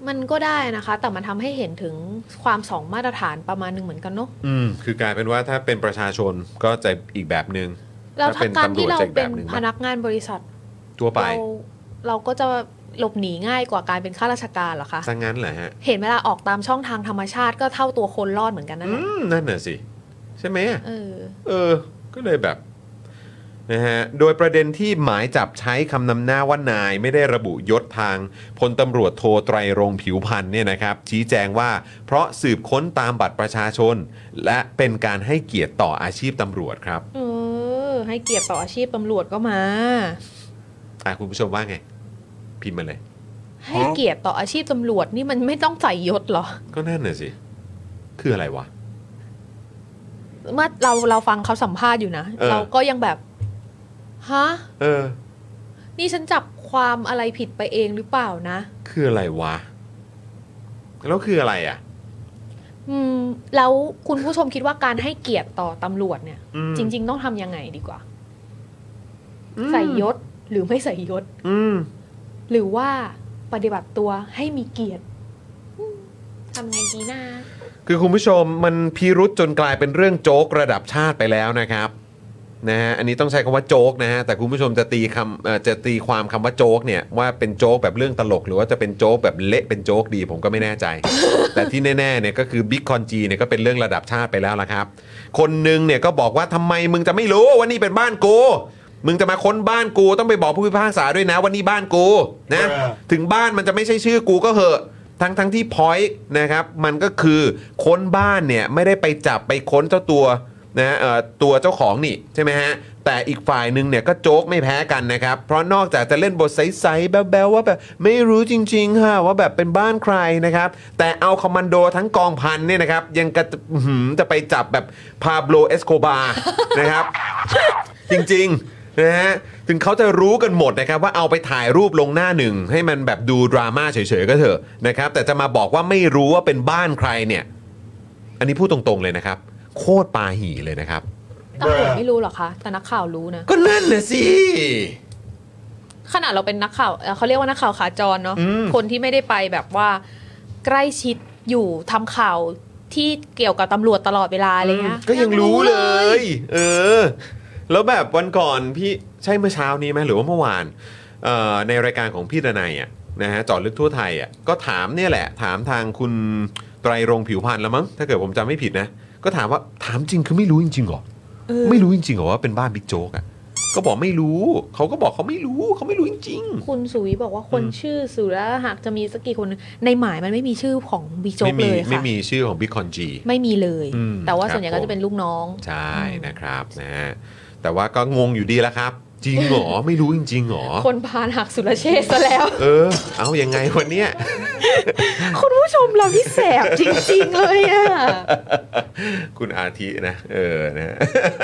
มันก็ได้นะคะแต่มันทำให้เห็นถึงความสองมาตรฐานประมาณหนึ่งเหมือนกันเนาะคือกลายเป็นว่าถ้าเป็นประชาชนก็จะอีกแบบนึงแล้วถ้าการที่เราเป็นพนักงานบริษัททั่วไปเราก็จะหลบหนีง่ายกว่าการเป็นข้าราชการเหรอคะซะงั้นเหรอฮะเห็นเวลาออกตามช่องทางธรรมชาติก็เท่าตัวคนรอดเหมือนกันนั่นแหละนั่นน่ะสิใช่ไหมก็เลยแบบนะฮะโดยประเด็นที่หมายจับใช้คำนำหน้าว่านายไม่ได้ระบุยศทางพลตำรวจโทไตรรงค์ผิวพรรณเนี่ยนะครับชี้แจงว่าเพราะสืบค้นตามบัตรประชาชนและเป็นการให้เกียรติต่ออาชีพตำรวจครับให้เกียรติต่ออาชีพตำรวจก็มาคุณผู้ชมว่าไงพิมพ์มาเลยให้เกียรติต่ออาชีพตำรวจนี่มันไม่ต้องใส่ยศหรอก็นั่นน่ะสิคืออะไรวะเมื่อเราฟังเขาสัมภาษณ์อยู่นะเราก็ยังแบบฮะนี่ฉันจับความอะไรผิดไปเองหรือเปล่านะคืออะไรวะแล้วคืออะไรอ่ะแล้วคุณผู้ชมคิดว่าการให้เกียรติต่อตำรวจเนี่ยจริงๆต้องทำยังไงดีกว่าใส่ยศหรือไม่ใส่ยศหรือว่าปฏิบัติตัวให้มีเกียรติทำไงดีนะคือคุณผู้ชมมันพิรุษจนกลายเป็นเรื่องโจ๊กระดับชาติไปแล้วนะครับนะฮะอันนี้ต้องใช้คำว่าโจ๊กนะฮะแต่คุณผู้ชมจะตีความคำว่าโจ๊กเนี่ยว่าเป็นโจ๊กแบบเรื่องตลกหรือว่าจะเป็นโจ๊กแบบเละเป็นโจ๊กดีผมก็ไม่แน่ใจ แต่ที่แน่ๆเนี่ยก็คือบิ๊กคอนจีเนี่ยก็เป็นเรื่องระดับชาติไปแล้วละครับคนนึงเนี่ยก็บอกว่าทำไมมึงจะไม่รู้ว่านี่เป็นบ้านกูมึงจะมาค้นบ้านกูต้องไปบอกผู้พิพากษาด้วยนะว่านี่บ้านกูนะถึงบ้านมันจะไม่ใช่ชื่อกูก็เหอะทั้งที่พอยต์นะครับมันก็คือค้นบ้านเนี่ยไม่ได้ไปจับไปค้นเจ้าตัวนะตัวเจ้าของนี่ใช่ไหมฮะแต่อีกฝ่ายนึงเนี่ยก็โจ๊กไม่แพ้กันนะครับเพราะนอกจากจะเล่นบทใสๆแบ๊วๆว่าแบบไม่รู้จริงๆค่ะว่าแบบเป็นบ้านใครนะครับแต่เอาคอมมานโดทั้งกองพันเนี่ยนะครับยังจะไปจับแบบพาโบลเอสโคบาร์นะครับจริงๆนะฮะถึงเขาจะรู้กันหมดนะครับว่าเอาไปถ่ายรูปลงหน้าหนึ่งให้มันแบบดูดราม่าเฉยๆก็เถอะนะครับแต่จะมาบอกว่าไม่รู้ว่าเป็นบ้านใครเนี่ยอันนี้พูดตรงๆเลยนะครับโคตรปาหี่เลยนะครับตำรวจไม่รู้หรอคะแต่นักข่าวรู้นะก็นั่นน่ะสิขนาดเราเป็นนักข่าวเขาเรียกว่านักข่าวขาจรเนาะคนที่ไม่ได้ไปแบบว่าใกล้ชิดอยู่ทำข่าวที่เกี่ยวกับตำรวจตลอดเวลาอะไรเงี้ยก็ยังรู้เลยแล้วแบบวันก่อนพี่ใช่เมื่อเช้านี้ไหมหรือว่าเมื่อวานในรายการของพี่ดนัยนะฮะเจาะลึกทั่วไทยก็ถามเนี่ยแหละถามทางคุณไตรรงค์ผิวพรรณแล้วมั้งถ้าเกิดผมจำไม่ผิดนะก็ถามว่าถามจริงคือไม่รู้จริงๆหรอไม่รู้จริงๆหรอว่าเป็นบ้านบิ๊กโจ๊กก็บอกไม่รู้เขาก็บอกเขาไม่รู้จริงๆคุณสุวิบอกว่าคนชื่อสุรหากจะมีสักกี่คนในหมายมันไม่มีชื่อของบิ๊กโจ๊กเลยค่ะไม่มีชื่อของบิ๊กคอนจีไม่มีเลยแต่ว่าส่วนใหญ่ก็จะเป็นลูกน้องใช่นะครับนะฮะแต่ว่าก็งงอยู่ดีแล้วครับจริงเหรอไม่รู้จริงๆหรอคนพาลหักสุรเชษซะแล้วเอายังไงวันเนี้ยคุณผู้ชมเราที่แสบจริงๆเลยอ่ะคุณอาทินะนะ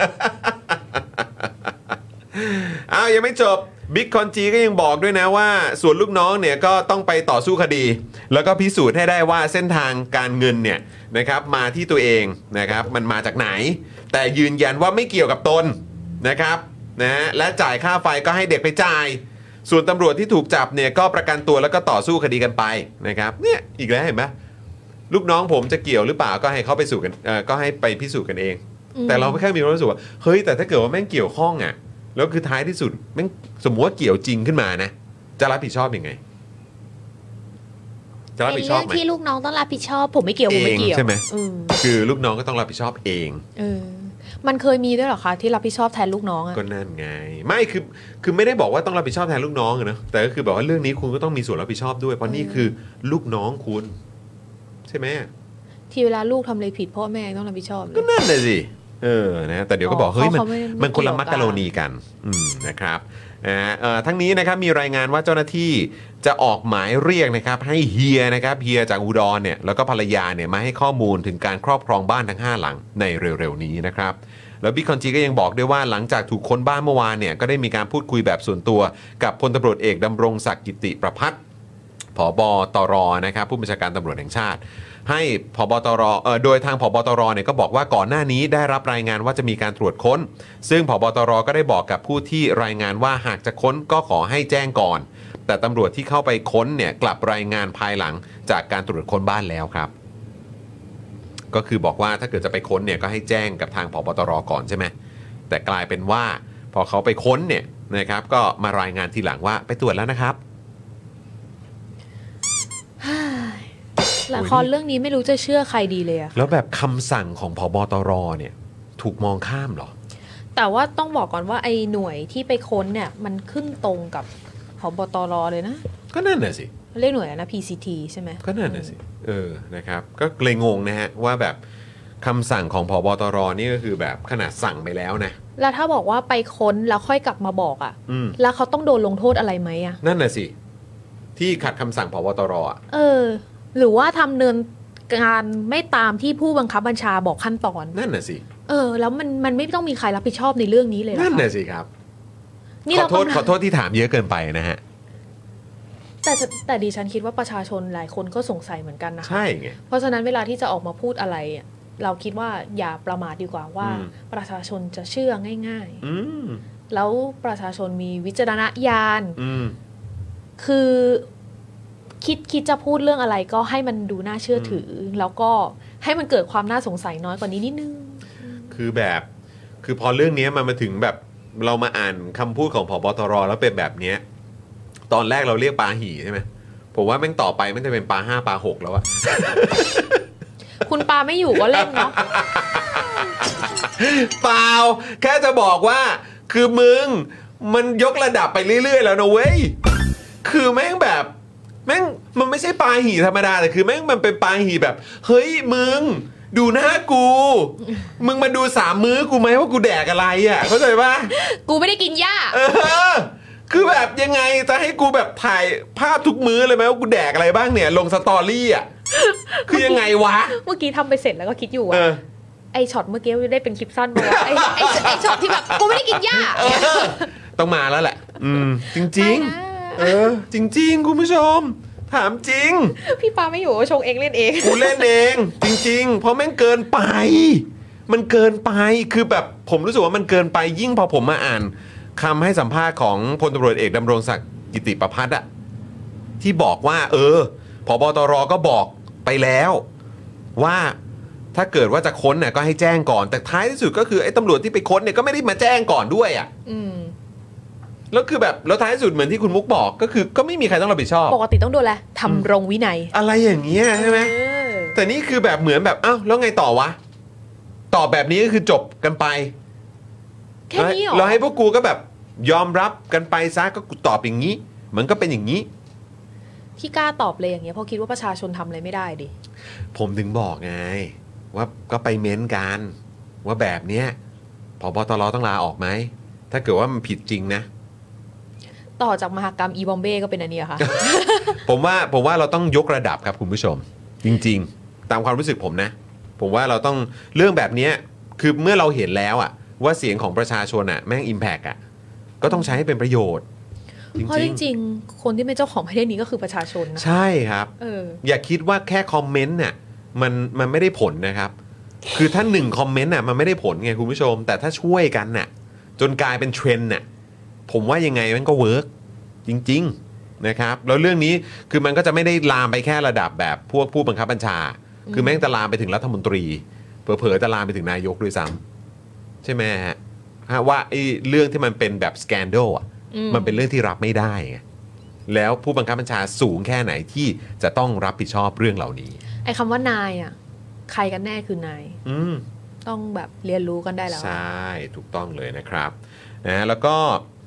ยังไม่จบบิ๊กคอนจีก็ยังบอกด้วยนะว่าส่วนลูกน้องเนี่ยก็ต้องไปต่อสู้คดีแล้วก็พิสูจน์ให้ได้ว่าเส้นทางการเงินเนี่ยนะครับมาที่ตัวเองนะครับมันมาจากไหนแต่ยืนยันว่าไม่เกี่ยวกับตนนะครับนะและจ่ายค่าไฟก็ให้เด็กไปจ่ายส่วนตำรวจที่ถูกจับเนี่ยก็ประกันตัวแล้วก็ต่อสู้คดีกันไปนะครับเนี่ยอีกแล้วเห็นไหมลูกน้องผมจะเกี่ยวหรือเปล่าก็ให้เขาไปสู่กันก็ให้ไปพิสูจน์กันเองแต่เราไม่แค่มีความรู้สึกว่าเฮ้ยแต่ถ้าเกิดว่าแม่งเกี่ยวข้องแล้วคือท้ายที่สุดแม่งสมมติว่าเกี่ยวจริงขึ้นมานะจะรับผิดชอบยังไงจะรับผิดชอบไหมเป็นเรื่องที่ลูกน้องต้องรับผิดชอบผมไม่เกี่ยวผมไม่เกี่ยวใช่ไหมคือลูกน้องก็ต้องรับผิดชอบเองมันเคยมีด้วยเหรอคะที่รับผิดชอบแทนลูกน้องก็นั่นไงไม่คือไม่ได้บอกว่าต้องรับผิดชอบแทนลูกน้องนะแต่ก็คือแบบว่าเรื่องนี้คุณก็ต้องมีส่วนรับผิดชอบด้วยเพราะนี่คือลูกน้องคุณใช่ไหมที่เวลาลูกทำอะไรผิดพ่อแม่ต้องรับผิดชอบก็นั่นเลยสินะแต่เดี๋ยวก็บอกเฮ้ยมันคนละมักกะโรนีกันนะครับทั้งนี้นะครับมีรายงานว่าเจ้าหน้าที่จะออกหมายเรียกนะครับให้เฮียจากอุดรเนี่ยแล้วก็ภรรยาเนี่ยมาให้ข้อมูลถึงการครอบครองบ้านทั้ง5หลังในเร็วๆนี้นะครับแล้วบิ๊กคอนจีก็ยังบอกด้วยว่าหลังจากถูกค้นบ้านเมื่อวานเนี่ยก็ได้มีการพูดคุยแบบส่วนตัวกับพลตำรวจเอกดำรงศักดิ์กิติประภัสผบตรนะครับผู้บัญชาการตำรวจแห่งชาติให้ผบตรโดยทางผบตรเนี่ยก็บอกว่าก่อนหน้านี้ได้รับรายงานว่าจะมีการตรวจค้นซึ่งผบตรก็ได้บอกกับผู้ที่รายงานว่าหากจะค้นก็ขอให้แจ้งก่อนแต่ตำรวจที่เข้าไปค้นเนี่ยกลับรายงานภายหลังจากการตรวจค้นบ้านแล้วครับก็คือบอกว่าถ้าเกิดจะไปค้นเนี่ยก็ให้แจ้งกับทางผบตรก่อนใช่ไหมแต่กลายเป็นว่าพอเขาไปค้นเนี่ยนะครับก็มารายงานทีหลังว่าไปตรวจแล้วนะครับละครเรื่องนี้ไม่รู้จะเชื่อใครดีเลยอะแล้วแบบคำสั่งของผบตรเนี่ยถูกมองข้ามเหรอแต่ว่าต้องบอกก่อนว่าไอ้หน่วยที่ไปค้นเนี่ยมันขึ้นตรงกับผบตรเลยนะก็นั่นน่ะสิเรียกหน่วยนะ PCT ใช่ไหมก็นั่นน่ะสินะครับก็เลยงงนะฮะว่าแบบคำสั่งของผบตรนี่ก็คือแบบขนาดสั่งไปแล้วนะแล้วถ้าบอกว่าไปค้นแล้วค่อยกลับมาบอกอ่ะแล้วเขาต้องโดนลงโทษอะไรไหมอ่ะนั่นน่ะสิที่ขัดคำสั่งผบตรอ่ะหรือว่าทำเนินการไม่ตามที่ผู้บังคับบัญชาบอกขั้นตอนนั่นน่ะสิแล้วมันไม่ต้องมีใครรับผิดชอบในเรื่องนี้เลยนั่นน่ะสิครับขอโทษที่ถามเยอะเกินไปนะฮะแต่ดิฉันคิดว่าประชาชนหลายคนก็สงสัยเหมือนกันนะคะใช่ไงเพราะฉะนั้นเวลาที่จะออกมาพูดอะไรเราคิดว่าอย่าประมาทดีกว่าว่าประชาชนจะเชื่อง่ายๆแล้วประชาชนมีวิจารณญาณคือคิดจะพูดเรื่องอะไรก็ให้มันดูน่าเชื่อถือแล้วก็ให้มันเกิดความน่าสงสัยน้อยกว่านี้นิดนึงคือพอเรื่องนี้มันมาถึงแบบเรามาอ่านคำพูดของผบตรแล้วเป็นแบบนี้ตอนแรกเราเรียกปาหี่ใช่ไหมผมว่าแม่งต่อไปมันจะเป็นปา5ปา6แล้วอะคุณปาไม่อยู่ก็เล่นเนาะเปล่าแค่จะบอกว่าคือมึงมันยกระดับไปเรื่อยๆแล้วนะเว้ยคือแม่งแบบแม่งมันไม่ใช่ปาหี่ธรรมดาแต่คือแม่งมันเป็นปาหี่แบบเฮ้ยมึงดูหน้ากูมึงมาดู3มื้อกูไหมว่ากูแดกอะไรอ่ะเข้าใจป่ะกูไม่ได้กินหญ้าคือแบบยังไงจะให้กูแบบถ่ายภาพทุกมื้อเลยไหมว่ากูแดกอะไรบ้างเนี่ยลงสตอรี่อ่ะคือยังไงวะเมื่อกี้ทำไปเสร็จแล้วก็คิดอยู่ว่าไอช็อตเมื่อกี้ได้เป็นคลิปสั้นมาไอช็อตที่แบบกูไม่ได้กินหญ้าต้องมาแล้วแหละจริงๆจริงๆคุณผู้ชมถามจริงพี่ปาไม่อยู่ชงเองเล่นเองกูเล่นเองจริงๆเพราะแม่งเกินไปมันเกินไปคือแบบผมรู้สึกว่ามันเกินไปยิ่งพอผมมาอ่านคำให้สัมภาษณ์ของพลตำรวจเอกดำรงศักดิ์กิติประภัสอะที่บอกว่าผบตรก็บอกไปแล้วว่าถ้าเกิดว่าจะค้นเนี่ยก็ให้แจ้งก่อนแต่ท้ายที่สุดก็คือไอ้ตำรวจที่ไปค้นเนี่ยก็ไม่ได้มาแจ้งก่อนด้วยอะแล้วคือแบบแล้วท้ายสุดเหมือนที่คุณมุกบอกก็คือก็ไม่มีใครต้องรับผิดชอบปกติต้องโดนแหละทำรงวินัยอะไรอย่างเงี้ยใช่ไหมแต่นี่คือแบบเหมือนแบบอ้าวแล้วไงต่อวะตอบแบบนี้ก็คือจบกันไปแค่นี้หรอเราให้พวกกูก็แบบยอมรับกันไปซะก็กูตอบอย่างนี้มันก็เป็นอย่างนี้ที่กล้าตอบเลยอย่างเงี้ยเพราะคิดว่าประชาชนทำอะไรไม่ได้ดิผมถึงบอกไงว่าก็ไปเม้นกันว่าแบบเนี้ยผบตรต้องลาออกไหมถ้าเกิดว่ามันผิดจริงนะต่อจากมหกรรมอีบอมเบ้ก็เป็นอันนี้ค่ะผมว่าเราต้องยกระดับครับคุณผู้ชมจริงๆตามความรู้สึกผมนะผมว่าเราต้องเรื่องแบบนี้คือเมื่อเราเห็นแล้วอะว่าเสียงของประชาชนอะแม่งอิมแพกอะก็ต้องใช้ให้เป็นประโยชน์เพราะจริงๆคนที่เป็นเจ้าของประเทศนี้ก็คือประชาชนนะใช่ครับอย่าคิดว่าแค่คอมเมนต์น่ะมันไม่ได้ผลนะครับคือถ้า1คอมเมนต์น่ะมันไม่ได้ผลไงคุณผู้ชมแต่ถ้าช่วยกันน่ะจนกลายเป็นเทรนด์น่ะผมว่ายังไงมันก็เวิร์กจริงๆนะครับแล้วเรื่องนี้คือมันก็จะไม่ได้ลามไปแค่ระดับแบบพวกผู้บังคับบัญชาคือแม่งจะลามไปถึงรัฐมนตรีเผลอๆจะลามไปถึงนายกด้วยซ้ำใช่ไหมฮะว่าไอ้เรื่องที่มันเป็นแบบสแกนโดลอ่ะมันเป็นเรื่องที่รับไม่ได้ไงแล้วผู้บังคับบัญชาสูงแค่ไหนที่จะต้องรับผิดชอบเรื่องเหล่านี้ไอ้คำว่านายอ่ะใครกันแน่คือนายต้องแบบเรียนรู้กันได้แล้วใช่ถูกต้องเลยนะครับนะแล้วก็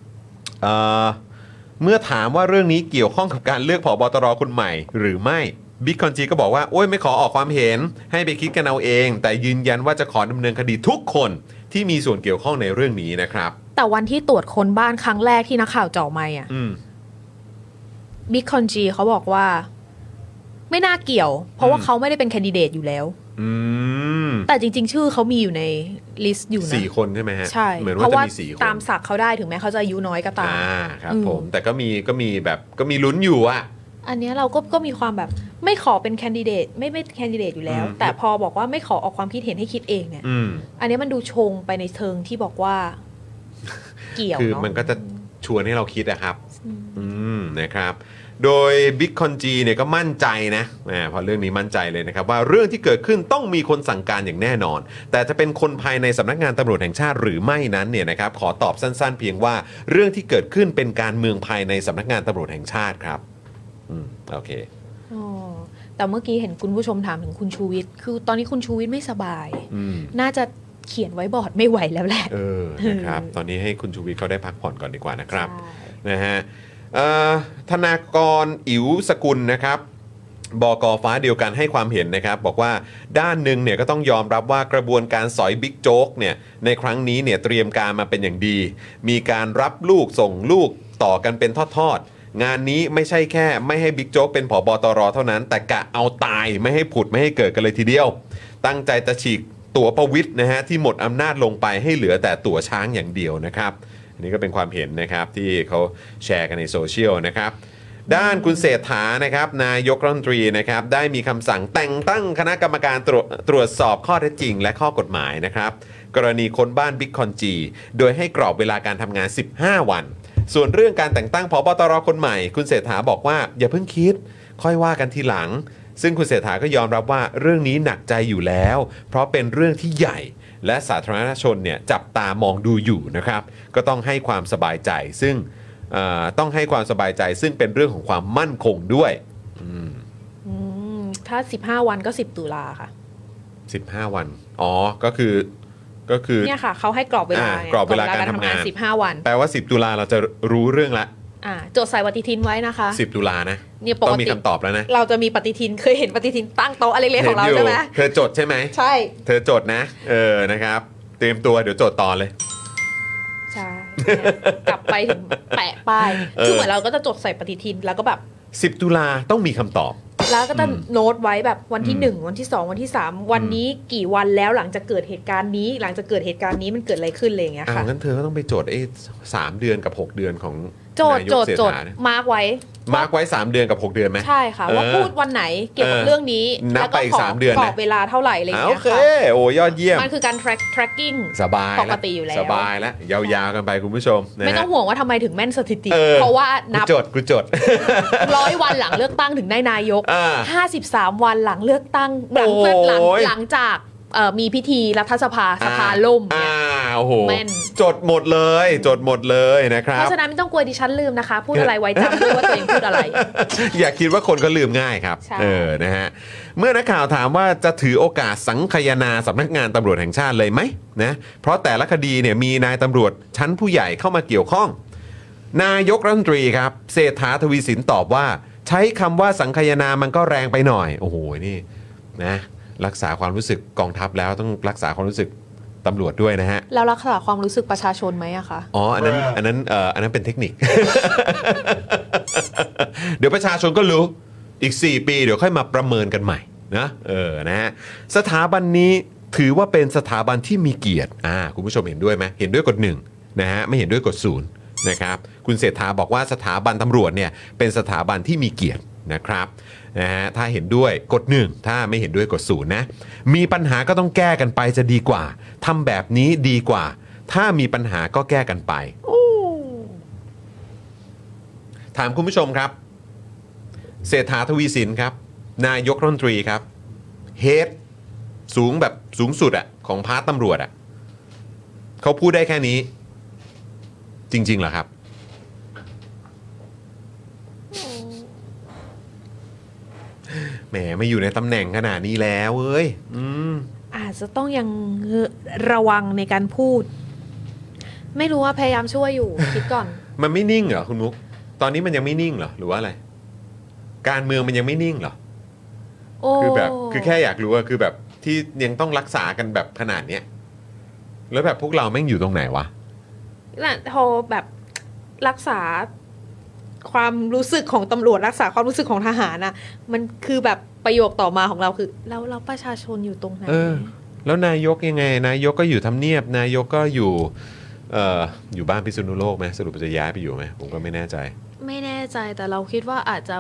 เมื่อถามว่าเรื่องนี้เกี่ยวข้องกับการเลือกผบตรคนใหม่หรือไม่บิ๊กคอนจีก็บอกว่าโอ้ยไม่ขอออกความเห็นให้ไปคิดกันเอาเองแต่ยืนยันว่าจะขอดำเนินคดีทุกคนที่มีส่วนเกี่ยวข้องในเรื่องนี้นะครับแต่วันที่ตรวจค้นบ้านครั้งแรกที่นักข่าวเจาะไมค์บิ๊กคอนจีเขาบอกว่าไม่น่าเกี่ยวเพราะว่าเขาไม่ได้เป็นแคนดิเดตอยู่แล้วแต่จริงๆชื่อเขามีอยู่ในลิสต์อยู่นะ 4 คนใช่ไหมฮะใช่เหมือนว่าจะมี4 คนตามศักดิ์เขาได้ถึงแม้เขาจะอายุน้อยก็ตามครับผมแต่ก็มีแบบก็มีลุ้นอยู่อะอันเนี้ยเราก็มีความแบบไม่ขอเป็นแคนดิเดตไม่แคนดิเดตอยู่แล้ว แต่พอบอกว่าไม่ขอออกความคิดเห็นให้คิดเองเนี่ยอันนี้มันดูชงไปในเชิงที่บอกว่าเกี่ยวคือเนาะมันก็จะชวนให้เราคิดนะครับนะครับโดยบิ๊กคอนจีเนี่ยก็มั่นใจนะพอเรื่องนี้มั่นใจเลยนะครับว่าเรื่องที่เกิดขึ้นต้องมีคนสั่งการอย่างแน่นอนแต่จะเป็นคนภายในสำนักงานตำรวจแห่งชาติหรือไม่นั้นเนี่ยนะครับขอตอบสั้นๆเพียงว่าเรื่องที่เกิดขึ้นเป็นการเมืองภายในสำนักงานตำรวจแห่งชาติครับโอเคแต่เมื่อกี้เห็นคุณผู้ชมถามถึงคุณชูวิทย์คือตอนนี้คุณชูวิทย์ไม่สบายน่าจะเขียนไว้บอร์ดไม่ไหวแล้วแหละนะครับตอนนี้ให้คุณชูวิทย์เขาได้พักผ่อนก่อนดีกว่านะครับนะฮะธนากรอิ๋วสกุลนะครับบก.ฟ้าเดียวกันให้ความเห็นนะครับบอกว่าด้านหนึ่งเนี่ยก็ต้องยอมรับว่ากระบวนการสอยบิ๊กโจ๊กเนี่ยในครั้งนี้เนี่ยเตรียมการมาเป็นอย่างดีมีการรับลูกส่งลูกต่อกันเป็นทอดๆงานนี้ไม่ใช่แค่ไม่ให้บิ๊กโจ๊กเป็นผบ.ตร.เท่านั้นแต่กะเอาตายไม่ให้ผุดไม่ให้เกิดกันเลยทีเดียวตั้งใจจะฉีกตั๋วประวิตรนะฮะที่หมดอำนาจลงไปให้เหลือแต่ตั๋วช้างอย่างเดียวนะครับนี่ก็เป็นความเห็นนะครับที่เขาแชร์กันในโซเชียลนะครับด้านคุณเศรษฐานะครับนายกรัฐมนตรีนะครับได้มีคำสั่งแต่งตั้งคณะกรรมการตรวจสอบข้อเท็จจริงและข้อกฎหมายนะครับกรณีค้นบ้านบิ๊กคอนจีโดยให้กรอบเวลาการทำงาน15 วันส่วนเรื่องการแต่งตั้งผบ.ตร.คนใหม่คุณเศรษฐาบอกว่าอย่าเพิ่งคิดค่อยว่ากันทีหลังซึ่งคุณเศรษฐาก็ยอมรับว่าเรื่องนี้หนักใจอยู่แล้วเพราะเป็นเรื่องที่ใหญ่และสาธารณชนเนี่ยจับตามองดูอยู่นะครับก็ต้องให้ความสบายใจซึ่งเป็นเรื่องของความมั่นคงด้วยถ้า15 วันก็10 ตุลาค่ะ 15 วันอ๋อก็คือเนี่ยค่ะเขาให้กรอบเวลากรอบเวลาการทำงาน 15 วันแปลว่า10 ตุลาเราจะรู้เรื่องละจดใส่ปฏิทินไว้นะคะ 10 ตุลานะเนี่ยปกติต้องมีคำตอบแล้วนะเราจะมีปฏิทินเคยเห็นปฏิทินตั้งโต๊ะอะไรเล็กๆของเราใช่ไหมเธอจดใช่ไหมใช่เธอจดนะนะครับเตรียมตัวเดี๋ยวจดต่อเลยใช่กลับไปถึงแปะป้ายคือเหมือนเราก็จะจดใส่ปฏิทินแล้วก็แบบ 10 ตุลาต้องมีคำตอบแล้วก็จะโน้ตไว้แบบวันที่1วันที่2วันที่3วันนี้กี่วันแล้วหลังจากเกิดเหตุการณ์นี้หลังจากเกิดเหตุการณ์นี้มันเกิดอะไรขึ้นอะไรอย่างเงี้ยค่ะงั้นเธอก็ต้องไปจด3 เดือนกับ6 เดือนของโจทย์มาร์กไว้ 3 เดือนกับ6 เดือนไหมใช่ค่ะว่าพูดวันไหนเกี่ยวกับเรื่องนี้แล้วก็อีก3 เดือนกรอบเวลาเท่าไหร่อะไรอย่างเงี้ยค่ะโอเคโอ้ยอดเยี่ยมมันคือการ tracking สบายปกติอยู่แล้วสบายแล้วยาวๆกันไปคุณผู้ชมไม่ต้องห่วงว่าทำไมถึงแม่นสถิติเพราะว่านับกูจด 100 วันหลังเลือกตั้งถึงได้นายก53 วันหลังเลือกตั้งหลังจากมีพิธีรัฐสภาล่มโอ้โหจดหมดเลยนะครับเพราะฉะนั้นไม่ต้องกลัวดิฉันลืมนะคะพูดอะไรไว้จำด้วยว่าตัวเองพูดอะไรอย่าคิดว่าคนก็ลืมง่ายครับนะฮะเมื่อนักข่าวถามว่าจะถือโอกาสสังคายนาสำนักงานตำรวจแห่งชาติเลยไหมนะเพราะแต่ละคดีเนี่ยมีนายตำรวจชั้นผู้ใหญ่เข้ามาเกี่ยวข้องนายกรัฐมนตรีครับเศรษฐาทวีสินตอบว่าใช้คำว่าสังคายนามันก็แรงไปหน่อยโอ้โหนี่นะรักษาความรู้สึกกองทัพแล้วต้องรักษาความรู้สึกตำรวจด้วยนะฮะแล้วรักษาความรู้สึกประชาชนไหมอะคะอ๋ออันนั้นเป็นเทคนิค เดี๋ยวประชาชนก็รู้อีก4 ปีเดี๋ยวค่อยมาประเมินกันใหม่นะนะฮะสถาบันนี้ถือว่าเป็นสถาบันที่มีเกียรติคุณผู้ชมเห็นด้วยไหมเห็นด้วยกด1นะฮะไม่เห็นด้วยกด0นะครับคุณเศรษฐาบอกว่าสถาบันตำรวจเนี่ยเป็นสถาบันที่มีเกียรตินะครับนะฮะถ้าเห็นด้วยกด1ถ้าไม่เห็นด้วยกด0นะมีปัญหาก็ต้องแก้กันไปจะดีกว่าทำแบบนี้ดีกว่าถ้ามีปัญหาก็แก้กันไปถามคุณผู้ชมครับเศรษฐาทวีสินครับนายกรัฐมนตรีครับเฮดสูงแบบสูงสุดของพาร์ทตำรวจเขาพูดได้แค่นี้จริงๆเหรอครับแหมไม่อยู่ในตำแหน่งขนาดนี้แล้วเอ้ยอาจจะต้องยังระวังในการพูดไม่รู้ว่าพยายามช่วยอยู่คิดก่อนมันไม่นิ่งเหรอคุณมุกตอนนี้มันยังไม่นิ่งเหรอหรือว่าอะไรการเมืองมันยังไม่นิ่งเหรอคือแบบคือแค่อยากรู้ว่าคือแบบที่ยังต้องรักษากันแบบขนาดเนี้ยแล้วแบบพวกเราแม่งอยู่ตรงไหนวะน่ะพอแบบรักษาความรู้สึกของตำรวจรักษาความรู้สึกของทหารน่ะมันคือแบบประโยคต่อมาของเราคือแล้วประชาชนอยู่ตรงไหนแล้วนายกยังไงนายกก็อยู่ทำเนียบนายกก็อยู่บ้านพิษณุโลกไหมสรุปจะย้ายไปอยู่ไหมผมก็ไม่แน่ใจแต่เราคิดว่าอาจจะ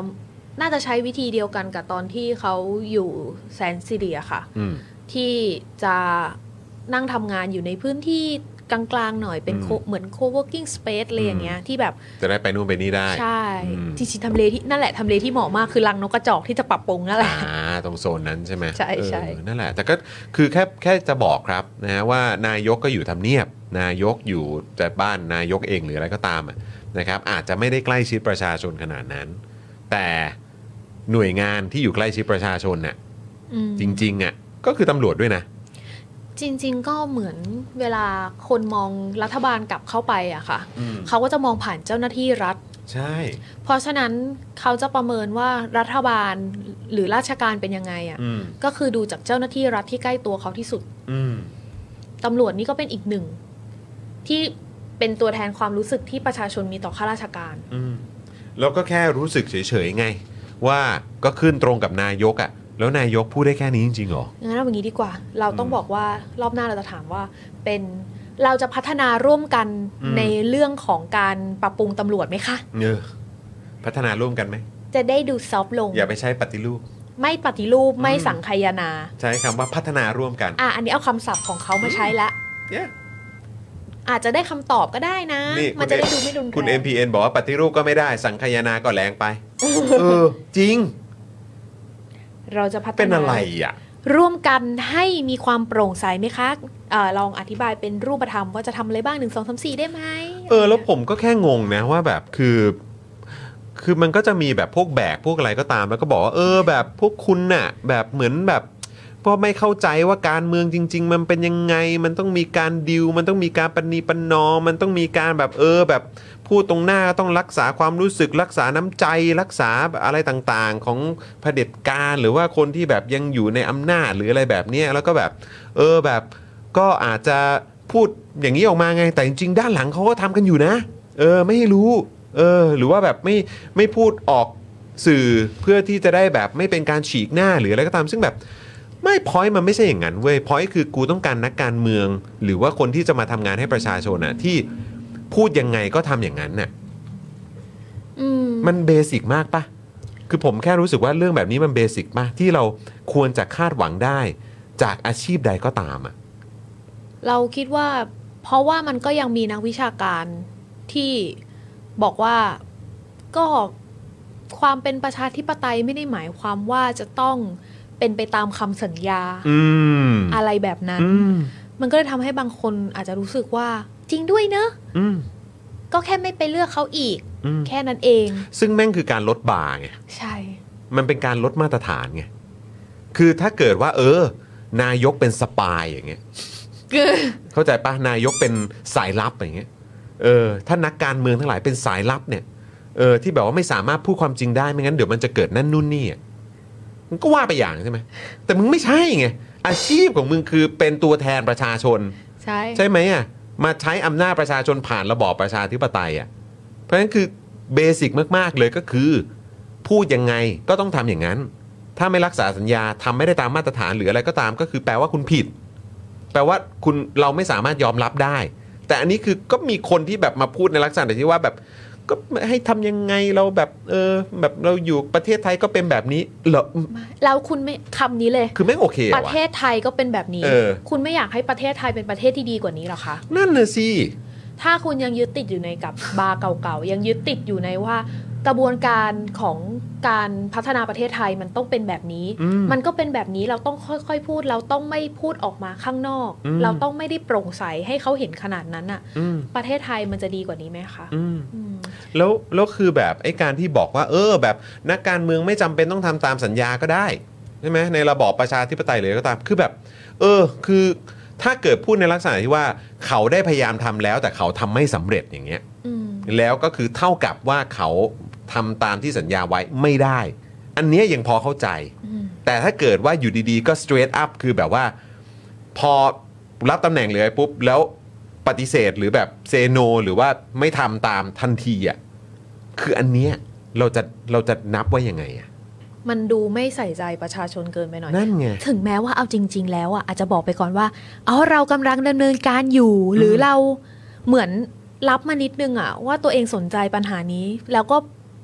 น่าจะใช้วิธีเดียวกันกับตอนที่เขาอยู่แสนสิริอะค่ะที่จะนั่งทำงานอยู่ในพื้นที่กลางๆหน่อยเป็นเหมือน co-working space อะไรอย่างเงี้ยที่แบบจะได้ไปนู่นไปนี่ได้ใช่จริงๆทำเลที่นั่นแหละทำเลที่เหมาะมากคือรังนกกระจอกที่จะปรับปรุงนั่นแหละตรงโซนนั้นใช่ไหมใช่ใช่นั่นแหละแต่ก็คือแค่จะบอกครับนะว่านายกก็อยู่ทำเนียบนายกอยู่แต่บ้านนายกเองหรืออะไรก็ตามนะครับอาจจะไม่ได้ใกล้ชิดประชาชนขนาดนั้นแต่หน่วยงานที่อยู่ใกล้ชิดประชาชนเนี่ยจริงๆก็คือตำรวจด้วยนะจริงๆก็เหมือนเวลาคนมองรัฐบาลกลับเข้าไปอะค่ะเขาก็จะมองผ่านเจ้าหน้าที่รัฐใช่เพราะฉะนั้นเขาจะประเมินว่ารัฐบาลหรือราชการเป็นยังไงอะก็คือดูจากเจ้าหน้าที่รัฐที่ใกล้ตัวเขาที่สุดตำรวจนี่ก็เป็นอีกหนึ่งที่เป็นตัวแทนความรู้สึกที่ประชาชนมีต่อข้าราชการแล้วก็แค่รู้สึกเฉยๆไงว่าก็ขึ้นตรงกับนายกอะแล้วนายกพูดได้แค่นี้จริงๆหรองั้นเอาอย่างนี้ดีกว่าเราต้องบอกว่ารอบหน้าเราจะถามว่าเป็นเราจะพัฒนาร่วมกันในเรื่องของการปรับปรุงตำรวจไหมคะพัฒนาร่วมกันไหมจะได้ดูซอฟต์ลงอย่าไปใช้ปฏิรูปไม่ปฏิรูปไม่สังคายนาใช้คำว่าพัฒนาร่วมกันอันนี้เอาคำศัพท์ของเขามาใช้ละอาจจะได้คำตอบก็ได้นะมันจะได้ดูไม่รุนแรงคุณ MPN บอกว่าปฏิรูปก็ไม่ได้สังคายนาก็แรงไปจริงเราจะพัฒนาเป็นอะไรร่วมกันให้มีความโปร่งใสไหมคะลองอธิบายเป็นรูปธรรมว่าจะทำอะไรบ้าง1 2 3 4ได้ไหมแล้วผมก็แค่งงนะว่าแบบคือมันก็จะมีแบบพวกแบกพวกอะไรก็ตามแล้วก็บอกว่าแบบพวกคุณน่ะแบบเหมือนแบบเพราะไม่เข้าใจว่าการเมืองจริงๆมันเป็นยังไงมันต้องมีการดิวมันต้องมีการปณีประนอมมันต้องมีการแบบแบบพูดตรงหน้าต้องรักษาความรู้สึกรักษาน้ำใจรักษาอะไรต่างๆของเผด็จการหรือว่าคนที่แบบยังอยู่ในอำนาจหรืออะไรแบบนี้แล้วก็แบบแบบก็อาจจะพูดอย่างนี้ออกมาไงแต่จริงๆด้านหลังเขาก็ทำกันอยู่นะไม่ให้รู้หรือว่าแบบไม่พูดออกสื่อเพื่อที่จะได้แบบไม่เป็นการฉีกหน้าหรืออะไรก็ตามซึ่งแบบไม่พอยต์มันไม่ใช่อย่างนั้นเว้ยพอยต์คือกูต้องการนักการเมืองหรือว่าคนที่จะมาทำงานให้ประชาชนน่ะที่พูดยังไงก็ทำอย่างนั้นน่ะมันเบสิกมากปะคือผมแค่รู้สึกว่าเรื่องแบบนี้มันเบสิกปะที่เราควรจะคาดหวังได้จากอาชีพใดก็ตามอ่ะเราคิดว่าเพราะว่ามันก็ยังมีนักวิชาการที่บอกว่าก็ความเป็นประชาธิปไตยไม่ได้หมายความว่าจะต้องเป็นไปตามคำสัญญาอะไรแบบนั้นมันก็เลยทำให้บางคนอาจจะรู้สึกว่าจริงด้วยเนอะก็แค่ไม่ไปเลือกเขาอีกแค่นั้นเองซึ่งแม่งคือการลดบาร์ไงใช่มันเป็นการลดมาตรฐานไงคือถ้าเกิดว่านายกเป็นสปายอย่างเงี้ยเข้าใจปะนายกเป็นสายลับอย่างเงี้ยถ้านักการเมืองทั้งหลายเป็นสายลับเนี่ยที่แบบว่าไม่สามารถพูดความจริงได้ไม่งั้นเดี๋ยวมันจะเกิดนั่นนู่นนี่มันก็ว่าไปอย่างใช่ไหมแต่มึงไม่ใช่ไงอาชีพของมึงคือเป็นตัวแทนประชาชนใช่ไหมมาใช้อำนาจประชาชนผ่านระบอบประชาธิปไตยเพราะฉะนั้นคือเบสิกมากๆเลยก็คือพูดยังไงก็ต้องทำอย่างนั้นถ้าไม่รักษาสัญญาทำไม่ได้ตามมาตรฐานหรืออะไรก็ตามก็คือแปลว่าคุณผิดแปลว่าเราไม่สามารถยอมรับได้แต่อันนี้คือก็มีคนที่แบบมาพูดในลักษณะที่ว่าแบบก็ให้ทำยังไงเราแบบแบบเราอยู่ประเทศไทยก็เป็นแบบนี้เหรอแล้วคุณไม่คำนี้เลยคือไม่โอเคประเทศไทยก็เป็นแบบนี้คุณไม่อยากให้ประเทศไทยเป็นประเทศที่ดีกว่านี้หรอคะนั่นน่ะสิถ้าคุณยังยึดติดอยู่ในกับบาร์เก่าๆยังยึดติดอยู่ในว่ากระบวนการของการพัฒนาประเทศไทยมันต้องเป็นแบบนี้มันก็เป็นแบบนี้เราต้องค่อยๆพูดเราต้องไม่พูดออกมาข้างนอกเราต้องไม่ได้โปร่งใสให้เขาเห็นขนาดนั้นอะประเทศไทยมันจะดีกว่านี้ไหมคะแล้วคือแบบไอ้การที่บอกว่าแบบนักการเมืองไม่จำเป็นต้องทำตามสัญญาก็ได้ใช่ไหมในระบอบประชาธิปไตยเลยก็ตามคือแบบคือถ้าเกิดพูดในลักษณะที่ว่าเขาได้พยายามทำแล้วแต่เขาทำไม่สำเร็จอย่างเงี้ยแล้วก็คือเท่ากับว่าเขาทำตามที่สัญญาไว้ไม่ได้อันนี้ยังพอเข้าใจแต่ถ้าเกิดว่าอยู่ดีๆก็ straight up คือแบบว่าพอรับตำแหน่งเลยปุ๊บแล้วปฏิเสธหรือแบบเซโนหรือว่าไม่ทำตามทันทีคืออันเนี้ยเราจะนับว่ายังไงมันดูไม่ใส่ใจประชาชนเกินไปหน่อยนั่นไงถึงแม้ว่าเอาจริงๆแล้วอาจจะบอกไปก่อนว่าเรากำลังดำเนินการอยู่หรือเราเหมือนรับมานิดนึงว่าตัวเองสนใจปัญหานี้แล้วก็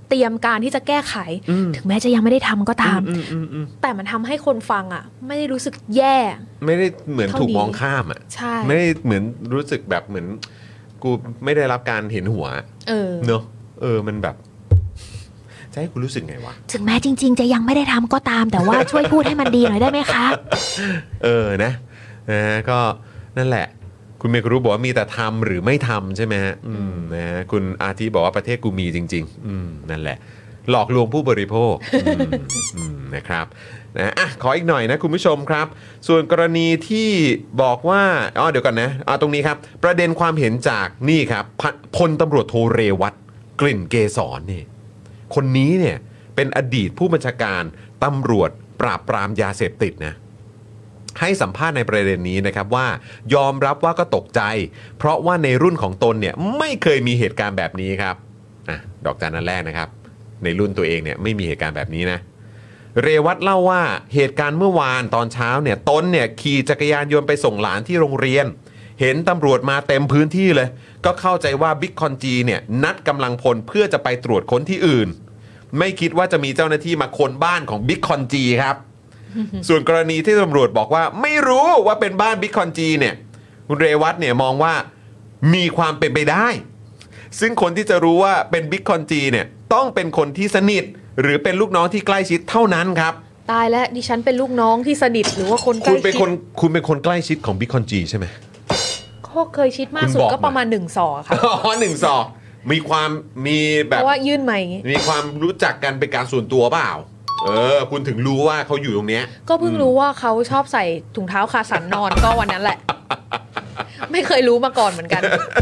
เตรียมการที่จะแก้ไขถึงแม้จะยังไม่ได้ทำก็ตามแต่มันทำให้คนฟังอ่ะไม่ได้รู้สึกแย่ไม่ได้เหมือนถูกมองข้ามอ่ะไม่ได้เหมือนรู้สึกแบบเหมือนกูไม่ได้รับการเห็นหัวเนอะมันแบบจะให้กูรู้สึกไงวะถึงแม้จริงๆจะยังไม่ได้ทำก็ตามแต่ว่าช่วยพูดให้มันดีหน่อยได้ไหมคะนะก็นั่นแหละคุณเมกรู้บอกว่ามีแต่ทำหรือไม่ทำใช่ไหมฮะนะคุณอาทิบอกว่าประเทศกูมีจริงๆนั่นแหละหลอกลวงผู้บริโภคนะครับนะขออีกหน่อยนะคุณผู้ชมครับส่วนกรณีที่บอกว่าเดี๋ยวก่อนนะตรงนี้ครับประเด็นความเห็นจากนี่ครับพลตำรวจโทเรวัตกลิ่นเกษรนี่คนนี้เนี่ยเป็นอดีตผู้บัญชาการตำรวจปราบปรามยาเสพติดนะให้สัมภาษณ์ในประเด็นนี้นะครับว่ายอมรับว่าก็ตกใจเพราะว่าในรุ่นของตนเนี่ยไม่เคยมีเหตุการณ์แบบนี้ครับดอกจันอันแรกนะครับในรุ่นตัวเองเนี่ยไม่มีเหตุการณ์แบบนี้นะเรวัตเล่าว่าเหตุการณ์เมื่อวานตอนเช้าเนี่ยตนเนี่ยขี่จักรยานยนต์ไปส่งหลานที่โรงเรียนเห็นตำรวจมาเต็มพื้นที่เลยก็เข้าใจว่าบิ๊กคอนจีเนี่ยนัดกำลังพลเพื่อจะไปตรวจค้นที่อื่นไม่คิดว่าจะมีเจ้าหน้าที่มาค้นบ้านของบิ๊กคอนจีครับส่วนกรณีที่ตำรวจบอกว่าไม่รู้ว่าเป็นบ้านบิ๊กคอนจีเนี่ยคุณเรวัตเนี่ยมองว่ามีความเป็นไปได้ซึ่งคนที่จะรู้ว่าเป็นบิ๊กคอนจีเนี่ยต้องเป็นคนที่สนิทหรือเป็นลูกน้องที่ใกล้ชิดเท่านั้นครับตายแล้วดิฉันเป็นลูกน้องที่สนิทหรือว่าคนใกล้ชิดคุณเป็นคนใกล้ชิดของบิ๊กคอนจีใช่ไหมก็เคยชิดมากสุดก็ประมาณ1 ศอกค่ะ 1 ศอกมีแบบเพราะว่ายื่นใหม่มีความรู้จักกันเป็นการส่วนตัวเปล่าคุณถึงรู้ว่าเขาอยู่ตรงเนี้ยก็เพิ่งรู้ว่าเขาชอบใส่ถุงเท้าคาสันนอนก็วันนั้นแหละไม่เคยรู้มาก่อนเหมือนกัน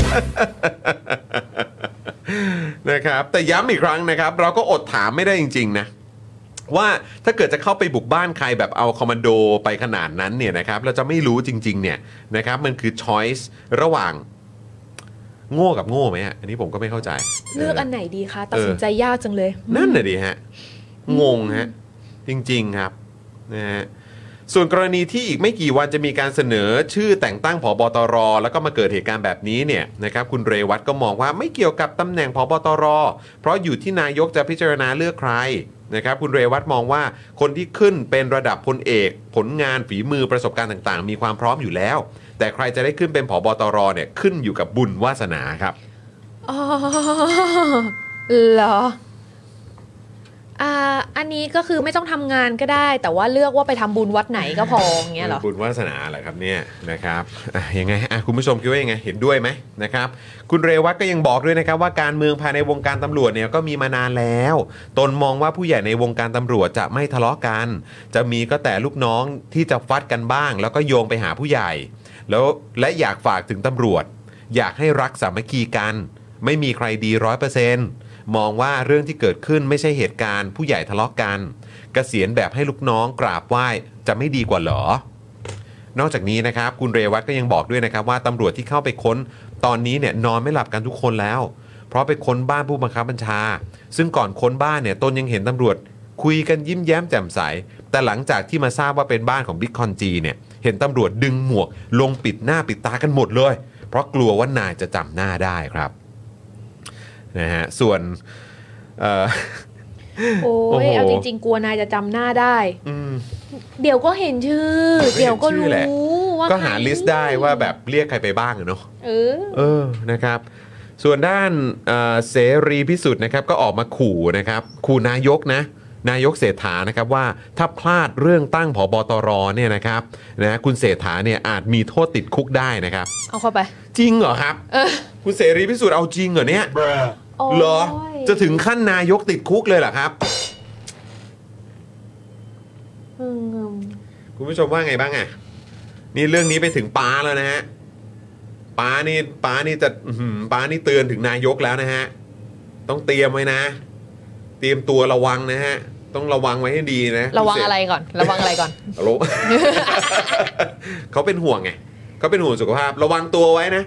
นะครับแต่ย้ำอีกครั้งนะครับเราก็อดถามไม่ได้จริงๆนะว่าถ้าเกิดจะเข้าไปบุกบ้านใครแบบเอาคอมมานโดไปขนาดนั้นเนี่ยนะครับเราจะไม่รู้จริงๆเนี่ยนะครับมันคือช้อยส์ระหว่างโง่กับโง่ไหมอันนี้ผมก็ไม่เข้าใจเลือกอันไหนดีคะตัดสินใจยากจังเลยนั่นน่ะดิฮะงงฮะจริงๆครับนะฮะส่วนกรณีที่อีกไม่กี่วันจะมีการเสนอชื่อแต่งตั้งผบตรแล้วก็มาเกิดเหตุการณ์แบบนี้เนี่ยนะครับคุณเรวัตก็มองว่าไม่เกี่ยวกับตำแหน่งผบตรเพราะอยู่ที่นายกจะพิจารณาเลือกใครนะครับคุณเรวัตมองว่าคนที่ขึ้นเป็นระดับพลเอกผลงานฝีมือประสบการณ์ต่างๆมีความพร้อมอยู่แล้วแต่ใครจะได้ขึ้นเป็นผบตรเนี่ยขึ้นอยู่กับบุญวาสนาครับอ๋อเหรออันนี้ก็คือไม่ต้องทำงานก็ได้แต่ว่าเลือกว่าไปทำบุญวัดไหนก็พออย่างเงี้ยเหรอบุญวาสนาอะไรครับเนี่ยนะครับยังไงคุณผู้ชมคิดว่ายังไงเห็นด้วยไหมนะครับคุณเรวัตก็ยังบอกด้วยนะครับว่าการเมืองภายในวงการตำรวจเนี่ยก็มีมานานแล้วตนมองว่าผู้ใหญ่ในวงการตำรวจจะไม่ทะเลาะกันจะมีก็แต่ลูกน้องที่จะฟัดกันบ้างแล้วก็โยงไปหาผู้ใหญ่แล้วและอยากฝากถึงตำรวจอยากให้รักสามัคคีกันไม่มีใครดี 100%มองว่าเรื่องที่เกิดขึ้นไม่ใช่เหตุการณ์ผู้ใหญ่ทะเลาะกันเกษียณแบบให้ลูกน้องกราบไหว้จะไม่ดีกว่าหรอนอกจากนี้นะครับคุณเรวัตก็ยังบอกด้วยนะครับว่าตำรวจที่เข้าไปค้นตอนนี้เนี่ยนอนไม่หลับกันทุกคนแล้วเพราะไปค้นบ้านผู้บังคับบัญชาซึ่งก่อนค้นบ้านเนี่ยตนยังเห็นตำรวจคุยกันยิ้มแย้มแจ่มใสแต่หลังจากที่มาทราบว่าเป็นบ้านของบิ๊กคอนจีเนี่ยเห็นตำรวจดึงหมวกลงปิดหน้าปิดตากันหมดเลยเพราะกลัวว่านายจะจำหน้าได้ครับนะฮะส่วนโอ้ยเอาจริงๆกลัวนายจะจำหน้าได้เดี๋ยวก็เห็นชื่อเดี๋ยวก็รู้ว่าก็หาลิสต์ได้ว่าแบบเรียกใครไปบ้างเนาะนะครับส่วนด้านเสรีพิสุทธิ์นะครับก็ออกมาขู่นะครับขู่นายกเศรษฐานะครับว่าถ้าพลาดเรื่องตั้งผบตรเนี่ยนะครับนะคุณเศรษฐาเนี่ยอาจมีโทษติดคุกได้นะครับเอาเข้าไปจริงเหรอครับคุณเสรีพิสุทธิ์เอาจริงเหรอเนี่ยเหรอจะถึงขั้นนายกติดคุกเลยเหรอครับคุณผู้ชมว่าไงบ้างอ่ะนี่เรื่องนี้ไปถึงป้าแล้วนะฮะป้านี่จะป้านี่เตือนถึงนายกแล้วนะฮะต้องเตรียมไว้นะเตรียมตัวระวังนะฮะต้องระวังไว้ให้ดีนะระวังอะไรก่อนเขาเป็นห่วงไงเขาเป็นห่วงสุขภาพระวังตัวไว้นะ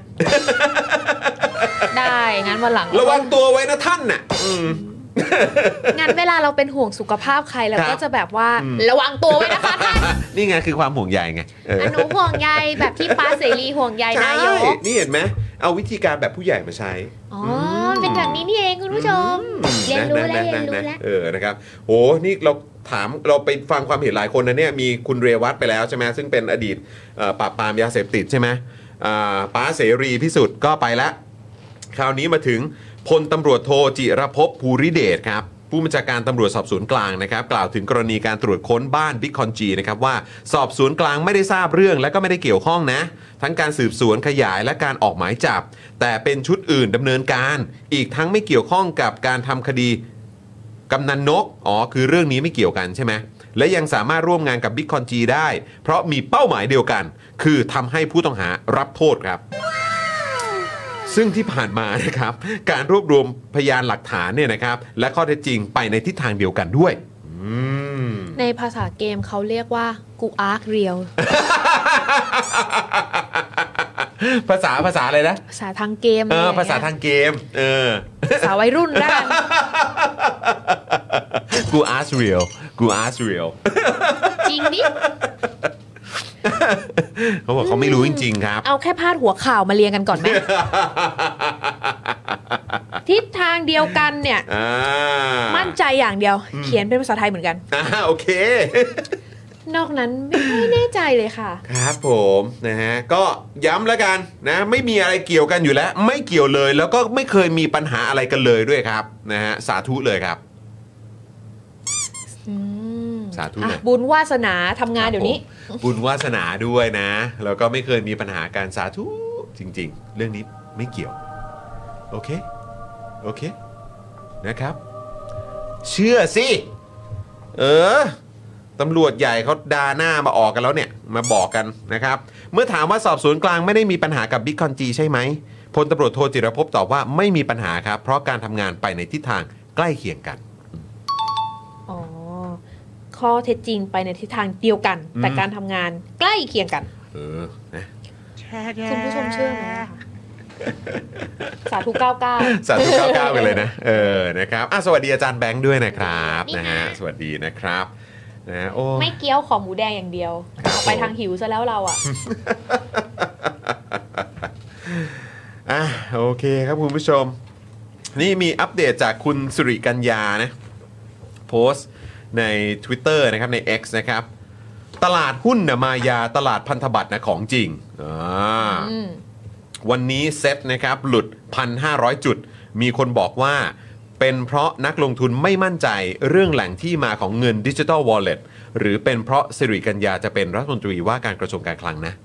ได้งั้นวันหลังระวังตัวไว้นะท่านน่ะงั้นเวลาเราเป็นห่วงสุขภาพใครเราก็จะแบบว่าระวังตัวไว้นะคะท่านนี่ไงคือความห่วงใยไงหนูห่วงใยแบบที่ป้าเสรีห่วงใยนายกนี่เห็นไหมเอาวิธีการแบบผู้ใหญ่มาใช้อ๋อเป็นแบบนี้นี่เองคุณผู้ชมเรียนรู้แล้วนะครับโอ้นี่เราไปฟังความเห็นหลายคนนะเนี่ยมีคุณเรวัตไปแล้วใช่ไหมซึ่งเป็นอดีตปราบปรามยาเสพติดใช่ไหมป้าเสรีพิสุทธิ์ก็ไปแล้วคราวนี้มาถึงพลตำรวจโทจิรภพภูริเดชครับผู้บัญชาการตำรวจสอบสวนกลางนะครับกล่าวถึงกรณีการตรวจค้นบ้านบิ๊กคอนจีนะครับว่าสอบสวนกลางไม่ได้ทราบเรื่องและก็ไม่ได้เกี่ยวข้องนะทั้งการสืบสวนขยายและการออกหมายจับแต่เป็นชุดอื่นดำเนินการอีกทั้งไม่เกี่ยวข้องกับการทำคดีกำนันนกคือเรื่องนี้ไม่เกี่ยวกันใช่ไหมและยังสามารถร่วมงานกับบิ๊กคอนจีได้เพราะมีเป้าหมายเดียวกันคือทำให้ผู้ต้องหารับโทษครับซึ่งที่ผ่านมานะครับการรวบรวมพยานหลักฐานเนี่ยนะครับและข้อเท็จจริงไปในทิศทางเดียวกันด้วยในภาษาเกมเขาเรียกว่ากูอาร์คเรียลภาษาอะไรนะภาษาทางเกมภาษาทางเกมภาษาวัยรุ่นได้กูอาร์คเรียลจริงดิเขาบอกเขาไม่รู้จริงๆครับเอาแค่พาดหัวข่าวมาเรียงกันก่อนไหม ทิศทางเดียวกันเนี่ยมั่นใจอย่างเดียวเขียนเป็นภาษาไทยเหมือนกันโอเคนอกนั้นไม่แน่ใจเลยค่ะครับผมนะฮะก็ย้ำแล้วกันนะไม่มีอะไรเกี่ยวกันอยู่แล้วไม่เกี่ยวเลยแล้วก็ไม่เคยมีปัญหาอะไรกันเลยด้วยครับนะฮะสาธุเลยครับสาธุเลยบุญวาสนาทำงานเดี๋ยวนี้บุญวาสนาด้วยนะแล้วก็ไม่เคยมีปัญหาการสาธุจริงๆเรื่องนี้ไม่เกี่ยวโอเคนะครับเชื่อสิตำรวจใหญ่เขาด่าหน้ามาออกกันแล้วเนี่ยมาบอกกันนะครับเมื่อถามว่าสอบสวนกลางไม่ได้มีปัญหากับบิ๊กคอนจีใช่ไหมพลตำรวจโทจิรภพตอบว่าไม่มีปัญหาครับเพราะการทำงานไปในทิศทางใกล้เคียงกันข้อเท็จจริงไปในทิศทางเดียวกันแต่การทำงานใกล้เคียงกันนะคุณผู้ชมเชื่อไหมสาธุ99 สาธุ99ไปเลยนะนะครับสวัสดีอาจารย์แบงค์ด้วยนะครับนะฮะสวัสดีนะครับนะโอ้ไม่เกี๊ยวของหมูแดงอย่างเดียวไปทางหิวซะแล้วเราโอเคครับคุณผู้ชมนี่มีอัปเดตจากคุณสุริกัญญานะโพสต์ใน Twitter นะครับใน X นะครับตลาดหุ้นนะมายาตลาดพันธบัตรนะของจริงวันนี้เซ็ตนะครับหลุด 1,500 จุดมีคนบอกว่าเป็นเพราะนักลงทุนไม่มั่นใจเรื่องแหล่งที่มาของเงิน Digital Wallet หรือเป็นเพราะสิริกัญญาจะเป็นรัฐมนตรีว่าการกระทรวงการคลังนะ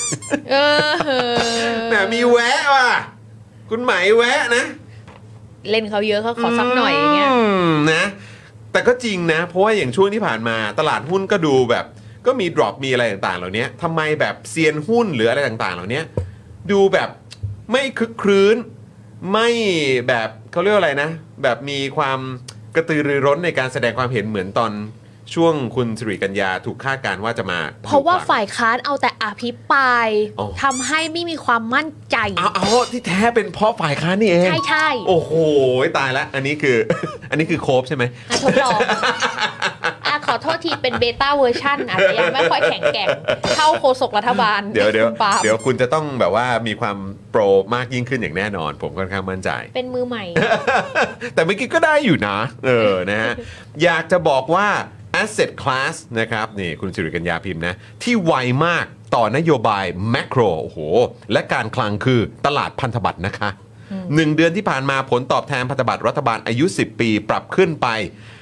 แหมมีแวะว่ะคุณไหมแวะนะเล่นเขาเยอะเขาขอสักหน่อยอย่างเงี้ยนะแต่ก็จริงนะเพราะว่าอย่างช่วงที่ผ่านมาตลาดหุ้นก็ดูแบบก็มีดรอปมีอะไรต่างๆเหล่านี้ทำไมแบบเซียนหุ้นหรืออะไรต่างๆเหล่านี้ดูแบบไม่คึกครื้นไม่แบบเขาเรียกอะไรนะแบบมีความกระตือรือร้นในการแสดงความเห็นเหมือนตอนช่วงคุณสิริกัญญาถูกคาดการณ์ว่าจะมาเพราะว่าฝ่ายค้านเอาแต่อภิปรายทำให้ไม่มีความมั่นใจที่แท้เป็นเพราะฝ่ายค้านนี่เองใช่โอ้โหตายแล้วอันนี้คือโคบใช่ไหมทดลองขอโทษทีเป็นเบต้าเวอร์ชันอาจจะยังไม่ค่อยแข็งแกร่งเท่าโฆษกรัฐบาลเดี๋ยวคุณจะต้องแบบว่ามีความโปรมากยิ่งขึ้นอย่างแน่นอนผมค่อนข้างมั่นใจเป็นมือใหม่แต่เมื่อกี้ก็ได้อยู่นะนะฮะอยากจะบอกว่าasset class นะครับนี่คุณสิริกัญญาพิมพ์นะที่ไวมากต่อนโยบายแมคโครโอ้โหและการคลังคือตลาดพันธบัตรนะคะ1เดือนที่ผ่านมาผลตอบแทนพันธบัตรรัฐบาลอายุ10ปีปรับขึ้นไป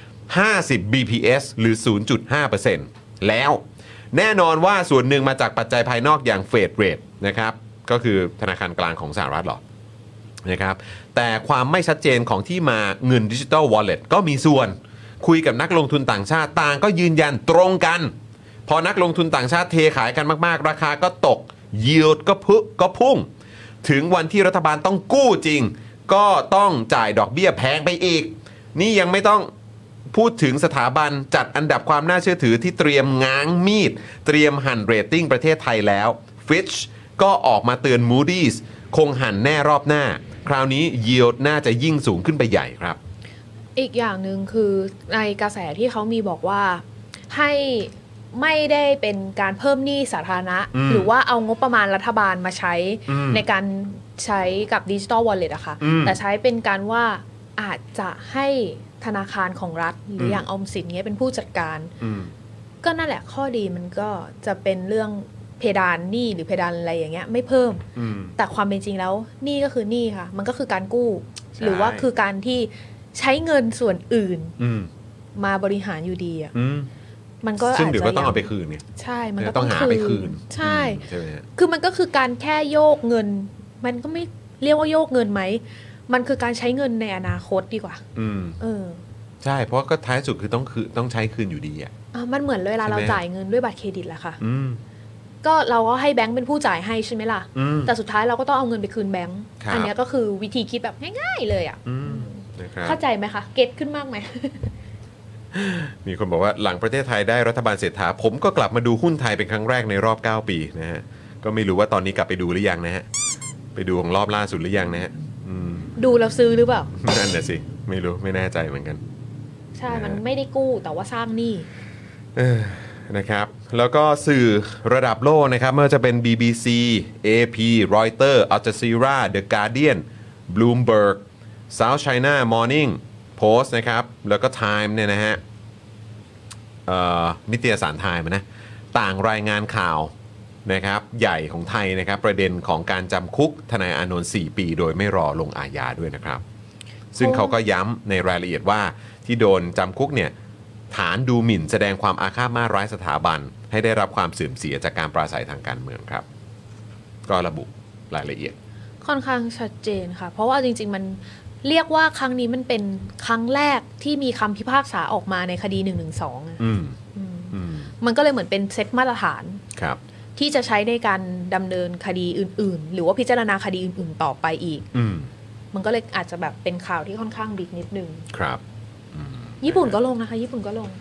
50 bps หรือ 0.5% แล้วแน่นอนว่าส่วนหนึ่งมาจากปัจจัยภายนอกอย่างเฟดเรทนะครับก็คือธนาคารกลางของสหรัฐหรอนะครับแต่ความไม่ชัดเจนของที่มาเงิน Digital Wallet ก็มีส่วนคุยกับนักลงทุนต่างชาติต่างก็ยืนยันตรงกันพอนักลงทุนต่างชาติเทขายกันมากๆราคาก็ตก yield ก็พุ่งถึงวันที่รัฐบาลต้องกู้จริงก็ต้องจ่ายดอกเบี้ยแพงไปอีกนี่ยังไม่ต้องพูดถึงสถาบันจัดอันดับความน่าเชื่อถือที่เตรียมง้างมีดเตรียมหั่นเรตติ้งประเทศไทยแล้ว Fitch ก็ออกมาเตือน Moody's คงหั่นแน่รอบหน้าคราวนี้ yield น่าจะยิ่งสูงขึ้นไปใหญ่ครับอีกอย่างหนึ่งคือในกระแสที่เขามีบอกว่าให้ไม่ได้เป็นการเพิ่มหนี้สาธารณะหรือว่าเอางบประมาณรัฐบาลมาใช้ในการใช้กับดิจิตอลวอลเล็ตอะค่ะแต่ใช้เป็นการว่าอาจจะให้ธนาคารของรัฐหรืออย่างออมสินเงี้ยเป็นผู้จัดการก็นั่นแหละข้อดีมันก็จะเป็นเรื่องเพดานหนี้หรือเพดานอะไรอย่างเงี้ยไม่เพิ่มแต่ความเป็นจริงแล้วหนี้ก็คือหนี้ค่ะมันก็คือการกู้หรือว่าคือการที่ใช้เงินส่วนอื่นมาบริหารอยู่ดีอ่ะมันก็ซึ่งเดี๋ยวก็ต้องเอาไปคืนเนี่ยใช่มันก็ต้องหาไปคืนใช่คือมันก็คือการแค่โยกเงินมันก็ไม่เรียกว่าโยกเงินไหมมันคือการใช้เงินในอนาคตดีกว่าใช่เพราะก็ท้ายสุดคือต้องใช้คืนอยู่ดีอ่ะมันเหมือนเวลาเราจ่ายเงินด้วยบัตรเครดิตแหละค่ะก็เราก็ให้แบงก์เป็นผู้จ่ายให้ใช่ไหมล่ะแต่สุดท้ายเราก็ต้องเอาเงินไปคืนแบงก์อันนี้ก็คือวิธีคิดแบบง่ายๆเลยอ่ะเข้าใจไหมคะเก็ตขึ้นมากไหมมีคนบอกว่าหลังประเทศไทยได้รัฐบาลเศรษฐาผมก็กลับมาดูหุ้นไทยเป็นครั้งแรกในรอบ9ปีนะฮะก็ไม่รู้ว่าตอนนี้กลับไปดูหรือยังนะฮะไปดูของรอบล่าสุดหรือยังนะฮะดูแล้วซื้อหรือเปล่านั่นแหละสิไม่รู้ไม่แน่ใจเหมือนกันใช่มันไม่ได้กู้แต่ว่าสร้างหนี้นะครับแล้วก็สื่อระดับโลกนะครับไม่ว่าจะเป็น BBC AP Reuters Al Jazeera The Guardian Bloomberg South China Morning Post นะครับแล้วก็ Time เนี่ยนะฮะนิตยสารไทม์นะต่างรายงานข่าวนะครับใหญ่ของไทยนะครับประเด็นของการจำคุกทนายอานนท์4ปีโดยไม่รอลงอาญาด้วยนะครับซึ่งเขาก็ย้ำในรายละเอียดว่าที่โดนจำคุกเนี่ยฐานดูหมิ่นแสดงความอาฆาตมาร้ายสถาบันให้ได้รับความเสื่อมเสียจากการปราศัยทางการเมืองครับก็ระบุรายละเอียดค่อนข้างชัดเจนค่ะเพราะว่าจริงๆมันเรียกว่าครั้งนี้มันเป็นครั้งแรกที่มีคำพิพากษาออกมาในคดี112มันก็เลยเหมือนเป็นเซตมาตรฐานที่จะใช้ในการดำเนินคดีอื่นๆหรือว่าพิจารณาคดีอื่นๆต่อไปอีกมันก็เลยอาจจะแบบเป็นข่าวที่ค่อนข้างบิ๊กนิดนึงครับญี่ปุ่นก็ลงนะคะญี่ปุ่นก็ลง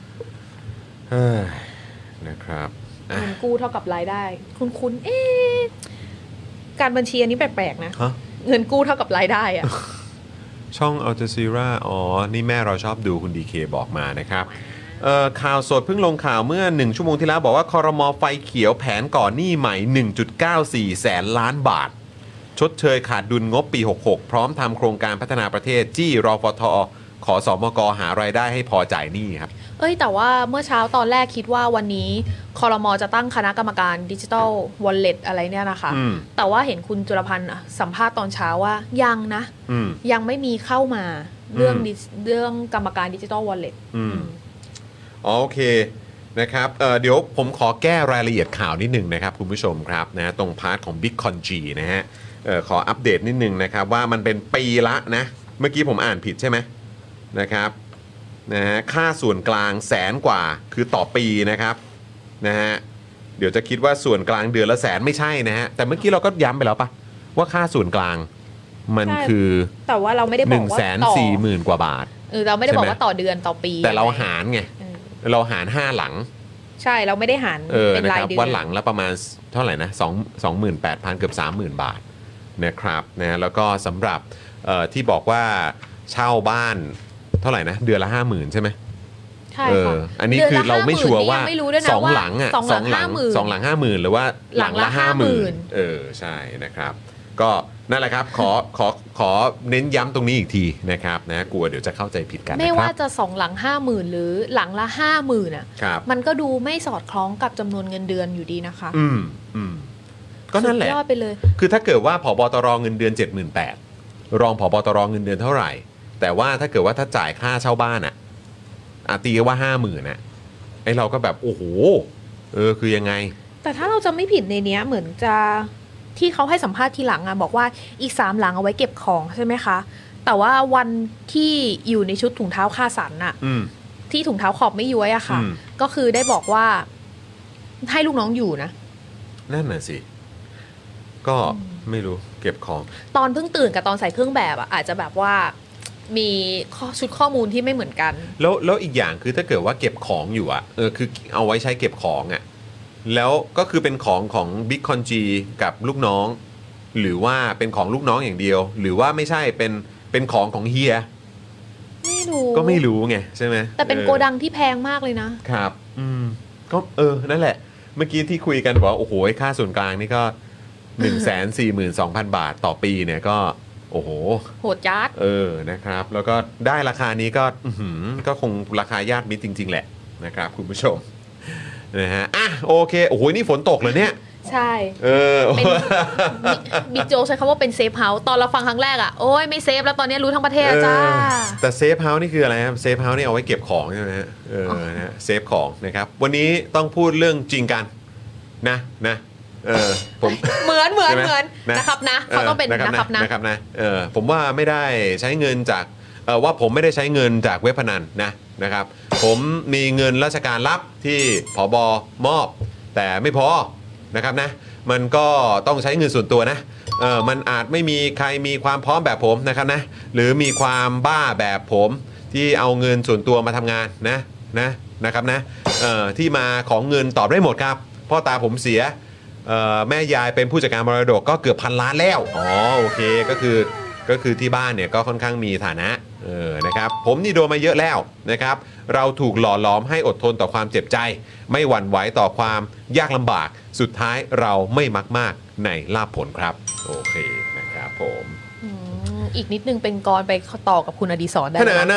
นะครับเงินกู้เท่ากับรายได้คุณการบัญชีอันนี้แปลกๆนะเงินกู้เท่ากับรายได้อะช่องอัลจาซีรานี่แม่เราชอบดูคุณดีเคบอกมานะครับข่าวสดเพิ่งลงข่าวเมื่อ1ชั่วโมงที่แล้วบอกว่าครม.ไฟเขียวแผนก่อหนี้ใหม่ 1.94 แสนล้านบาทชดเชยขาดดุลงบปี66พร้อมทำโครงการพัฒนาประเทศจี้รฟท.ขอสมก.หารายได้ให้พอจ่ายหนี้ครับแต่ว่าเมื่อเช้าตอนแรกคิดว่าวันนี้ครม.จะตั้งคณะกรรมการดิจิทัลวอลเล็ตอะไรเนี่ยนะคะแต่ว่าเห็นคุณจุลพันธ์สัมภาษณ์ตอนเช้าว่ายังนะยังไม่มีเข้ามาเรื่องกรรมการดิจิทัลวอลเล็ตโอเคนะครับเดี๋ยวผมขอแก้รายละเอียดข่าวนิดนึงนะครับคุณผู้ชมครับนะตรงพาร์ทของ BigConG นะฮะขออัปเดตนิดนึงนะครับว่ามันเป็นปีละนะเมื่อกี้ผมอ่านผิดใช่ไหมนะครับนะฮะค่าส่วนกลางแสนกว่าคือต่อปีนะครับนะฮะเดี๋ยวจะคิดว่าส่วนกลางเดือนละแสนไม่ใช่นะฮะแต่เมื่อกี้เราก็ย้ำไปแล้วปะว่าค่าส่วนกลางมันคือแต่ว่าเราไม่ได้บอกว่าต่อ 140,000 กว่าบาทเราไม่ได้บอกว่าต่อเดือนต่อปีแต่เราหารไงเราหาร5หลังใช่เราไม่ได้หารเป็นรายเดือนว่าหลังละประมาณเท่าไหร่นะ28,000 เกือบ 30,000 บาทนะครับนะแล้วก็สำหรับที่บอกว่าเช่าบ้านเท่าไหร่นะเดือนละ 50,000 ใช่ไหมใช่ค่ะอันนี้คือเราไม่ชัวร์ว่า2หลังอ่ะ2หลัง 50,000 หรือว่าหลังละ 50,000ใช่นะครับก็นั่นแหละครับขอเน้นย้ำตรงนี้อีกทีนะครับนะกลัวเดี๋ยวจะเข้าใจผิดกันไม่ว่าจะ2หลัง 50,000 หรือหลังละ 50,000อ่ะมันก็ดูไม่สอดคล้องกับจำนวนเงินเดือนอยู่ดีนะคะก็นั่นแหละยอดไปเลยคือถ้าเกิดว่าผบตรเงินเดือน 78,000 รองผบตรเงินเดือนเท่าไหร่แต่ว่าถ้าเกิดว่าถ้าจ่ายค่าเช่าบ้านอ่ะตีว่า 50,000น่ะไอ้เราก็แบบโอ้โหคือยังไงแต่ถ้าเราจะไม่ผิดในเนี้ยเหมือนจะที่เขาให้สัมภาษณ์ทีหลังบอกว่าอีก3หลังเอาไว้เก็บของใช่ไหมคะแต่ว่าวันที่อยู่ในชุดถุงเท้าคาสันน่ะที่ถุงเท้าขอบไม่ย้วยอะค่ะก็คือได้บอกว่าให้ลูกน้องอยู่นะนั่นน่ะสิก็ไม่รู้เก็บของตอนเพิ่งตื่นกับตอนใส่เครื่องแบบอาจจะแบบว่ามีชุดข้อมูลที่ไม่เหมือนกันแล้วอีกอย่างคือถ้าเกิดว่าเก็บของอยู่คือเอาไว้ใช้เก็บของแล้วก็คือเป็นของ BigConG กับลูกน้องหรือว่าเป็นของลูกน้องอย่างเดียวหรือว่าไม่ใช่เป็นของเฮียไม่รู้ก็ไม่รู้ไงใช่ไหมแต่เป็นโกดังที่แพงมากเลยนะครับก็นั่นแหละเมื่อกี้ที่คุยกันบอกโอ้โหค่าส่วนกลางนี่ก็ 142,000 บาทต่อปีเนี่ยก็โอ้โหโหดจัดนะครับแล้วก็ได้ราคานี้ก็ก็คงราคาญาติมิตรจริงๆแหละนะครับคุณผู้ชมนะฮะอ่ะโอเคโอ้โหนี่ฝนตกเลยเนี่ยใช่เป็นบิ๊กโจ๊กใช้คำว่าเป็นเซฟเฮาส์ตอนเราฟังครั้งแรกอ่ะโอ้ยไม่เซฟแล้วตอนนี้รู้ทั้งประเทศจ้าแต่เซฟเฮาส์นี่คืออะไรครับเซฟเฮาส์นี่เอาไว้เก็บของใช่ไหมฮะนะเซฟของนะครับวันนี้ต้องพูดเรื่องจริงกันนะผมเหมือนนะครับนะเขาต้องเป็นนะครับนะผมว่าไม่ได้ใช้เงินจากว่าผมไม่ได้ใช้เงินจากเว็บพนันนะครับผมมีเงินราชการรับที่ผบ.มอบแต่ไม่พอนะครับนะมันก็ต้องใช้เงินส่วนตัวนะมันอาจไม่มีใครมีความพร้อมแบบผมนะครับนะหรือมีความบ้าแบบผมที่เอาเงินส่วนตัวมาทำงานนะครับนะที่มาของเงินตอบได้หมดครับพ่อตาผมเสียแม่ยายเป็นผู้จัดการมรดกก็เกือบ1,000 ล้านแล้วโอเคก็คือที่บ้านเนี่ยก็ค่อนข้างมีฐานะนะครับผมนี่โดนมาเยอะแล้วนะครับเราถูกหล่อหลอมให้อดทนต่อความเจ็บใจไม่หวั่นไหวต่อความยากลำบากสุดท้ายเราไม่มักมากในลาภผลครับโอเคนะครับผมอีกนิดนึงเป็นกรไปต่อกับคุณอดิศรได้ไหม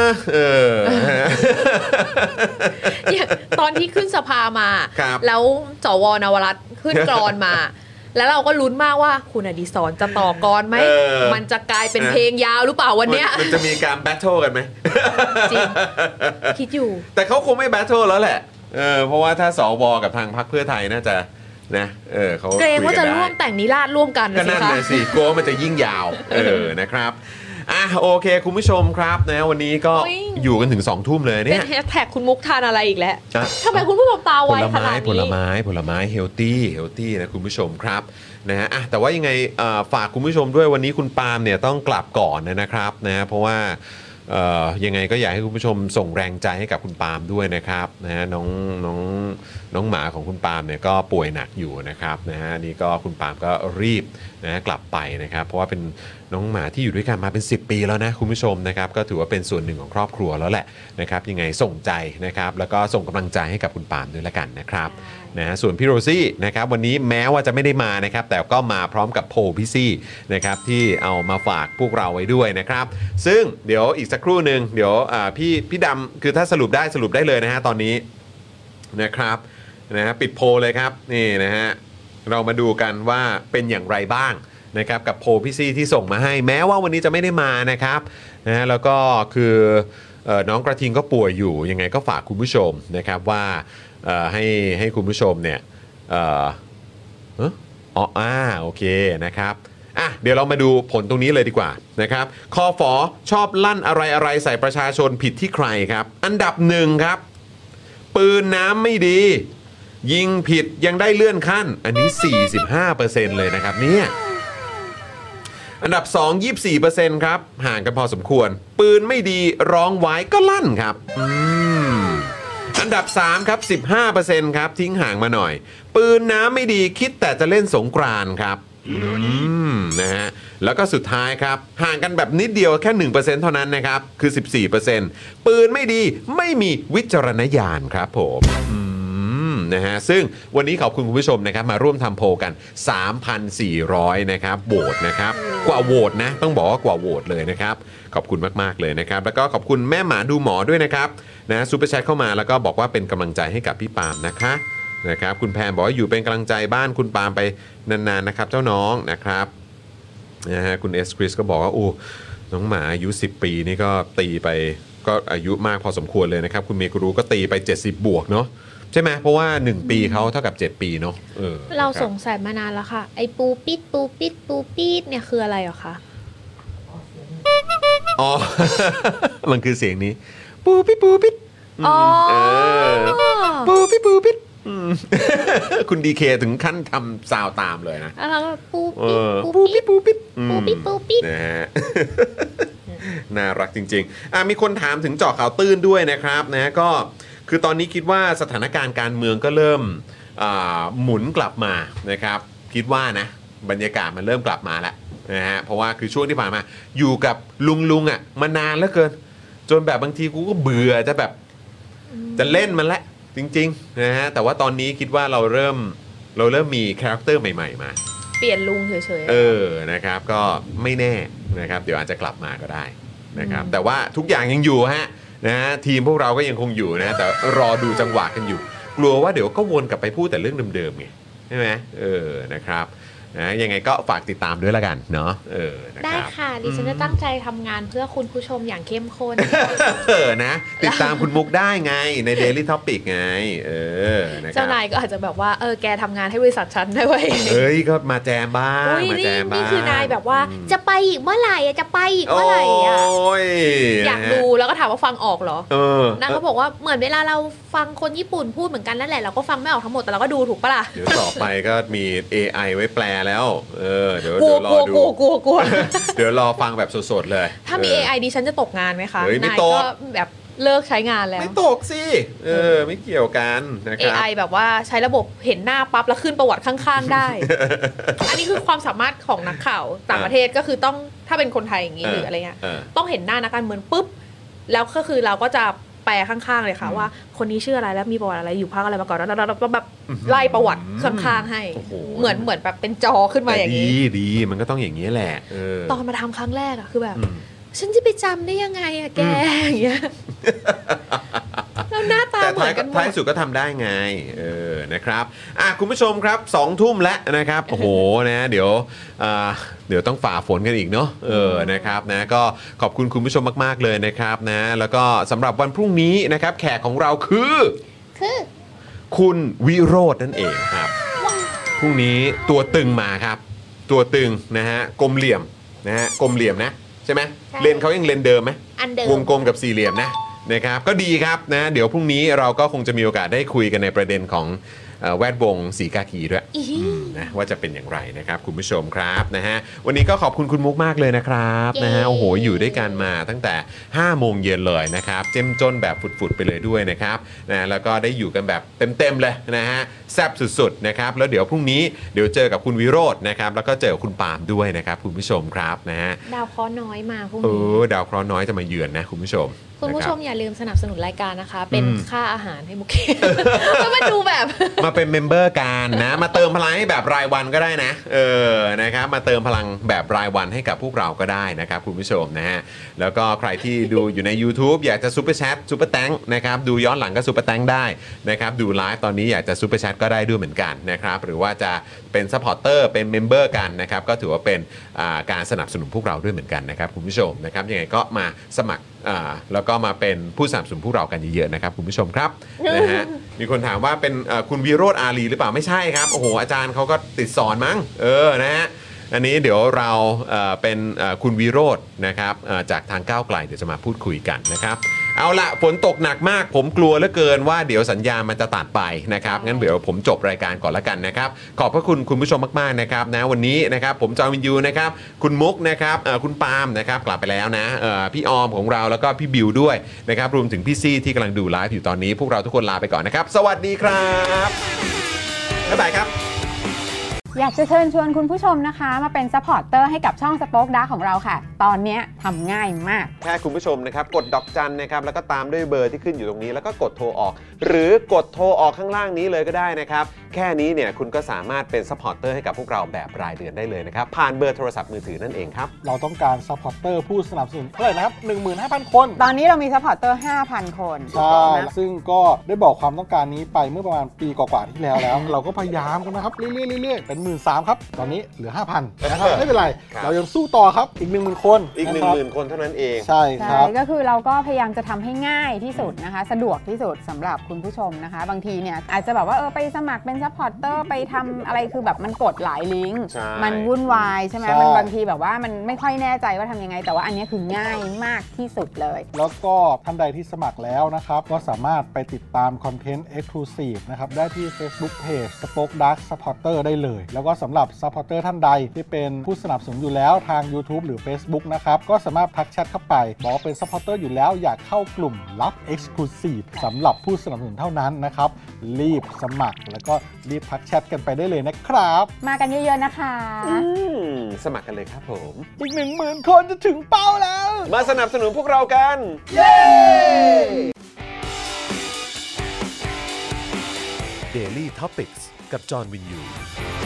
ตอนที่ขึ้นสภามาแล้วสว.นวรัตน์ขึ้นกรอนมาแล้วเราก็ลุ้นมากว่าคุณอดิศรจะต่อกรไหมมันจะกลายเป็นเพลงยาวหรือเปล่าวันเนี้ยมันจะมีการแบทเทิลกันไหมจริงคิดอยู่แต่เขาคงไม่แบทเทิลแล้วแหละเพราะว่าถ้าสว.กับทางพรรคเพื่อไทยน่าจะนะเขาเกรงว่าจะร่วมแต่งนิราศร่วมกันก็นั่นเลยสิกลัวมันจะยิ่งยาวนะครับโอเคคุณผู้ชมครับนะวันนี้ก็อยู่กันถึง 20:00 นเลยเนี่ยเป็นแฮชแท็กคุณมุกทานอะไรอีกแล้วทำไมคุณผู้ชมตาไวขนาดนี้ผลไม้เฮลตี้นะคุณผู้ชมครับนะฮะแต่ว่ายังไงฝากคุณผู้ชมด้วยวันนี้คุณปาล์มเนี่ยต้องกลับก่อนนะครับนะเพราะว่ายังไงก็อยากให้คุณผู้ชมส่งแรงใจให้กับคุณปาล์มด้วยนะครับนะฮะน้องหมาของคุณปาล์มเนี่ยก็ป่วยหนักอยู่นะครับนะฮะนี่ก็คุณปาล์มก็รีบนะกลับไปนะครับเพราะว่าเป็นน้องหมาที่อยู่ด้วยกันมาเป็น10 ปีแล้วนะคุณผู้ชมนะครับก็ถือว่าเป็นส่วนหนึ่งของครอบครัวแล้วแหละนะครับยังไงส่งใจนะครับแล้วก็ส่งกำลังใจให้กับคุณปาล์มด้วยละกันนะครับนะส่วนพี่โรซี่นะครับวันนี้แม้ว่าจะไม่ได้มานะครับแต่ก็มาพร้อมกับโพลพี่ซี่นะครับที่เอามาฝากพวกเราไว้ด้วยนะครับซึ่งเดี๋ยวอีกสักครู่นึงเดี๋ยวพี่ดำคือถ้าสรุปได้เลยนะฮะตอนนี้นะครับนะฮะปิดโพลเลยครับนี่นะฮะเรามาดูกันว่าเป็นอย่างไรบ้างนะครับกับโพลพี่ซี่ที่ส่งมาให้แม้ว่าวันนี้จะไม่ได้มานะครับนะแล้วก็คือน้องกระทิงก็ป่วยอยู่ยังไงก็ฝากคุณผู้ชมนะครับว่าให้คุณผู้ชมเนี่ยโอเคนะครับเดี๋ยวเรามาดูผลตรงนี้เลยดีกว่านะครับคฝ.ชอบลั่นอะไรใส่ประชาชนผิดที่ใครครับอันดับ1ครับปืนน้ำไม่ดียิงผิดยังได้เลื่อนขั้นอันนี้ 45% เลยนะครับเนี่ยอันดับ2 24% ครับห่างกันพอสมควรปืนไม่ดีร้องไว้ก็ลั่นครับอันดับ3ครับ 15% ครับทิ้งห่างมาหน่อยปืนน้ำไม่ดีคิดแต่จะเล่นสงกรานต์ครับนะฮะแล้วก็สุดท้ายครับห่างกันแบบนิดเดียวแค่ 1% เท่านั้นนะครับคือ 14% ปืนไม่ดีไม่มีวิจารณญาณครับผมนะฮะซึ่งวันนี้ขอบคุณคุณผู้ชมนะครับมาร่วมทำโพลกัน 3,400 นะครับโหวตนะครับกว่าโหวตนะต้องบอกว่ากว่าโหวตเลยนะครับขอบคุณมากๆเลยนะครับแล้วก็ขอบคุณแม่หมาดูหมอด้วยนะครับนะซุปเปอร์แชทเข้ามาแล้วก็บอกว่าเป็นกำลังใจให้กับพี่ปาล์มนะครับคุณแพมบอกว่าอยู่เป็นกำลังใจบ้านคุณปาล์มไปนานๆนะครับเจ้าน้องนะครับนะฮะคุณเอสคริสก็บอกว่าน้องหมาอายุ10 ปีนี่ก็ตีไปก็อายุมากพอสมควรเลยนะครับคุณเมกุรุก็ตีไป70 บวกเนาะใช่ไหมเพราะว่า1 ปีเขาเท่ากับ7 ปีเนาะเราสงสัยมานานแล้วค่ะไอ้ปูปิดเนี่ยคืออะไรหรอคะมันคือเสียงนี้ปูปิดปูปิดคุณดีเคถึงขั้นทำซาวตามเลยนะปูปิดนะฮะน่ารักจริงๆมีคนถามถึงเจาะข่าวตื้นด้วยนะครับนะก็คือตอนนี้คิดว่าสถานการณ์การเมืองก็เริ่มหมุนกลับมานะครับคิดว่านะบรรยากาศมันเริ่มกลับมาแล้วนะฮะเพราะว่าคือช่วงที่ผ่านมาอยู่กับลุงมานานเหลือเกินจนแบบบางทีกูก็เบื่อจะแบบจะเล่นมันละจริงๆนะฮะแต่ว่าตอนนี้คิดว่าเราเริ่มมีคาแรคเตอร์ใหม่ๆมาเปลี่ยนลุงเฉยๆนะครับก็ไม่แน่นะครับเดี๋ยวอาจจะกลับมาก็ได้นะครับแต่ว่าทุกอย่างยังอยู่ฮะนะทีมพวกเราก็ยังคงอยู่นะแต่รอดูจังหวะกันอยู่กลัวว่าเดี๋ยวก็วนกลับไปพูดแต่เรื่องเดิมๆไงใช่ไหมนะครับนะยังไงก็ฝากติดตามด้วยละกันเนาะนะครับได้ค่ะดิฉันจะตั้งใจทำงานเพื่อคุณผู้ชมอย่างเข้มข้นนะติดตามคุณมุกได้ไงใน Daily Topic ไงนะครับเจ้านายก็อาจจะแบบว่าแกทำงานให้บริษัทฉันได้ไว้ก็มาแจมบ้างมาแจมบ้างนี่คือนายแบบว่าจะไปอีกเมื่อไหร่จะไปอีกเมื่อไหร่อยากดูแล้วก็ถามว่าฟังออกเหรอนางก็บอกว่าเหมือนเวลาเราฟังคนญี่ปุ่นพูดเหมือนกันนั่นแหละเราก็ฟังไม่ออกทั้งหมดแต่เราก็ดูถูกปะล่ะเดี๋ยวต่อไปก็มี AI ไว้แปลแล้วเดี๋ยวรอดูกลัวเดี๋ยวรอฟังแบบสดๆเลยถ้ามี AI ดิฉันจะตกงานไหมคะนายก็แบบเลิกใช้งานแล้วไม่ตกสิไม่เกี่ยวกันนะครับ AI แบบว่าใช้ระบบเห็นหน้าปั๊บแล้วขึ้นประวัติข้างๆได้ อันนี้คือความสามารถของนักข่าวต่างประเทศก็คือต้องถ้าเป็นคนไทยอย่างนี้หรืออะไรเงี้ยต้องเห็นหน้านักการเมืองปุ๊บแล้วก็คือเราก็จะแปลข้างๆเลยค่ะว่าคนนี้ชื่ออะไรแล้วมีประวัติอะไรอยู่พรรคอะไรมาก่อนแล้วเราก็แบบไล่ประวัติข้างๆให้เหมือนแบบเป็นจอขึ้นมาอย่างนี้ดีมันก็ต้องอย่างนี้แหละตอนมาทำครั้งแรกอะคือแบบฉันจะไปจำได้ยังไงอะแกอย่างเงี้ยแล้วหน้าตาเหมือนกันหมดท้ายสุดก็ทำได้ไงนะครับคุณผู้ชมครับ 2 ทุ่มแล้วนะครับโอ้โหนะเดี๋ยวต้องฝ่าฝนกันอีกเนาะนะครับนะก็ขอบคุณคุณผู้ชมมากๆเลยนะครับนะแล้วก็สำหรับวันพรุ่งนี้นะครับแขกของเราคือคุณวิโรจน์นั่นเองครับพรุ่งนี้ตัวตึงมาครับตัวตึงนะฮะกลมเหลี่ยมนะฮะกลมเหลี่ยมนะใช่ไหมเลนเขายังเลนเดิมไหมวงกลมกับสี่เหลี่ยมนะครับก็ดีครับนะเดี๋ยวพรุ่งนี้เราก็คงจะมีโอกาสได้คุยกันในประเด็นของแวดวงสีกากีด้วยนะว่าจะเป็นอย่างไรนะครับคุณผู้ชมครับนะฮะวันนี้ก็ขอบคุณคุณมุกมากเลยนะครับนะฮะโอ้โหอยู่ด้วยกันมาตั้งแต่5 โมงเย็นเลยนะครับเจ้มจนแบบฝุดๆไปเลยด้วยนะครับนะแล้วก็ได้อยู่กันแบบเต็มๆเลยนะฮะแซ่บสุดๆนะครับแล้วเดี๋ยวพรุ่งนี้เดี๋ยวเจอกับคุณวิโรจน์นะครับแล้วก็เจอคุณปาล์มด้วยนะครับคุณผู้ชมครับนะฮะดาวเคราะห์น้อยมาพรุ่งนี้ดาวเคราะห์น้อยจะมาเยือนนะคุณผู้ชมอย่าลืมสนับสนุนรายการนะคะเป็นค่าอาหารให้มุกก็มาดูแบบมาเป็นเมมเบอร์กันนะมาเติมพลังให้แบบรายวันก็ได้นะนะครับมาเติมพลังแบบรายวันให้กับพวกเราก็ได้นะครับคุณผู้ชมนะฮะแล้วก็ใครที่ดูอยู่ใน YouTube อยากจะซุปเปอร์แชทซุปเปอร์แตงนะครับดูย้อนหลังก็ซุปเปอร์แตงได้นะครับดูไลฟ์ตอนนี้อยากจะซุปเปอร์แชทก็ได้ด้วยเหมือนกันนะครับหรือว่าจะเป็นซัพพอร์เตอร์เป็นเมมเบอร์กันนะครับก็ถือว่าเป็นการสนับสนุนพวกเราด้วยเหมือนกันนะครับคุณผู้ชมนะครับยังไงก็มาสมัครแล้วก็มาเป็นผู้สนับสนุนพวกเรากันเยอะๆนะครับคุณผู้ชมครับนะฮะมีคนถามว่าเป็นคุณวิโรจน์อารีหรือเปล่าไม่ใช่ครับโอ้โหอาจารย์เขาก็ติดสอนมั้งนะฮะอันนี้เดี๋ยวเราเป็นคุณวิโรจน์นะครับจากทางก้าวไกลเดี๋ยวจะมาพูดคุยกันนะครับเอาละฝนตกหนักมากผมกลัวเหลือเกินว่าเดี๋ยวสัญญาณมันจะตัดไปนะครับงั้นเดี๋ยวผมจบรายการก่อนละกันนะครับขอบพระคุณคุณผู้ชมมากๆนะครับนะวันนี้นะครับผมจอห์นวินยูนะครับคุณมุกนะครับคุณปาล์มนะครับกลับไปแล้วนะพี่ออมของเราแล้วก็พี่บิวด้วยนะครับรวมถึงพี่ซี่ที่กำลังดูไลฟ์อยู่ตอนนี้พวกเราทุกคนลาไปก่อนนะครับสวัสดีครับบ๊ายบายครับอยากจะเชิญชวนคุณผู้ชมนะคะมาเป็นซัพพอร์ตเตอร์ให้กับช่องสป็อคดาร์กของเราค่ะตอนนี้ทำง่ายมากแค่คุณผู้ชมนะครับกดดอกจันนะครับแล้วก็ตามด้วยเบอร์ที่ขึ้นอยู่ตรงนี้แล้วก็กดโทรออกหรือกดโทรออกข้างล่างนี้เลยก็ได้นะครับแค่นี้เนี่ยคุณก็สามารถเป็นซัพพอร์ตเตอร์ให้กับพวกเราแบบรายเดือนได้เลยนะครับผ่านเบอร์โทรศัพท์มือถือนั่นเองครับเราต้องการซัพพอร์ตเตอร์ผู้สนับสนุนเท่าไหร่นะครับ 15,000 คนตอนนี้เรามีซัพพอร์ตเตอร์ 5,000 คนใช่ซึ่งก็ได้บอกความต้องการนี้ไปเมื่อประมาณปีกว่าๆที่แล้วเราก็พยายามกันนะครับเรื่อยๆเป็น 13,000 ครับตอนนี้เหลือ 5,000 นะครับไม่เป็นไรเรายังสู้ต่อครับอีก 10,000 คนอีก 10,000 คนเท่านั้นเองใช่ครับก็คือเราก็พยายามจะทำให้ง่ายที่สุดนะคะสะดวกที่สุดสำหรับคุณผู้ชมนะคะบางทีเนี่ยอาจจะแบบว่าไปสมัครเป็นซัพพอร์ตเตอร์ไปทำอะไรคือแบบมันกดหลายลิงก์มันวุ่นวายใช่ไหมมันบางทีแบบว่ามันไม่ค่อยแน่ใจว่าทำยังไงแต่ว่าอันนี้คือง่ายมากที่สุดเลยแล้วก็ท่านใดที่สมัครแล้วนะครับก็สามารถไปติดตามคอนเทนต์ Exclusive นะครับได้ที่ Facebook Page Spoke Dark Supporter ได้เลยแล้วก็สำหรับ Supporter ท่านใดที่เป็นผู้สนับสนุนอยู่แล้วทาง YouTube หรือ Facebook นะครับก็สามารถทักแชทเข้าไปบอกเป็น Supporter อยู่แล้วอยากเข้ากลุ่มลับ Exclusive สำหรับผู้สนับสนุนเท่านั้นนะครับรีบสมัครแล้วก็รีบทักแชทกันไปได้เลยนะครับมากันเยอะๆนะคะสมัครกันเลยครับผมอีก 10,000 คนจะถึงเป้าแล้วมาสนับสนุนพวกเรากันเย้ Daily Topics กับจอห์นวินยู